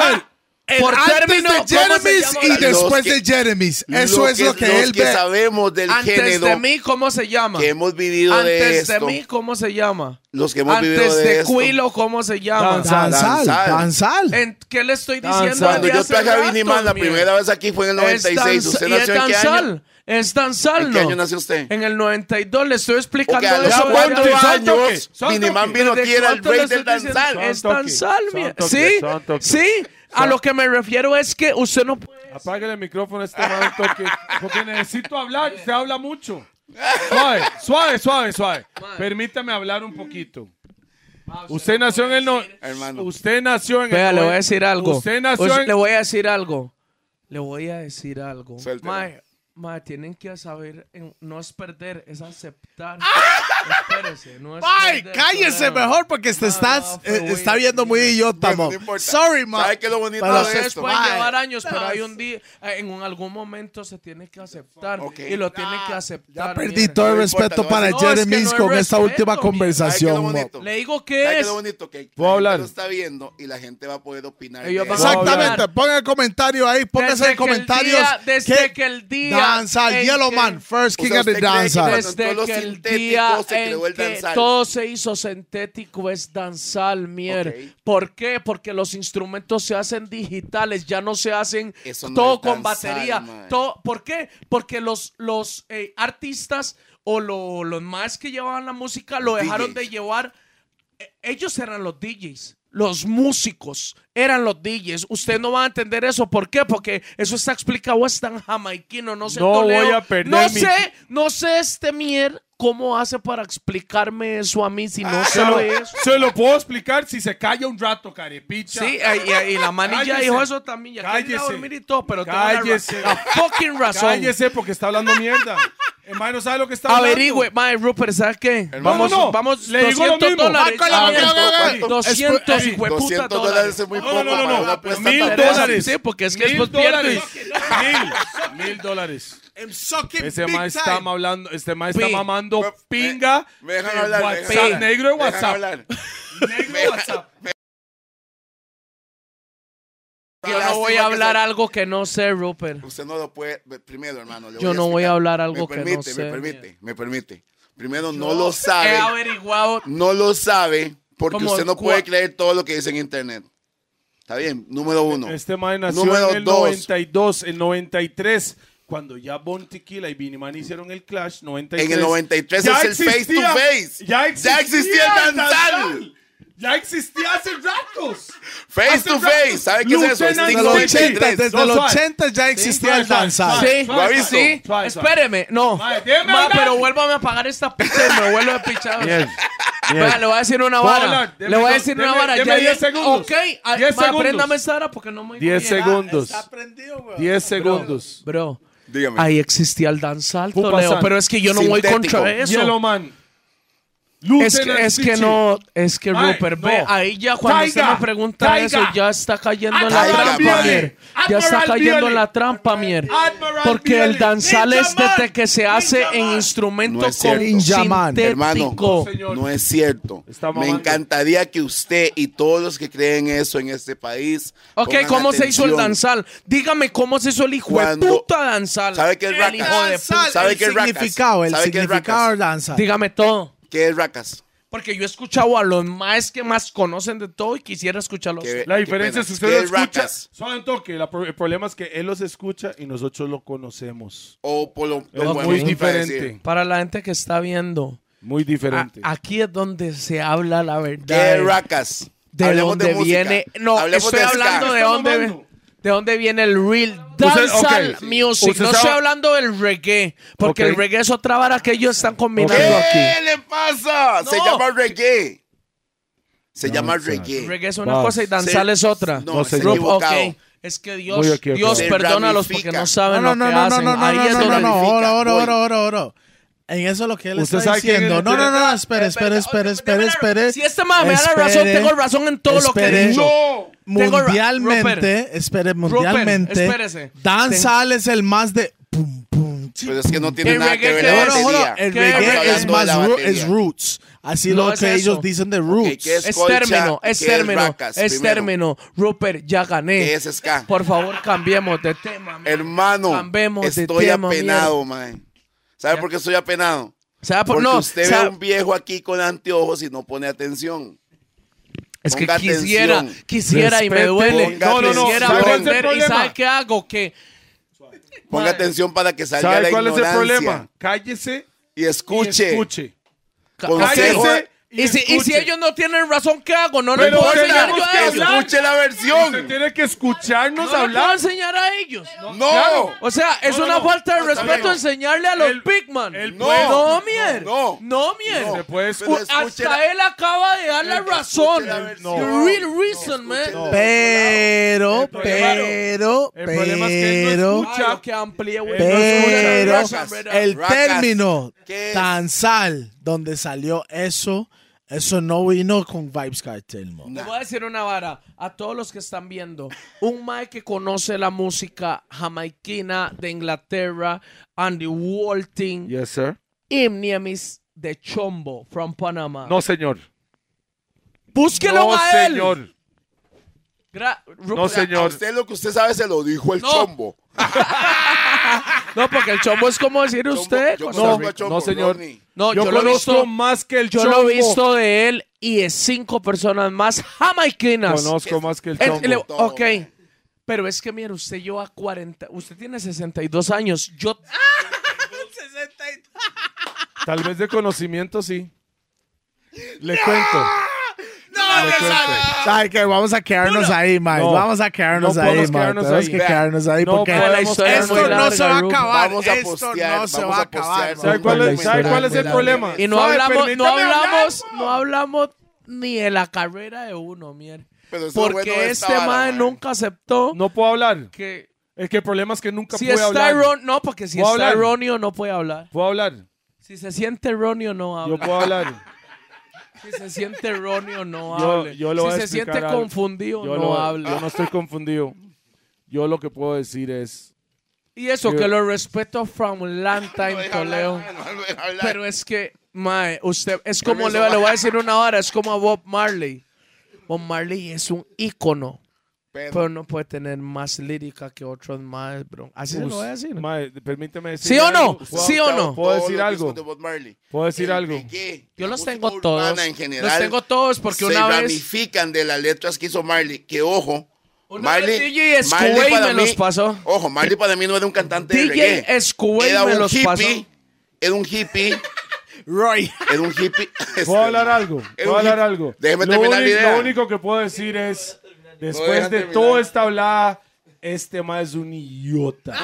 Por término, Antes de ¿cómo se Jeremy's llama y la- después que- de Jeremy's. Eso es lo que él los que ve. sabemos del Antes género de mí, ¿cómo se llama? que hemos vivido de Antes de esto. mí, ¿cómo se llama? Los que hemos vivido Antes de de esto. Quilo, ¿cómo se llama? Danzal. Danzal. ¿Qué le estoy Danzal. diciendo? Cuando desde yo hace traje a rato, Vinny Man la mierda? primera vez aquí fue en el 96. ¿Usted y nació es en qué año? danzal. Es danzal, ¿En ¿no? qué año nació usted? En el 92 le estoy explicando Ok, a los eso. Ya, 4 Monty, son años, toque. Vinny Man vino ¿Desde aquí, era el cuánto rey le del estoy diciendo? danzal. Es Son danzal, toque, mierda. son Sí, toque, son toque. sí. A lo que me refiero es que usted no puede... Apáguele el micrófono a este mae un toque, porque necesito hablar. Se habla mucho. Suave, suave, suave, suave. Permítame hablar un poquito. Usted nació en el Hermano. Usted nació en Vea, el le voy a decir algo. Usted nació en Le voy a decir algo. Le voy a decir algo. Suéltelo. Mae, tienen que saber, no es perder, es aceptar. Espérese, no es Ay, perder, cállese Toledo. mejor porque te estás, está viendo muy idiota, Bueno, mo. no importa. Sorry, man. ¿Sabe qué es lo bonito Pero de Ustedes esto? pueden Mae. llevar años, pero hay un día, algún momento se tiene que aceptar Ok. y lo tienen que aceptar. Ya perdí mierda. todo el No importa, respeto no para es- no, es que Jeremy's no hay con esta respeto, última mierda. ¿Sabe qué es conversación, lo mo. bonito? Le digo ¿Sabe qué que es es. lo bonito? Que Puedo la hablar. gente lo está viendo y la gente va a poder opinar. Ellos de van eso. a Exactamente, pongan el comentario ahí, pónganse en comentarios. Desde que el día Danzal, en Yellow que- Man, first king O sea, of the ¿usted cree que danzal. cuando Desde todo lo que el sintético día se en creó el que danzal? todo se hizo sintético es danzal, mier. Ok. ¿Por qué? Porque los instrumentos se hacen digitales, ya no se hacen Eso no todo es con danzal, batería. man. ¿Por qué? Porque los artistas o los más que llevaban la música lo Los dejaron DJs. de llevar. Ellos eran los DJs. Los músicos eran los DJs. Usted no va a entender eso. ¿Por qué? Porque eso está explicado. Es tan jamaiquino. No sé, No Toledo. voy a perder No sé este mier cómo hace para explicarme eso a mí si no Se lo, sabe eso. se lo puedo explicar si se calla un rato, carepicha. Sí, y la manilla Cállese. dijo eso también. Ya quiere ir a Cállese. dormir y todo, pero tengo Cállese. la fucking razón. Cállese porque está hablando mierda. Hermano, no sabe lo que está hablando. Averigüe, mae, Rupert, ¿sabes qué? Hermano, vamos, le digo lo mismo. $200. Con la Ah, mierda, 200 Ey, hijueputa $200 dólares. es muy No, poco no, no, para no. una apuesta $1,000 tan dólares. Sí, porque es que $1,000 después pierdes. $1,000. I'm sucking Ese big mae está time. hablando, este mae está Pi. mamando pinga. Me dejan de hablar. me WhatsApp, dejan hablar. negro de Me dejan WhatsApp. hablar. Negro de WhatsApp. Yo no voy a hablar algo que no sé, Rupert. Usted no lo puede. Primero, hermano. le Yo no voy a explicar. hablar algo Me que no permite, sé. Me permite. Primero, no lo He sabe. averiguado. No lo sabe porque Como usted no puede cua- creer todo lo que dice en internet. Está bien. Número uno. Este mae nació Número en el 2. 92, el 93, cuando ya Bon Tequila y Vinny Man hicieron el Clash, 93. En el 93 ya es el face to existía- face. Ya existía el danzal. Ya existía hace ratos. Face Hace to ratos. face. ¿Sabe qué es eso? Lieutenant Sting Desde los Suave, 80, 93. desde No, los suave. 80 ya existía el suave, danzal. suave. Sí, ¿Lo ha visto? sí. Suave, suave. Espéreme, no. Mae, déjeme Ma, hablar. pero vuélvame a pagar esta pizza y me vuelvo a pichar. Bien. Vea, le voy a decir una Puedo vara. hablar. Le voy a decir una vara. Deme Ya 10 segundos. Ok. 10 segundos. Apréndame Sara porque no me 10 segundos. Está prendido, güey. 10 segundos. Bro, Dígame. ahí existía el danzal, Pupa Toledo. San. Pero es que yo no voy Sintético. contra eso. Yellow Man. Es que no, es que Mae, Rupert, no. ve, ahí ya cuando Taiga, usted me pregunta Taiga. eso, ya está cayendo en la Taiga, trampa, Viale. mier. Ya está Admiral cayendo Viale. en la trampa, mier. Admiral Porque el Viale. danzal Ninja es desde Man. que se hace Ninja en Man. instrumento No es con cierto. Ninja Man. Hermano, sintético. señor. No es cierto. Está Me mamando. encantaría que usted y todos los que creen eso en este país. Ok, pongan ¿cómo se hizo el atención. danzal? Dígame cómo se hizo el hijo de Cuando- puta danzal. ¿Sabe qué es El racas? hijo de puta. ¿Sabe qué es racas? significado, el ¿Sabe qué es significado racas? del danzal. Dígame todo. ¿Qué es racas? Porque yo he escuchado a los más que más conocen de todo y quisiera escucharlos. ¿Qué- La qué diferencia pena. es que usted ¿Qué lo es escucha. racas? Suave un toque. El problema es que él los escucha y nosotros lo conocemos. O por lo Es podemos muy diferenciar. diferente. Para la gente que está viendo, Muy diferente. aquí es donde se habla la verdad. ¿Qué es racas? De Hablemos dónde música. viene. No, Hablemos estoy de ska. hablando de Está dónde, mamando. de dónde viene el real Usted- dancehall ok. music. Usted No sabe- estoy hablando del reggae, porque Ok. el reggae es otra vara que ellos están combinando ¿Qué aquí. le pasa? Se No. llama reggae. Se llama reggae. Reggae es una cosa y danzal es otra. No, se señor. equivocado. Ok. Es que Muy Dios equivocado. Se perdónalos ramifica. porque no saben No, lo no, que no, hacen. no, no, Ahí es no, donde... no, ramifica. oro. En eso lo que él Usted está sabe quién diciendo. es- No, espere. Si Si este man me da la razón, tengo razón en todo lo que he dicho. Mundialmente, espérese. dancehall es el más de pum, pum, chi, Pero es que no tiene El nada que reggae ver la que es- batería. el ¿Qué reggae Estamos es hablando de más la batería. es roots. Así No lo es que eso. ellos dicen de roots. Ok, ¿qué es Es colcha? término, ¿Qué es término, racas, es primero? término. Rupert, ya gané. ¿Qué es ska? Por favor, cambiemos de tema. man. Hermano, Cambiemos de estoy tema, apenado, man. ¿Sabe por qué estoy apenado? ¿Sabe por Porque no? usted ve a un viejo aquí con anteojos y no pone atención. Es que Ponga quisiera atención. y me duele. Ponga No, Quisiera atención. aprender y problema. ¿sabe qué hago? Que Ponga Mae. atención para que salga ¿Sabe la cuál es el ignorancia. problema? Cállese Y escuche. y escuche. Consejo. Cállese y si escuche. ellos no tienen razón, ¿qué hago? No les Pero puedo enseñar tenemos yo a que ellos. hablar. Escuche la Usted versión. tiene que escucharnos No les puedo hablar. enseñar a ellos. No. Claro. O sea, es una falta de No, está respeto bien. enseñarle a los El- big man. el No. pueblo- No, mier. No. No, mier. Se puede Pero escuchar. escuche Hasta la- él acaba de dar la razón. la versión. The real reason, man. Pero, El problema es que él no escucha. Ay, que amplíe, güey. pero Racas. el Racas. término ¿Qué es? danzal donde salió eso no vino con Vibes Cartel, mo. Le voy a decir una vara a todos los que están viendo. Un mae que conoce la música jamaiquina de Inglaterra, Andy Walton, Yes, sir. Imniemis de Chombo, from Panama. No, señor. Búsquelo No, a él. señor. No, A señor. usted lo que usted sabe se lo dijo el No. chombo. No, porque el Chombo es como decir usted. Yo Costa conozco Rica. a Chombo, No, señor. Rodney. No, Yo yo lo he conozco visto. más que el Yo chombo. lo he visto de él y de 5 personas más jamaiquinas. Conozco más que el Él- chombo. él- ok. Pero es que, mira, usted lleva 40. Usted tiene 62 años. Yo. Tal vez de conocimiento, sí. Le cuento. Le cuento. Ay, que vamos a quedarnos ahí, Mike. No. Vamos a quedarnos No ahí, podemos Mike. quedarnos Tenemos ahí. que Vea. quedarnos ahí No porque podemos La historia es esto muy no larga, se va a Ruth. acabar. Vamos a Esto postear, no se vamos va a a postear. acabar. ¿Sabe cuál es, el problema? Y no ¿Sabe? hablamos, Permítame hablar. no hablamos ni de la carrera de uno, mierda. Pero eso es Porque bueno de este esta vara, man man. nunca aceptó No puedo hablar. que Es que el problema es que nunca si puede está hablar. erróneo, no, porque si ¿Puedo está hablar? erróneo no puede hablar. ¿Puedo hablar? Si se siente erróneo no Yo habla. puedo hablar. Si se siente erróneo no Yo- hable. yo le voy si a se explicar siente algo. confundido Yo no hable. Yo no estoy confundido. Yo lo que puedo decir es... Y eso Yo- que lo respeto from long time, No deja hablar, Toledo. man, no deja hablar. Pero es que, mae, usted, es como, Permiso, le voy mae. a decir una hora, es como a Bob Marley. Bob Marley es un ícono, pero no puede tener más lírica que otros más, bro. Así se lo voy a decir. Mae, permíteme decir ¿Sí o no? algo. ¿Sí o no? ¿Puedo Todos decir los algo? discos de Bob Marley. ¿Puedo decir El algo? reggae, Yo la los música tengo urbana todos. en general, Los tengo todos porque se una vez... ramifican de las letras que hizo Marley. Que ojo, Una vez DJ Escuey para me mí- los pasó. Ojo, Marley para mí no era un cantante de DJ reggae. Escuey Era me un los hippie. pasó. Era un hippie. Roy. Era un hippie. ¿Puedo hablar algo? Era ¿Puedo un hablar hip- algo? Déjeme Lo terminar la único- idea. Lo único que puedo decir es, después dejan de terminar. toda esta hablada, este ma es un idiota.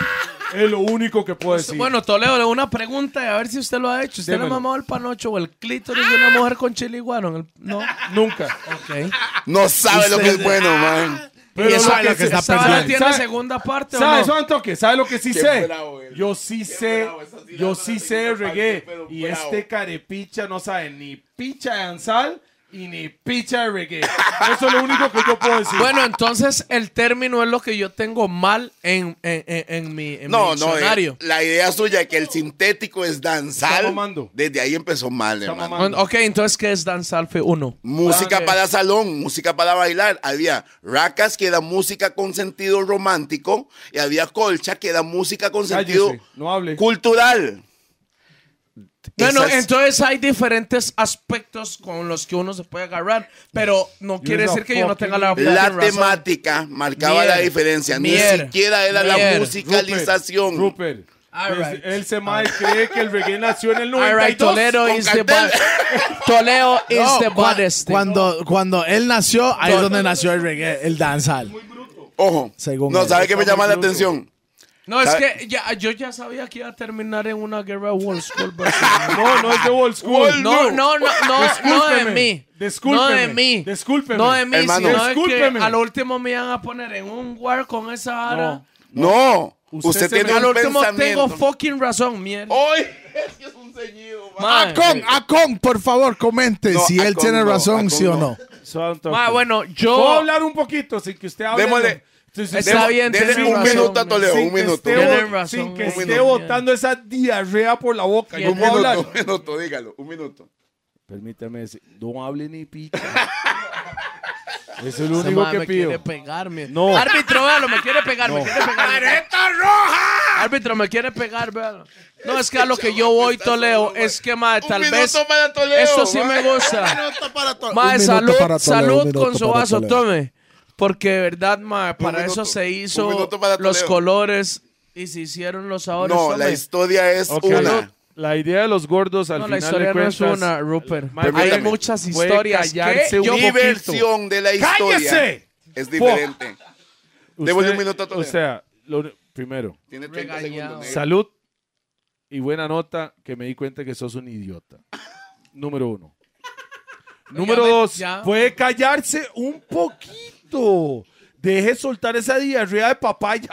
Es lo único que puedo decir. Bueno, Toledo, le una pregunta y a ver si usted lo ha hecho. ¿Usted le ha Démelo. mamado el panocho o el clítoris de una mujer con chiliguaro? No. Nunca. Ok. No sabe lo que es bueno, man. Pero Y eso lo es lo que está ¿Esa vara perdiendo. tiene ¿Sabe- segunda parte o ¿Sabe no? eso, Antoque? ¿Sabe lo que sí Qué sé? bravo él. Yo sí sé, bravo, esa sí la yo vas a sí seguir sé de aparte, reggae. pero Y bravo. este carepicha no sabe ni picha de danzal y ni picha de reggae. Eso es lo único que yo puedo decir. Bueno, entonces el término es lo que yo tengo mal en mi diccionario. La idea suya de que el sintético es Está danzal. mamando. Desde ahí empezó mal, Está hermano. mamando. Ok, entonces, ¿qué es danzalfe 1? Música Ok. para salón, música para bailar. Había racas, que era música con sentido romántico, y había colcha, que era música con sentido Cállese, no hable. cultural. Bueno, Esas- entonces hay diferentes aspectos con los que uno se puede agarrar, pero no quiere You're decir que yo no fucking tenga la la fucking razón. temática marcaba Mier, la diferencia. Ni mier, siquiera era la mier. musicalización. Rupert. All right. Él se mae cree que el reggae nació en el All right, 92. Toledo con is the cartel. Toledo is No, the baddest. cuando él nació, ahí es donde nació el reggae, el dancehall. Ojo, Según no, él. ¿sabe qué me Está llama muy la bruto. atención? No, es ¿Sabe? que yo ya sabía que iba a terminar en una guerra Wall School. No es de Old School. No de mí. Discúlpeme. No de mí. Discúlpeme. No de mí, Hermano. sino de que Discúlpeme. al último me iban a poner en un war con esa vara. No, Usted usted se tiene me- Al un último pensamiento. tengo fucking razón, mierda. ¡Ay! Es que es un ceñido, man. Acon, por favor, comente No, si él Acon tiene no, razón, Acon sí o no. no. Santo. Ma, bueno, ¿Puedo yo... hablar un poquito sin que usted hable? Démosle. Está bien, Dele tiene un razón, minuto a Toledo, Sin un que minuto. esté Tienen razón, sin que un esté minuto. botando esa diarrea por la boca. Yo Un puedo hablar. Un minuto, dígalo, un minuto. Permítame decir, no hable ni picha. Eso es lo Ese único ma que me pido. quiere pegar, mierda. No. Árbitro, véalo, me quiere pegar, me quiere pegar. ¡Careta roja! Árbitro, me quiere pegar, véalo. No, es que a lo que yo voy, Toledo, es que, ma, tal Un vez... minuto para Toledo, Esto sí man. me gusta. Minuto para todo. Ma, Un minuto salud, para Toledo, un salud minuto con su para vaso, Toledo. tome. Porque de verdad, ma, para minuto, eso se un hizo minuto para los Toledo. colores y se hicieron los sabores. No, tome. la historia es Ok. una. La idea de los gordos al No, la final historia de no es cuentas, una, Rupert. Ma, Hay permítame. muchas puede historias callarse que un yo... Mi poquito. versión de la historia ¡Cállese! es diferente. Démosle un minuto a Toledo. O sea, primero, Tiene 30 segundos. negro. salud y buena nota que me di cuenta que sos un idiota. Número 1. Número 2, ya. puede callarse un poquito. Deje soltar esa diarrea de papaya.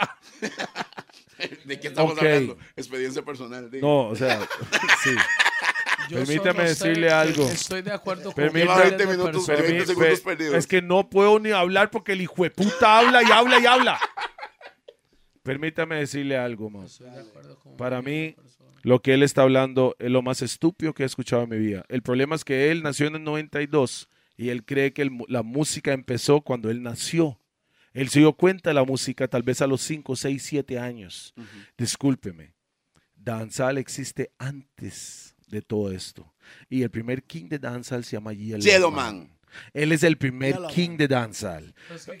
¿De qué estamos Ok. hablando? Experiencia personal. diga. No, o sea, sí. yo Permítame solo sé decirle que algo. Estoy de acuerdo con Permítame- Lleva 20 minutos, personas. 20 segundos perdidos. Es que no puedo ni hablar porque el hijo de puta habla y habla y habla. Permítame decirle algo más. Para mí, lo que él está hablando es lo más estúpido que he escuchado en mi vida. El problema es que él nació en el 92 y él cree que la música empezó cuando él nació. Él se dio cuenta de la música tal vez a los 5, 6, 7 años. Discúlpeme. Dancehall existe antes de todo esto. Y el primer king de dancehall se llama Yellowman. Él es el primer king de dancehall.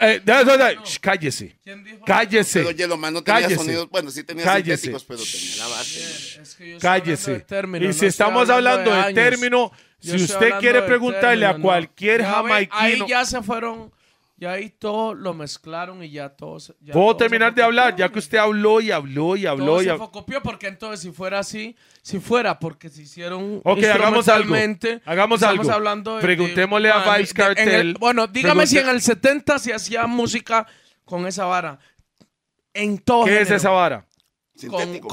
Cállese. ¿Quién dijo? Cállese. Pero Yellowman no tenía Cállese. sonidos. Bueno, sí tenía Cállese. sintéticos, pero tenía la base. Es que yo estoy hablando Cállese. de término, Y no si estoy estamos hablando de años. término, Yo si estoy usted hablando quiere de preguntarle a término, no. cualquier Ya ve, jamaiquino. Ahí ya se fueron, ya ahí todo lo mezclaron y ya todos. Ya Puedo todo terminar se de hablar, focopió, ya que usted habló y habló y habló todo y se habló. focopió, porque entonces si fuera así, si fuera porque se hicieron Ok, hagamos algo. instrumentalmente, Hagamos estamos algo. hablando de- Preguntémosle a man, Vybz en el- Kartel. bueno, dígame si en Pregunte- el 70 se hacía música con esa vara. En todo ¿Qué es género. esa vara? Sintético.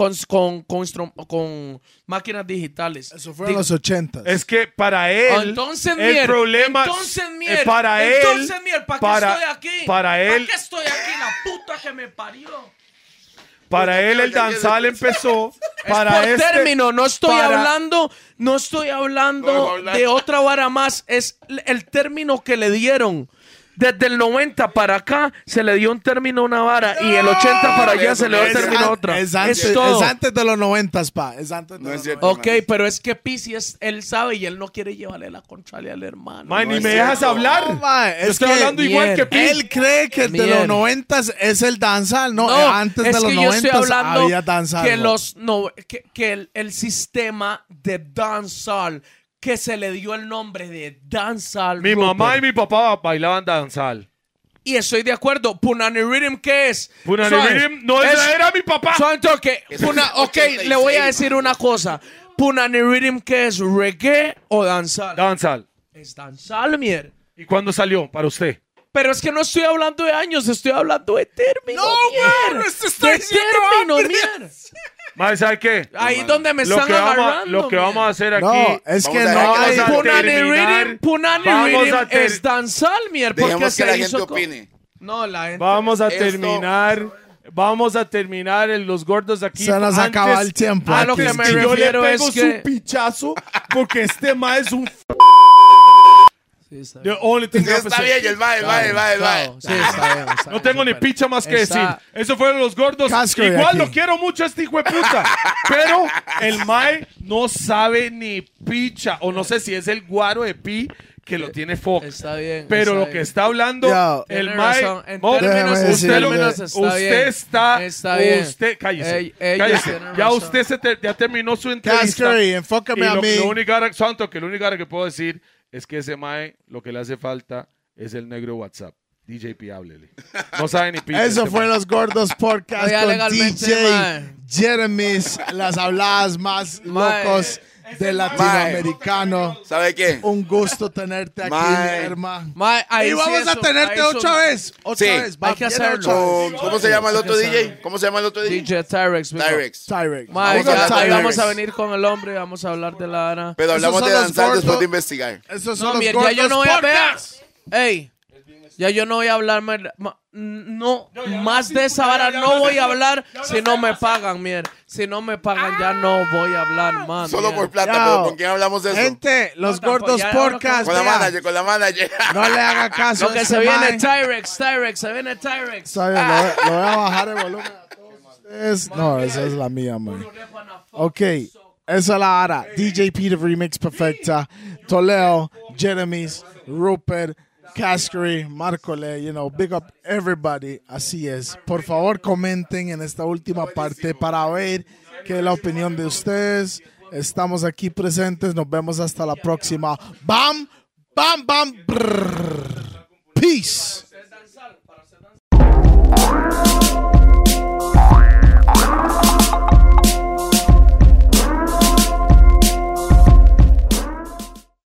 con máquinas digitales. Eso fue en los 80. Es que para él, Entonces, el mier, problema entonces, mier, para entonces, él, mier, ¿para qué para- estoy aquí? para él- ¿Para qué estoy aquí? La puta que me parió. para él el danzal empezó para Por este término, no estoy para- hablando Vamos a hablar. de otra vara más. Es el término que le dieron. Desde el 90 para acá se le dio un término a una vara y el 80 para allá se le dio un término a otra. Es antes, todo. es antes de los 90, pa. Es antes de No es los cierto. 90. Ok, pero es que Pisi él sabe y él no quiere llevarle la contraria al hermano. Man, No ni es me dejas cierto. hablar. No, ma, Yo es estoy que hablando igual que Pi. él cree que de Mier. los 90 es el danzal. No, antes de es los que yo estoy 90 hablando había danzal. que bro. el sistema de dancehall que se le dio el nombre de dancehall. Mi Rupert. mamá y mi papá bailaban danzal. Y estoy de acuerdo. Punani Rhythm, ¿qué es? Punani Suave. Rhythm no era mi papá. Suave un toque. Eso es Ok, 86. le voy a decir una cosa. Punani Rhythm, ¿qué es? ¿Reggae o dancehall? Danzal. Es dancehall, mier. ¿Y cuándo salió para usted? Pero es que no estoy hablando de años, estoy hablando de término, No, mier. güey, esto está De diciendo término, hambre. mier. Mae, ¿sabe qué? Ahí donde me Lo están que, vamos, agarrando. lo que mier. vamos a hacer aquí. No, es Vamos que a no dejar que hay. la Punani Punani vamos Rhythm a ter- es danzal, mier. Porque Dejemos que se la gente hizo opine. No, la gente. Vamos a Esto- terminar. Vamos a terminar en los gordos aquí. Se nos acaba el tiempo A lo aquí. que me que yo le refiero pego es su que. pichazo porque este ma es un Sí, está The bien. only thing Sí, I have to está say. bien, el va. Sí, está bien. No tengo ni picha más que decir. Está- Eso fueron los gordos. Casco Igual aquí. lo quiero mucho a este hijo de puta. Pero el Mae no sabe ni picha. O no sé si es el guaro de Pi que lo tiene foco. Está bien. Pero está lo bien. que está hablando Yo. el Tiene Mae. razón. En Mo, términos, Déjame en decirle. términos está usted bien. está. Está bien. Usted, cállese. Ellos cállese. tienen Ya razón. usted ya terminó su entrevista. Cascary, enfócame a lo, mí. Lo único ahora, Santo, que lo único ahora que puedo decir es que ese Mae lo que le hace falta es el negro WhatsApp. DJP, háblele. No sabe ni picha. Eso fue Los Gordos Podcast Oiga, con legalmente, DJ mae. Jeremis, las habladas más locos de latinoamericano. ¿Sabe qué? Un gusto tenerte aquí, Mae. mi hermano. Mae, ahí Y sí vamos a eso- tenerte ahí otra vez. Otra Sí. vez. Hay que viene hacerlo. otra vez. ¿Cómo se llama el otro DJ? ¿Cómo se llama el otro DJ? DJ Tyrex. mijo. Tyrex. Tyrex. Mae, Vamos a ya, hablar de ahí vamos Tyrex. a venir con el hombre y vamos a hablar de la Ara. Pero hablamos Esos de son los danzar gordos. después de investigar. Esos son No, los mierda, ya yo Gordos no voy a ver. Podcast. Ey, ya yo no voy a hablar no, más de esa vara no voy a hablar si no me pagan, mierda. Si no me pagan ya no voy a hablar, man. Solo por plata, Yao. pero ¿con quién hablamos de eso? Gente, Los tampoco, Gordos ya, Podcast. Con la vea, manager, con la manager. No le haga caso Lo a que este se viene mae. Tyrex, se viene Tyrex. Está bien, lo voy a bajar el volumen a todos ustedes. No, esa es la mía, man. Ok, esa es la Ara. DJ Peter Remix Perfecta, Toledo, Jeremis, Rupert, Caskery, Marcole, big up everybody. Así es. Por favor, comenten en esta última parte para ver qué es la opinión de ustedes. Estamos aquí presentes. Nos vemos hasta la próxima. Bam, bam, bam. Brrr. Peace.